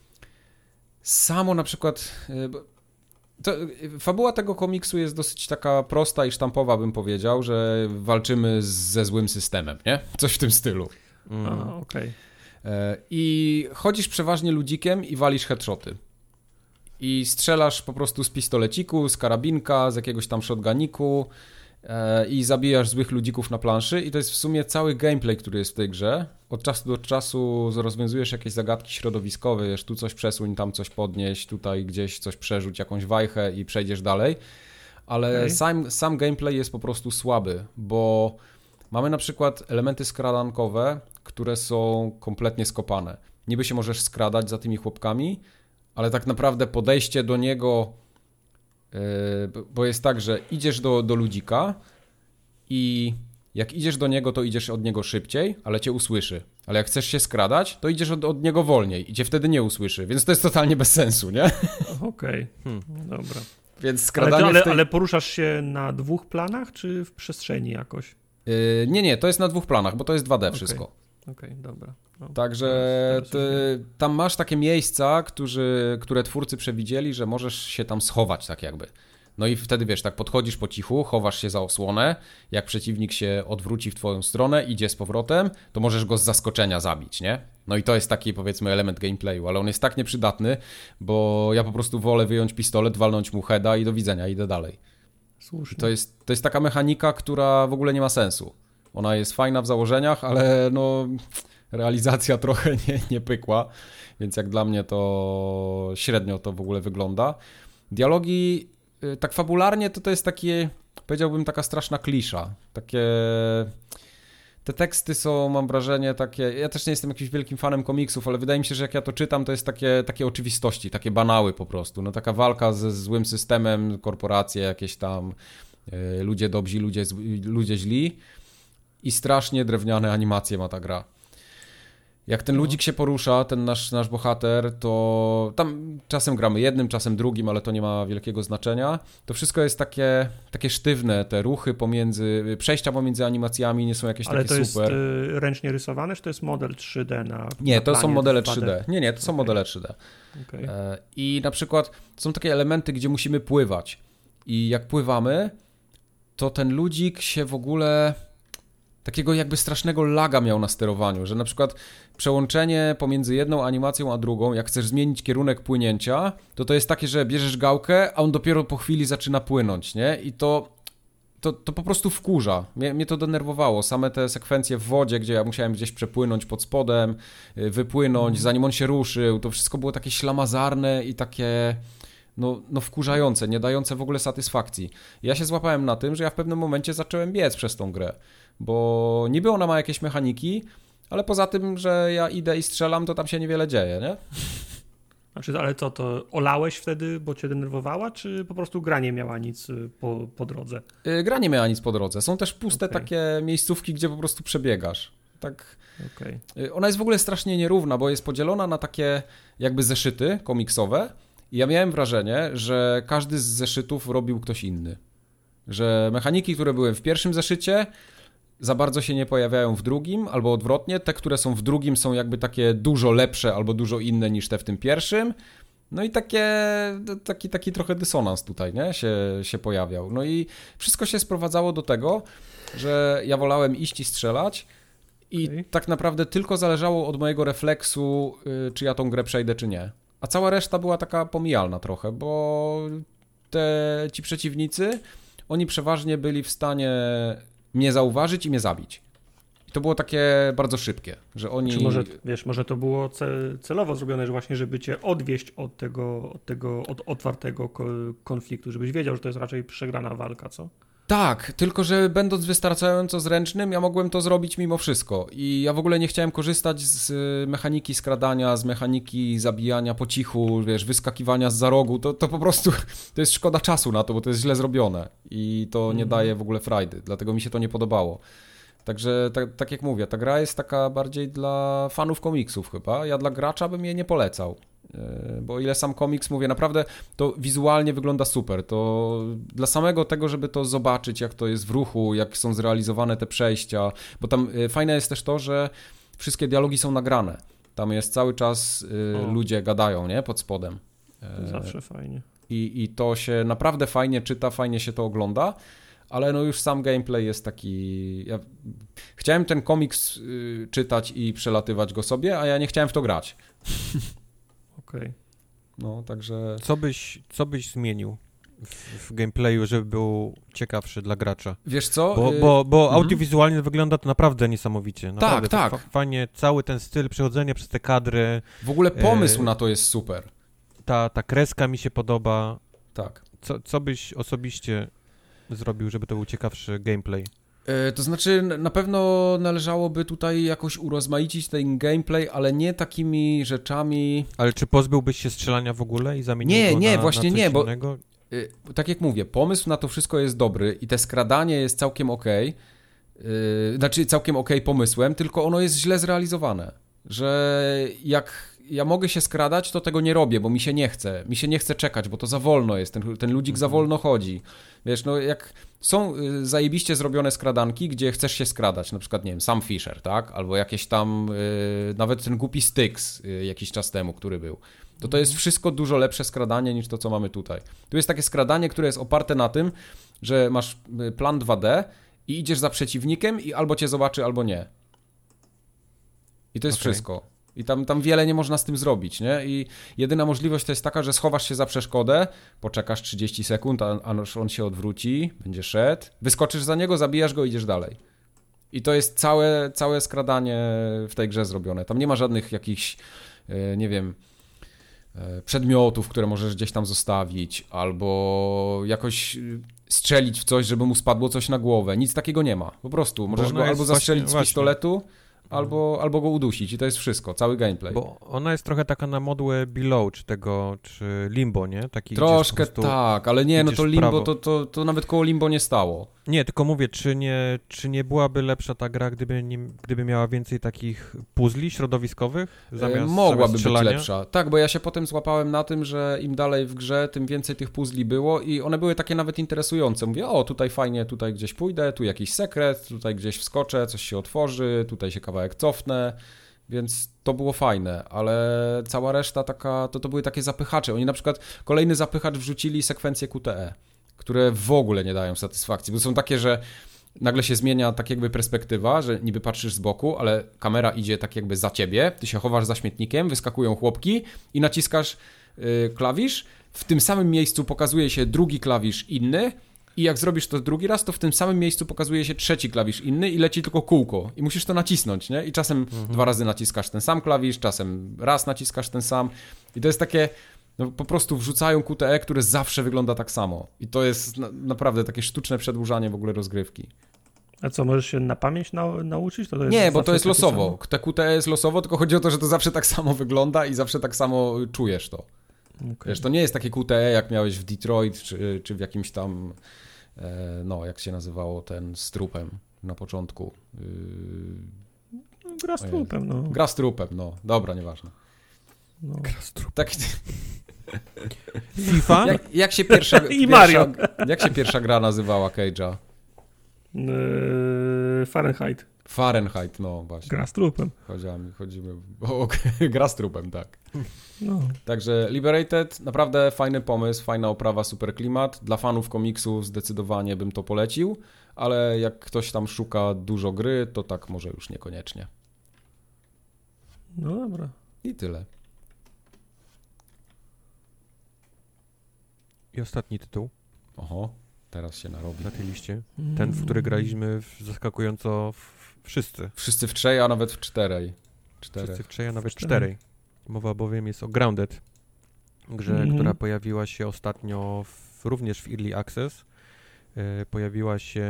[SPEAKER 1] samo na przykład... To, fabuła tego komiksu jest dosyć taka prosta i sztampowa, bym powiedział, że walczymy ze złym systemem, nie? Coś w tym stylu.
[SPEAKER 2] Mm. A, okej.
[SPEAKER 1] Okay. I chodzisz przeważnie ludzikiem i walisz headshoty. I strzelasz po prostu z pistoleciku, z karabinka, z jakiegoś tam shotguniku i zabijasz złych ludzików na planszy i to jest w sumie cały gameplay, który jest w tej grze. Od czasu do czasu rozwiązujesz jakieś zagadki środowiskowe, wiesz, tu coś przesuń, tam coś podnieść, tutaj gdzieś coś przerzuć, jakąś wajchę i przejdziesz dalej, ale okay. sam, sam gameplay jest po prostu słaby, bo mamy na przykład elementy skradankowe, które są kompletnie skopane. Niby się możesz skradać za tymi chłopkami, ale tak naprawdę podejście do niego, yy, bo jest tak, że idziesz do, do ludzika i jak idziesz do niego, to idziesz od niego szybciej, ale cię usłyszy. Ale jak chcesz się skradać, to idziesz od, od niego wolniej i cię wtedy nie usłyszy, więc to jest totalnie bez sensu, nie?
[SPEAKER 2] Okej, okay. hmm, dobra.
[SPEAKER 1] Więc skradanie
[SPEAKER 2] ale, ale,
[SPEAKER 1] w tej...
[SPEAKER 2] ale poruszasz się na dwóch planach, czy w przestrzeni jakoś?
[SPEAKER 1] Yy, nie, nie, to jest na dwóch planach, bo to jest dwa D okay. wszystko.
[SPEAKER 2] Okej, okay, dobra. No,
[SPEAKER 1] Także ty, tam masz takie miejsca, którzy, które twórcy przewidzieli, że możesz się tam schować tak jakby. No i wtedy wiesz, tak podchodzisz po cichu, chowasz się za osłonę, jak przeciwnik się odwróci w twoją stronę, idzie z powrotem, to możesz go z zaskoczenia zabić, nie? No i to jest taki, powiedzmy, element gameplayu, ale on jest tak nieprzydatny, bo ja po prostu wolę wyjąć pistolet, walnąć mu heada i do widzenia, idę dalej.
[SPEAKER 2] Słusznie.
[SPEAKER 1] To jest, to jest taka mechanika, która w ogóle nie ma sensu. Ona jest fajna w założeniach, ale no realizacja trochę nie, nie pykła, więc jak dla mnie to średnio to w ogóle wygląda. Dialogi tak fabularnie to to jest takie, powiedziałbym, taka straszna klisza. Takie... Te teksty są, mam wrażenie, takie... Ja też nie jestem jakimś wielkim fanem komiksów, ale wydaje mi się, że jak ja to czytam, to jest takie, takie oczywistości, takie banały po prostu. No taka walka ze złym systemem, korporacje jakieś tam, yy, ludzie dobrzy, ludzie, ludzie źli i strasznie drewniane animacje ma ta gra. Jak ten ludzik się porusza, ten nasz, nasz bohater, to tam czasem gramy jednym, czasem drugim, ale to nie ma wielkiego znaczenia. To wszystko jest takie, takie sztywne, te ruchy pomiędzy, przejścia pomiędzy animacjami nie są jakieś
[SPEAKER 2] ale
[SPEAKER 1] takie super.
[SPEAKER 2] Ale to jest y, ręcznie rysowane, czy to jest model trzy D na
[SPEAKER 1] Nie,
[SPEAKER 2] na
[SPEAKER 1] to są modele trzy D.
[SPEAKER 2] dwa D?
[SPEAKER 1] Nie, nie, to są okay. modele trzy D.
[SPEAKER 2] Okay.
[SPEAKER 1] I na przykład są takie elementy, gdzie musimy pływać. I jak pływamy, to ten ludzik się w ogóle... Takiego jakby strasznego laga miał na sterowaniu, że na przykład przełączenie pomiędzy jedną animacją a drugą, jak chcesz zmienić kierunek płynięcia, to to jest takie, że bierzesz gałkę, a on dopiero po chwili zaczyna płynąć, nie? I to, to, to po prostu wkurza. Mnie, mnie to denerwowało. Same te sekwencje w wodzie, gdzie ja musiałem gdzieś przepłynąć pod spodem, wypłynąć, zanim on się ruszył, to wszystko było takie ślamazarne i takie... No, no wkurzające, nie dające w ogóle satysfakcji. Ja się złapałem na tym, że ja w pewnym momencie zacząłem biec przez tą grę, bo niby ona ma jakieś mechaniki, ale poza tym, że ja idę i strzelam, to tam się niewiele dzieje, nie?
[SPEAKER 2] Znaczy, ale co, to olałeś wtedy, bo cię denerwowała, czy po prostu gra nie miała nic po, po drodze?
[SPEAKER 1] Yy, gra nie miała nic po drodze. Są też puste
[SPEAKER 2] okay.
[SPEAKER 1] takie miejscówki, gdzie po prostu przebiegasz. Tak.
[SPEAKER 2] Okay.
[SPEAKER 1] Yy, ona jest w ogóle strasznie nierówna, bo jest podzielona na takie jakby zeszyty komiksowe. I ja miałem wrażenie, że każdy z zeszytów robił ktoś inny. Że mechaniki, które były w pierwszym zeszycie, za bardzo się nie pojawiają w drugim, albo odwrotnie. Te, które są w drugim, są jakby takie dużo lepsze albo dużo inne niż te w tym pierwszym. No i takie, taki, taki trochę dysonans tutaj, nie? Się, się pojawiał. No i wszystko się sprowadzało do tego, że ja wolałem iść i strzelać i okay. tak naprawdę tylko zależało od mojego refleksu, czy ja tą grę przejdę, czy nie. A cała reszta była taka pomijalna trochę, bo te, ci przeciwnicy, oni przeważnie byli w stanie mnie zauważyć i mnie zabić. to było takie bardzo szybkie, że oni...
[SPEAKER 2] Czy może, wiesz, może to było celowo zrobione, że właśnie, żeby cię odwieść od tego, od tego od otwartego konfliktu, żebyś wiedział, że to jest raczej przegrana walka, co?
[SPEAKER 1] Tak, tylko że będąc wystarczająco zręcznym, ja mogłem to zrobić mimo wszystko. I ja w ogóle nie chciałem korzystać z mechaniki skradania, z mechaniki zabijania po cichu, wiesz, wyskakiwania z za rogu. To, to po prostu, to jest szkoda czasu na to, bo to jest źle zrobione. I to nie
[SPEAKER 2] Mhm. daje
[SPEAKER 1] daje w ogóle frajdy, dlatego mi się to nie podobało. Także tak, tak jak mówię, ta gra jest taka bardziej dla fanów komiksów chyba. Ja dla gracza bym jej nie polecał. Bo o ile sam komiks, mówię, naprawdę to wizualnie wygląda super, to dla samego tego, żeby to zobaczyć, jak to jest w ruchu, jak są zrealizowane te przejścia, bo tam fajne jest też to, że wszystkie dialogi są nagrane, tam jest cały czas o. ludzie gadają, nie, pod spodem.
[SPEAKER 2] To zawsze fajnie.
[SPEAKER 1] I, I to się naprawdę fajnie czyta, fajnie się to ogląda, ale no już sam gameplay jest taki... Ja chciałem ten komiks y, czytać i przelatywać go sobie, a ja nie chciałem w to grać.
[SPEAKER 2] Okej. Okay.
[SPEAKER 1] No, także...
[SPEAKER 3] Co byś, co byś zmienił w, w gameplayu, żeby był ciekawszy dla gracza?
[SPEAKER 1] Wiesz co?
[SPEAKER 3] Bo, bo, bo mhm. audiowizualnie wygląda to naprawdę niesamowicie. Naprawdę
[SPEAKER 1] tak,
[SPEAKER 3] to
[SPEAKER 1] tak.
[SPEAKER 3] Fajnie, cały ten styl przechodzenia przez te kadry.
[SPEAKER 1] W ogóle pomysł e... na to jest super.
[SPEAKER 3] Ta, ta kreska mi się podoba.
[SPEAKER 1] Tak.
[SPEAKER 3] Co, co byś osobiście zrobił, żeby to był ciekawszy gameplay?
[SPEAKER 1] To znaczy, na pewno należałoby tutaj jakoś urozmaicić ten gameplay, ale nie takimi rzeczami...
[SPEAKER 3] Ale czy pozbyłbyś się strzelania w ogóle i zamienił
[SPEAKER 1] nie,
[SPEAKER 3] go
[SPEAKER 1] nie,
[SPEAKER 3] na,
[SPEAKER 1] właśnie
[SPEAKER 3] na coś
[SPEAKER 1] nie, bo
[SPEAKER 3] innego?
[SPEAKER 1] tak jak mówię, pomysł na to wszystko jest dobry i te skradanie jest całkiem okej, okay, znaczy całkiem okej okay pomysłem, tylko ono jest źle zrealizowane, że jak ja mogę się skradać, to tego nie robię, bo mi się nie chce, mi się nie chce czekać, bo to za wolno jest, ten, ten ludzik mhm. za wolno chodzi. Wiesz, no jak są zajebiście zrobione skradanki, gdzie chcesz się skradać, na przykład, nie wiem, Sam Fisher, tak, albo jakieś tam, yy, nawet ten głupi Styx yy, jakiś czas temu, który był, to to jest wszystko dużo lepsze skradanie niż to, co mamy tutaj. Tu jest takie skradanie, które jest oparte na tym, że masz plan dwa D i idziesz za przeciwnikiem i albo cię zobaczy, albo nie. I to jest okay. wszystko. I tam, tam wiele nie można z tym zrobić, nie? I jedyna możliwość to jest taka, że schowasz się za przeszkodę, poczekasz trzydzieści sekund, a on się odwróci, będzie szedł, wyskoczysz za niego, zabijasz go i idziesz dalej. I to jest całe, całe skradanie w tej grze zrobione. Tam nie ma żadnych jakichś, nie wiem, przedmiotów, które możesz gdzieś tam zostawić, albo jakoś strzelić w coś, żeby mu spadło coś na głowę. Nic takiego nie ma. Po prostu możesz go albo zastrzelić właśnie, z pistoletu, Albo, albo go udusić i to jest wszystko, cały gameplay.
[SPEAKER 3] Bo ona jest trochę taka na modłę Below, czy tego, czy Limbo, nie? Taki
[SPEAKER 1] troszkę tak, ale nie, no to Limbo, to, to, to nawet koło Limbo nie stało.
[SPEAKER 3] Nie, tylko mówię, czy nie, czy nie byłaby lepsza ta gra, gdyby, nie, gdyby miała więcej takich puzli środowiskowych zamiast
[SPEAKER 1] e, Mogłaby
[SPEAKER 3] zamiast
[SPEAKER 1] być lepsza. Tak, bo ja się potem złapałem na tym, że im dalej w grze, tym więcej tych puzli było i one były takie nawet interesujące. Mówię, o, tutaj fajnie, tutaj gdzieś pójdę, tu jakiś sekret, tutaj gdzieś wskoczę, coś się otworzy, tutaj się kawałek cofnę, więc to było fajne, ale cała reszta taka, to, to były takie zapychacze. Oni na przykład, kolejny zapychacz wrzucili sekwencje Q T E, które w ogóle nie dają satysfakcji, bo są takie, że nagle się zmienia tak jakby perspektywa, że niby patrzysz z boku, ale kamera idzie tak jakby za ciebie, ty się chowasz za śmietnikiem, wyskakują chłopki i naciskasz yy, klawisz, w tym samym miejscu pokazuje się drugi klawisz inny i jak zrobisz to drugi raz, to w tym samym miejscu pokazuje się trzeci klawisz inny i leci tylko kółko i musisz to nacisnąć, nie? I czasem mhm. dwa razy naciskasz ten sam klawisz, czasem raz naciskasz ten sam i to jest takie, no po prostu wrzucają Q T E, które zawsze wygląda tak samo i to jest na, naprawdę takie sztuczne przedłużanie w ogóle rozgrywki.
[SPEAKER 2] A co, możesz się na pamięć na, nauczyć? To to jest
[SPEAKER 1] nie, bo to jest losowo. Samo? Te Q T E jest losowo, tylko chodzi o to, że to zawsze tak samo wygląda i zawsze tak samo czujesz to. Okay. Wiesz, to nie jest takie Q T E, jak miałeś w Detroit, czy, czy w jakimś tam, e, no, jak się nazywało ten z trupem na początku. Yy...
[SPEAKER 2] Gra z trupem, no.
[SPEAKER 1] Gra z trupem, no. Dobra, nieważne.
[SPEAKER 2] No.
[SPEAKER 3] Gra z trupem.
[SPEAKER 1] Tak...
[SPEAKER 3] FIFA?
[SPEAKER 1] Jak, jak się pierwsza...
[SPEAKER 2] I
[SPEAKER 1] pierwsza,
[SPEAKER 2] Mario.
[SPEAKER 1] Jak się pierwsza gra nazywała Cage'a?
[SPEAKER 2] Yy, Fahrenheit.
[SPEAKER 1] Fahrenheit, no właśnie.
[SPEAKER 2] Gra z trupem.
[SPEAKER 1] Chodzimy, chodzimy. O, okay. Gra z trupem, tak.
[SPEAKER 2] No.
[SPEAKER 1] Także Liberated, naprawdę fajny pomysł, fajna oprawa, super klimat. Dla fanów komiksów zdecydowanie bym to polecił, ale jak ktoś tam szuka dużo gry, to tak może już niekoniecznie.
[SPEAKER 2] No dobra.
[SPEAKER 1] I tyle.
[SPEAKER 3] I ostatni tytuł.
[SPEAKER 1] Oho. teraz się narobi.
[SPEAKER 3] Na tej liście. Ten, w który graliśmy w, zaskakująco w, wszyscy.
[SPEAKER 1] Wszyscy w trzej, a nawet w czterej. Czterech.
[SPEAKER 3] Wszyscy w trzej, a nawet
[SPEAKER 2] Czterej.
[SPEAKER 3] czterej. Mowa bowiem jest o Grounded, grze,
[SPEAKER 2] Mhm.
[SPEAKER 3] która pojawiła się ostatnio w, również w Early Access. E, pojawiła się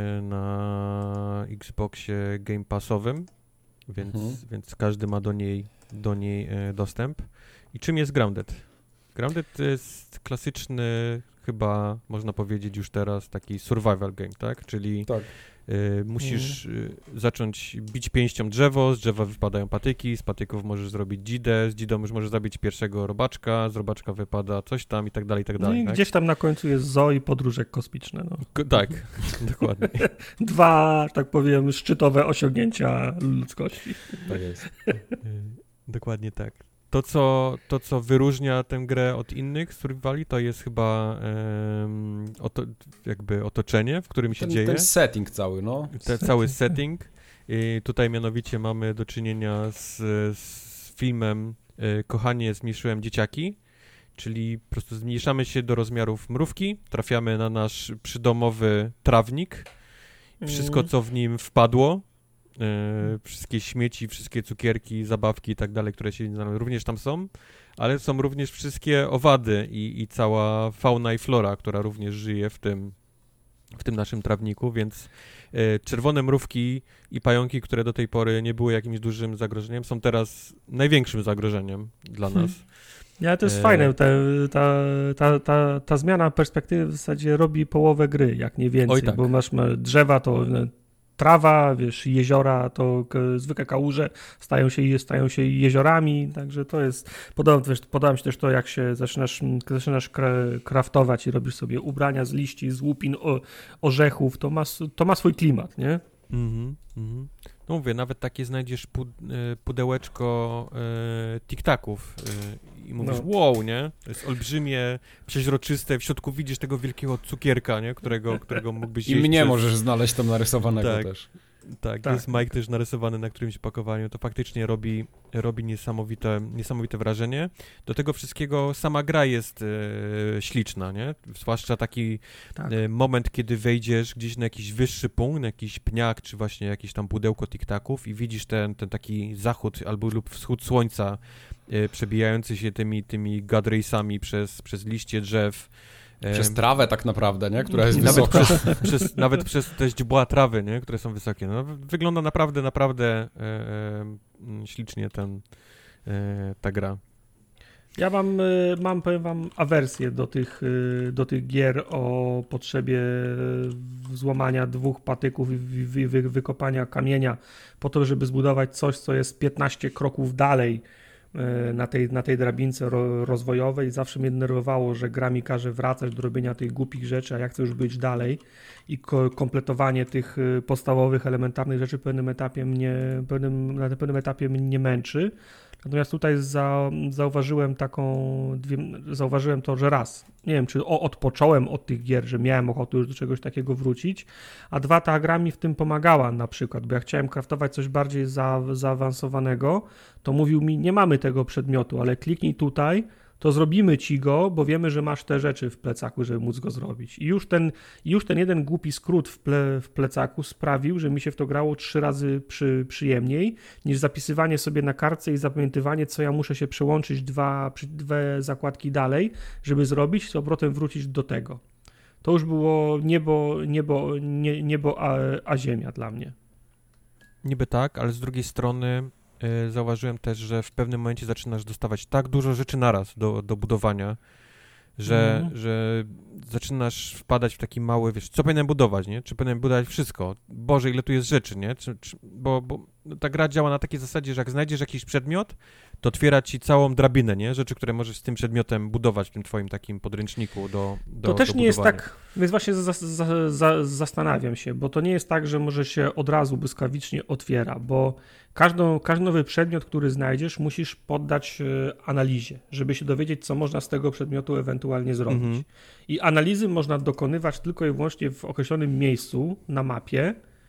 [SPEAKER 3] na Xboxie Game Passowym, więc,
[SPEAKER 1] Mhm.
[SPEAKER 3] więc każdy ma do niej, do niej e, dostęp. I czym jest Grounded? Grounded to jest klasyczny, chyba można powiedzieć już teraz, taki survival game, tak? Czyli
[SPEAKER 1] Tak.
[SPEAKER 3] y, musisz y, zacząć bić pięścią drzewo, z drzewa wypadają patyki, z patyków możesz zrobić dzidę, z dzidą już możesz zabić pierwszego robaczka, z robaczka wypada coś tam i tak dalej, i tak
[SPEAKER 2] No
[SPEAKER 3] dalej.
[SPEAKER 2] i
[SPEAKER 3] tak?
[SPEAKER 2] gdzieś tam na końcu jest zoo i podróżek kosmiczne. No.
[SPEAKER 3] Ko- tak, dokładnie.
[SPEAKER 2] Dwa, tak powiem, szczytowe osiągnięcia ludzkości.
[SPEAKER 1] Tak jest.
[SPEAKER 3] Y, Dokładnie tak. To co, to, co wyróżnia tę grę od innych survivali, to jest chyba em, oto, jakby otoczenie, w którym się
[SPEAKER 1] Ten,
[SPEAKER 3] dzieje.
[SPEAKER 1] ten setting cały, no.
[SPEAKER 3] Te, cały setting. I tutaj mianowicie mamy do czynienia z, z filmem y, Kochanie, zmniejszyłem dzieciaki, czyli po prostu zmniejszamy się do rozmiarów mrówki, trafiamy na nasz przydomowy trawnik, wszystko co w nim wpadło, y, wszystkie śmieci, wszystkie cukierki, zabawki i tak dalej, które się również tam są, ale są również wszystkie owady i, i cała fauna i flora, która również żyje w tym, w tym naszym trawniku, więc y, czerwone mrówki i pająki, które do tej pory nie były jakimś dużym zagrożeniem, są teraz największym zagrożeniem dla nas.
[SPEAKER 2] Ja, to jest
[SPEAKER 3] E...
[SPEAKER 2] fajne, ta, ta, ta, ta, ta zmiana perspektywy w zasadzie robi połowę gry, jak nie więcej,
[SPEAKER 3] Oj, tak.
[SPEAKER 2] bo masz ma drzewa, to no, trawa, wiesz, jeziora, to k- zwykłe kałuże stają się, stają się jeziorami, także to jest, podoba, wiesz, podoba mi się też to, jak się zaczynasz, zaczynasz kra- kraftować i robisz sobie ubrania z liści, z łupin, o, orzechów, to ma, to ma swój klimat, nie?
[SPEAKER 3] Mhm, mhm. No mówię, nawet takie znajdziesz pu- y, pudełeczko y, tiktaków y, i mówisz,
[SPEAKER 2] No.
[SPEAKER 3] wow, nie? To jest olbrzymie, przeźroczyste, w środku widzisz tego wielkiego cukierka, nie? Którego, którego mógłbyś
[SPEAKER 1] I
[SPEAKER 3] jeść
[SPEAKER 1] mnie
[SPEAKER 3] przez...
[SPEAKER 1] możesz znaleźć tam narysowanego
[SPEAKER 3] Tak.
[SPEAKER 1] też.
[SPEAKER 3] Tak,
[SPEAKER 2] Tak.
[SPEAKER 3] jest Mike też narysowany na którymś opakowaniu, to faktycznie robi, robi niesamowite, niesamowite wrażenie. Do tego wszystkiego sama gra jest e, śliczna, nie? Zwłaszcza taki
[SPEAKER 2] Tak.
[SPEAKER 3] e, moment, kiedy wejdziesz gdzieś na jakiś wyższy punkt, na jakiś pniak, czy właśnie jakieś tam pudełko tiktaków i widzisz ten, ten taki zachód albo lub wschód słońca e, przebijający się tymi, tymi God Raysami przez, przez liście drzew.
[SPEAKER 1] Przez trawę tak naprawdę, nie? Która jest
[SPEAKER 3] Nawet
[SPEAKER 1] wysoka.
[SPEAKER 3] przez, przez, nawet przez te źdźbła trawy, nie? Które są wysokie. No, wygląda naprawdę, naprawdę e, e, ślicznie ten, e, ta gra.
[SPEAKER 2] Ja mam, y, mam, powiem wam, awersję do tych, y, do tych gier o potrzebie y, złamania dwóch patyków i wy, wy, wykopania kamienia po to, żeby zbudować coś, co jest piętnaście kroków dalej y, na tej, na tej drabince ro, rozwojowej. Zawsze mnie denerwowało, że gra mi każe wracać do robienia tych głupich rzeczy, a ja chcę już być dalej i ko, kompletowanie tych y, podstawowych, elementarnych rzeczy w pewnym etapie mnie, pewnym, na pewnym etapie mnie męczy. Natomiast tutaj za, zauważyłem taką, dwie, zauważyłem to, że raz, nie wiem, czy o, odpocząłem od tych gier, że miałem ochotę już do czegoś takiego wrócić, a dwa, ta gra mi w tym pomagała na przykład, bo ja chciałem kraftować coś bardziej za, zaawansowanego, to mówił mi, nie mamy tego przedmiotu, ale kliknij tutaj, to zrobimy ci go, bo wiemy, że masz te rzeczy w plecaku, żeby móc go zrobić. I już ten, już ten jeden głupi skrót w, ple, w plecaku sprawił, że mi się w to grało trzy razy przy, przyjemniej, niż zapisywanie sobie na kartce i zapamiętywanie, co ja muszę się przełączyć dwa, dwie zakładki dalej, żeby zrobić, z obrotem wrócić do tego. To już było niebo, niebo, nie, niebo a, a ziemia dla mnie.
[SPEAKER 3] Niby tak, ale z drugiej strony y, zauważyłem też, że w pewnym momencie zaczynasz dostawać tak dużo rzeczy naraz do, do budowania, że,
[SPEAKER 2] Mhm.
[SPEAKER 3] że zaczynasz wpadać w taki mały, wiesz, co powinienem budować, nie? Czy powinienem budować wszystko? Boże, ile tu jest rzeczy, nie? Czy, czy, bo, bo ta gra działa na takiej zasadzie, że jak znajdziesz jakiś przedmiot, to otwiera ci całą drabinę, nie? Rzeczy, które możesz z tym przedmiotem budować w tym twoim takim podręczniku do, do
[SPEAKER 2] To też
[SPEAKER 3] do
[SPEAKER 2] nie jest
[SPEAKER 3] budowania.
[SPEAKER 2] tak, więc właśnie za, za, za, zastanawiam się, bo to nie jest tak, że może się od razu błyskawicznie otwiera, bo każdą, każdy nowy przedmiot, który znajdziesz, musisz poddać e, analizie, żeby się dowiedzieć, co można z tego przedmiotu ewentualnie zrobić.
[SPEAKER 3] Mhm.
[SPEAKER 2] I analizy można dokonywać tylko i wyłącznie w określonym miejscu na mapie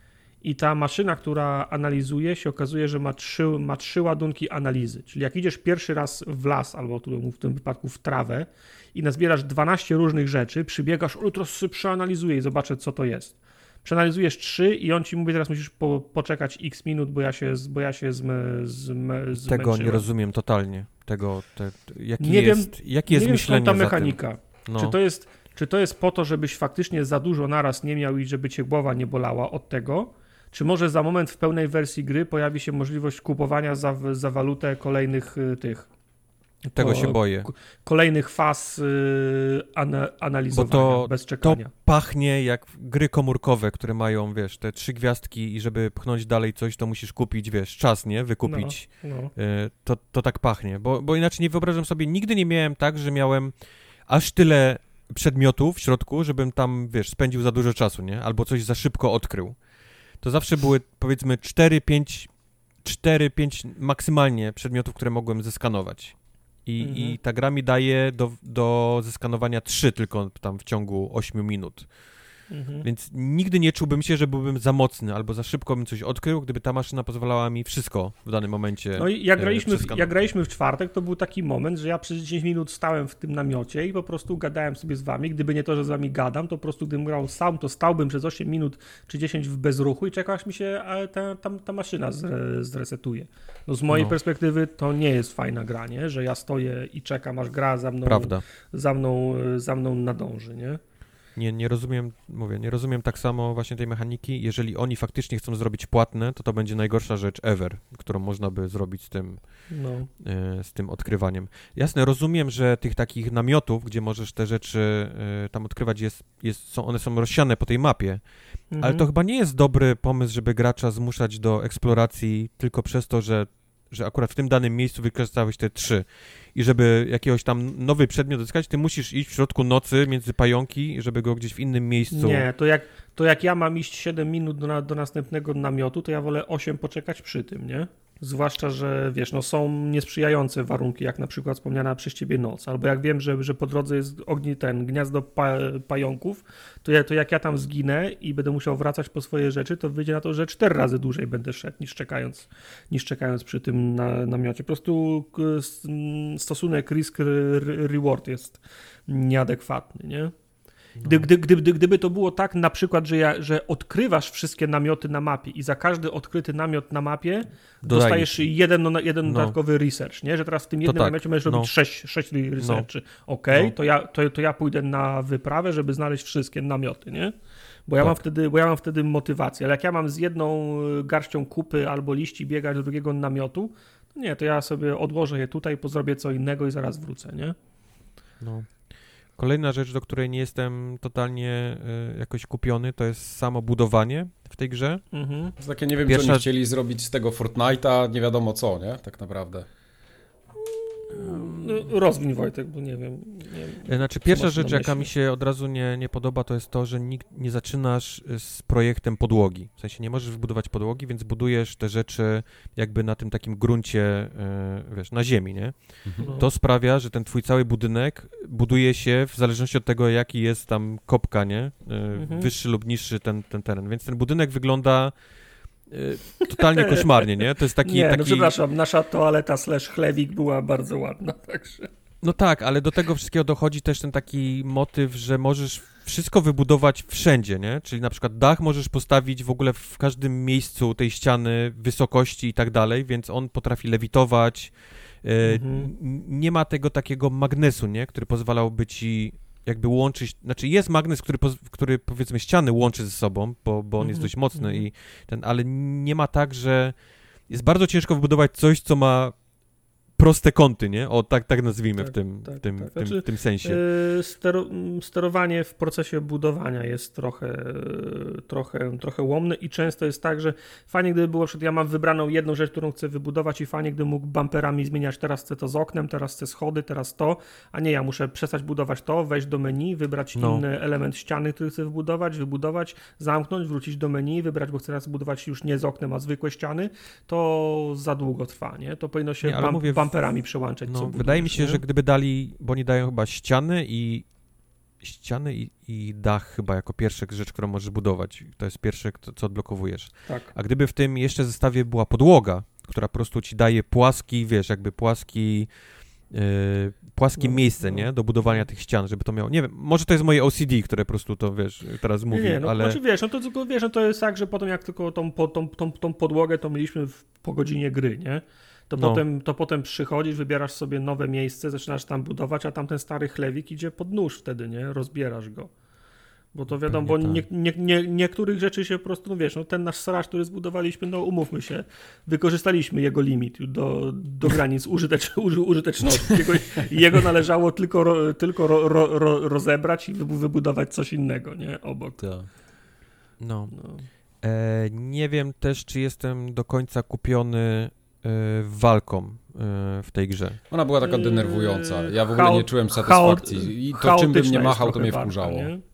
[SPEAKER 2] i ta maszyna, która analizuje, się okazuje, że ma trzy, ma trzy ładunki analizy. Czyli jak idziesz pierwszy raz w las, albo tu w tym wypadku w trawę i nazbierasz dwanaście różnych rzeczy, przybiegasz, o, teraz sobie przeanalizuję i zobaczę, co to jest. Przeanalizujesz trzy i on ci mówi, teraz musisz po, poczekać x minut, bo ja się, bo ja się zmę, zmę, zmęczyłem.
[SPEAKER 3] Tego nie rozumiem totalnie. Tego, te, jaki
[SPEAKER 2] nie
[SPEAKER 3] jest,
[SPEAKER 2] wiem,
[SPEAKER 3] jaki jest
[SPEAKER 2] nie
[SPEAKER 3] myślenie
[SPEAKER 2] wiem, skąd ta
[SPEAKER 3] za tym?
[SPEAKER 2] mechanika.
[SPEAKER 3] No.
[SPEAKER 2] Czy to jest, czy to jest po to, żebyś faktycznie za dużo naraz nie miał i żeby cię głowa nie bolała od tego? Czy może za moment w pełnej wersji gry pojawi się możliwość kupowania za, za walutę kolejnych y, tych...
[SPEAKER 3] Tego
[SPEAKER 2] po,
[SPEAKER 3] się boję.
[SPEAKER 2] Kolejnych faz y, ana, analizowania
[SPEAKER 3] Bo to,
[SPEAKER 2] bez czekania.
[SPEAKER 3] To pachnie jak gry komórkowe, które mają, wiesz, te trzy gwiazdki i żeby pchnąć dalej coś, to musisz kupić, wiesz, czas, nie? Wykupić.
[SPEAKER 2] No, no.
[SPEAKER 3] Y, to, to tak pachnie. Bo, bo inaczej nie wyobrażam sobie, nigdy nie miałem tak, że miałem aż tyle przedmiotów w środku, żebym tam, wiesz, spędził za dużo czasu, nie? Albo coś za szybko odkrył. To zawsze były, powiedzmy, cztery pięć, cztery pięć maksymalnie przedmiotów, które mogłem zeskanować. I,
[SPEAKER 2] mhm.
[SPEAKER 3] i ta gra mi daje do, do zeskanowania trzy tylko tam w ciągu ośmiu minut. Mhm. Więc nigdy nie czułbym się, że byłbym za mocny albo za szybko bym coś odkrył, gdyby ta maszyna pozwalała mi wszystko w danym momencie.
[SPEAKER 2] No i jak graliśmy, w, jak graliśmy w czwartek, to był taki moment, że ja przez dziesięć minut stałem w tym namiocie i po prostu gadałem sobie z wami. Gdyby nie to, że z wami gadam, to po prostu gdybym grał sam, to stałbym przez osiem minut czy dziesięć w bezruchu i czekał, aż mi się ta, ta, ta maszyna zre, zresetuje. No z mojej no. perspektywy to nie jest fajna gra, nie? Że ja stoję i czekam, aż gra za mną,
[SPEAKER 3] Prawda.
[SPEAKER 2] za mną, za mną nadąży, nie?
[SPEAKER 3] Nie, nie rozumiem, mówię, nie rozumiem tak samo właśnie tej mechaniki. Jeżeli oni faktycznie chcą zrobić płatne, to to będzie najgorsza rzecz ever, którą można by zrobić z tym,
[SPEAKER 2] no.
[SPEAKER 3] e, z tym odkrywaniem. Jasne, rozumiem, że tych takich namiotów, gdzie możesz te rzeczy e, tam odkrywać, jest, jest, są, one są rozsiane po tej mapie, mhm. ale to chyba nie jest dobry pomysł, żeby gracza zmuszać do eksploracji tylko przez to, że że akurat w tym danym miejscu wykorzystałeś te trzy i żeby jakiegoś tam nowy przedmiot odzyskać, ty musisz iść w środku nocy między pająki, żeby go gdzieś w innym miejscu...
[SPEAKER 2] Nie, to jak, to jak ja mam iść siedem minut do, do następnego namiotu, to ja wolę osiem poczekać przy tym, nie? Zwłaszcza, że wiesz, no są niesprzyjające warunki, jak na przykład wspomniana przez ciebie noc, albo jak wiem, że, że po drodze jest ogni, ten gniazdo pa, pająków, to, ja, to jak ja tam zginę i będę musiał wracać po swoje rzeczy, to wyjdzie na to, że cztery razy dłużej będę szedł niż czekając, niż czekając przy tym na, namiocie. Po prostu stosunek risk-reward jest nieadekwatny, nie? Gdy, gdy, gdy, gdyby to było tak na przykład, że, ja, że odkrywasz wszystkie namioty na mapie i za każdy odkryty namiot na mapie Dodaj dostajesz jeden, no, jeden no. dodatkowy research, nie? Że teraz w tym jednym tak. namiocie możesz no. robić sześć, sześć researchy. No. Okej, okay, no. to, ja, to, to ja pójdę na wyprawę, żeby znaleźć wszystkie namioty, nie? Bo ja, tak. mam wtedy, bo ja mam wtedy motywację, ale jak ja mam z jedną garścią kupy albo liści biegać do drugiego namiotu, to nie, to ja sobie odłożę je tutaj, pozrobię co innego i zaraz wrócę, nie?
[SPEAKER 3] No. Kolejna rzecz, do której nie jestem totalnie y, jakoś kupiony, to jest samo budowanie w tej grze.
[SPEAKER 1] Mhm. To takie nie wiem,
[SPEAKER 3] Pierwsza...
[SPEAKER 1] czy oni chcieli zrobić z tego Fortnite'a, nie wiadomo co, nie? Tak naprawdę.
[SPEAKER 2] No, rozwiń, Wojtek, bo nie wiem. Nie wiem
[SPEAKER 3] znaczy pierwsza rzecz, jaka mi się od razu nie, nie podoba, to jest to, że nikt nie zaczynasz z projektem podłogi. W sensie nie możesz wybudować podłogi, więc budujesz te rzeczy jakby na tym takim gruncie, yy, wiesz, na ziemi, nie? Mhm. To sprawia, że ten twój cały budynek buduje się w zależności od tego, jaki jest tam kopka, nie? Yy, mhm. Wyższy lub niższy ten, ten teren. Więc ten budynek wygląda totalnie koszmarnie, nie? To jest taki...
[SPEAKER 2] Nie,
[SPEAKER 3] taki...
[SPEAKER 2] no przepraszam, nasza toaleta slash chlewik była bardzo ładna, także...
[SPEAKER 3] No tak, ale do tego wszystkiego dochodzi też ten taki motyw, że możesz wszystko wybudować wszędzie, nie? Czyli na przykład dach możesz postawić w ogóle w każdym miejscu tej ściany, wysokości i tak dalej, więc on potrafi lewitować. Mhm. Nie ma tego takiego magnesu, nie? Który pozwalałby ci jakby łączyć, znaczy jest magnes, który, który powiedzmy ściany łączy ze sobą, bo, bo on jest dość mocny, mm-hmm. i ten, ale nie ma tak, że jest bardzo ciężko wybudować coś, co ma proste kąty, nie? O, tak, tak nazwijmy tak, w, tym, tak, w, tym, tak. w, tym, znaczy, w tym sensie.
[SPEAKER 2] Yy, stero, sterowanie w procesie budowania jest trochę, trochę, trochę łomne i często jest tak, że fajnie gdyby było, że ja mam wybraną jedną rzecz, którą chcę wybudować i fajnie gdybym mógł bumperami zmieniać, teraz chcę to z oknem, teraz chcę schody, teraz to, a nie, ja muszę przestać budować to, wejść do menu, wybrać no. inny element ściany, który chcę wybudować, wybudować, zamknąć, wrócić do menu, wybrać, bo chcę teraz budować już nie z oknem, a zwykłe ściany, to za długo trwa, nie? To powinno się bum, mówię, bumperami przełączać.
[SPEAKER 3] No,
[SPEAKER 2] co
[SPEAKER 3] wydaje mi się,
[SPEAKER 2] nie?
[SPEAKER 3] że gdyby dali, bo oni dają chyba ściany i ściany i, i dach chyba jako pierwsza rzecz, którą możesz budować. To jest pierwsze, co odblokowujesz.
[SPEAKER 2] Tak.
[SPEAKER 3] A gdyby w tym jeszcze zestawie była podłoga, która po prostu ci daje płaski, wiesz, jakby płaski, yy, płaskie
[SPEAKER 2] no,
[SPEAKER 3] miejsce,
[SPEAKER 2] no.
[SPEAKER 3] nie? Do budowania tych ścian, żeby to miało, nie wiem, może to jest moje O C D, które po prostu to, wiesz, teraz mówi,
[SPEAKER 2] nie, no,
[SPEAKER 3] ale...
[SPEAKER 2] Znaczy, wiesz, no to tylko, wiesz, no to jest tak, że potem jak tylko tą, tą, tą, tą podłogę to mieliśmy w, po godzinie gry, nie? To,
[SPEAKER 3] No.
[SPEAKER 2] potem, to potem przychodzisz, wybierasz sobie nowe miejsce, zaczynasz tam budować, a tamten stary chlewik idzie pod nóż wtedy, nie? Rozbierasz go. Bo to wiadomo, bo
[SPEAKER 3] Pewnie
[SPEAKER 2] nie, nie, nie, niektórych rzeczy się po prostu, no wiesz, no ten nasz straż, który zbudowaliśmy, no umówmy się, wykorzystaliśmy jego limit do, do granic użytecz, użyteczności. Jego, jego należało tylko, ro, tylko ro, ro, ro, rozebrać i wybudować coś innego, nie? Obok.
[SPEAKER 1] Tak.
[SPEAKER 3] No.
[SPEAKER 2] No.
[SPEAKER 3] E, nie wiem też, czy jestem do końca kupiony e, walką e, w tej grze.
[SPEAKER 1] Ona była taka denerwująca. Ja w ogóle
[SPEAKER 2] Chao-
[SPEAKER 1] nie czułem satysfakcji. I to, czym bym nie
[SPEAKER 2] chaotyczna
[SPEAKER 1] machał,
[SPEAKER 2] jest
[SPEAKER 1] to mnie
[SPEAKER 2] trochę
[SPEAKER 1] wkurzało.
[SPEAKER 2] walka, nie?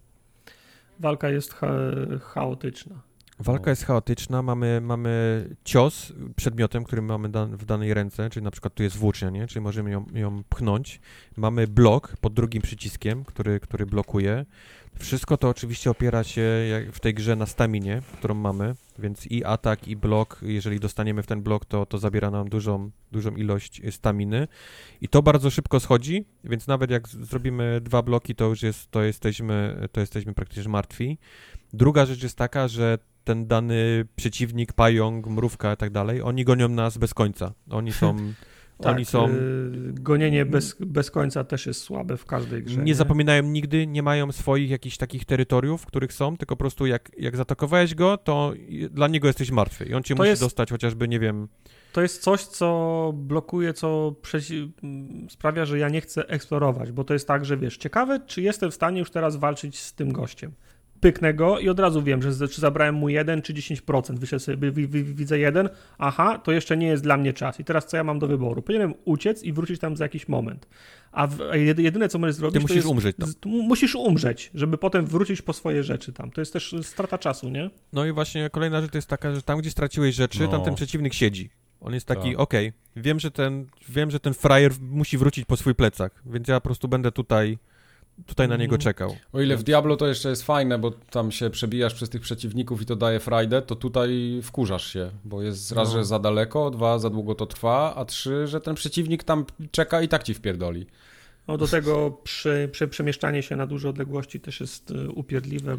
[SPEAKER 2] Walka jest cha chaotyczna.
[SPEAKER 3] Walka
[SPEAKER 1] No.
[SPEAKER 3] jest chaotyczna, mamy, mamy cios przedmiotem, który mamy dan w danej ręce, czyli na przykład tu jest włócznia, nie? Czyli możemy ją, ją pchnąć. Mamy blok pod drugim przyciskiem, który, który blokuje. Wszystko to oczywiście opiera się jak w tej grze na staminie, którą mamy, więc i atak, i blok, jeżeli dostaniemy w ten blok, to, to zabiera nam dużą, dużą ilość staminy i to bardzo szybko schodzi, więc nawet jak z- zrobimy dwa bloki, to już jest, to jesteśmy, to jesteśmy praktycznie martwi. Druga rzecz jest taka, że ten dany przeciwnik, pająk, mrówka i tak dalej, oni gonią nas bez końca. Oni są...
[SPEAKER 2] Tak,
[SPEAKER 3] Oni są...
[SPEAKER 2] y, gonienie bez, bez końca też jest słabe w każdej grze.
[SPEAKER 3] Nie zapominają nigdy, nie mają swoich jakichś takich terytoriów, w których są, tylko po prostu jak, jak zaatakowałeś go, to i- dla niego jesteś martwy i on cię
[SPEAKER 2] To
[SPEAKER 3] musi
[SPEAKER 2] jest-
[SPEAKER 3] dostać chociażby, nie wiem...
[SPEAKER 2] To jest coś, co blokuje, co przeci- m, sprawia, że ja nie chcę eksplorować, bo to jest tak, że wiesz, ciekawe, czy jestem w stanie już teraz walczyć z tym gościem. Pyknę go i od razu wiem, że z- czy zabrałem mu jeden czy dziesięć procent. Wyślę sobie, wi- wi- widzę jeden, aha, to jeszcze nie jest dla mnie czas. I teraz co ja mam do wyboru? Powinienem uciec i wrócić tam za jakiś moment. A, w, a jedy- jedyne, co możesz zrobić,
[SPEAKER 3] Ty
[SPEAKER 2] to
[SPEAKER 3] musisz
[SPEAKER 2] jest,
[SPEAKER 3] umrzeć tam.
[SPEAKER 2] z- tu musisz umrzeć, żeby potem wrócić po swoje rzeczy tam. To jest też strata czasu, nie?
[SPEAKER 3] No i właśnie kolejna rzecz jest taka, że tam, gdzie straciłeś rzeczy,
[SPEAKER 1] No.
[SPEAKER 3] tam ten przeciwnik siedzi. On jest taki,
[SPEAKER 1] Tak.
[SPEAKER 3] okej, wiem, że ten, wiem, że ten frajer musi wrócić po swój plecak, więc ja po prostu będę tutaj, tutaj na niego
[SPEAKER 2] Mhm.
[SPEAKER 3] czekał.
[SPEAKER 1] O ile w Diablo to jeszcze jest fajne, bo tam się przebijasz przez tych przeciwników i to daje frajdę, to tutaj wkurzasz się, bo jest raz,
[SPEAKER 3] No.
[SPEAKER 1] że za daleko, dwa, za długo to trwa, a trzy, że ten przeciwnik tam czeka i tak ci wpierdoli.
[SPEAKER 2] No do tego przy, przy, przemieszczanie się na duże odległości też jest y, upierdliwe,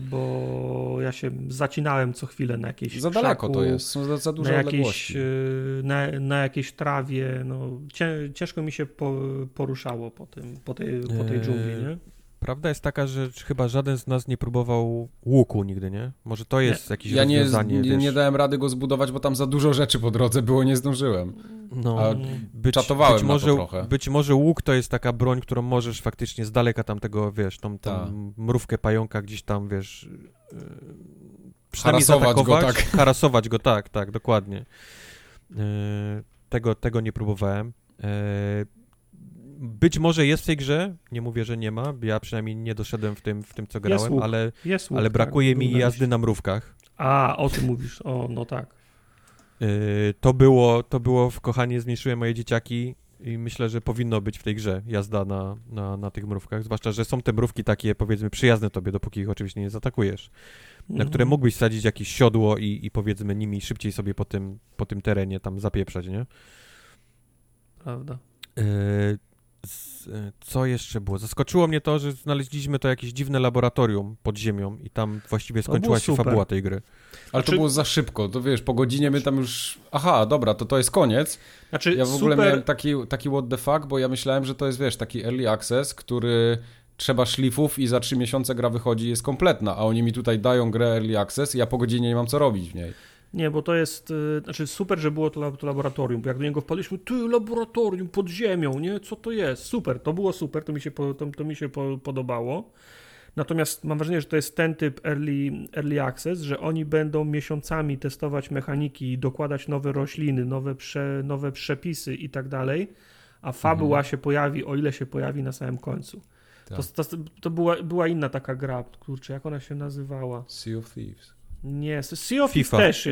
[SPEAKER 2] bo ja się zacinałem co chwilę na jakieś
[SPEAKER 1] Za daleko
[SPEAKER 2] krzaku,
[SPEAKER 1] to jest, są za, za
[SPEAKER 2] na,
[SPEAKER 1] duże
[SPEAKER 2] jakieś,
[SPEAKER 1] odległości.
[SPEAKER 2] y, na, na jakiejś trawie, no cię, ciężko mi się po, poruszało po, tym, po, tej, po tej dżungli, nie?
[SPEAKER 3] Prawda jest taka, że chyba żaden z nas nie próbował łuku nigdy, nie? Może to jest jakieś
[SPEAKER 1] Ja nie,
[SPEAKER 3] rozwiązanie,
[SPEAKER 1] nie,
[SPEAKER 3] wiesz.
[SPEAKER 1] nie dałem rady go zbudować, bo tam za dużo rzeczy po drodze było, nie zdążyłem.
[SPEAKER 3] No,
[SPEAKER 1] A
[SPEAKER 3] być,
[SPEAKER 1] czatowałem
[SPEAKER 3] być
[SPEAKER 1] na to
[SPEAKER 3] może,
[SPEAKER 1] trochę.
[SPEAKER 3] Być może łuk to jest taka broń, którą możesz faktycznie z daleka tam tego, wiesz, tą, tą
[SPEAKER 1] Tak.
[SPEAKER 3] mrówkę pająka gdzieś tam, wiesz, yy, przynajmniej
[SPEAKER 1] Harasować go,
[SPEAKER 3] zaatakować,
[SPEAKER 1] tak.
[SPEAKER 3] harasować go, tak, tak, dokładnie. Yy, tego, tego nie próbowałem. Yy, być może jest w tej grze, nie mówię, że nie ma, ja przynajmniej nie doszedłem w tym, w tym co grałem,
[SPEAKER 2] łuk.
[SPEAKER 3] ale,
[SPEAKER 2] Jest łuk,
[SPEAKER 3] ale
[SPEAKER 2] tak,
[SPEAKER 3] brakuje mi
[SPEAKER 2] był na
[SPEAKER 3] jazdy
[SPEAKER 2] liście.
[SPEAKER 3] na mrówkach.
[SPEAKER 2] A, o tym mówisz, o, no tak.
[SPEAKER 3] Yy, to było, to było w kochanie zmniejszyłem moje dzieciaki i myślę, że powinno być w tej grze jazda na, na, na tych mrówkach, zwłaszcza, że są te mrówki takie, powiedzmy, przyjazne tobie, dopóki ich oczywiście nie zaatakujesz, na które
[SPEAKER 2] Mhm.
[SPEAKER 3] mógłbyś sadzić jakieś siodło i, i powiedzmy nimi szybciej sobie po tym, po tym terenie tam zapieprzać, nie?
[SPEAKER 2] Prawda.
[SPEAKER 3] Yy, z, yy, co jeszcze było? Zaskoczyło mnie to, że znaleźliśmy to jakieś dziwne laboratorium pod ziemią i tam właściwie
[SPEAKER 2] To było
[SPEAKER 3] skończyła się
[SPEAKER 2] super.
[SPEAKER 3] fabuła tej gry.
[SPEAKER 1] Ale to
[SPEAKER 2] Znaczy-
[SPEAKER 1] było za szybko, to wiesz, po godzinie my tam już, aha, dobra, to to jest koniec.
[SPEAKER 2] Znaczy,
[SPEAKER 1] Ja w ogóle
[SPEAKER 2] super...
[SPEAKER 1] miałem taki, taki what the fuck, bo ja myślałem, że to jest, wiesz, taki early access, który trzeba szlifów i za trzy miesiące gra wychodzi i jest kompletna, a oni mi tutaj dają grę early access i ja po godzinie nie mam co robić w niej.
[SPEAKER 2] Nie, bo to jest, y, znaczy super, że było to, lab- to laboratorium, bo jak do niego wpadliśmy, ty, laboratorium pod ziemią, nie, co to jest? Super, to było super, to mi się, po, to, to mi się po, podobało. Natomiast mam wrażenie, że to jest ten typ early, early access, że oni będą miesiącami testować mechaniki, dokładać nowe rośliny, nowe, prze, nowe przepisy i tak dalej, a fabuła
[SPEAKER 1] Mhm.
[SPEAKER 2] się pojawi, o ile się pojawi na samym końcu.
[SPEAKER 1] Tak.
[SPEAKER 2] To, to, to była, była inna taka gra, kurczę, jak ona się nazywała?
[SPEAKER 1] Sea of Thieves.
[SPEAKER 2] Nie, Sea of Thieves
[SPEAKER 3] FIFA.
[SPEAKER 2] też.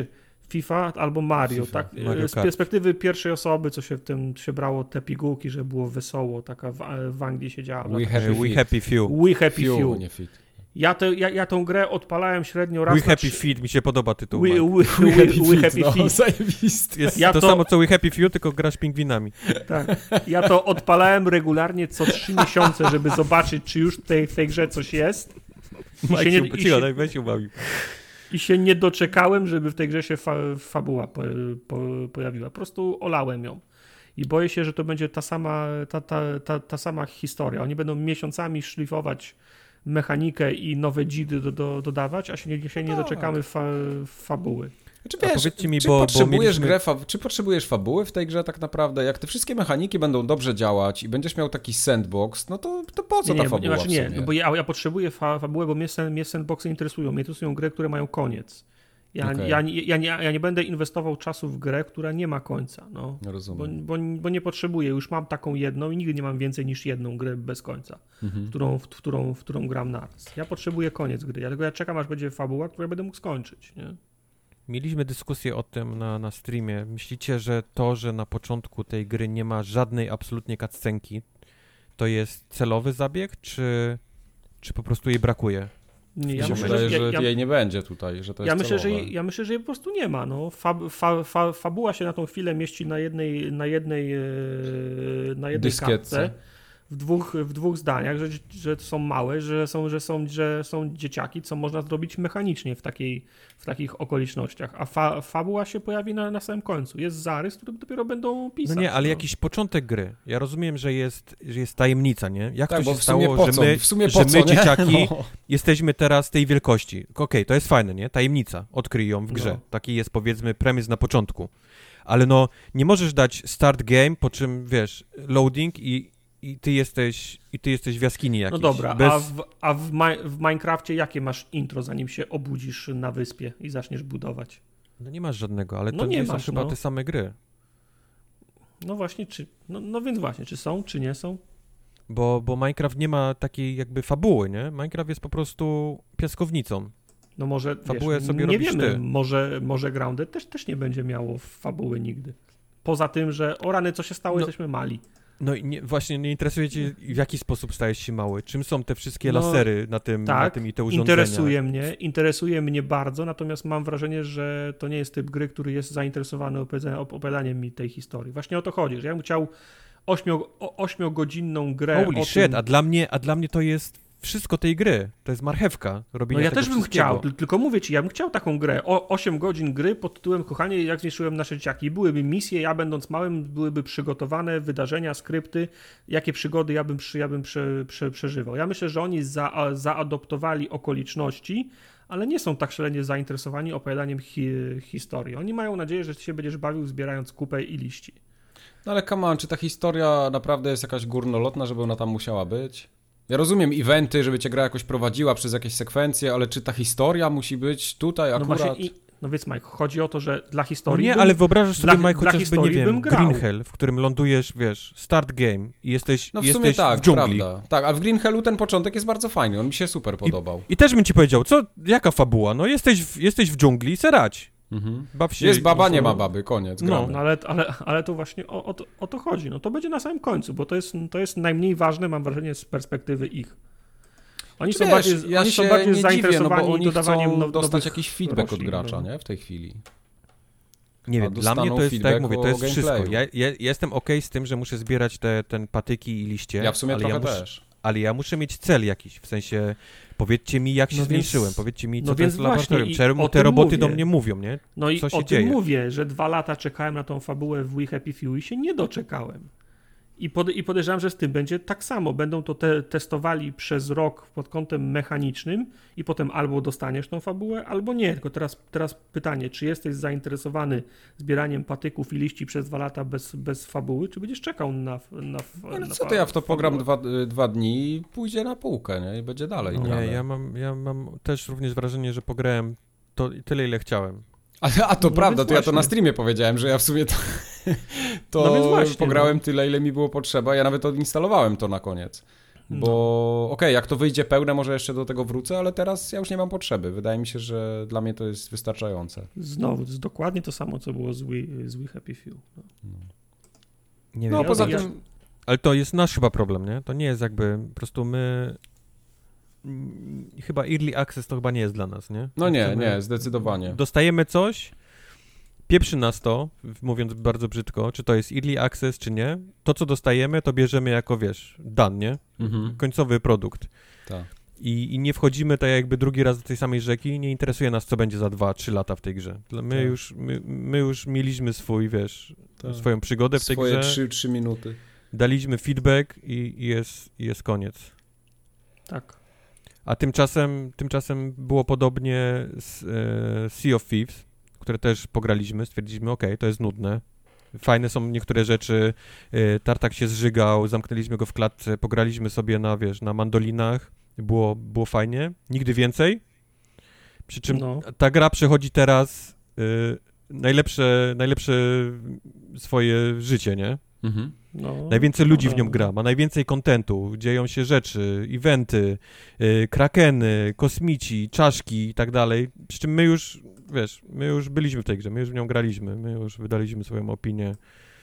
[SPEAKER 2] FIFA albo Mario,
[SPEAKER 3] FIFA,
[SPEAKER 2] tak?
[SPEAKER 3] Mario
[SPEAKER 2] Z
[SPEAKER 3] Kart.
[SPEAKER 2] perspektywy pierwszej osoby, co się w tym się brało te pigułki, że było wesoło, taka w, w Anglii się działa.
[SPEAKER 1] We happy,
[SPEAKER 3] We
[SPEAKER 1] feet.
[SPEAKER 3] happy few.
[SPEAKER 2] We Happy
[SPEAKER 1] Few,
[SPEAKER 2] Few.
[SPEAKER 1] nie fit.
[SPEAKER 2] Ja, te, ja, ja tą grę odpalałem średnio raz
[SPEAKER 3] We
[SPEAKER 2] na
[SPEAKER 3] happy
[SPEAKER 2] trzy...
[SPEAKER 3] feet, mi się podoba tytuł.
[SPEAKER 2] We,
[SPEAKER 3] Mike.
[SPEAKER 2] we, we, we, we Happy
[SPEAKER 1] no,
[SPEAKER 2] Feet.
[SPEAKER 1] zajebisty.
[SPEAKER 3] Jest
[SPEAKER 2] ja
[SPEAKER 3] to,
[SPEAKER 2] to-
[SPEAKER 3] samo co We Happy Few, tylko grasz pingwinami.
[SPEAKER 2] Tak. Ja to odpalałem regularnie co trzy miesiące, żeby zobaczyć, czy już w tej, w tej grze coś jest. I się, nie, i,
[SPEAKER 3] Cicho,
[SPEAKER 2] się,
[SPEAKER 3] daj, weź się ubawił.
[SPEAKER 2] I się nie doczekałem, żeby w tej grze się fa, fabuła po, po, pojawiła. Po prostu olałem ją. I boję się, że to będzie ta sama, ta, ta, ta, ta sama historia. Oni będą miesiącami szlifować mechanikę i nowe dzidy do, do, dodawać, a się nie, się nie
[SPEAKER 1] Tak.
[SPEAKER 2] doczekamy fa, fabuły.
[SPEAKER 1] Czy
[SPEAKER 3] A
[SPEAKER 1] wiesz,
[SPEAKER 3] powiedzcie mi,
[SPEAKER 1] czy,
[SPEAKER 3] bo- bo
[SPEAKER 1] potrzebujesz
[SPEAKER 3] mieliśmy-
[SPEAKER 1] grę fa- czy potrzebujesz fabuły w tej grze tak naprawdę? Jak te wszystkie mechaniki będą dobrze działać i będziesz miał taki sandbox, no to, to po co
[SPEAKER 2] Nie,
[SPEAKER 1] ta
[SPEAKER 2] nie, bo,
[SPEAKER 1] fabuła
[SPEAKER 2] znaczy
[SPEAKER 1] w
[SPEAKER 2] nie,
[SPEAKER 1] sumie?
[SPEAKER 2] no bo ja, ja potrzebuję fa, fabułę, bo mnie, sen, mnie sandboxy interesują. Mnie interesują gry, które mają koniec. Ja,
[SPEAKER 1] Okej.
[SPEAKER 2] ja, ja, ja, nie, ja nie będę inwestował czasu w grę, która nie ma końca. No. Bo,
[SPEAKER 1] Rozumiem.
[SPEAKER 2] bo, bo nie potrzebuję, już mam taką jedną i nigdy nie mam więcej niż jedną grę bez końca,
[SPEAKER 1] Mhm.
[SPEAKER 2] w, którą, w, którą, w którą gram naraz. Ja potrzebuję koniec gry, dlatego ja czekam, aż będzie fabuła, którą ja będę mógł skończyć. Nie?
[SPEAKER 3] Mieliśmy dyskusję o tym na, na streamie. Myślicie, że to, że na początku tej gry nie ma żadnej absolutnie cutscenki, to jest celowy zabieg, czy, czy po prostu jej brakuje?
[SPEAKER 2] Nie,
[SPEAKER 1] Ja
[SPEAKER 2] ja
[SPEAKER 1] się
[SPEAKER 2] myślę,
[SPEAKER 1] wydaje,
[SPEAKER 2] że,
[SPEAKER 1] że
[SPEAKER 2] ja, ja,
[SPEAKER 1] jej nie będzie tutaj, że to jest
[SPEAKER 2] ja, myślę, że,
[SPEAKER 1] celowe.
[SPEAKER 2] jej- ja myślę, że jej po prostu nie ma. No. Fab, fa, fa, fabuła się na tą chwilę mieści na jednej, na jednej, e, na jednej
[SPEAKER 1] Dyskietce.
[SPEAKER 2] kartce. W dwóch, w dwóch zdaniach, że, że są małe, że są, że, są, że są dzieciaki, co można zrobić mechanicznie w, takiej, w takich okolicznościach. A fa, fabuła się pojawi na, na samym końcu. Jest zarys, który dopiero będą pisać.
[SPEAKER 3] No nie, ale
[SPEAKER 2] no.
[SPEAKER 3] jakiś początek gry. Ja rozumiem, że jest, że jest tajemnica, nie? Jak
[SPEAKER 1] Tak,
[SPEAKER 3] to
[SPEAKER 1] bo
[SPEAKER 3] się
[SPEAKER 1] w sumie
[SPEAKER 3] stało,
[SPEAKER 1] po
[SPEAKER 3] że
[SPEAKER 1] co?
[SPEAKER 3] my,
[SPEAKER 1] W sumie
[SPEAKER 3] że
[SPEAKER 1] po
[SPEAKER 3] my
[SPEAKER 1] co, nie?
[SPEAKER 3] dzieciaki,
[SPEAKER 1] No.
[SPEAKER 3] jesteśmy teraz tej wielkości. Okej, to jest fajne, nie? Tajemnica. Odkryj ją w grze.
[SPEAKER 2] No.
[SPEAKER 3] Taki jest, powiedzmy, premis na początku. Ale no, nie możesz dać start game, po czym, wiesz, loading i, i ty jesteś i ty jesteś w jaskini
[SPEAKER 2] No
[SPEAKER 3] jakiejś.
[SPEAKER 2] dobra,
[SPEAKER 3] Bez...
[SPEAKER 2] a, w, a w, Mi- w Minecrafcie jakie masz intro, zanim się obudzisz na wyspie i zaczniesz budować?
[SPEAKER 3] No nie masz żadnego, ale
[SPEAKER 2] No
[SPEAKER 3] to
[SPEAKER 2] nie
[SPEAKER 3] nie są
[SPEAKER 2] masz,
[SPEAKER 3] chyba
[SPEAKER 2] no.
[SPEAKER 3] te same gry.
[SPEAKER 2] No właśnie, czy, no, no więc właśnie, czy są, czy nie są?
[SPEAKER 3] Bo, bo Minecraft nie ma takiej jakby fabuły, nie? Minecraft jest po prostu piaskownicą.
[SPEAKER 2] No może,
[SPEAKER 3] Fabułę
[SPEAKER 2] wiesz,
[SPEAKER 3] sobie
[SPEAKER 2] nie
[SPEAKER 3] robisz
[SPEAKER 2] wiemy,
[SPEAKER 3] ty.
[SPEAKER 2] może, może Grounded też, też nie będzie miało fabuły nigdy. Poza tym, że o rany, co się stało,
[SPEAKER 3] No.
[SPEAKER 2] jesteśmy mali.
[SPEAKER 3] No i nie, właśnie nie interesuje cię, w jaki sposób stajesz się mały? Czym są te wszystkie
[SPEAKER 2] No,
[SPEAKER 3] lasery na tym, na
[SPEAKER 2] Tak,
[SPEAKER 3] tym i te urządzenia?
[SPEAKER 2] interesuje mnie, interesuje mnie bardzo, natomiast mam wrażenie, że to nie jest typ gry, który jest zainteresowany opowiadaniem, opowiadaniem mi tej historii. Właśnie o to chodzi, że ja bym chciał ośmio, o- ośmiogodzinną grę
[SPEAKER 3] Holy
[SPEAKER 2] o
[SPEAKER 3] shit,
[SPEAKER 2] tym...
[SPEAKER 3] a dla mnie, a dla mnie to jest wszystko tej gry. To jest marchewka
[SPEAKER 2] No
[SPEAKER 3] robienia
[SPEAKER 2] ja
[SPEAKER 3] tego
[SPEAKER 2] też bym
[SPEAKER 3] wszystkiego.
[SPEAKER 2] chciał, tyl- tylko mówię ci, ja bym chciał taką grę, o osiem godzin gry pod tytułem Kochanie, jak zniszczyłem nasze dzieciaki. Byłyby misje, ja będąc małym, byłyby przygotowane wydarzenia, skrypty, jakie przygody ja bym, przy, ja bym prze, prze, przeżywał. Ja myślę, że oni za, a- zaadoptowali okoliczności, ale nie są tak szalenie zainteresowani opowiadaniem hi, historii. Oni mają nadzieję, że ty się będziesz bawił zbierając kupę i liści.
[SPEAKER 1] No ale come on, czy ta historia naprawdę jest jakaś górnolotna, żeby ona tam musiała być? Ja rozumiem eventy, żeby cię gra jakoś prowadziła przez jakieś sekwencje, ale czy ta historia musi być tutaj
[SPEAKER 2] No
[SPEAKER 1] akurat?
[SPEAKER 2] właśnie, i, no więc Mike, chodzi o to, że dla
[SPEAKER 3] No
[SPEAKER 2] historii...
[SPEAKER 3] nie,
[SPEAKER 2] bym-
[SPEAKER 3] ale wyobrażasz sobie,
[SPEAKER 2] dla-
[SPEAKER 3] Mike,
[SPEAKER 2] dla
[SPEAKER 3] chociażby, nie
[SPEAKER 2] historii
[SPEAKER 3] wiem,
[SPEAKER 2] bym grał.
[SPEAKER 3] Green Hell, w którym lądujesz, wiesz, start game i jesteś,
[SPEAKER 1] No w
[SPEAKER 3] jesteś
[SPEAKER 1] sumie tak,
[SPEAKER 3] w dżungli.
[SPEAKER 1] prawda. Tak, a w Green Hellu ten początek jest bardzo fajny, on mi się super podobał.
[SPEAKER 3] I też bym ci powiedział, co, jaka fabuła? No jesteś w, jesteś w dżungli, serać.
[SPEAKER 1] Mhm.
[SPEAKER 3] Baw się.
[SPEAKER 1] Jest baba,
[SPEAKER 3] i-
[SPEAKER 1] nie ma baby, koniec,
[SPEAKER 3] No,
[SPEAKER 1] gramy.
[SPEAKER 2] No ale, ale, ale to właśnie o, o, to, o to chodzi. No to będzie na samym końcu, bo to jest, to jest najmniej ważne, mam wrażenie, z perspektywy ich. Oni
[SPEAKER 1] Czy
[SPEAKER 2] są
[SPEAKER 1] wiesz,
[SPEAKER 2] bardziej,
[SPEAKER 1] ja
[SPEAKER 2] oni
[SPEAKER 1] się
[SPEAKER 2] są bardziej
[SPEAKER 1] nie dziwię, no
[SPEAKER 2] zainteresowani
[SPEAKER 1] bo oni
[SPEAKER 2] dodawaniem
[SPEAKER 1] chcą
[SPEAKER 2] now-
[SPEAKER 1] dostać
[SPEAKER 2] nowych
[SPEAKER 1] jakiś feedback
[SPEAKER 2] roślin,
[SPEAKER 1] od gracza,
[SPEAKER 2] no.
[SPEAKER 1] nie? W tej chwili.
[SPEAKER 3] Nie
[SPEAKER 1] A
[SPEAKER 3] wiem, dla mnie
[SPEAKER 1] dostaną
[SPEAKER 3] to jest, tak jak
[SPEAKER 1] feedback
[SPEAKER 3] mówię, to
[SPEAKER 1] o
[SPEAKER 3] jest wszystko.
[SPEAKER 1] gameplayu.
[SPEAKER 3] Ja, ja, ja jestem okej z tym, że muszę zbierać te ten patyki i liście,
[SPEAKER 1] Ja w sumie
[SPEAKER 3] ale,
[SPEAKER 1] trochę
[SPEAKER 3] ja muszę,
[SPEAKER 1] też.
[SPEAKER 3] ale ja muszę mieć cel jakiś, w sensie powiedzcie mi, jak się
[SPEAKER 2] No więc-
[SPEAKER 3] zmniejszyłem, powiedzcie mi, co
[SPEAKER 2] no
[SPEAKER 3] to jest
[SPEAKER 2] więc właśnie
[SPEAKER 3] laboratorium,
[SPEAKER 2] i
[SPEAKER 3] czemu
[SPEAKER 2] o
[SPEAKER 3] te
[SPEAKER 2] tym
[SPEAKER 3] roboty do
[SPEAKER 2] mówię.
[SPEAKER 3] mnie mówią, nie?
[SPEAKER 2] No i
[SPEAKER 3] Co się
[SPEAKER 2] o
[SPEAKER 3] dzieje?
[SPEAKER 2] tym mówię, że dwa lata czekałem na tą fabułę w We Happy Few i się nie doczekałem. I, pod, I podejrzewam, że z tym będzie tak samo. Będą to te, testowali przez rok pod kątem mechanicznym i potem albo dostaniesz tą fabułę, albo nie. Tylko teraz, teraz pytanie, czy jesteś zainteresowany zbieraniem patyków i liści przez dwa lata bez, bez fabuły, czy będziesz czekał na, na,
[SPEAKER 1] Nie, no
[SPEAKER 2] na
[SPEAKER 1] co
[SPEAKER 2] fa-
[SPEAKER 1] to ja w to pogram
[SPEAKER 2] fabułę?
[SPEAKER 1] dwa, y, dwa dni i pójdzie na półkę, nie? I będzie dalej
[SPEAKER 3] Nie,
[SPEAKER 1] grane.
[SPEAKER 3] ja mam, ja mam też również wrażenie, że pograłem to tyle, ile chciałem.
[SPEAKER 1] A, a to
[SPEAKER 2] No
[SPEAKER 1] prawda,
[SPEAKER 2] więc
[SPEAKER 1] to ja to
[SPEAKER 2] właśnie.
[SPEAKER 1] na streamie powiedziałem, że ja w sumie to, to
[SPEAKER 2] No więc właśnie,
[SPEAKER 1] pograłem
[SPEAKER 2] no.
[SPEAKER 1] tyle, ile mi było potrzeba. Ja nawet odinstalowałem to na koniec. Bo okej, okay, jak to wyjdzie pełne, może jeszcze do tego wrócę, ale teraz ja już nie mam potrzeby. Wydaje mi się, że dla mnie to jest wystarczające.
[SPEAKER 2] Znowu, to jest dokładnie to samo, co było z Wii, z Wii Happy Few. No,
[SPEAKER 3] no. Nie
[SPEAKER 1] no
[SPEAKER 3] wiem,
[SPEAKER 1] poza
[SPEAKER 3] ja,
[SPEAKER 1] tym...
[SPEAKER 3] Ale to jest nasz chyba problem, nie? To nie jest jakby, po prostu my... Chyba Early Access to chyba nie jest dla nas, nie?
[SPEAKER 1] No nie,
[SPEAKER 3] Chcemy...
[SPEAKER 1] nie, zdecydowanie.
[SPEAKER 3] Dostajemy coś, pieprzy nas to, mówiąc bardzo brzydko, czy to jest Early Access, czy nie. To, co dostajemy, to bierzemy jako, wiesz, dan, nie?
[SPEAKER 1] Mhm.
[SPEAKER 3] Końcowy produkt.
[SPEAKER 1] Tak.
[SPEAKER 3] I, I nie wchodzimy tak jakby drugi raz do tej samej rzeki, nie interesuje nas, co będzie za dwa, trzy lata w tej grze. My,
[SPEAKER 1] tak.
[SPEAKER 3] już, my, my już mieliśmy swój, wiesz,
[SPEAKER 1] tak.
[SPEAKER 3] swoją przygodę w tej
[SPEAKER 1] Swoje
[SPEAKER 3] grze.
[SPEAKER 1] trzy, trzy minuty.
[SPEAKER 3] Daliśmy feedback i, i, jest, i jest koniec.
[SPEAKER 2] Tak.
[SPEAKER 3] A tymczasem, tymczasem było podobnie z e, Sea of Thieves, które też pograliśmy, stwierdziliśmy, okej, okay, to jest nudne. Fajne są niektóre rzeczy, e, tartak się zżygał, zamknęliśmy go w klatce, pograliśmy sobie na, wiesz, na mandolinach, było, było fajnie, nigdy więcej. Przy czym
[SPEAKER 2] no.
[SPEAKER 3] ta gra przechodzi teraz e, najlepsze, najlepsze swoje życie, nie?
[SPEAKER 1] Mhm.
[SPEAKER 2] No,
[SPEAKER 3] najwięcej ludzi
[SPEAKER 2] no,
[SPEAKER 3] w nią
[SPEAKER 2] no.
[SPEAKER 3] gra, ma najwięcej kontentu, dzieją się rzeczy, eventy, yy, krakeny, kosmici, czaszki i tak dalej. Przy czym my już, wiesz, my już byliśmy w tej grze, my już w nią graliśmy, my już wydaliśmy swoją opinię.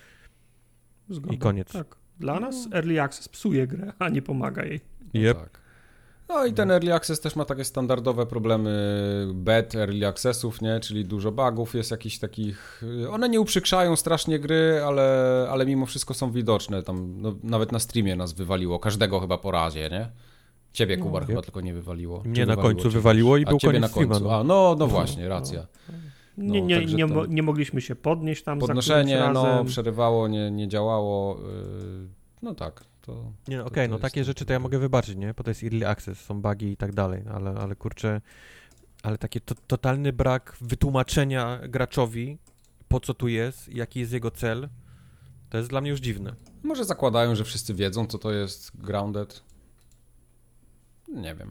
[SPEAKER 2] Zgoda.
[SPEAKER 3] I koniec.
[SPEAKER 2] Tak. Dla nas Early Access psuje grę, a nie pomaga jej.
[SPEAKER 1] No
[SPEAKER 3] Yep.
[SPEAKER 1] tak. No i ten Early Access też ma takie standardowe problemy bet Early Accessów, nie? Czyli dużo bugów jest jakichś takich... One nie uprzykrzają strasznie gry, ale, ale mimo wszystko są widoczne. Tam no, nawet na streamie nas wywaliło, każdego chyba po razie, nie? Ciebie, Kubar,
[SPEAKER 3] no,
[SPEAKER 1] chyba
[SPEAKER 3] yep.
[SPEAKER 1] tylko nie wywaliło.
[SPEAKER 3] Nie,
[SPEAKER 1] Czy
[SPEAKER 3] na
[SPEAKER 1] wywaliło
[SPEAKER 3] końcu
[SPEAKER 1] cię?
[SPEAKER 3] wywaliło i
[SPEAKER 1] A
[SPEAKER 3] był
[SPEAKER 1] ciebie
[SPEAKER 3] koniec
[SPEAKER 1] na końcu.
[SPEAKER 3] streama, no.
[SPEAKER 1] A, no, no
[SPEAKER 2] No,
[SPEAKER 1] właśnie, racja.
[SPEAKER 2] No.
[SPEAKER 1] No,
[SPEAKER 2] Nie, nie,
[SPEAKER 1] także
[SPEAKER 2] nie,
[SPEAKER 1] ten-
[SPEAKER 2] mo- nie mogliśmy się podnieść tam
[SPEAKER 1] Podnoszenie,
[SPEAKER 2] za
[SPEAKER 1] no,
[SPEAKER 2] razem.
[SPEAKER 1] przerywało, nie, nie działało. Yy, no tak, to...
[SPEAKER 3] Nie, no,
[SPEAKER 1] to-
[SPEAKER 3] okej,
[SPEAKER 1] to
[SPEAKER 3] no
[SPEAKER 1] jest
[SPEAKER 3] takie
[SPEAKER 1] to-
[SPEAKER 3] rzeczy to ja mogę wybaczyć, nie? Bo to jest Early Access, są bugi i tak dalej, ale, ale kurczę, ale taki to, totalny brak wytłumaczenia graczowi, po co tu jest, jaki jest jego cel, to jest dla mnie już dziwne.
[SPEAKER 1] Może zakładają, że wszyscy wiedzą, co to jest Grounded. Nie wiem.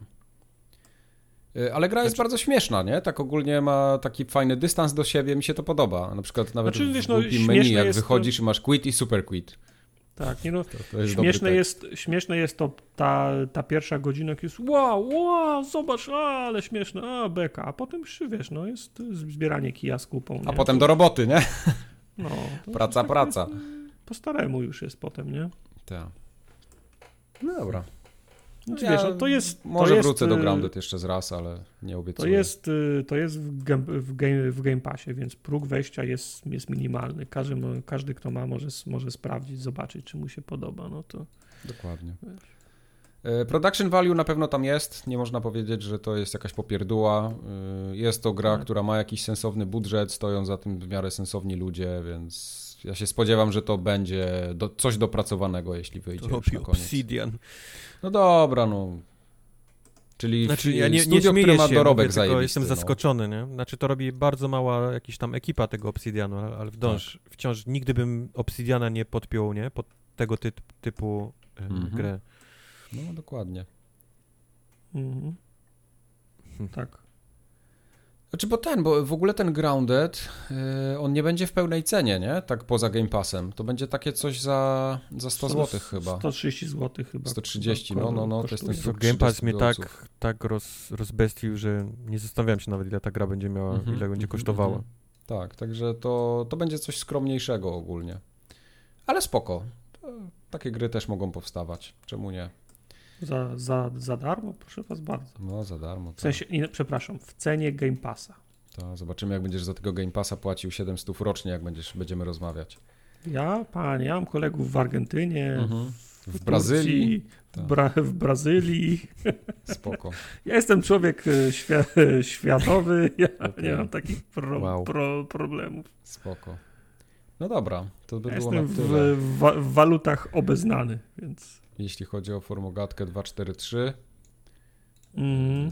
[SPEAKER 1] Yy, Ale gra jest
[SPEAKER 2] Znaczy-
[SPEAKER 1] bardzo śmieszna, nie? Tak ogólnie ma taki fajny dystans do siebie, mi się to podoba. Na przykład nawet
[SPEAKER 2] Znaczy,
[SPEAKER 1] w
[SPEAKER 2] wiesz, no,
[SPEAKER 1] głupim menu,
[SPEAKER 2] śmieszne
[SPEAKER 1] jak
[SPEAKER 2] jest to-
[SPEAKER 1] wychodzisz i masz quit i super quit.
[SPEAKER 2] Tak, nie no,
[SPEAKER 1] To, to jest dobry
[SPEAKER 2] śmieszne,
[SPEAKER 1] tekst.
[SPEAKER 2] jest, śmieszne jest to ta, ta pierwsza godzina, jak jest wow, wow, zobacz, a, ale śmieszne, a, beka, a potem już, wiesz, no, jest zbieranie kija z kupą.
[SPEAKER 1] A
[SPEAKER 2] nie?
[SPEAKER 1] potem do roboty, nie?
[SPEAKER 2] No, to
[SPEAKER 1] Praca,
[SPEAKER 2] tak
[SPEAKER 1] praca.
[SPEAKER 2] Jest, po staremu już jest potem, nie?
[SPEAKER 1] Tak. No dobra.
[SPEAKER 2] Znaczy,
[SPEAKER 1] Ja
[SPEAKER 2] wiesz, no, to jest...
[SPEAKER 1] Może
[SPEAKER 2] to jest,
[SPEAKER 1] wrócę do
[SPEAKER 2] y,
[SPEAKER 1] Grounded jeszcze z raz, ale nie
[SPEAKER 2] To
[SPEAKER 1] obiecuję.
[SPEAKER 2] jest, y, to jest w, game, w, game, w Game Passie, więc próg wejścia jest, jest minimalny. Każdy, mo- każdy, kto ma, może, może sprawdzić, zobaczyć, czy mu się podoba. No to
[SPEAKER 1] Dokładnie. E, Production value na pewno tam jest. Nie można powiedzieć, że to jest jakaś popierdóła. E, Jest to gra,
[SPEAKER 2] Tak.
[SPEAKER 1] która ma jakiś sensowny budżet, stoją za tym w miarę sensowni ludzie, więc ja się spodziewam, że to będzie do, coś dopracowanego, jeśli wyjdzie już na koniec.
[SPEAKER 3] Obsidian.
[SPEAKER 1] No dobra, no. Czyli
[SPEAKER 3] Znaczy,
[SPEAKER 1] fi-
[SPEAKER 3] ja nie, nie
[SPEAKER 1] studio, które
[SPEAKER 3] śmieję
[SPEAKER 1] ma
[SPEAKER 3] się,
[SPEAKER 1] dorobek
[SPEAKER 3] mówię, tylko
[SPEAKER 1] zajebisty.
[SPEAKER 3] jestem
[SPEAKER 1] no.
[SPEAKER 3] zaskoczony, nie? Znaczy, to robi bardzo mała jakaś tam ekipa tego Obsidianu, ale, ale wciąż, wciąż nigdy bym Obsidiana nie podpiął, nie? Pod tego ty, typu y,
[SPEAKER 1] Mhm.
[SPEAKER 3] grę.
[SPEAKER 1] No dokładnie.
[SPEAKER 2] mhm.
[SPEAKER 3] Hm.
[SPEAKER 2] tak.
[SPEAKER 1] Znaczy, bo ten, bo w ogóle ten Grounded, yy, on nie będzie w pełnej cenie, nie? Tak poza Game Passem. To będzie takie coś za, za sto złotych chyba.
[SPEAKER 2] sto trzydzieści złotych chyba.
[SPEAKER 1] sto trzydzieści,
[SPEAKER 2] ko-
[SPEAKER 1] no, no, no, to
[SPEAKER 2] kosztuje.
[SPEAKER 1] jest ten
[SPEAKER 3] To Game Pass mnie
[SPEAKER 1] trzydzieści
[SPEAKER 3] tak, tak roz, rozbestił, że nie zastanawiam się nawet, ile ta gra będzie miała,
[SPEAKER 1] Mhm,
[SPEAKER 3] ile będzie
[SPEAKER 1] mhm,
[SPEAKER 3] kosztowała.
[SPEAKER 1] mhm. Tak, także to, to będzie coś skromniejszego ogólnie. Ale spoko. To, takie gry też mogą powstawać. Czemu nie?
[SPEAKER 2] Za, za, za darmo? Proszę was bardzo.
[SPEAKER 1] No, za darmo.
[SPEAKER 2] W sensie, nie, przepraszam, w cenie Game Passa.
[SPEAKER 1] To zobaczymy, jak będziesz za tego Game Passa płacił siedemset rocznie, jak będziesz, będziemy rozmawiać.
[SPEAKER 2] Ja, panie, ja mam kolegów w Argentynie,
[SPEAKER 1] Mhm.
[SPEAKER 2] w,
[SPEAKER 1] W Brazylii.
[SPEAKER 2] Turcji,
[SPEAKER 1] Tak.
[SPEAKER 2] w, Bra- w Brazylii.
[SPEAKER 1] Spoko.
[SPEAKER 2] Ja jestem człowiek e, świ- światowy, ja
[SPEAKER 1] Okej.
[SPEAKER 2] nie mam takich pro-
[SPEAKER 3] Wow.
[SPEAKER 2] pro- problemów.
[SPEAKER 1] Spoko. No dobra, to by
[SPEAKER 2] Ja
[SPEAKER 1] było na
[SPEAKER 2] jestem w,
[SPEAKER 1] tyle.
[SPEAKER 2] w, wa- w walutach obeznany, więc...
[SPEAKER 1] Jeśli chodzi o formogatkę dwa cztery trzy.
[SPEAKER 2] Mm,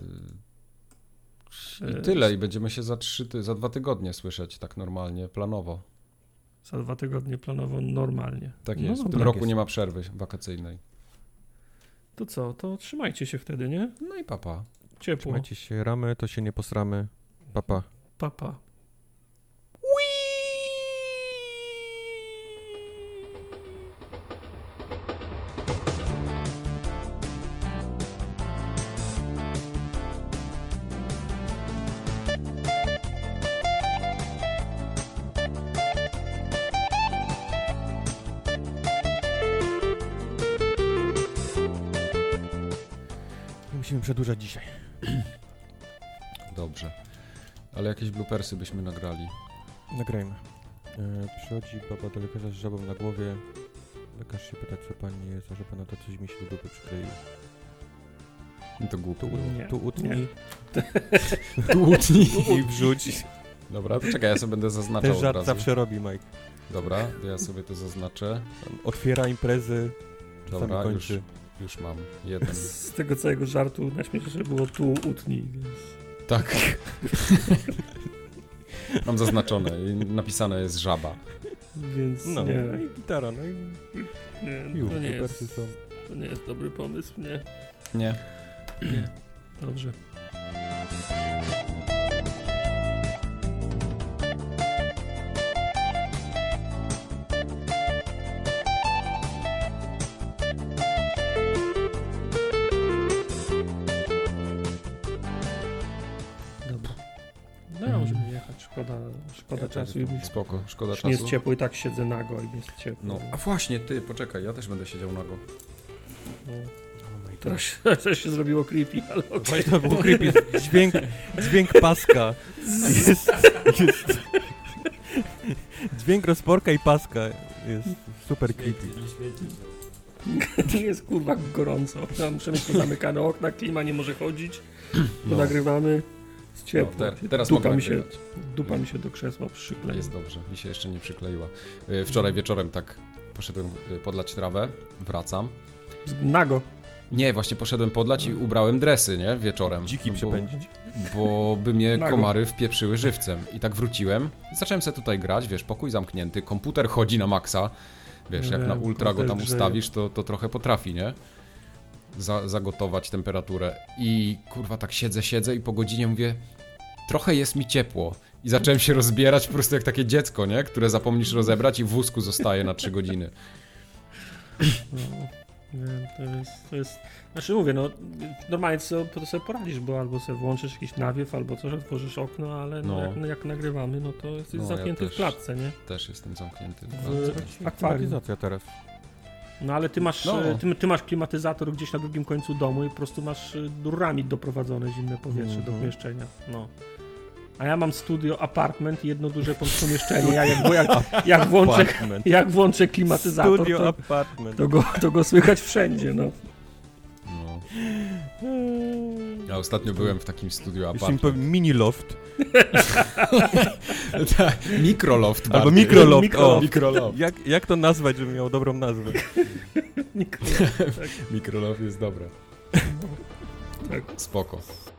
[SPEAKER 1] I tyle. I będziemy się za, trzy, ty- za dwa tygodnie słyszeć tak normalnie, planowo.
[SPEAKER 2] za dwa tygodnie planowo normalnie.
[SPEAKER 1] Tak
[SPEAKER 2] No
[SPEAKER 1] jest. W
[SPEAKER 2] dobra.
[SPEAKER 1] tym roku
[SPEAKER 3] jest.
[SPEAKER 1] nie ma przerwy wakacyjnej.
[SPEAKER 2] To co, to trzymajcie się wtedy, nie?
[SPEAKER 1] No i papa.
[SPEAKER 2] Ciepło.
[SPEAKER 3] Trzymajcie się, ramy, to się nie posramy. Papa.
[SPEAKER 2] Pa, pa.
[SPEAKER 3] musimy przedłużać dzisiaj.
[SPEAKER 1] Dobrze. Ale jakieś bloopersy byśmy nagrali.
[SPEAKER 3] Nagrajmy. E, przychodzi baba do lekarza z żabą na głowie. Lekarz się pyta, co pani jest, a że pana to coś mi się do dupy przykleiło.
[SPEAKER 1] No to głupio
[SPEAKER 3] Tu,
[SPEAKER 1] było.
[SPEAKER 2] Nie.
[SPEAKER 3] tu utnij
[SPEAKER 1] Tu utnij.
[SPEAKER 3] i wrzuć.
[SPEAKER 1] Dobra, to czekaj, ja sobie będę zaznaczał
[SPEAKER 3] Ten
[SPEAKER 1] od
[SPEAKER 3] żart
[SPEAKER 1] razu.
[SPEAKER 3] zawsze robi, Mike.
[SPEAKER 1] Dobra, to ja sobie to zaznaczę.
[SPEAKER 3] Otwiera imprezy, czasami
[SPEAKER 1] Dobra, już,
[SPEAKER 3] kończy.
[SPEAKER 1] już mam jeden.
[SPEAKER 2] Z tego całego żartu najśmieszniejsze było tu utnij, więc...
[SPEAKER 1] Tak. Mam zaznaczone i napisane jest żaba.
[SPEAKER 2] Więc
[SPEAKER 3] No,
[SPEAKER 2] nie,
[SPEAKER 3] no i gitara, no i
[SPEAKER 2] nie,
[SPEAKER 3] już,
[SPEAKER 2] to, nie
[SPEAKER 3] bloopersy
[SPEAKER 2] jest,
[SPEAKER 3] są.
[SPEAKER 2] to nie jest dobry pomysł, nie.
[SPEAKER 1] Nie.
[SPEAKER 2] Nie. Dobrze. Dobra. No ja możemy jechać, szkoda, szkoda
[SPEAKER 3] Ja
[SPEAKER 2] czasu.
[SPEAKER 3] też
[SPEAKER 2] I
[SPEAKER 1] Spoko, szkoda
[SPEAKER 2] już nie jest
[SPEAKER 1] czasu.
[SPEAKER 2] ciepło i tak siedzę nago i jest ciepło.
[SPEAKER 1] No, a właśnie, ty, poczekaj, ja też będę siedział nago.
[SPEAKER 2] No.
[SPEAKER 3] Oh my
[SPEAKER 2] Teraz się, teraz się zrobiło creepy, ale okej.
[SPEAKER 3] Właśnie to było creepy. Dźwięk, dźwięk paska. Jest, jest. Dźwięk rozporka i paska jest super creepy.
[SPEAKER 2] Nie jest kurwa gorąco. Ja muszę mieć pozamykane okna, klima nie może chodzić. Bo
[SPEAKER 1] No.
[SPEAKER 2] nagrywamy z ciepła.
[SPEAKER 1] No, te, teraz
[SPEAKER 2] dupa
[SPEAKER 1] mogę
[SPEAKER 2] mi się,
[SPEAKER 1] nagrywać.
[SPEAKER 2] dupa mi się do krzesła przykleiła.
[SPEAKER 1] Jest dobrze, mi się jeszcze nie przykleiła. Y, Wczoraj wieczorem tak poszedłem y, podlać trawę, wracam.
[SPEAKER 2] Nago.
[SPEAKER 1] Nie, właśnie poszedłem podlać i ubrałem dresy, nie? Wieczorem.
[SPEAKER 3] Dziki
[SPEAKER 1] bo,
[SPEAKER 3] przepędzić.
[SPEAKER 1] bo by mnie
[SPEAKER 2] Nago.
[SPEAKER 1] komary wpieprzyły żywcem. I tak wróciłem, zacząłem sobie tutaj grać, wiesz, pokój zamknięty, komputer chodzi na maksa. Wiesz, jak
[SPEAKER 2] Nie,
[SPEAKER 1] na ultra go tam
[SPEAKER 2] komputer grzeje.
[SPEAKER 1] ustawisz, to, to trochę potrafi, nie? Za, zagotować temperaturę. I kurwa, tak siedzę, siedzę i po godzinie mówię, trochę jest mi ciepło. I zacząłem się rozbierać po prostu jak takie dziecko, nie? Które zapomnisz rozebrać i w wózku zostaje na trzy godziny.
[SPEAKER 2] No, nie, to jest, to jest... Znaczy mówię, no normalnie co, to sobie poradzisz, bo albo sobie włączysz jakiś nawiew, albo coś, otworzysz okno, ale no,
[SPEAKER 1] No.
[SPEAKER 2] Jak, jak nagrywamy, no to jesteś
[SPEAKER 1] No, ja
[SPEAKER 2] zamknięty
[SPEAKER 1] też.
[SPEAKER 2] w klatce, nie?
[SPEAKER 1] Też jestem zamknięty.
[SPEAKER 2] W akwarium.
[SPEAKER 3] Klimatyzacja teraz.
[SPEAKER 2] No ale ty masz,
[SPEAKER 1] No.
[SPEAKER 2] e, ty, ty masz klimatyzator gdzieś na drugim końcu domu i po prostu masz e, rurami doprowadzone zimne powietrze do
[SPEAKER 3] Mhm.
[SPEAKER 2] pomieszczenia. No. A ja mam studio, apartment i jedno duże pomieszczenie. Ja jak, jak, jak, włączę,
[SPEAKER 3] Apartment.
[SPEAKER 2] jak włączę klimatyzator,
[SPEAKER 3] Studio
[SPEAKER 2] to,
[SPEAKER 3] apartment.
[SPEAKER 2] to, go, to go słychać wszędzie. No.
[SPEAKER 1] No. Ja ostatnio byłem w takim studiu
[SPEAKER 3] Jeszcze mi
[SPEAKER 1] apartment.
[SPEAKER 3] powiem mini loft.
[SPEAKER 1] Tak, mikroloft
[SPEAKER 3] Albo
[SPEAKER 1] bardziej.
[SPEAKER 3] mikroloft.
[SPEAKER 2] Mikroloft.
[SPEAKER 3] O,
[SPEAKER 1] Mikroloft.
[SPEAKER 3] jak, jak to nazwać, żeby miał dobrą nazwę?
[SPEAKER 2] Nikogo.
[SPEAKER 1] Mikroloft jest dobre.
[SPEAKER 2] Tak.
[SPEAKER 1] Spoko.